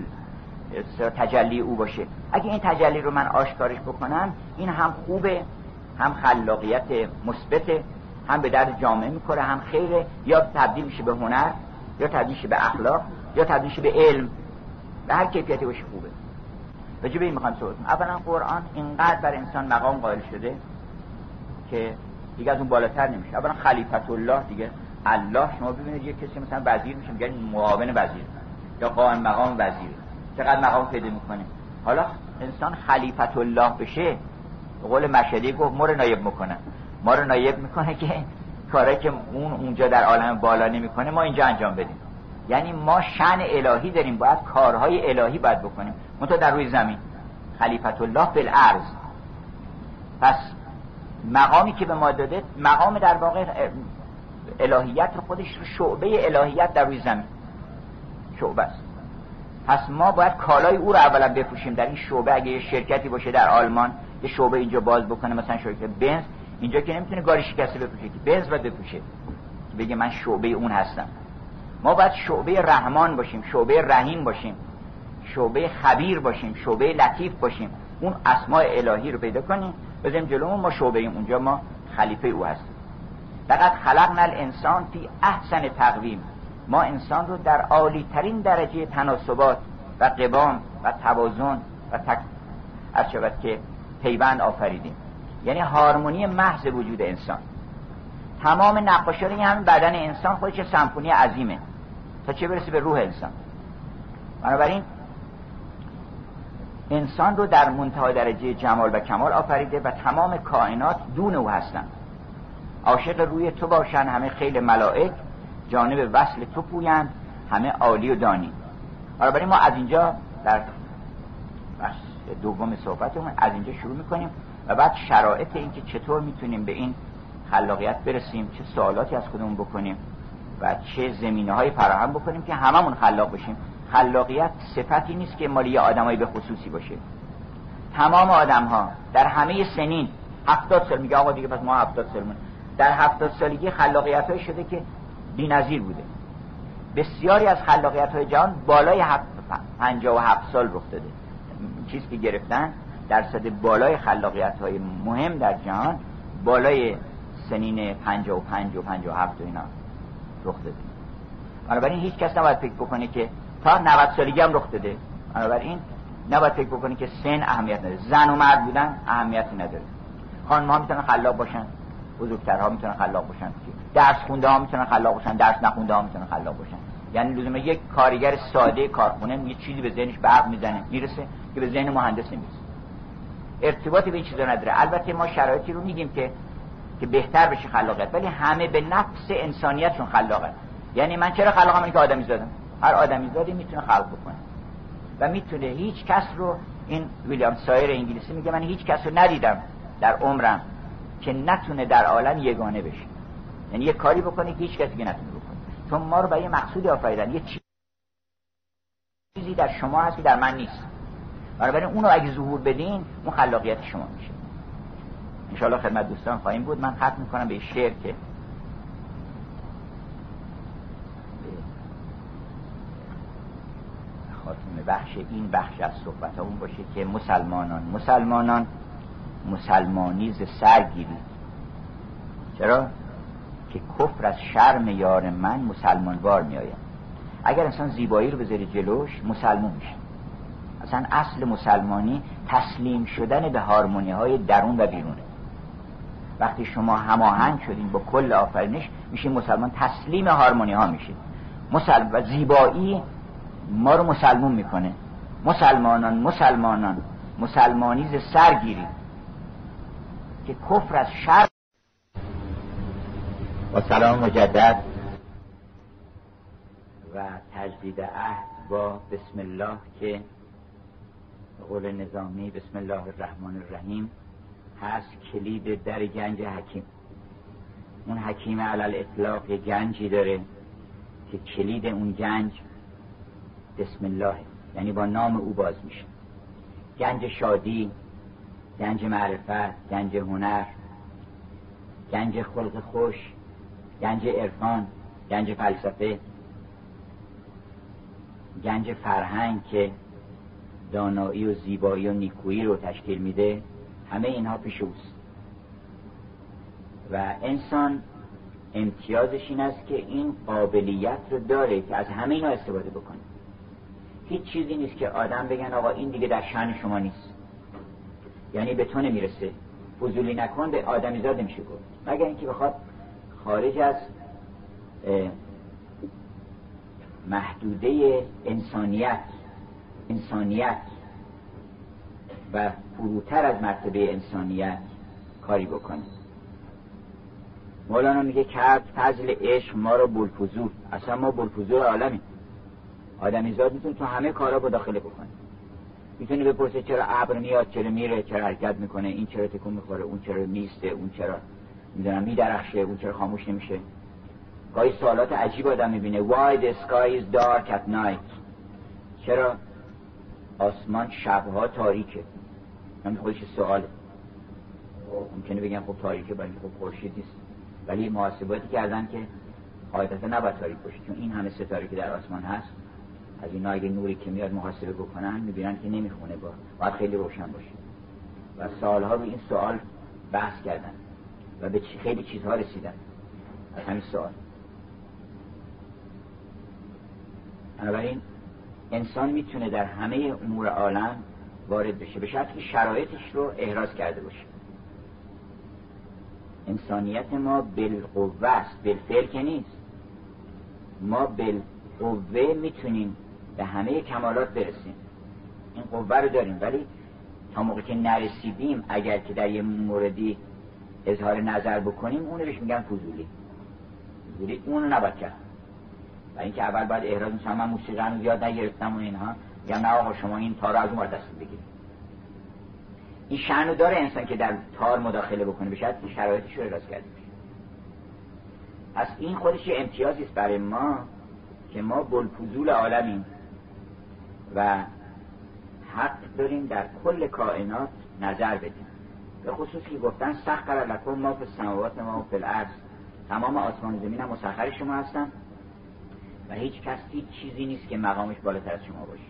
تجلی او باشه. اگه این تجلی رو من آشکارش بکنم، این هم خوبه، هم خلاقیت مثبته، هم به درد جامعه میخوره، هم خیره، یا تبدیل میشه به هنر، یا تبدیل میشه به اخلاق، یا تبدیل میشه به علم، به هر کیفیتی باشه خوبه. راجع به این میخوام صحبت کنم. اولا قرآن اینقدر بر انسان مقام قائل شده که دیگه از اون بالاتر نمیشه. اولا خلیفت الله دیگه، الله، شما ببینید یه کسی مثلا وزیر میشه میگن معاون وزیر یا قائم مقام وزیر، چقدر مقام پیدا میکنه. حالا انسان خلیفت الله بشه، به قول مشهدی گفت ما رو نایب میکنه، ما رو نایب میکنه که کاری که اون اونجا در عالم بالا نمیکنه ما اینجا انجام بدیم. یعنی ما شأن الهی داریم، باید کارهای الهی باید بکنیم، منتها در روی زمین. خلیفت الله فی الارض. پس مقامی که به ما داده، مقام در واقع الهیت رو خودش رو شعبه الهیت در روی زمین شعبه است. پس ما باید کالای او رو اولا بپوشیم در این شعبه. اگه یه شرکتی باشه در آلمان یه شعبه اینجا باز بکنه، مثلا شرکت بنز، اینجا که نمیتونه گاری شکسته بپوشه که بنز باید بپوشه که بگه من شعبه اون هستم. ما باید شعبه رحمان باشیم، شعبه رحیم باشیم، شعبه خبیر باشیم، شعبه لطیف باشیم، اون اسماء الهی رو پیدا کنیم بزنیم جلومون، ما شعبه ایم، اونجا ما خلیفه او هستیم. لقد خلقنا الانسان فی احسن تقویم. ما انسان رو در عالی ترین درجه تناسبات و قوام و توازن و تک از شود که پیوند آفریدیم. یعنی هارمونی محض وجود انسان. تمام نقاشی این همین بدن انسان خودش سمفونی عظیمه، تا چه برسه به روح انسان. بنابراین انسان رو در منتهای درجه جمال و کمال آفریده و تمام کائنات دون او هستند. عاشق روی تو باشند همه خیل ملائک، جانب وصل تو پویند همه عالی و دانی. بنابراین ما از اینجا در بخش دوم صحبتمون از اینجا شروع میکنیم و بعد شرایط این که چطور میتونیم به این خلاقیت برسیم، چه سوالاتی از خودمون بکنیم و چه زمینه‌های فراهم بکنیم که هممون خلاق بشیم. خلاقیت صفتی نیست که مال یه آدمایی به خصوصی باشه. تمام آدم‌ها در همه سنین، هفتاد سال میگه آقا دیگه پس ما هفتاد سالمون، در هفتاد سالگی خلاقیت‌های شده که بی‌نظیر بوده. بسیاری از خلاقیت‌های جهان بالای پنجاه و هفت سال رخ داده. چیزی که گرفتن درصد بالای خلاقیت‌های مهم در جهان بالای سنین پنجاه و پنج و پنجاه و هفت و اینا رخ داده. بنابراین هیچ کس نباید فکر بکنه که تا نود سالگی هم رخ داده. بنابراین نباید فکر بکنه که سن اهمیت نداره. زن و مرد بودن اهمیتی نداره. خانم‌ها میتونن خلاق باشن، بزرگترها میتونن خلاق باشن، درس خونده ها میتونن خلاق باشن، درس نخونده ها میتونن خلاق باشن. یعنی لزوما یک کارگر ساده کارخونه یه چیزی به ذهنش برق میزنه میرسه که به ذهن مهندس نمیرسه. ارتباطی به این چیزا نداره. البته ما شرایطی رو میگیم که که بهتر بشه خلاقیت، ولی همه به نفس انسانیتشون خلاقن. یعنی من چرا خلاقم؟ من که آدمی زادم. هر آدمی زادی میتونه خلق بکنه و میتونه. هیچ کس رو، این ویلیام سایر انگلیسی میگه من هیچ کس رو ندیدم در عمرم که نتونه در عالم یگانه بشه. یعنی یه کاری بکنه که هیچ کسی که نتونه بکنه، چون ما رو برای یه مقصودی آفریدن. یه چیزی در شما هست که در من نیست. بنابراین اونو اگه ظهور بدین اون خلاقیت شما میشه. ان شاء الله خدمت دوستان خواهیم بود. من ختم میکنم به شعر که خاتمه بخش این بخش از صحبتامون باشه که مسلمانان مسلمانان مسلمانی ز سر گیرید. چرا؟ که کفر از شرم یار من مسلمان وار می آید. اگر انسان زیبایی رو بذاره جلوش مسلمان میشه. اصلا اصل مسلمانی تسلیم شدن به هارمونی های درون و بیرونه. وقتی شما هماهنگ شدین با کل آفرینش میشین مسلمان، تسلیم هارمونی ها میشین. مسلم و زیبایی ما رو مسلمون میکنه. مسلمانان مسلمانان مسلمانی ز سر گیرید که کفر از شر. با سلام مجدد و تجدید عهد با بسم الله که قول نظامی بسم الله الرحمن الرحیم هست کلید در گنج حکیم. اون حکیم علل اطلاق یه گنجی داره که کلید اون گنج بسم الله، یعنی با نام او باز میشه. گنج شادی، گنج معرفت، گنج هنر، گنج خلق خوش، گنج عرفان، گنج فلسفه، گنج فرهنگ که دانایی و زیبایی و نیکویی رو تشکیل میده. همه اینها پیش اوست و انسان امتیازش این است که این قابلیت رو داره که از همه اینا استفاده بکنه. هیچ چیزی نیست که آدم بگن آقا این دیگه در شأن شما نیست، یعنی به تو نمیرسه، فضولی نکن، به آدمی زاد نمیشه گفت، مگر اینکه بخواد خارج از محدوده انسانیت انسانیت و فروتر از مرتبه انسانیت کاری بکنه. مولانا میگه کرد فضل عشق ما رو بلفزور. اصلا ما بلفزور عالمیم. آدمی زاد میتونه تو همه کارا مداخله بکنه. میتونه بپرسه چرا ابر میاد، چرا میره، چرا حرکت میکنه، این چرا تکون میخوره، اون چرا میسته، اون چرا میدونم میدرخشه، اون چرا خاموش نمیشه. گاهی سوالات عجیب آدم میبینه. Why the sky is dark at night؟ چرا آسمان شبها تاریکه؟ من خودش سواله. ممکنه بگن خب تاریکه برای خب خورشید نیست، ولی محاسباتی کردن که قاعدتا نباید تاریک باشه، چون این همه ستاره که در آسمان هست از اینا اگه نوری که میاد محاسبه بکنن میبینن که نمیخونه، با باید خیلی روشن باشه. و سالها رو این سوال بحث کردن و به خیلی چیزها رسیدن از همین سوال. بنابراین انسان میتونه در همه امور عالم وارد بشه به شرطی که شرایطش رو احراز کرده باشه. انسانیت ما بالقوه است، بالفعل که نیست. ما بالقوه میتونیم به همه کمالات برسیم، این قوه رو داریم، ولی تا موقع که نرسیدیم اگر که در یه موردی اظهار نظر بکنیم اونو بهش میگن فضولی. فضولی اونو نباید کرد. و اینکه اول باید احراز میشم من موسیقی رو زیاد نگرفتم و اینها، یا نه آقا شما این تار از اون دست بگیرید. این شأنو داره انسان که در تار مداخله بکنه، به شرطی که شرایطش رو احراز کرده بشه. پس این خودش یه امتیازی است برای ما که ما بلفضول عالمیم و حق داریم در کل کائنات نظر بدیم. به خصوص که گفتن سخر لکم ما فی السماوات ما فی الارض، تمام آسمان و زمین هم مسخر شما هستن و هیچ کس هیچ چیزی نیست که مقامش بالاتر از شما باشه.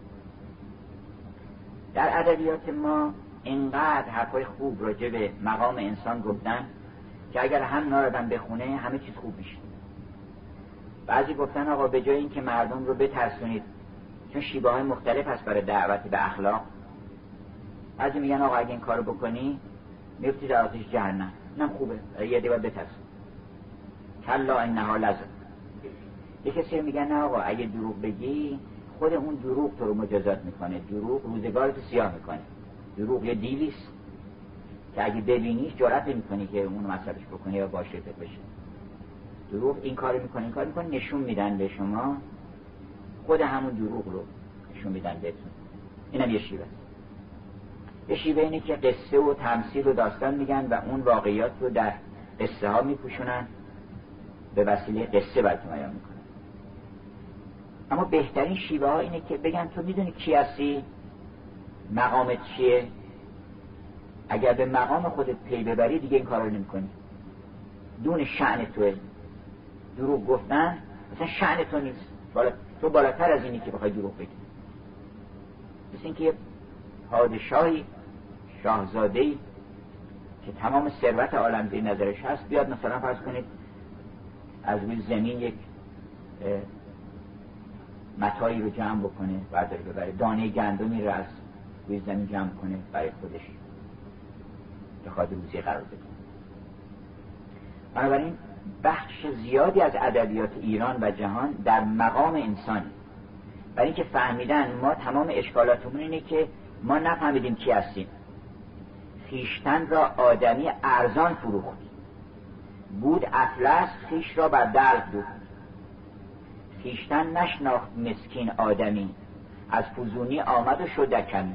در ادبیات ما اینقدر حرفای خوب راجع به مقام انسان گفتن که اگر هم ناردن بخونه همه چیز خوب میشه. بعضی گفتن آقا به جای این که مردم رو بترسونید، چون شیوه های مختلف هست برای دعوت به اخلاق، بعضی میگن آقا اگه این کارو بکنی میفتی در آتش جهنم، اینم خوبه، یه دیوار بترسون. کلا انها لظه. یه کسی میگن نه آقا اگه دروغ بگی خود اون دروغ تو رو مجازات میکنه، دروغ روزگارتو سیاه میکنه. دروغ یه دیویست که اگه ببینیش جرأت نمیکنی که اون مصرفش بکنی یا باشه فکر بشه. دروغ این کارو میکنه این کارو میکنه، نشون میدن به شما خود همون دروغ رو نشون میدن بهتون. اینم یه شیوه. یه شیوه اینه که قصه و تمثیل و داستان میگن و اون واقعیات رو در قصه ها میپوشونن، به وسیله قصه براتون بیان میکنن. اما بهترین شیوه ها اینه که بگن تو میدونی کی هستی؟ مقامت چیه؟ اگر به مقام خودت پی ببری دیگه این کارا رو نمی‌کنی. دون شأن توئه. دروغ گفتن مثلا شأن تو نیست. بالا تو بالاتر از اینی که بخوای دروغ بگی. مثل اینکه یه پادشاهی، شاهزاده‌ای که تمام ثروت عالم در نظرش هست بیاد مثلا فرض کنید از روی زمین یک متاعی رو جمع بکنه، برداره ببره، دانه گندمی رو از روی زمین جمع کنه برای خودش بخواد روزی قرار بده. بنابراین بخش زیادی از ادبیات ایران و جهان در مقام انسان، برای اینکه فهمیدن ما تمام اشکالاتمون اینه که ما نفهمیدیم کی هستیم. خیشتن را آدمی ارزان فروخت، بود افلس خیش را بر دلق دوخت. خیشتن نشناخت مسکین آدمی، از فزونی آمد و شد کمی.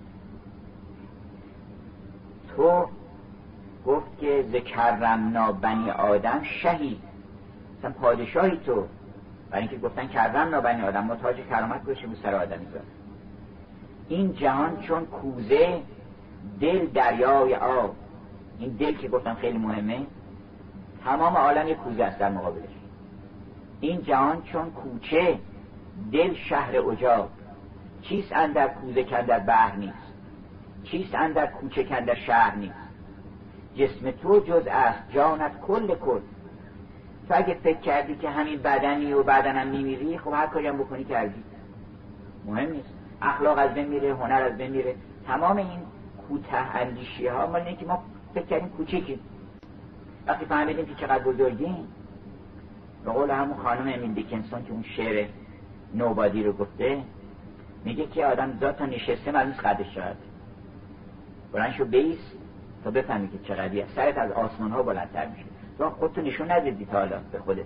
تو گفت که ذکرمنا بنی آدم شهی، مثلا پادشاهی تو، برای اینکه گفتن کرمنا بنی آدم، ما تاج کرامت گوشیم سر آدمی زد. این جهان چون کوزه، دل دریای آب. این دل که گفتم خیلی مهمه، تمام عالم یک کوزه است در مقابلش. این جهان چون کوچه، دل شهر عجاب. چیست اندر کوزه کندر بحر نیست، چیست اندر کوچه کندر شهر نیست. جسم تو جز است جانت کل کل. تو اگه فکر کردی که همین بدنی و بدنم میمیری، خب هر کاری هم بکنی کردی، مهم نیست. اخلاق از بین میره، هنر از بین میره. تمام این کوته اندیشی ها مال اینه که ما فکر کردیم کوچیکیم. وقتی فهمیدیم که چقدر بزرگیم، به قول همون خانم امیل دیکنسون که اون شعر نوبادی رو گفته، میگه که آدم ذات تا نشسته معلوم نیست قدش چقدر. بلند شو بیس تا بفهمی که چقدریه. سرت از آسمان ها بلندتر میشه. تو خودتو نشون ندیدی تا حالا به خودت.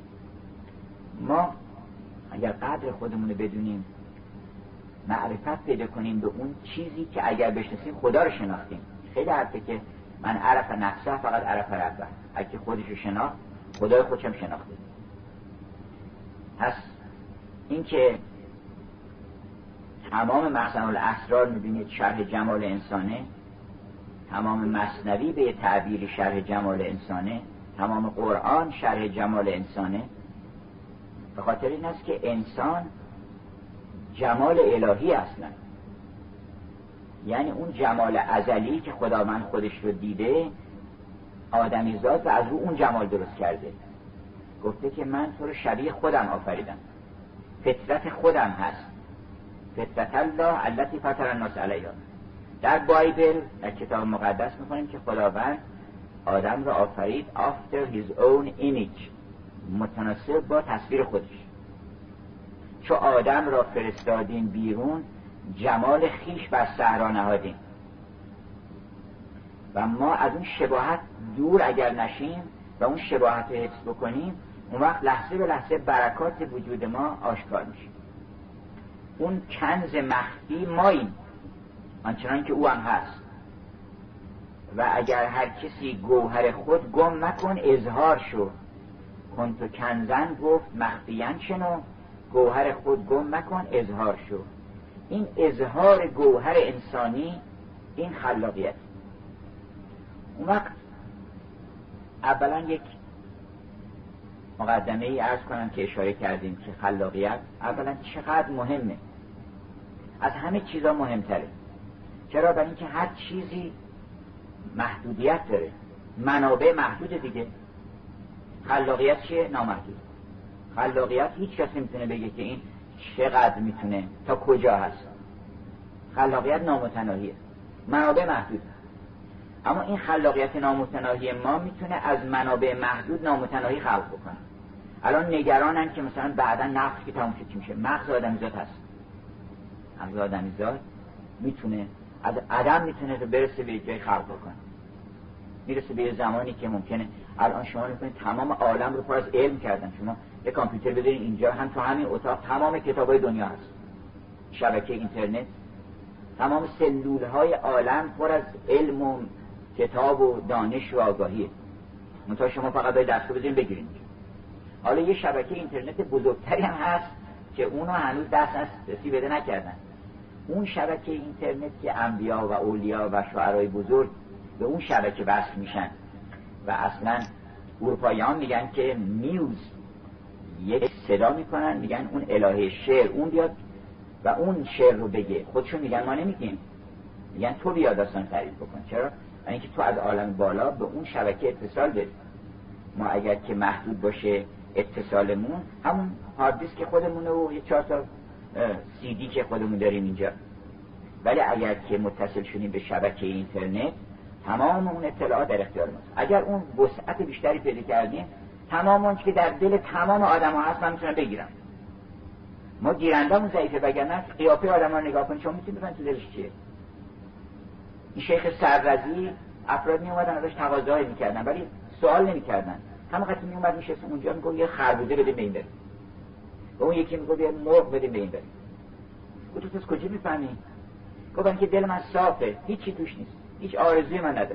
ما اگر قدر خودمون رو بدونیم، معرفت پیدا کنیم به اون چیزی که اگر بشناسیم خدا رو شناختیم. خیلی حرفه که من عرف نفسه فقط عرف ربه، اگه خودش رو شناخت خدای خودشم شناخته. پس این که تمام مخزن الاسرار میبینید شرح جمال انسانه، تمام مثنوی به تعبیر شرح جمال انسانه، تمام قرآن شرح جمال انسانه. به خاطر این است که انسان جمال الهی اصلا، یعنی اون جمال ازلی که خداوند خودش رو دیده آدمی زاد و از رو اون جمال درست کرده. گفته که من تو رو شبیه خودم آفریدم، فطرت خودم هست، فطرت الله التي فطر الناس علیها. در بایبل در کتاب مقدس می‌خونیم که خداوند آدم را آفرید after his own image، متناسب با تصویر خودش. چو آدم را فرستادیم بیرون، جمال خیش بر صحرا نهادیم. و ما از اون شباهت دور اگر نشیم و اون شباهت رو حفظ بکنیم، اون وقت لحظه به لحظه برکات وجود ما آشکار میشه. اون کنز مخفی ماییم، آنچنان که او هم هست. و اگر هر کسی گوهر خود گم مکن اظهار شو، کنتو کنزن گفت مخفیاً شنو، گوهر خود گم مکن اظهار شو. این اظهار گوهر انسانی این خلاقیت. اون وقت اولا یک مقدمه ای عرض کنم که اشاره کردیم که خلاقیت اولا چقدر مهمه، از همه چیزا مهمتره. چرا؟ برای اینکه هر چیزی محدودیت داره، منابع محدود دیگه. خلاقیت چیه؟ نامحدود. خلاقیت هیچ کس نمیتونه بگه که این چقدر میتونه تا کجا هست. خلاقیت نامتناهیه، منابع محدود. اما این خلاقیت نامتناهی ما میتونه از منابع محدود نامتناهی خلق بکنه. الان نگرانن که مثلا بعدا نفت که تموم شد چی میشه؟ مغز آدمیزاد هست. مغز آدمیزاد میتونه از عدم میتونه برسه به جای خلق بکنه. میرسه به زمانی که ممکنه الان شما میکنید تمام عالم رو پر از علم کردن. شما یک کامپیوتر بذارین اینجا، هم تو همین اتاق تمام کتابای دنیا هست، شبکه اینترنت، تمام سلولهای عالم پر از علم و کتاب و دانش و آگاهیه. منتها شما فقط باید دستو بزنین بگیرین. حالا یه شبکه اینترنت بزرگتری هم هست که اونو هنوز دست دستی بده نکردن. اون شبکه اینترنت که انبیا و اولیا و شاعرای بزرگ به اون شبکه وصل میشن و اصلا اروپاییان میگن که میوز یک صدا میکنن، میگن اون الهه شعر اون بیاد و اون شعر رو بگه. خودشون میگن ما نمیگیم، میگن تو بیا داستان تعریف بکن. چرا؟ یعنی که تو از عالم بالا به اون شبکه اتصال بده. ما اگر که محدود باشه اتصالمون، همون هارد دیسک خودمونه و یه چهار تا سی دی که خودمون داریم اینجا. ولی اگر که متصل شدیم به شبکه اینترنت، تمام اون اطلاعات در اختیار ماست. اگر اون وسعت بیشتری پیدا کردیم، تمام اون که در دل تمام آدم‌ها هست من میتونم بگیرم. ما گیرندمون ضعیفه، وگرنه قیافه آدم‌ها رو نگاه کنید شما میتونید بفهمید تو دلش چیه. این شیخ سررزی افراد می اومدن ازش تقاضا می‌کردن ولی سوال نمی‌کردن. همون وقتی می اومد میشه اونجا میگه یه خربوزه بده به این بره. و اون یکی میگه یه مرغ بده به این بره. گفتم تو از کجا می‌فهمی؟ گفتم که دل من صافه، هیچی توش نیست. هیچ آرزویی من نداره.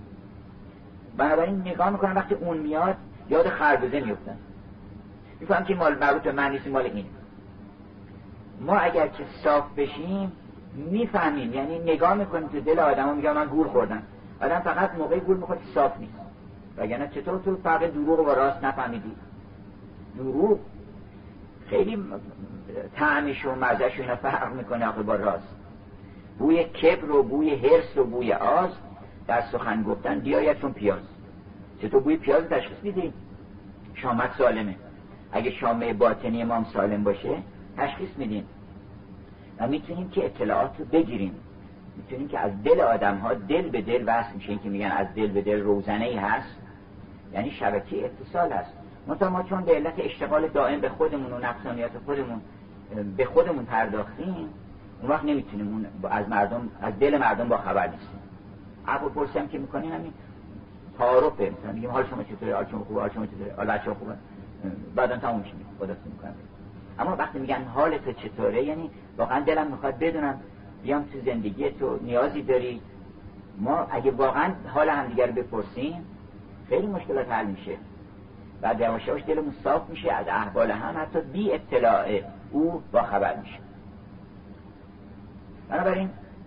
بنابراین نگاه میکنم وقتی اون میاد یاد خربوزه میفتن. میفهم که مال مربوط به من نیست، مال این. ما اگر که صاف بشیم میفهمیم، یعنی نگاه میکنیم تو دل آدم‌ها، میگم من گول خوردم. آدم فقط موقعی گول میخوره صاف نیست. وگرنه چطور تو فرق دروغ و راست نفهمیدی؟ دروغ خیلی طعمش و مزه‌ش اینا فرق میکنه آخه با راست. بوی کبر و بوی حرص و بوی آز در سخن گفتن بیاید چون پیاز. چطور بوی پیاز تشخیص میدیم؟ شامت سالمه. اگه شامه باطنی ما هم سالم باشه تشخیص میدیم و میتونیم که اطلاعات رو بگیریم. میتونیم که از دل آدم ها دل به دل وصل میشه. این که میگن از دل به دل روزنه‌ای هست، یعنی شبکه اتصال هست. منتها ما چون به علت اشتغال دائم به خودمون و نفسانیت خودمون به خودمون پرداختیم، اون وقت نمیتونیم از مردم، از دل مردم با خبر نیستیم. ابو پرسم که میکنیم همین تعارفه، مثلا میگیم حال شما چطوره، حال شما خوبه، حال شما چطوره، حال بچه‌ها خوبه، بعداً تموم میشه خداحافظی میکنم. اما وقتی میگن حال تو چطوره، یعنی واقعا دلم میخواد بدونم بیام تو زندگی تو نیازی داری. ما اگه واقعا حال همدیگه رو بپرسیم خیلی مشکلات حل میشه و یواش یواش دلمون صاف میشه از احوال هم، حتی بی اطلاع او با خبر میشه. بنابراین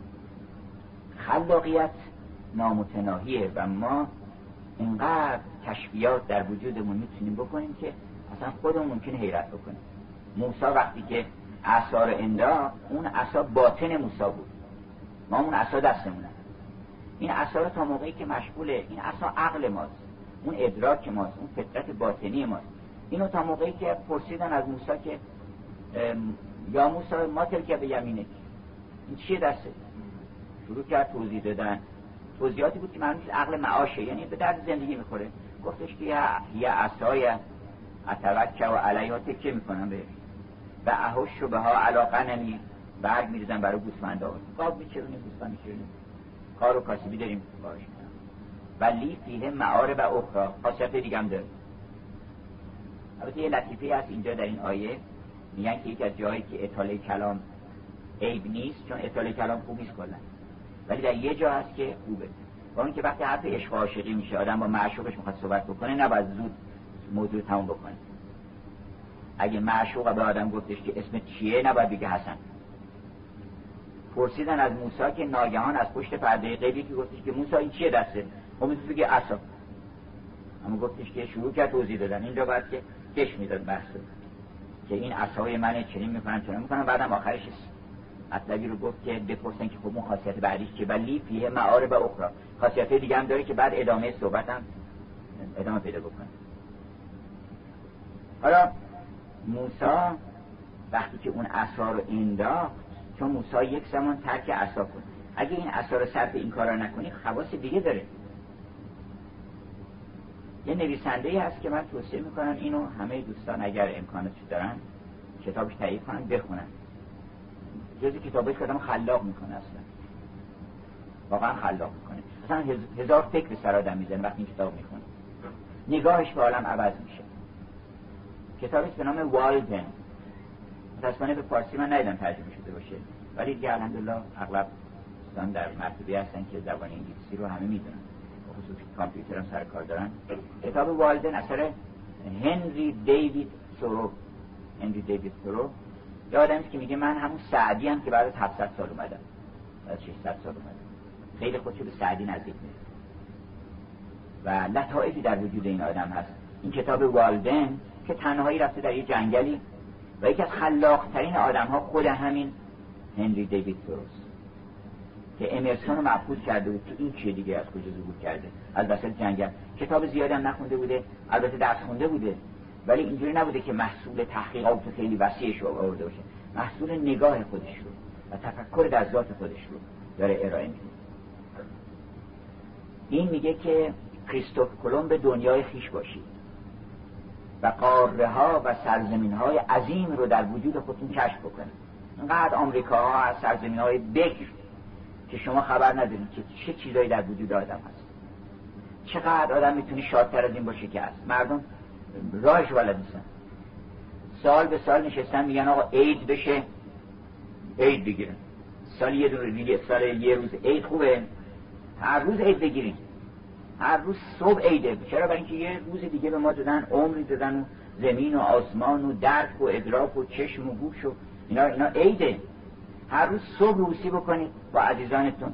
خلاقیت نامتناهیه و ما اینقدر کشفیات در وجودمون میتونیم بکنیم که اصلا خودمون ممکنه حیرت بکنیم. موسی وقتی که عصا رو انداخت، اون عصا باطن موسی بود، ما اون عصا دستمونه. این عصا رو تا موقعی که مشغوله، این عصا عقل ماست، اون ادراک ماست، اون فطرت باطنی ماست. اینو تا موقعی که پرسیدن از موسی که یا موسی ما تلک به یمینک، این چیه دسته؟ شروع کرد توضیح دادن. توضیحاتی بود که معلوم نیست عقل معاشه، یعنی به درد زندگی میخوره. گفتش که یه عصای اتوکل و علیها تکیه میکنم به و احوش به ها علاقه نمی برگ میریزن برای گوسفندا. قاب میچرونیم، گوسفند میچرونیم، کار و کاسبی داریم باش. ولی فیه معارب اخرى، خاصیت دیگه هم داره. البته یه لطیفه هست اینجا در این آیه، میگن که یکی از جایی که اطاله کلام عیب نیست، چون اطاله کلام خوب نیست کلا، ولی در یه جا هست که خوبه. با اون که وقتی حرف عشق و عاشقی میشه، آدم با معشوقش میخواد صحبت بکنه، نباید زود موضوع تموم بکنه. اگه معشوق به آدم گفتش که اسم چیه نباید بگه حسن. پرسیدن از موسی که ناگهان از پشت پرده غیبی که گفتش که موسی این چیه دسته؟ اون میتونه بگه عصا. اما گفتش که شروع کرد توضیح دادن. اینجا باید که کش میداد بحثو که این عصای منه، چنین میکنم چنین میکنم. بعدم آخرش مطلبی رو گفت که بپرسن که خب اون خاصیت بعدیش چیه، ولی فیه معارب اخرى، خاصیت دیگه هم داره که بعد ادامه صحبتم ادامه پیدا بکنه. حالا موسی وقتی که اون عصا رو انداخت، چون موسی یک زمان ترک عصا کنه، اگه این عصا رو صرف این کارا نکنی خواص دیگه داره. یه نویسنده‌ای هست که من توصیه میکنم اینو همه دوستان اگر امکانش دارن کتابش تهیه کنن بخونن. جزی کتابش که آدم خلاق میکنه، اصلا واقعا خلاق میکنه، اصلا هزار فکر سر آدم میزنه وقتی این کتاب میخونه، نگاهش به عالم عوض میشه. کتابش به نام والدن، متاسفانه به فارسی من ندیدم ترجمه شده باشه، ولی دیگه الحمدلله اغلب دوستان در مرتبه هستن که زبان انگلیسی رو همه میدونن، خصوص کامپیوتر هم سر کار دارن. کتاب والدن اثر هنری دیوید سورو. هنری دیوید سورو یه آدمی که میگه من همون سعدی هم که بعد از هفتصد سال اومدم، بعد از ششصد سال اومدم، خیلی خودشو به سعدی نزدیک می‌دونه و لطائفی در وجود این آدم هست. این کتاب والدن که تنهایی رفته در یه جنگلی و یکی از خلاق‌ترین آدم‌ها خود همین هنری دیوید سوروست که امرسون رو مبهوت کرده بود که این چیه دیگه، از کجا ظهور کرده، از وسط جنگل. کتاب زیادی هم نخونده بوده، البته درس خونده بوده، ولی اینجوری نبوده که محصول تحقیقات خیلی وسیعش رو آورده باشه، محصول نگاه خودش رو و تفکر در ذات خودش رو داره ارائه میده. این میگه که کریستوف کلمب به دنیای خیش باشید و قاره ها و سرزمین های عظیم رو در وجود خودتون کشف بکنید. اینقدر آمریکا ها از سرزمین های بکر که شما خبر ندارید که چه چیزایی در وجود آدم هست. چقدر آدم میتونه شادتر از این باشه که هست. مردم راهش ولد نیستن، سال به سال نشستن میگن آقا عید بشه عید بگیرن، سال یه دور دیگه، سال یه روز عید خوبه، هر روز عید بگیرین، هر روز صبح عیده. چرا؟ برای اینکه یه روز دیگه به ما دادن، عمری دادن، و زمین و آسمان و درک و ادراک و چشم و گوش و اینا اینا عیده. هر روز صبح روسی بکنید با عزیزانتون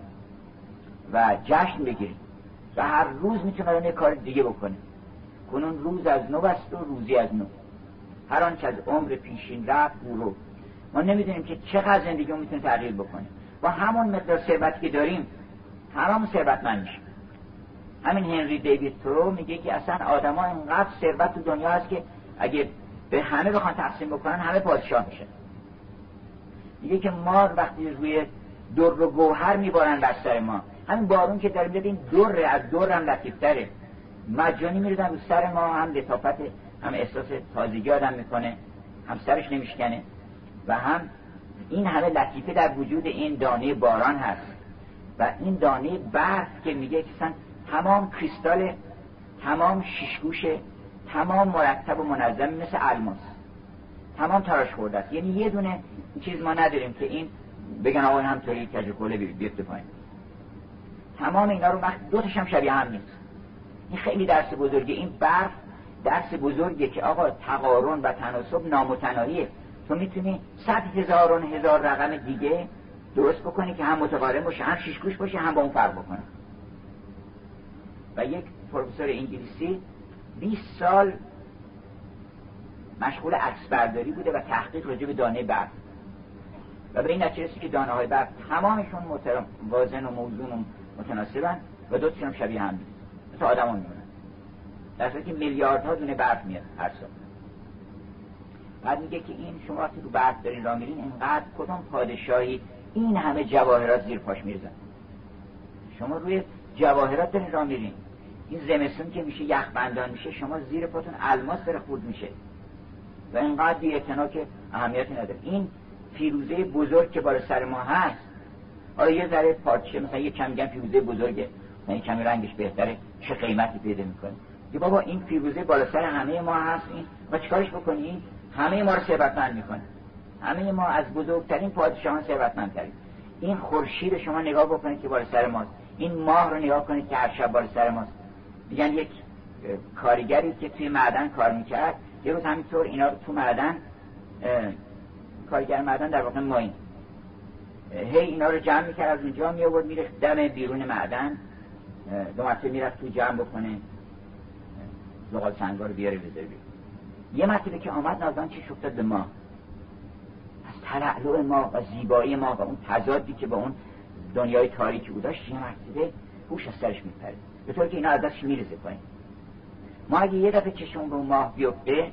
و جشن بگیرید و هر روز میتونه یه کار دیگه بکنه. کنون روز از نو است و روزی از نو، هر آنچه از عمر پیشین رفت او رو. ما نمیدونیم که چقدر زندگی میتونه تغییر بکنه. با همون مقدار ثروتی که داریم هممون ثروتمند میشیم. همین هنری دیوید تورو میگه که اصلا آدما اینقدر ثروت تو دنیا هست که اگه به همه بخوان تقسیم بکنن همه پادشاه میشن. میگه که ما وقتی روی در و گوهر میبارن بر سر ما، همین بارون که داریم ببین در از در هم لطیف‌تره، مجانی میریزن رو سر ما، هم لطافت هم احساس تازگی آدم میکنه، هم سرش نمیشکنه و هم این همه لطیفه در وجود این دانه باران هست. و این دانه برف که میگه که تمام کریستال، تمام شیشگوشه، تمام مرتب و منظم مثل الماس، تمام تراش خورده است. یعنی یه دونه چیز ما نداریم که این بگن آقا همطوری کجکوله بیفته پایین. تمام اینا رو وقت دو تاش هم شبیه هم نیست. این خیلی درس بزرگه. این برف درس بزرگه که آقا تقارن و تناسب نامتناهیه. تو میتونی صد هزاران هزار رقم دیگه درست بکنی که هم متقارن باشه، هم شیشگوش باشه، هم با اون فرق بکنه. و یک پروفسور انگلیسی بیست سال مشغول عکس برداری بوده و تحقیق راجع به دانه برف و به این نتیجه رسید که دانه های برف تمامشون متوازن و موزون و متناسبن و دو تاشون شبیه هم نیست، مثل آدما میمونن، در صورتی که میلیاردها دونه برف میاد هر سال. بعد میگه که این شما وقتی رو برف دارین راه میرین، اینقدر کدام پادشاهی این همه جواهرات زیر پاش میریزن؟ شما روی جواهرات دارین راه میرین، این زمستون که میشه یخبندان میشه، شما زیر پاتون الماس داره خورد میشه و اینقدر بی‌اعتنا که اهمیتی نداره. این فیروزه بزرگ که بالا سر ما هست، حالا یه ذره پارچه مثلا یه کم میگن فیروزه بزرگه، یعنی کمی رنگش بهتره، چه قیمتی پیدا میکنه؟ که بابا این فیروزه بالا سر همه ما هست، این ما چیکارش بکنیم؟ همه ما رو ثروتمند میکنه. همه ما از بزرگترین پادشاهان ثروتمندتریم. این خورشید شما نگاه بکنید که بالا سر ماست، این ماه رو نگاه کنید که هر شب بالا سر ماست. میگن یک کارگری که توی معدن کار میکرد، یه روز همینطور اینا رو تو معدن، کارگر معدن در واقع ماین، هی اینا رو جمع میکرد، از اونجا می آورد میرفت دم بیرون معدن، دو مرتبه میرفت تو جمع بکنه زغال سنگا رو بیاره بذاره بیرون. یه مرتبه که آمد نازان چیش افتاد به ما، از تلألؤ ما و زیبایی ما و اون تضادی که با اون دنیای تاریکی بود داشت، یه مرتبه هوش از سرش میپره، به طوری که اینا از دستش میرزه پایین. ما اگه یه دفعه چشمون رو ماه بیفته،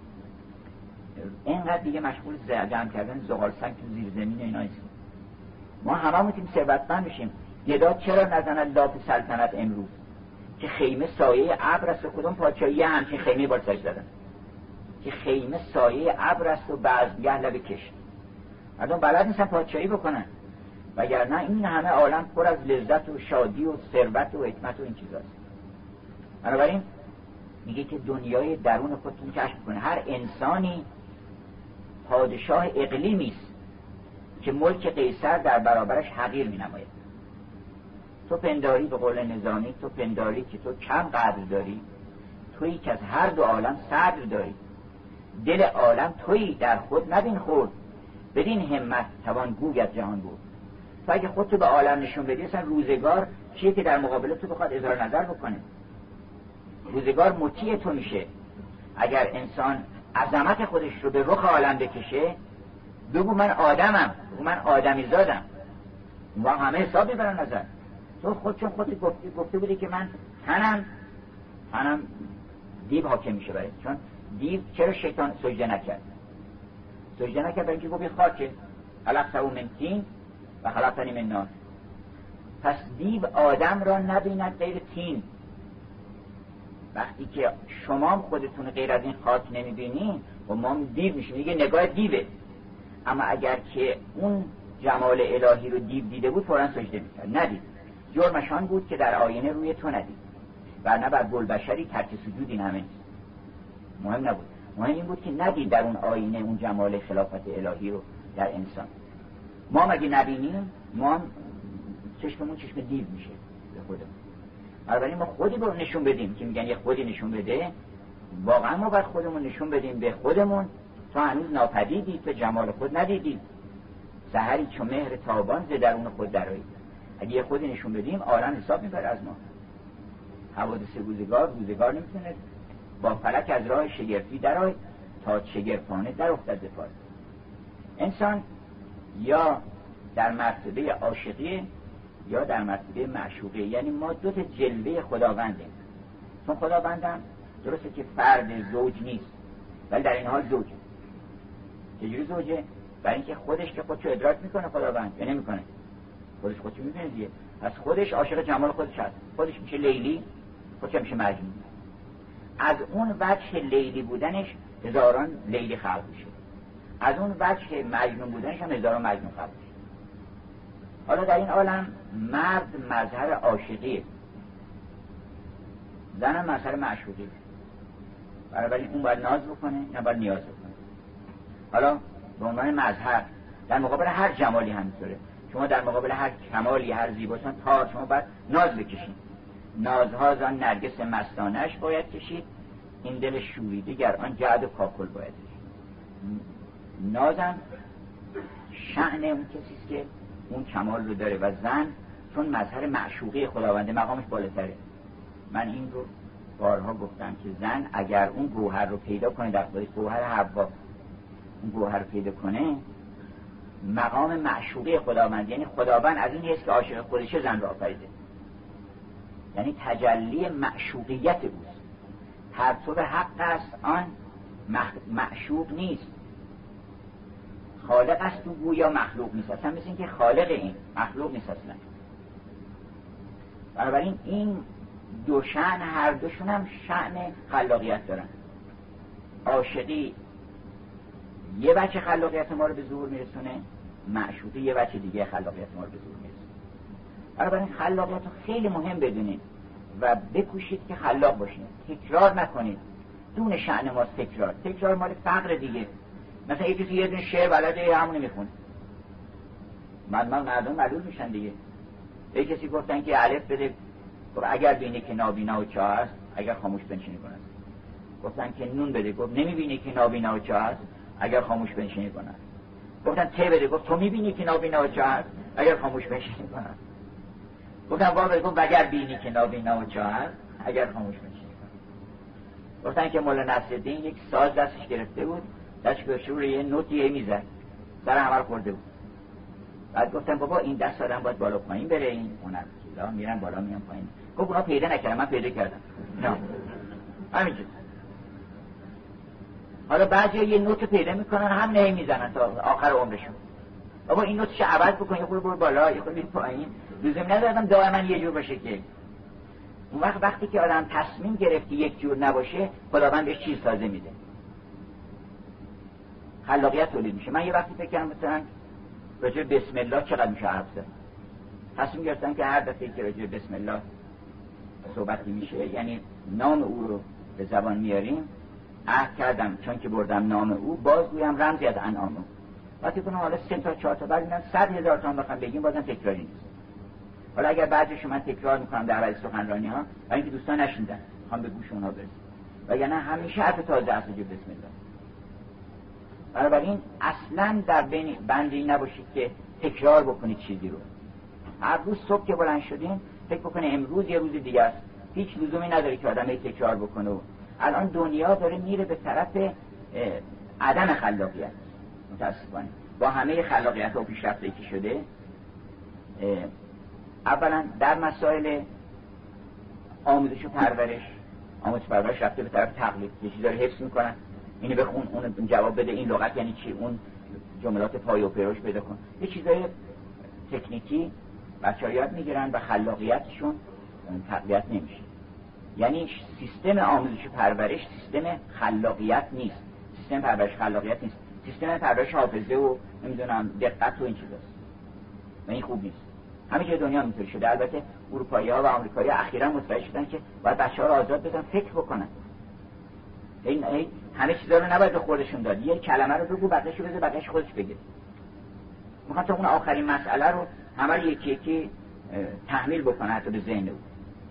اینقدر دیگه مشغول جمع کردن زغال سنگ تو زیر زمین اینا نیستیم. ما همه میتونیم ثروتمند بشیم. گدا چرا نزنن لاف سلطنت امروز که خیمه سایه ابر است و کدوم پادشاهی همچین خیمه بار سرش زدن که خیمه سایه ابر است و بزمگه لب کشت. مردم بلد نیستن پادشاهی بکنن، وگرنه این همه عالم پر از لذت و شادی و ثروت و حکمت و این چیزاست. بنابراین میگه که دنیای درون خودتون کشف کنه. هر انسانی پادشاه اقلیمی است که ملک قیصر در برابرش حقیر می نماید. تو پنداری، به قول نظامی، تو پنداری که تو کم قدر داری، تویی که از هر دو عالم صدر داری. دل عالم تویی در خود نبین خورد، بدین همت توان گویت جهان بود. تو اگه خودتو به عالم نشون بدی، اصلا روزگار چیه که در مقابل تو بخواد اظهار نظر بکنه؟ روزگار مطیع تو میشه. اگر انسان عظمت خودش رو به رخ عالم بکشه، بگو من آدمم، بگو من آدمی زادم، اون همه حساب میبرن نظر. تو خود چون خودت گفتی گفته بودی که من تنم تنم دیو حاکم میشه برای، چون دیو چرا شیطان سجده نکرد؟ سجده نکرد برای اینکه گفت خاکه، خلقته من طین و خلقتنی من نار. پس دیو آدم را نبیند غیر طین. وقتی که شما خودتون غیر از این خاک نمیبینین و ما دیو میشیم، دیگه نگاه دیوه. اما اگر که اون جمال الهی رو دیو دیده بود فوراً سجده میکرد. ندید. جرمشان بود که در آینه روی تو ندید، ورنه بر گلبشری ترک سجود این همه نیست. مهم نبود. مهم این بود که ندید در اون آینه اون جمال خلافت الهی رو در انسان. ما مگه نبینیم، ما چشممون چشم دیو میشه به خودمون. بنابراین ما خودی رو نشون بدیم که میگن یه خودی نشون بده. واقعا ما باید خودمون نشون بدیم به خودمون. تو هنوز ناپدیدی، تو جمال خود ندیدی. سحری چو مهر تابان ز درون خود درآیی. اگه یه خودی نشون بدیم عالم حساب میبره از ما. حوادث روزگار روزگار نمیتونه با فلک از راه شگرفی درآی تا شگرفانه در افتد ز پای. انسان یا در مرتبه عاشقی یا در مرتبه معشوقی، یعنی ما دو تا جلوه خداوندیم. چون خداوندم درسته که فرد زوج نیست، ولی در این حال زوجه. چجوری زوجه؟ برای اینکه خودش که خودشو ادراک میکنه خداوند یا نمیکنه، خودش خودشو میبینه دیگه. پس خودش عاشق جمال خودش هست، خودش میشه لیلی، خودش میشه مجنون. از اون وجه لیلی بودنش هزاران لیلی خلق میشه، از اون وجه مجنون بودنش هم هزاران مجنون خلق میشه. حالا در این عالم مرد مظهر عاشقیه، زن هم مظهر معشوقیه. بنابراین اون باید ناز بکنه، نه باید نیاز بکنه. حالا به عنوان مظهر در مقابل هر جمالی همینطوره. شما در مقابل هر کمالی، هر زیباشون تا شما باید ناز بکشید. نازها زان نرگس مستانش باید کشید، این دل شوریده گر آن جعد و کاکل باید کشید. نازم شأن اون کسیست که اون کمال رو داره و زن چون مظهر معشوقی خداونده مقامش بالاتره. من این رو بارها گفتم که زن اگر اون گوهر رو پیدا کنه در خودش، گوهر حوا، اون گوهر رو پیدا کنه، مقام معشوقی خداوند، یعنی خداوند از این حیث که عاشق خودشه زن رو آفریده، یعنی تجلی معشوقیت اوست. پرتو حق است، آن معشوق نیست. خالق است و گویا مخلوق نیست. اصلا مثل این که خالق این مخلوق نیست اصلا. بنابراین این دو شأن هر دوشون هم شأن خلاقیت دارن. عاشقی یه بچه خلاقیت ما رو به ظهور میرسونه، معشوقی یه بچه دیگه خلاقیت ما رو به ظهور میرسونه. بنابراین خلاقیت رو خیلی مهم بدونید و بکوشید که خلاق باشید. تکرار نکنید. دون شأن ماست تکرار. تکرار مال فقر دیگه. مثلا یکی یه دونه شعر بلده همونه میخونه. من من مردم معلول میشن دیگه. یه کسی گفتن که الف بده، اگر بینی که نابینا و چاه هست اگر خاموش بنشینی کند. گفتن که نون بده، گفت نمیبینی که نابینا و چاه هست اگر خاموش بنشینی کند. گفتن ته بده، گفت تو میبینی که نابینا و چاه هست اگر خاموش بنشینی کند. گفتن وا بده، گفت اگر بینی که نابینا و چاه هست اگر خاموش بنشینی کند. گفتن که مولا نصرالدین یک ساز دستش گرفته بود، دستش گذاشته بود یه نوتیه میزد، سر همه رو خورده بود. بعد گفتن بابا این دست آدم باید بالا پایین بره، این اونم کیلا میرن بالا میان پایین. گفت اونا پیدا نکردم، من پیدا کردم. نه همینجور. حالا بعضی یه نوت پیدا میکنن هم نه میزنن تا آخر عمرشون. بابا این نوتش عوض بکن، یه خورده برو بالا یه خورده پایین، لزومی نداره دائما یه جور باشه که. اون وقت وقتی که آدم تصمیم گرفت یک جور نباشه، خداوند بهش چیز تازه میده، خلاقیت تولید میشه. من یه وقتی فکر کردم مثلا راجع به بسم الله چقدر میشه حرف زد. تصمیم گرفتم که هر دفعه که راجع به بسم الله صحبتی میشه، یعنی نام او رو به زبان میاریم، عهد کردم چون که بردم نام او باز گویم رمزی از انعام او. وقتی کنم حالا سه تا چهار تا بعد میگم صد هزار تا هم بخوام بگیم بازم تکراری نیست. حالا اگر بعضیشو من تکرار میکنم در حد سخنرانی ها، برای اینکه دوستان نشنیدن میخوام به گوش اونها برسه، وگرنه همیشه حرف تازه از راجع به بسم الله. بنابراین اصلا در بین بندی نباشید که تکرار بکنید چیزی رو. هر روز صبح که بلند شدین فکر بکنه امروز یه روز دیگه است، هیچ لزومی نداره که آدم تکرار بکنه. الان دنیا داره میره به طرف عدم خلاقیت متاسفانه، با همه خلاقیت و پیشرفتی که شده. اولا در مسائل آموزش و پرورش، آموزش و پرورش رفته به طرف تقلید، یه چیزا رو حفظ میکنن، اینو بخون اون جواب بده، این لغت یعنی چی، اون جملات پای و پیروش پیدا کن، یه چیزای تکنیکی بچه‌ها یاد میگیرن و خلاقیتشون تقویت نمیشه. یعنی سیستم آموزش و پرورش سیستم خلاقیت نیست، سیستم پرورش خلاقیت نیست، سیستم پرورش حافظه و نمیدونم دقت و این چیزاست و این خوب نیست. همه جای دنیا اینطوری شده. البته اروپایی‌ها و آمریکایی‌ها اخیراً متوجه شدن که باید بچه‌ها رو آزاد بدن فکر بکنن. این ای همه چیزا رو نباید به خودشون داد. یه کلمه رو بگو بقیه‌شو بذار بقیه‌اش خودش بگه. میخوام تا اون آخرین مسئله رو همه رو یکی یکی تحمیل بکنه حتی به ذهن او.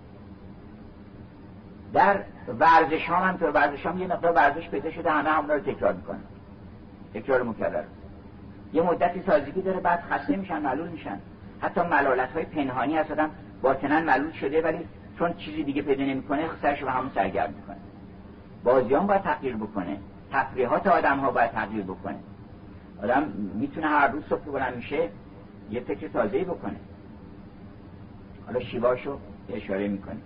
در ورزش ها هم تو ورزش هم یه مقدار ورزش پیدا شده، همه همون رو تکرار میکنن، تکرار مکرر. یه مدتی سازگی داره، بعد خسته میشن، معلول میشن. حتی ملالت های پنهانی هست، آدم باطناً معلول شده ولی چون چیزی دیگه پیدا نمیکنه سرش رو همون سرگرم میکنه. بازیان باید تغییر بکنه، تفریحات آدم ها باید تغییر بکنه. آدم میتونه هر روز صبح بلند میشه یه فکر تازه‌ای بکنه. حالا شیواشو اشاره میکنه.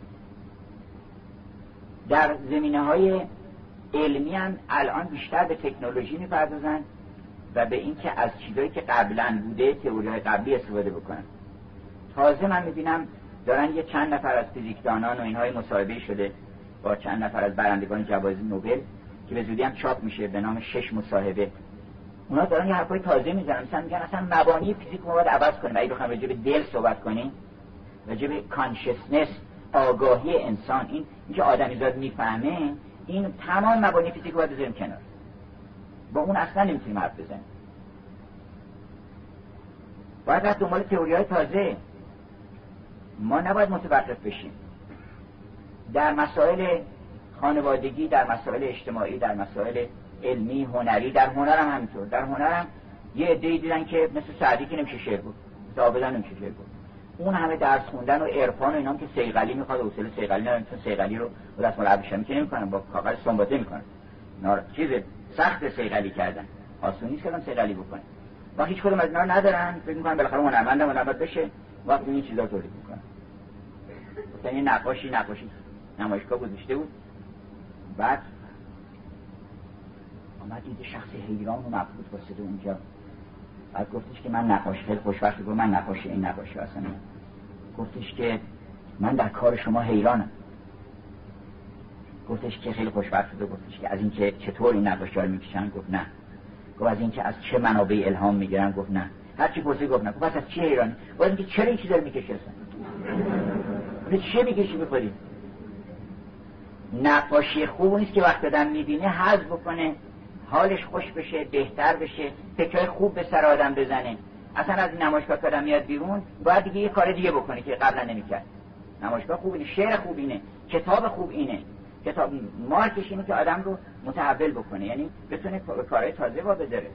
در زمینه‌های علمی هم الان بیشتر به تکنولوژی میپردازن و به اینکه از چیزایی که قبلا بوده تئوری‌های قبلی استفاده بکنن. تازه من میبینم دارن یه چند نفر از فیزیکدانان و اینهای مصاحبه شده با چند نفر از برندگان جوایز نوبل که به زودی هم چاپ میشه به نام شش مصاحبه. اونا دارن یه حرفای تازه میزنن، مثلا میگن اصلا مبانی فیزیک رو باید عوض کنیم. اگه بخوایم راجع به دل صحبت کنیم، راجع به کانشسنس، آگاهی انسان، این اینکه آدمیزاد میفهمه، این تمام مبانی فیزیک رو باید بذاریم کنار. با اون اصلا نمیتونیم حرف بزنیم. باید از دنبال تئوری‌های تازه. ما نباید متوقف بشیم. در مسائل خانوادگی، در مسائل اجتماعی، در مسائل علمی، هنری، در هنر هم همینطور. در هنر هم یه عده‌ای دیدن که مثل سعدی که نمیشه شعر بود، مثل عابدان نمیشه شعر بود. اون همه درس خوندن و عرفان و اینا که صیقلی میخواد، اصول صیقلی ندارن، چون صیقلی رو با دست ملعبش که نمیکنن، با کاغذ سنباته میکنن. اینا چیز سخت صیقلی کردن، آسون نیست که صیقلی بکنن. با هیچ کدوم از اینا ندارن، فکر میکنن بالاخره هنرمند هنرمند بشه، وقتی این چیزا تولید میکنن. مثلا این نقاشی نقاشی نمایشگاه گذاشته بود، بعد اومد دید شخص حیران و مبهوت واسه اونجا. بعد گفتش که من نقاشی خیلی خوشبختی، گفت من نقاشی این نقاشی اصلا. گفتش که من در کار شما حیرانم. گفتش که خیلی خوشبخت شده. گفتش که از اینکه چطور این نقاشی‌ها رو میکشن؟ گفت نه. گفت از اینکه از چه منابع الهام میگیرن؟ گفت نه. هر چی پرسید گفت نه. گفت از چی حیرانی؟ گفت اینکه چرا این چیزا رو میکشن؟ گفت چه میکشی بخوری؟ نقاشی خوب نیست که وقتی آدم میبینه حظ بکنه، حالش خوش بشه، بهتر بشه، فکرای خوب به سر آدم بزنه. اصلا از این نمایشگاه که میاد بیرون باید دیگه یه کار دیگه بکنه که قبلا نمیکرد. نمایشگاه خوب اینه، شعر خوب اینه کتاب خوب اینه. کتاب مارکش اینه که آدم رو متحول بکنه، یعنی بتونه کارهای تازه وا بداره.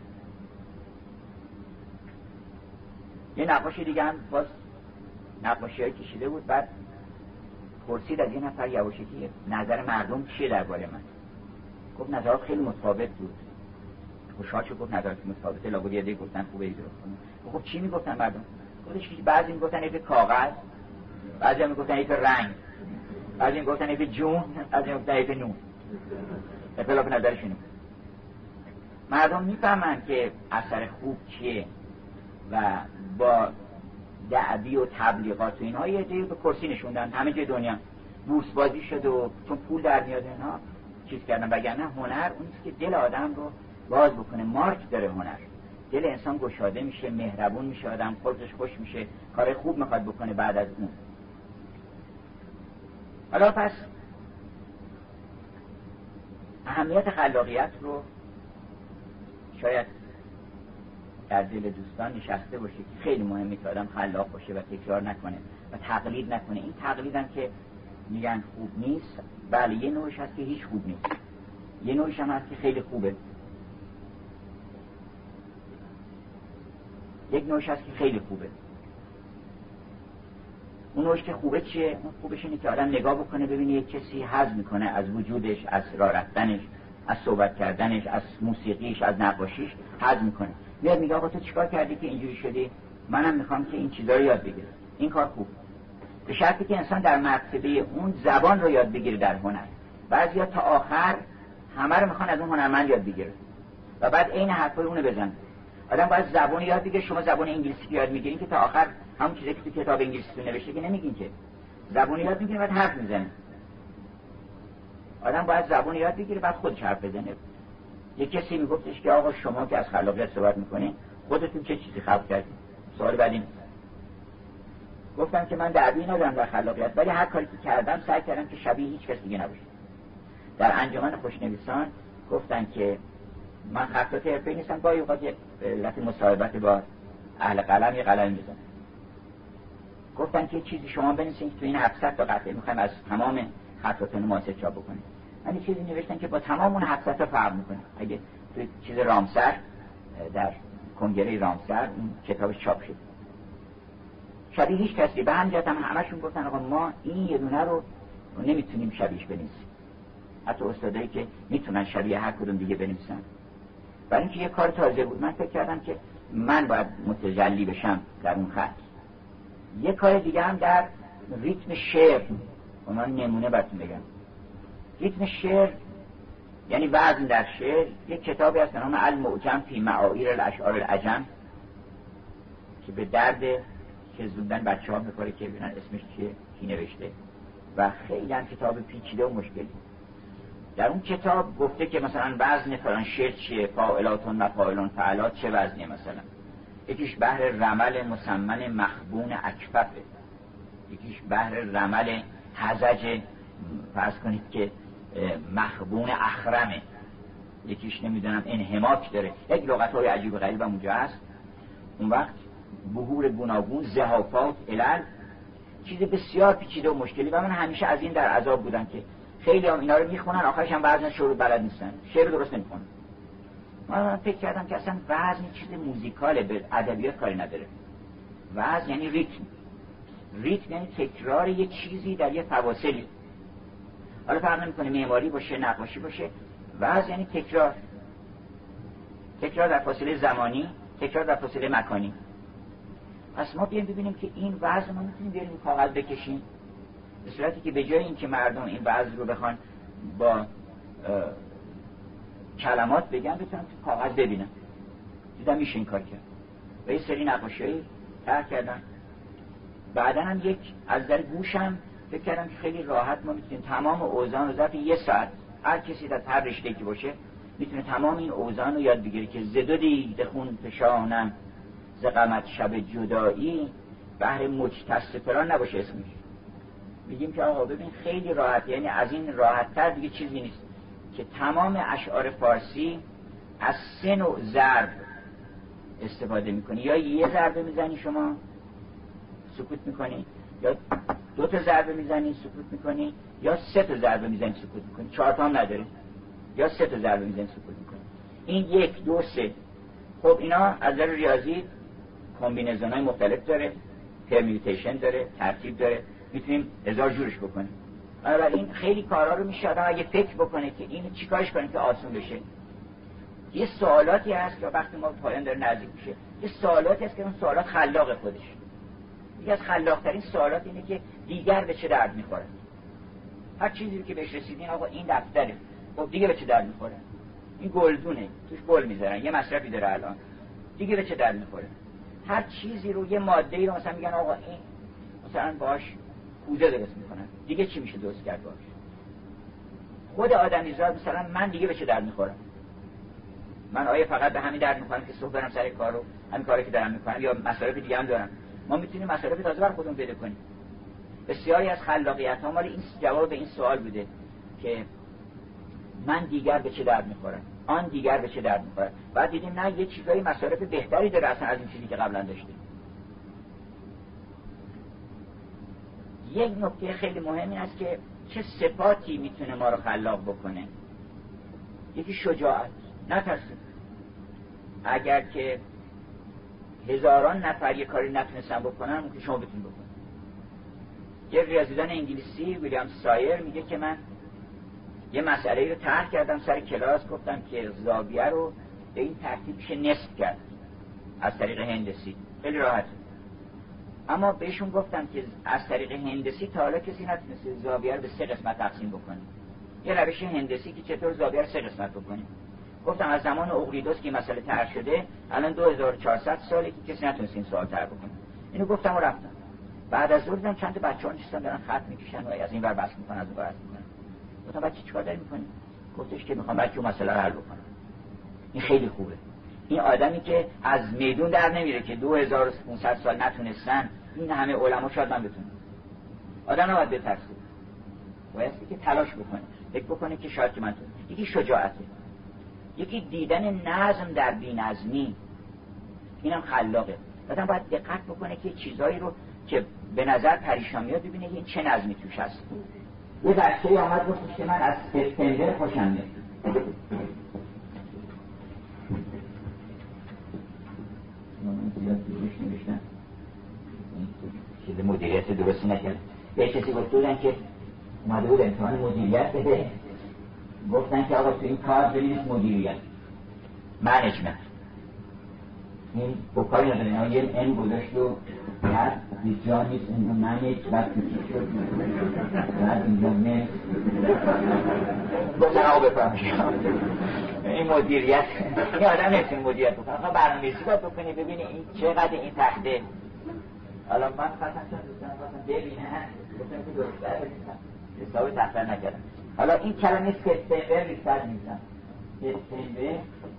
یه نقاشی دیگه هم باز نقاشی‌های کشیده بود، بعد پرسید از این نفر یواشکی نظر مردم چیه درباره من. گفت نظرات خیلی متفاوت بود. خوشحال شد، گفت نظرات متفاوته، لابد یه دیگه گفتن خوبه ایده کنم. خب چی میگفتن مردم؟ گفتش که بعضی میگفتن ایده کاغذ، بعضی میگفتن ایده رنگ، بعضی میگفتن ایده جون، بعضی میگفتن ایده نون. اختلاف نظرشونه. مردم میفهمن که اثر خوب چیه و با دعوی و تبلیغات و اینها یه دیگه به کرسی نشوندن همه جای دنیا، بورس بازی شد و چون پول در میاد اینها چیز کردن. وگرنه هنر اونیست که دل آدم رو باز بکنه. مارک داره هنر، دل انسان گشاده میشه، مهربون میشه، آدم خودش خوش میشه، کار خوب میخواد بکنه بعد از اون. حالا پس اهمیت خلاقیت رو شاید در دل دوستان نشسته باشه که خیلی مهمه که آدم خلاق باشه و تکرار نکنه و تقلید نکنه. این تقلیدن که میگن خوب نیست، بله یه نوعش هست که هیچ خوب نیست، یه نوعش هم هست که خیلی خوبه. یک نوعش هست که خیلی خوبه. اون نوعش که خوبه چیه؟ اون خوبش اینه که آدم نگاه بکنه ببینه یک کسی حظ میکنه از وجودش، از راه رفتنش، از صحبت کردنش، از موسیقیش، از نقاشیش حظ میکنه. میاد میگه آقا تو چیکار کردی که اینجوری شدی؟ منم میخوام که این چیزا رو یاد بگیرم. این کار خوب، به شرطی که انسان در مرتبه اون زبان رو یاد بگیره در هنر. بعضیا تا آخر همه رو میخوان از اون هنرمند یاد بگیره و بعد عین حرفای اونو بزنن. آدم باید زبان یاد بگیره. شما زبان انگلیسی یاد میگیرین که تا آخر همون چیزی که تو کتاب انگلیسی نوشته که نمیگین که. زبان یاد میگیرین بعد حرف میزنه. آدم باید زبان یاد بگیره بعد خودش حرف بزنه. یک کسی میگفتش که آقا شما که از خلاقیت صحبت میکنین خودتون چه چیزی خلق کردین؟ سوال بعدی گفتم که من دعوی ندارم در خلاقیت، ولی هر کاری که کردم سعی کردم که شبیه هیچ کس دیگه نباشه. در انجمن خوشنویسان گفتن که من خطاط حرفه‌ای نیستم، گاهی اوقات یه علت مصاحبت با اهل قلم یه قلم میزنم. گفتن که چیزی شما بنویسین که تو این هفتصد تا قطعه میخوایم از تمام خطاطان معاصر چاپ بکنیم. من چیزی نوشتم که با تمام اون هفتصد تا فرق میکنه. اگه تو چیز رامسر در کنگره رامسر این کتابش چاپ شد شبیه هیچ کسی، به هم جهت هم همشون گفتن آقا ما این یه دونه رو نمیتونیم شبیهش بنویسیم. حتی استادایی که میتونن شبیه هر کدوم دیگه بنویسن. برای اینکه یه کار تازه بود من فکر کردم که من باید متجلی بشم در اون خط. یه کار دیگه هم در ریتم شعر، من نمونه براتون بگم. ریتم شعر یعنی وزن در شعر. یک کتابی هست به نام المعجم فی معایر الاشعار العجم که به درد که زودن بچه ها میخوره که ببینن اسمش چیه، کی نوشته و خیلی هم کتاب پیچیده و مشکلی. در اون کتاب گفته که مثلا وزن فلان شعر چیه، فاعلاتون و فاعلون فعلات چه وزنیه. مثلا یکیش بحر رمل مسمن مخبون اکففه، یکیش بحر رمل هزج فرض کنید که مخبون اخرمه، یکیش نمیدونم انحماک داره. یک لغت‌های عجیب و غریب هم اونجا هست. اون وقت بحور گوناگون، زحافات، علل، چیز بسیار پیچیده و مشکلی. و من همیشه از این در عذاب بودم که خیلی هم اینا رو میخونن آخرش هم وزن شعر بلد نیستن، شعر درست نمیخونن. من فکر کردم که اصلا وزن چیز موزیکاله، به ادبیات کاری نداره. وزن یعنی ریتم، ریتم یعنی تکرار یه چیزی در یه فواصلی. حالا فرق نمیکنه معماری باشه، نقاشی باشه، وزن یعنی تکرار. تکرار در فاصله زمانی، تکرار در فاصله مکانی. پس ما بیایم ببینیم که این وزن ما میتونیم بیاریم کاغذ بکشیم به صورتی که به جای اینکه مردم این وزن رو بخوان با کلمات بگن بتونن تو کاغذ ببینن. دیدم میشه این کار کرد و یه سری نقاشی‌هایی طرح کردن. بعدا هم یک از در گوشم فکر کردم که خیلی راحت ما میتونیم تمام اوزان رو ظرف یه ساعت، هر کسی در هر رشته‌ای که باشه میتونه تمام این اوزان رو یاد بگیره که ز دو دیده خون فشانم ز غمت شب جدایی بحر مجتث فران نباشه اسمش. میگیم که آقا ببین خیلی راحت، یعنی از این راحت‌تر دیگه چیزی نیست که تمام اشعار فارسی از سه نوع ضرب استفاده میکنی. یا یه ضربه میزنی شما سکوت میکنی، یا دو تا ضربه میزنی سکوت میکنی، یا سه تا ضربه میزنی سکوت میکنی. چهار تا هم نداره، یا سه تا ضربه میزنی سکوت میکنی. این یک دو سه. خب اینا از نظر ریاضی کامبینیزون‌های مختلف داره، پرمیوتیشن داره، ترتیب داره، میتونیم هزار جورش بکنیم. بنابراین خیلی کارا رو میشه آدم اگه فکر بکنه که اینو چیکارش کنیم که آسون بشه. یه سوالاتی هست که وقتی ما پایان داره نزدیک میشه، یه سوالاتی هست که اون سوالات خلاق خودش. یکی از خلاق‌ترین سوالات اینه که دیگر به چه درد میخوره. هر چیزی که بهش رسیدین آقا این دفتره، خب دیگه به چه درد میخوره؟ این گلدونه، توش گل میذارن، یه مصرفی داره الان، دیگه به چه درد میخوره؟ هر چیزی رو یه ماده‌ای رو مثلا میگن آقا این مثلا باش کوزه درست میکنن، دیگه چی میشه درست کرد باش؟ خود آدمیزاد مثلا من دیگه به چه درد میخورم؟ من آیا فقط به همین درد میخورم که صبح برم سر کار رو همین کاری که دارم میکنم، یا مصارف دیگه هم دارم؟ ما میتونیم مصارف تازه بر خودمون پیدا کنیم. بسیاری از خلاقیت ها مال این جواب به این سوال بوده که من دیگر به چه درد میخورم، آن دیگر به چه درد میخوره. بعد دیدیم نه، یه چیزای مصارف بهتری داره اصلا از این چیزی که قبلا داشتیم. یک نکته خیلی مهمی است که چه صفاتی میتونه ما رو خلاق بکنه. یکی شجاعت، نترسید. اگر که هزاران نفر یه کاری نتونستن بکنن، ممکن شما بتونید بکنید. یه ریاضیدان انگلیسی ویلیام سایر میگه که من یه مسئله رو طرح کردم سر کلاس، گفتم که زاویه رو به این ترتیب که نصف کرد از طریق هندسی، خیلی راحت. اما بهشون گفتم که از طریق هندسی تا حالا کسی نتونسته زاویه رو به سه قسمت تقسیم بکنه. یه روش هندسی که چطور زاویه رو سه قسمت بکنیم. گفتم از زمان اقلیدس که مسئله طرح شده الان دو هزار و چهارصد ساله که کسی نتونسته این سوال طرح بکنه. اینو گفتم و رفتم. بعد از ظهر دیدم چند تا بچه‌ها نشستن دارن خط میکشن و از این ور بس میکنن از اون ور بس میکنن. گفتم بچه چیکار داری میکنی؟ گفتش که میخوام بچه‌ها مسئله رو حل بکنم. این خیلی خوبه. این آدمی که از میدون در نمیره که دو هزار و پانصد سال نتونستن، این همه علما شاید من بتونم. آدم نباید بترسه، بایستی که تلاش بکنه، فکر بکنه که شاید که من تونم. یکی شجاعته، یکی دیدن نظم در بی‌نظمی، اینم خلاقه. آدم باید دقت بکنه که چیزایی رو که به نظر پریشان میاد ببینه این چه نظمی توش هست. یه بچه‌ای آمد گفتش که من از سپتامبر خوشم میاد. چیز مدیریت درستی نکرد. یه کسی گفت بودن که اومده بود امتحان مدیریت بده، گفتن که آقا تو این کار بنویس مدیریت منیجمنت. این با کاری نداره، یه ان گذاشت و هر جا نیست این منیج بعد کسی شد بعد اینجا نه گفتن آقا بفرمایید این مدیریت، این آدم نمیتونه مدیریت بکنه. آقا برنامه‌ریزی باید بکنی ببینی این چقدر این تخته. حالا من خواستم چون دوستان خواستم ببینن، گفتم که درسته ببینم حساب تخته نکردم. حالا این کلمه سپتامبر ریستر میزنم، سپتامبر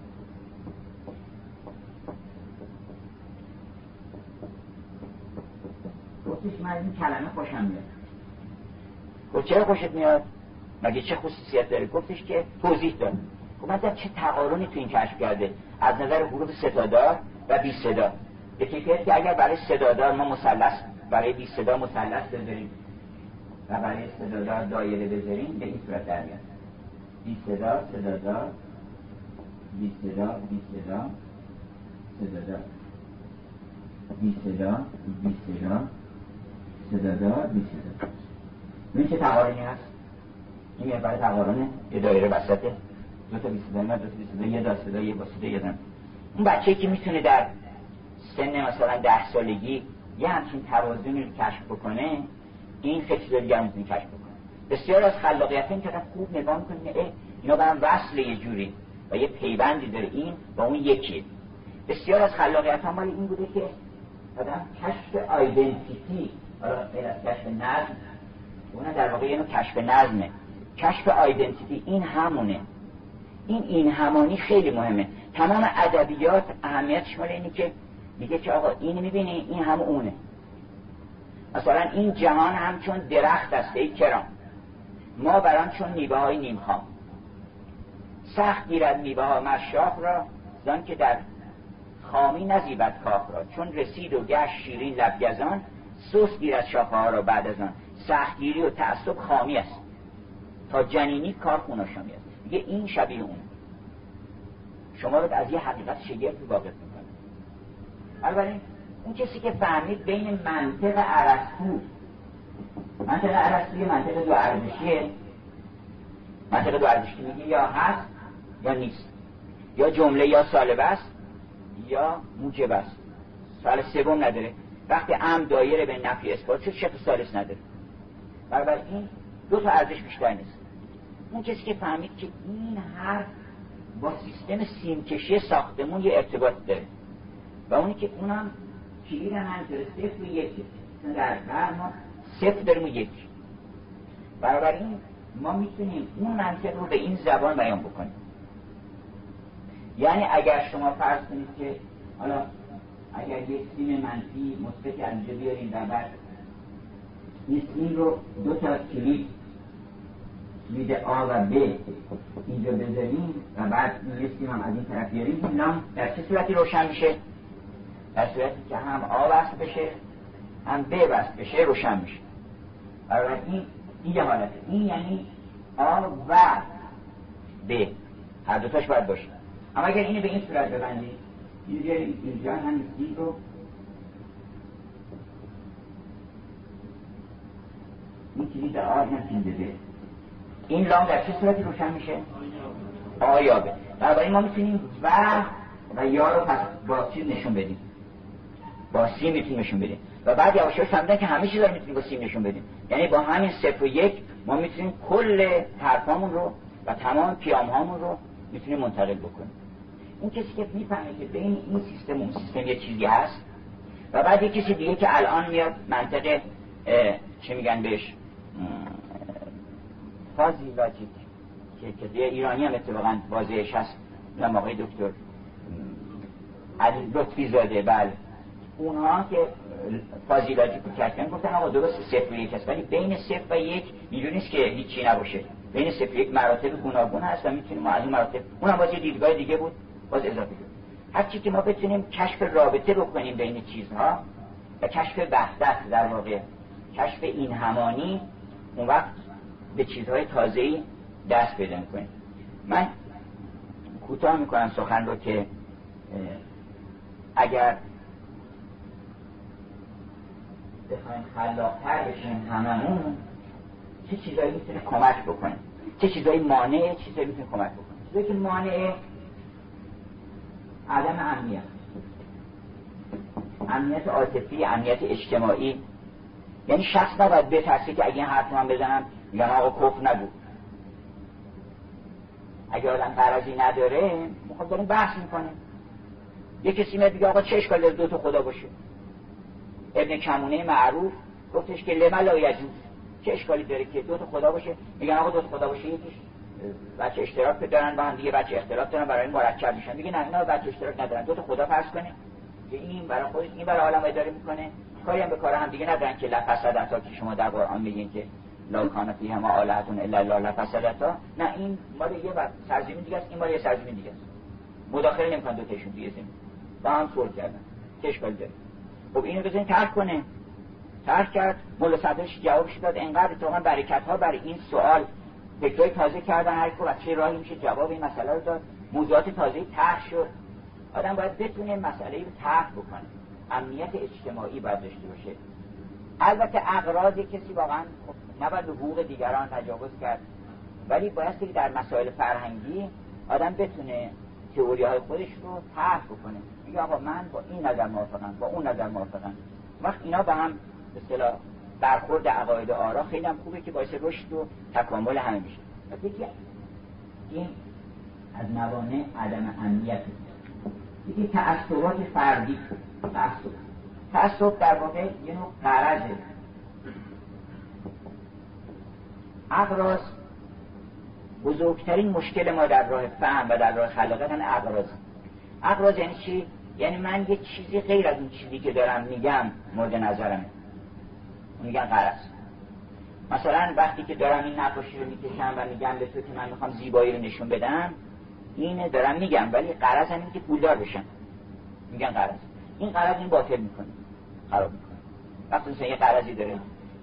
گفتش من این کلمه خوشم میاد. گفت چرا خوشت میاد؟ مگه چه خصوصیت داره؟ گفتش که توضیح داد. خب مثلا چه تقارنی تو این کشف کرده از نظر حروف ستادار و بی صدا. به کیفیت که اگر برای صدادار ما مثلث، برای بی صدا مثلث بذاریم و برای صدادار دایره بذاریم به این صورت در میاد. بی صدا، صدادار، بی صدا، بی صدا، صدادار، بی صدا، بی صدا، صدادار، بی صدا. این چه تقارنی هست؟ این یه برای تقارنه، یه دایره وسطه، دو تا بی صدا، دو تا بی صدا، یه دا صدا، یه با صدا، یه دن. اون بچه‌ای که میتونه در سن مثلا ده سالگی یه همچین توازنی رو کشف بکنه، این خیلی چیزا دیگه هم میتونه کشف بکنه. بسیار از خلاقیت این که خوب نگاه میکنه اه اینا با هم وصل یه جوری و یه پیوندی داره این با اون یکیه. بسیار از خلاقیت ها مال این بوده که آدم کشف آیدنتیتی، حالا غیر از کشف نظم، اون در واقع یه نوع کشف نظمه. کشف آیدنتیتی این همونه. این این همانی خیلی مهمه. تمام ادبیات اهمیتش مال اینه که میگه که آقا این میبینی این هم اونه. مثلا این جهان هم چون درخت است ای کرام، ما بران چون میوه های نیم خام. سخت گیرد میوه ها مشاخ را، زان که در خامی نزیبد کاخ را. چون رسید و گشت شیرین لبگزان، سوس گیرد شاخه ها را بعد از آن. سختگیری و تعصب خامی است. تا جنینی کار خوناشامی است. دیگه این شبیه اون شما رو از یه حقیقت شگرفی واقف میکنه. البته اون کسی که فهمید بین منطق ارسطو، منطق ارسطو یه منطق دو ارزشیه، منطق دو ارزشی میگه یا هست یا نیست، یا جمله یا سالب است یا موجب است، سال سوم نداره. وقتی ام دایره به نفی اثبات شد شرط ثالث نداره. بنابراین دو تا ارزش بیشتر نیست. اون کسی که فهمید که این حرف با سیستم سیمکشی ساختمون یه ارتباط داره و اونی که اونم کلید منطقه صفر و یکی، در بر ما صفر داریم و یک. بنابراین ما میتونیم اون منطق رو به این زبان بیان بکنیم. یعنی اگر شما فرض کنید که حالا اگر یک سیم منفی مثبت از اینجا بیاریم و بعد این سیم رو دو تا کلید کلید آ و ب اینجا بذاریم و بعد این سیم هم از این طرف بیاریم، این لام در چه صورتی روشن میشه؟ در صورتی که هم آ وصل بشه هم ب وصل بشه روشن میشه. برای این این یه حالته. این یعنی آ و ب هر دوتاش باید باشه. اما اگر اینو به این صورت ببندیم، اینجا اینجا هم این رو این کلید آ هم کلید ب، این لام در چه صورتی روشن میشه؟ آ یا ب. برای ما میتونیم و و یا رو پس با چیز نشون بدیم، با سیم میتونیم نشون بدیم و بعد یواش یواش فهمیدن که همه چیز رو میتونیم با سیم نشون بدیم. یعنی با همین صفر و یک ما میتونیم کل حرفامون رو و تمام پیامهامون رو میتونیم منتقل بکنیم. این کسی که میفهمه که بین این سیستم و اون سیستم یه چیزی هست و بعد یک کسی دیگه که الان میاد منطقه چه میگن بهش فازی لاجیک که که ایرانی هم اتفاقا واضحش هست، نام آقای دکتر علی لطفی زاده، بله اونها که فازی لاجیک رو کردن گفتن آقا درست صفر و یک هست ولی بین صفر و یک اینجوری نیست که هیچی نباشه، بین صفر و یک مراتب گوناگون هست و میتونیم ما از این مراتب، اونم باز یه دیدگاه دیگه بود باز اضافه شد. هر چی که ما بتونیم کشف رابطه بکنیم بین چیزها و کشف وحدت، در واقع کشف این همانی، اون وقت به چیزهای تازه‌ای دست پیدا می‌کنیم. من کوتاه می‌کنم سخن رو که اگر بخوایم خلاق‌تر بشیم هممون، چه چیزایی میتونه کمک بکنه، چه چیزایی مانع، چیزایی میتونه کمک بکنه. چیزایی که مانع عدم امنیت، امنیت عاطفی، امنیت اجتماعی. یعنی شخص نباید بترسه که اگه این حرف من بزنم میگن آقا کفر نگو. اگه آدم غرضی نداره میخواد داریم بحث میکنه. یه کسی میاد میگه آقا چه اشکالی داره دو تا خدا باشه؟ ابن کمونه معروف گفتش که لما لا یجوز، چه اشکالی داره که دو تا خدا باشه؟ میگن آقا دو تا خدا باشه یکیش بچه اشتراک دارن با هم دیگه، بچه اختلاف دارن برای مرکب میشن. میگه نه اینا بچه اشتراک ندارن، دو تا خدا فرض کنه که این برای خودش این برای عالم اداره میکنه، کاری هم به کار هم دیگه ندارن که لفسدتا که شما در قرآن میگین که لا کان فیهما آلهة الا الله لفسدتا. نه این مال یه سرزمین دیگه است، این مال یه سرزمین دیگه است، مداخله نمیکنن دو تاشون دیگه زمین با هم صلح کردن، چه اشکالی داره؟ خب اینو بزنین ترک کنه. ترک کرد، مولا صدرش جوابش داد. انقدر تو من برکت ها برای این سوال فکرای تازه کردن، هر کو چه راهی میشه جواب این مسئله رو داد، موضوعات تازه‌ای طرح شد. آدم باید بتونه مسئله رو طرح بکنه، امنیت اجتماعی باید داشته باشه. البته اغراض کسی واقعا نباید به حقوق دیگران تجاوز کرد، ولی باید که در مسائل فرهنگی آدم بتونه تئوری‌های خودش رو طرح بکنه. میگه آقا من با این نظر موافقم، با اون نظر موافقم. وقت اینا با هم به اصطلاح برخورد عقاید و آرا خیلی هم خوبه که باعث رشد و تکامل همه میشه. دیگه این از موانع عدم امنیت. دیگه تعصبات فردی، تعصب تعصب در واقع یه نوع غرضه. اغراض بزرگترین مشکل ما در راه فهم و در راه خلاقیت هم اغراض. اغراض یعنی چی؟ یعنی من یه چیزی غیر از اون چیزی که دارم میگم مورد نظرمه، میگن غرض. مثلا وقتی که دارم این نقاشی رو میکشم و میگم به تو که من میخوام زیبایی رو نشون بدم، اینه دارم میگم، ولی غرض هم اینه که پولدار بشم، میگن غرض. این غرض این باطل میکنه، خراب میکنه. وقتی مثلا یه غرضی داره،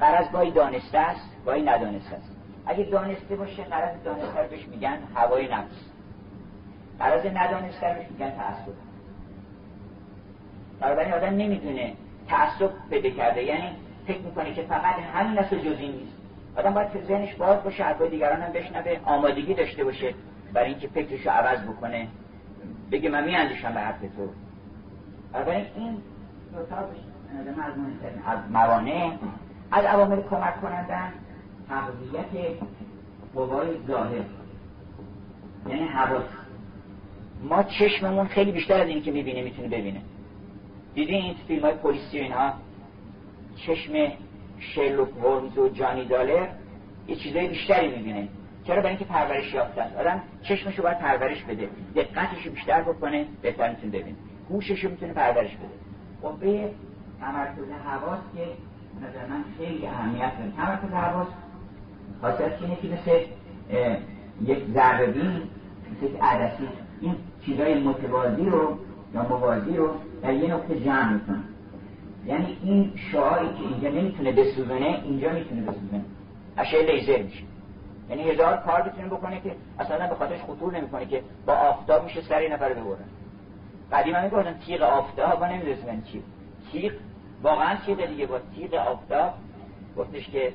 غرض گاهی دانسته است گاهی ندانسته است. اگه دانسته باشه غرض دانسته رو بهش میگن هوای نفس، غرض ندانسته رو بهش میگن تعصب. بنابراین آدم نمیدونه تعصب پیدا کرده، یعنی فکر میکنه که فقط همین است و جز این نیست. آدم باید ذهنش باز باشه، حرفای دیگران هم بشنوه، آمادگی داشته باشه برای اینکه فکرشو عوض بکنه، بگه من میاندیشم به حرف تو. بنابراین این دو تا از موانع از عوامل کمک کنندن تقویت قوای ظاهر، یعنی حواس. ما چشممون خیلی بیشتر از اینی که میبینه میتونه ببینه. دیدین این فیلم های پلیسی و اینها، چشم شرلوک هولمز و جانی دالر یه چیزای بیشتری میبینه. چرا؟ برای اینکه پرورش یافته است. آدم چشمشو باید پرورش بده، دقتشو بیشتر بکنه، بهتر میتونه ببینه. گوششو میتونه پرورش بده. قوه تمرکز حواس که نظر من خیلی اهمیت داره. تمرکز حواس خاصیتش اینه که مثل یک ذره‌بین، مثل یک عدسی، این چیزای متوازی رو یا موازی رو در یه نقطه جمع میکنه. یعنی این شعاعی که اینجا نمیتونه بسوزونه اینجا میتونه بسوزونه، اشعه لیزر میشه. یعنی هزار کار بتونه بکنه که اصلا به خاطرش خطور نمیکنه که با آفتاب میشه سر این نفر رو ببرن. قدیما میگفتن تیغ آفتاب، ما نمیدونستیم چی تیغ، واقعا تیغ دیگه با تیغ آفتاب. گفتش که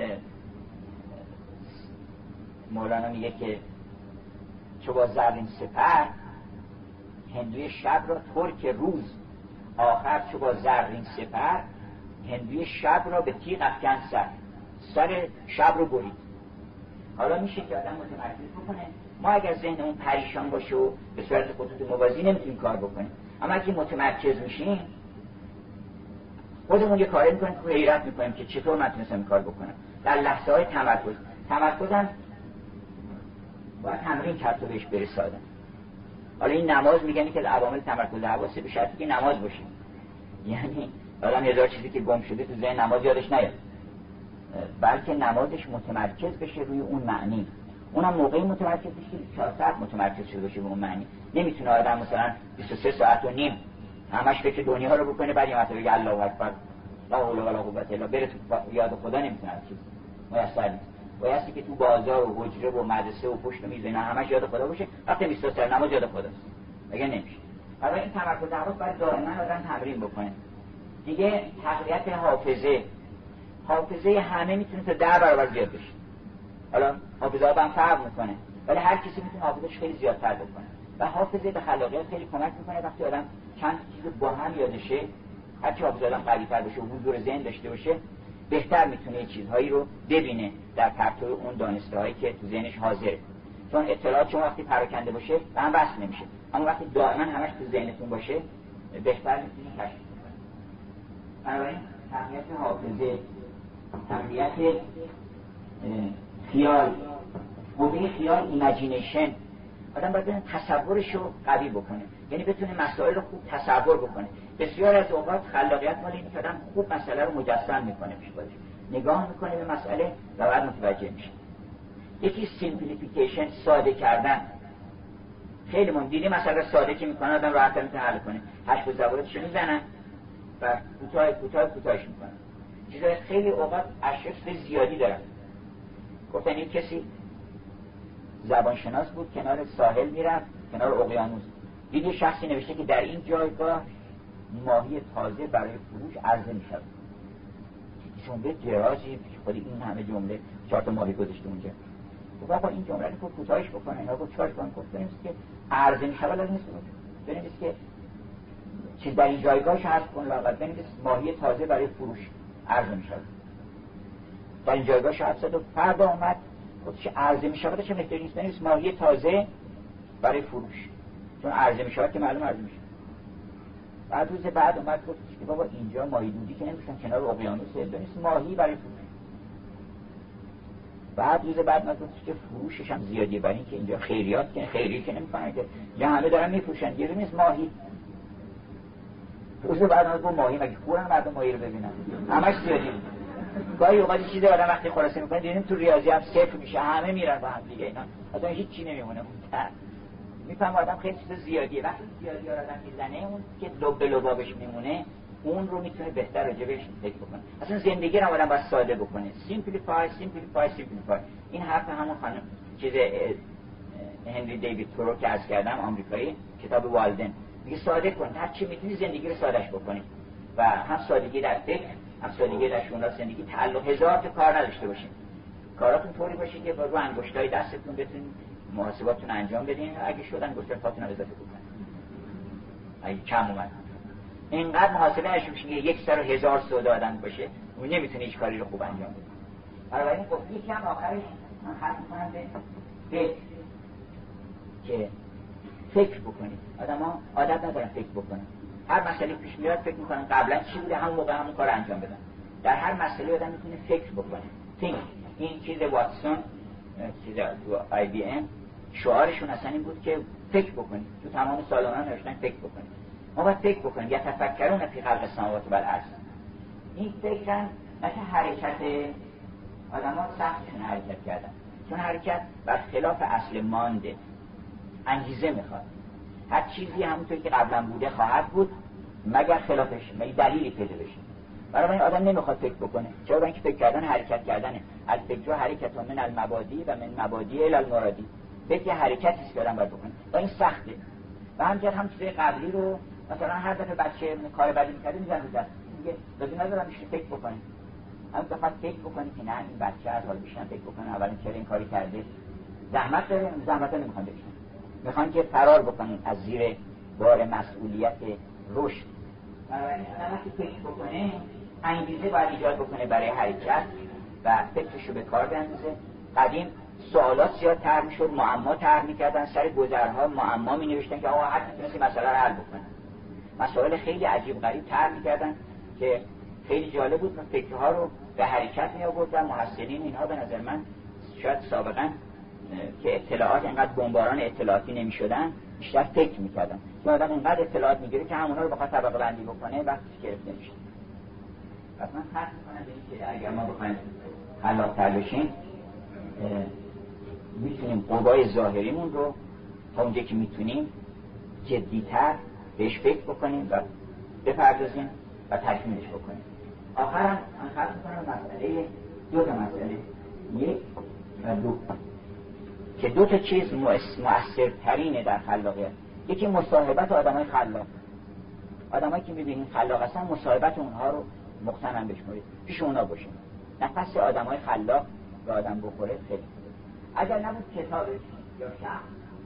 مولانا میگه که چو با زرین سپر هندوی شب را ترک روز، آخر چو با زرین سپر هندوی شب را به تیغ افکن سر، سر شب رو برید. حالا میشه که آدم متمرکز بکنه. ما اگر ذهنمون پریشان باشه و به صورت خطوط موازی نمیتونیم کار بکنیم، اما اگه متمرکز میشیم خودمون یه کاری میکنیم که حیرت میکنیم که چطور من تونستم این کار بکنم. در لحظه های تمرکز تمرکزم باید تمرین کرد تا بهش برسه آدم. حالا این نماز میگن که عوامل تمرکز حواسه به شرطی که نماز باشیم، یعنی آدم هزار چیزی که گم شده تو ذهن نماز یادش نیاد، بلکه نمازش متمرکز بشه روی اون معنی. اونم موقعی متمرکز بشه چهار ساعت متمرکز شده باشه به اون معنی. نمیتونه آدم مثلا بیست و سه ساعت و نیم همش فکر دنیا رو بکنه بعد یه مرتبه بگه الله اکبر لا حول ولا قوة الا بالله، بره یاد خدا نمیتونه چیز میسر نیست. بایستی که تو بازار و حجره و مدرسه و پشت میز اینا همش یاد خدا باشه، وقتی بیست و سه نماز یاد خداست، اگه نمیشه. برای این تمرکز حواس باید دائما آدم تمرین بکنه. دیگه تقویت حافظه، حافظه همه میتونه تا ده برابر زیاد بشه. حالا حافظه ها هم فرق میکنه، ولی هر کسی میتونه حافظهش خیلی زیادتر بکنه و حافظه به خلاقیت خیلی کمک میکنه. وقتی آدم چند چیز با هم یادشه، هر چی حافظه آدم قوی‌تر بشه و حضور ذهن داشته باشه، بهتر میتونه چیزهایی رو ببینه در پرتو اون دانسته‌هایی که تو ذهنش حاضره. چون اطلاعات شما وقتی پراکنده باشه به هم وصل نمیشه، اما وقتی دائما همش تو ذهنتون باشه بهتر میتونید کشف کنید. بنابراین تقویت حافظه، تقویت خیال، قوه خیال، ایمیجینیشن. آدم باید بتونه تصورش رو قوی بکنه، یعنی بتونه مسائل رو خوب تصور بکنه. بسیار از اوقات خلاقیت مال اینه که آدم خوب مسئله رو مجسم میکنه، پیش خودش نگاه میکنه به مسئله و بعد متوجه میشه. یکی سیمپلیفیکیشن، ساده کردن. خیلی مهم. دیدی مسئله ساده که میکنه آدم راحت میتونه حل کنه. هشت و زبورتش میزنن و کوتاه کوتاه کوتاهش میکنن. چیزای خیلی اوقات اشرف زیادی دارن. گفتن این کسی زبانشناس بود، کنار ساحل میرفت، کنار اقیانوس، دید یه شخصی نوشته که در این جایگاه ماهی تازه برای فروش عرضه میشود. جمله درازی، خود این همه جمله چهار تا ماهی گذاشته اونجا. گفت آقا این جمله رو کوتاهش بکنه. اینا گفت چهار تا گفت بنویس که عرضه میشود، لازم نیست بنویس که چیز در این جایگاهش هست کن، لااقل بنویس ماهی تازه برای فروش عرضه میشود. در این جایگاهش هست. و فردا اومد گفت چه عرضه میشود، چه بهتری نیست بنویس ماهی تازه برای فروش، چون عرضه میشود که معلوم عرضه میشه. بعد روز بعد اومد گفت که بابا اینجا ماهی دودی که نمیشن، کنار اقیانوسه، بنویس ماهی برای فروش. بعد روز بعد اومد گفت که فروشش هم زیادیه، برای اینکه اینجا خیریات که خیریه که نمیکنن که یا همه دارن میفروشن، یه بنویس ماهی. روز بعد اومد گفت ماهی، مگه خورن مردم ماهی رو ببینن؟ همش زیادی. گاهی اوقات چیزی آدم وقتی خلاصه میکنه دیدیم تو ریاضی هم صفر میشه، همه میرن با هم دیگه، اینا اصلا هیچ چی نمیمونه. میفهم آدم خیلی چیز زیادیه. وقتی زیادی آدم میزنه اون که لب به لبابش میمونه اون رو میتونه بهتر راجع بهش فکر بکنه. اصلا زندگی رو آدم باید ساده بکنه. سیمپلیفای سیمپلیفای سیمپلیفای. این حرف همون خانم چیز هنری دیوید تورو که عرض کردم، آمریکایی، کتاب والدن، میگه ساده کن، هر چی میتونی زندگی رو سادهش بکنی و هم سادگی در فکر، هم سادگی در شؤون زندگی، تعلق هزار تا کار نداشته باشین. کاراتون طوری باشه که با رو انگشتای دستتون بتونید محاسباتتون انجام بدین، اگه شد انگشتای پاتون رو اضافه بکنید. اگه کم اومد اینقدر محاسبه نشه بشه که یک سر و هزار سودا آدم باشه، اون نمیتونه هیچ کاری رو خوب انجام بده. بنابراین خب یکی هم آخرش من خط می‌کنم به فکر، که فکر بکنید. آدم‌ها عادت ندارن فکر بکنن. هر مسئله پیش میاد فکر می‌کنن قبلا چی بوده، همون موقع همون کارو انجام بدن. در هر مسئله آدم میتونه فکر بکنه. think. این چیز واتسون چیز تو آی بی ام شعارشون اصلا این بود که فکر بکنید. تو تمام سالان‌ها نوشتن فکر بکنید. ما باید فکر بکنیم. یا تفکرون فی خلق السماوات و الارض. این فکرن نه که حرکت آدم‌ها سختشون حرکت کردن، چون حرکت بر خلاف اصل مانده، انگیزه میخواد. هر چیزی همونطور که قبلا بوده خواهد بود مگر خلافش، مگر دلیلی پیدا بشه. برای این آدم نمیخواد فکر بکنه. چرا؟ برای اینکه فکر کردن حرکت کردنه. الفکر حرکت من المبادی و من مبادی الی المرادی. فکر حرکتی است که آدم باید بکنه. و این سخته. و همینطور هم چیزای قبلی رو مثلا هر دفعه بچه کار بدی می‌کنه میذاره رو دست. میگه لازم ندارم میشه فکر بکنه. هم بخواد فکر بکنه که نه این بچه از حال بیشتر فکر بکنه اولا چرا این کاری کرده. زحمت داره، زحمت نمیخوان بکشن. میخوان که فرار بکنن از زیر بار مسئولیت رشد. بنابراین آدم که فکر بکنه انگیزه باید ایجاد بکنه برای حرکت و فکرشو به کار بیندازه. قدیم سوالات زیاد طرح میشد، معما طرح میکردن، سر گذرها معما می نوشتن که آقا هر کی تونستی مسئله رو حل بکنه. مسائل خیلی عجیب غریب طرح میکردن که خیلی جالب بود و فکرها رو به حرکت می آوردن. محصلین اینها به نظر من شاید سابقا که اطلاعات اینقدر بمباران اطلاعاتی نمی شدن بیشتر فکر میکردن. چون آدم اینقدر اطلاعات میگیره که همونها رو بخواد طبقه بندی بکنه وقتش گرفته میشه. پس من خط میکنم به این که اگر ما بخوایم خلاق‌تر بشیم میتونیم قوای ظاهریمون رو تا اونجا که میتونیم جدی‌تر بهش فکر بکنیم و بپردازیم و تکمیلش بکنیم. آخرم من خط میکنم مسئله دو تا مسئله، یک و دو، که دو تا چیز مؤثرترینه در خلاقیت. یکی مصاحبت آدمای خلاق. آدمایی که میبینین خلاق هستن مصاحبت اونها رو مقتنم بشمارید، پیش اونا باشین. نفس آدمای خلاق به آدم بخوره خیلی خوبه. اگر نبود کتابش یا شخص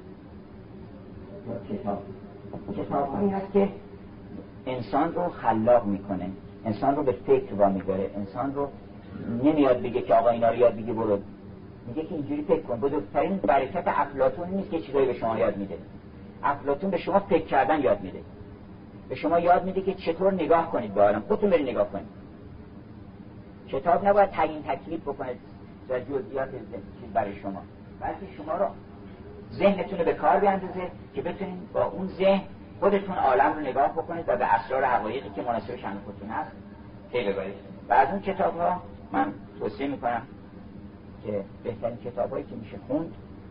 یا کتاب کتاب‌هایی هست که انسان رو خلاق میکنه، انسان رو به فکر وامی‌داره، انسان رو نمیاد بگه که آقا اینا رو یاد بگی برو، میگه که اینجوری فکر کن. بزرگترین برکت افلاطون نیست که چیزایی به شما یاد میده. افلاطون به شما فکر کردن یاد میده، به شما یاد میده که چطور نگاه کنید به عالم، خودتون برید نگاه کنید. کتاب نباید تعیین تکلیف بکنه در جزئیات چیز برای شما، بلکه شما رو ذهنتون رو به کار بیاندازه که بتونید با اون ذهن خودتون عالم رو نگاه بکنید و به اسرار حقایقی که مناسب شأن خودتون هست پی ببرید. و از اون کتاب‌ها من توصیه میکنم که بهترین کتابایی که میشه خوند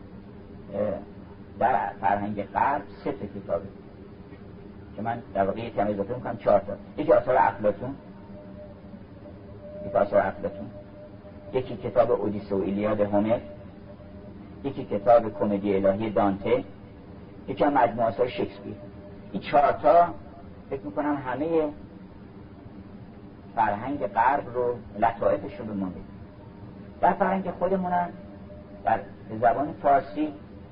در فرهنگ غرب سه تا کتابه که من در واقع یکی هم اضافه میکنم چهار تا. یکی آثار افلاطون، یکی آثار افلاطون، یکی کتاب اودیسه و ایلیاد هومر، یکی کتاب کمدی الهی دانته، یکی هم مجموعه آثار شکسپیر. این چهار تا فکر میکنم همه فرهنگ غرب رو لطائفش رو به ما میده. در فرهنگ خودمونم در زبان فارسی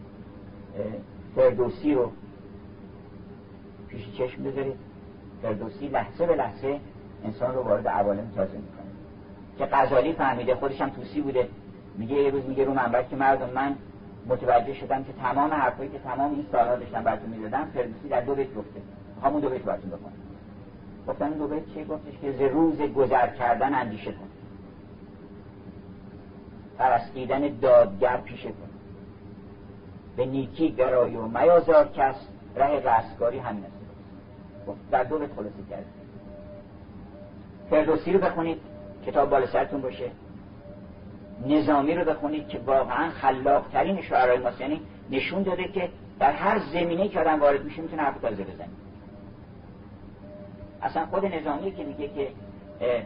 فردوسی رو پیش چشم بذارید. فردوسی لحظه به لحظه انسان رو وارد عوالم تازه میکنه که غزالی فهمیده، خودش هم توسی بوده. میگه یه روز میگه رو منبر که مردم من متوجه شدم که تمام حرفایی که تمام این سال‌ها داشتم براتون می‌زدم فردوسی در دو بیت گفته. همون دو بیت براتون بخونم. گفتن دو بیت چی؟ گفتش که ز روز گذر کردن اندیشه کن، پرستیدن دادگر پیشه کن، به نیکی گرای و میازار کس، ره رستگاری همین است. در دو بیت خلاصه کرد. فردوسی رو بخونید، کتاب بالا سرتون باشه. نظامی رو بخونید که واقعا خلاق ترین شاعرای ماست، یعنی نشون داده که در هر زمینه‌ای که آدم وارد میشه میتونه حرف تازه بزنه. اصلا خود نظامی که میگه که اه اه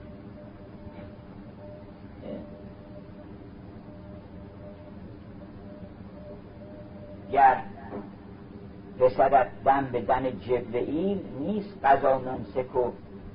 گر رسدت دم به دم جبرئیل نیست قضا ممسک و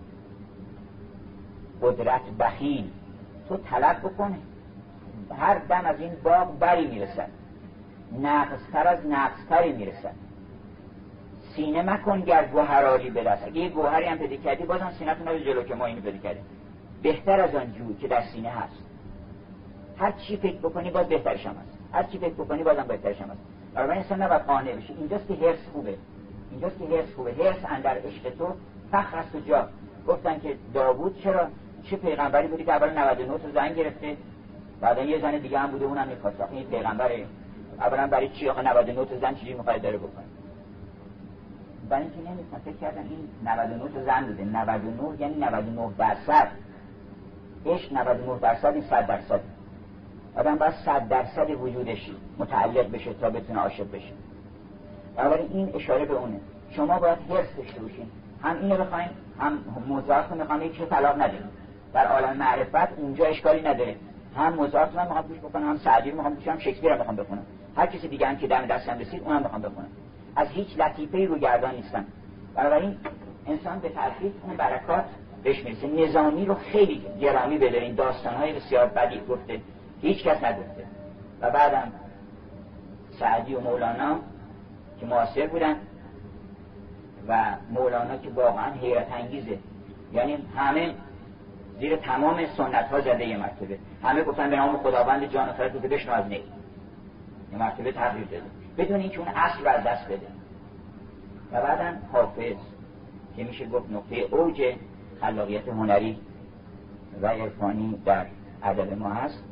قدرت بخیل. تو طلب بکن هر دم از این باغ بری میرسد، نقصتر از نقصتری میرسد. سینه مکن گر گوهرالی برسد. اگه یه گوهری هم پیدا کردی بازم سینه تو نبید جلو که ما اینو پیدا کردیم، بهتر از آن جو که در سینه هست. هر چی فکر بکنی باز بهترش هم هست، هر چی فکر بکنی بازم بهترش هم هست. برای انسان نباید قانع بشه. اینجاست که حرص خوبه، اینجاست که حرص خوبه. حرص اندر عشق تو فخر است و جا. گفتن که داوود چرا چه پیغمبری بودی که اول نود و نه تا زن گرفته، بعدا یه زن دیگه هم بوده اونم میخواست. این پیغمبره اولا برای چی آخه نود و نه تا زن چیزی میخواد داره بکنه؟ برای اینکه نمیخوام فکر کردن این نود و نه تا زن بوده. نود و نه یعنی نود و نه درصد. عشق نود و نه درصد این صد درصد. آدم باید صد درصد وجودش متعلق بشه تا بتونه عاشق بشه. بنابراین این اشاره به اونه. شما باید حرص داشته باشین، هم اینو بخواین هم موضوعات رو میخوام یک چه طلاق نداریم. در عالم معرفت اونجا اشکالی نداره، هم موضوعات رو میخوام گوش بکنم، هم سعدی رو میخوام گوش کنم، شکسپیر رو میخوام بخونم، هر کسی دیگه هم که دم دستم رسید اونم میخوام بخونم. از هیچ لطیفه‌ای رو گردان نیستم. بنابراین انسان به تدریج اون برکات بهش میرسه. نظامی رو خیلی گرامی بدارین، داستان‌های بسیار بدی گفته، هیچ کس نگفته. و بعدم سعدی و مولانا که معاصر بودن و مولانا که واقعا حیرت انگیزه، یعنی همه زیر تمام سنت ها زده یه مرتبه، همه گفتن به نام خداوند جان و خرد بوده بشنو از نی، یه مرتبه تغییر داده بدون اینکه اون اصل رو از دست بده. و بعدم حافظ که میشه گفت نقطه اوج خلاقیت هنری و عرفانی در ادب ما هست،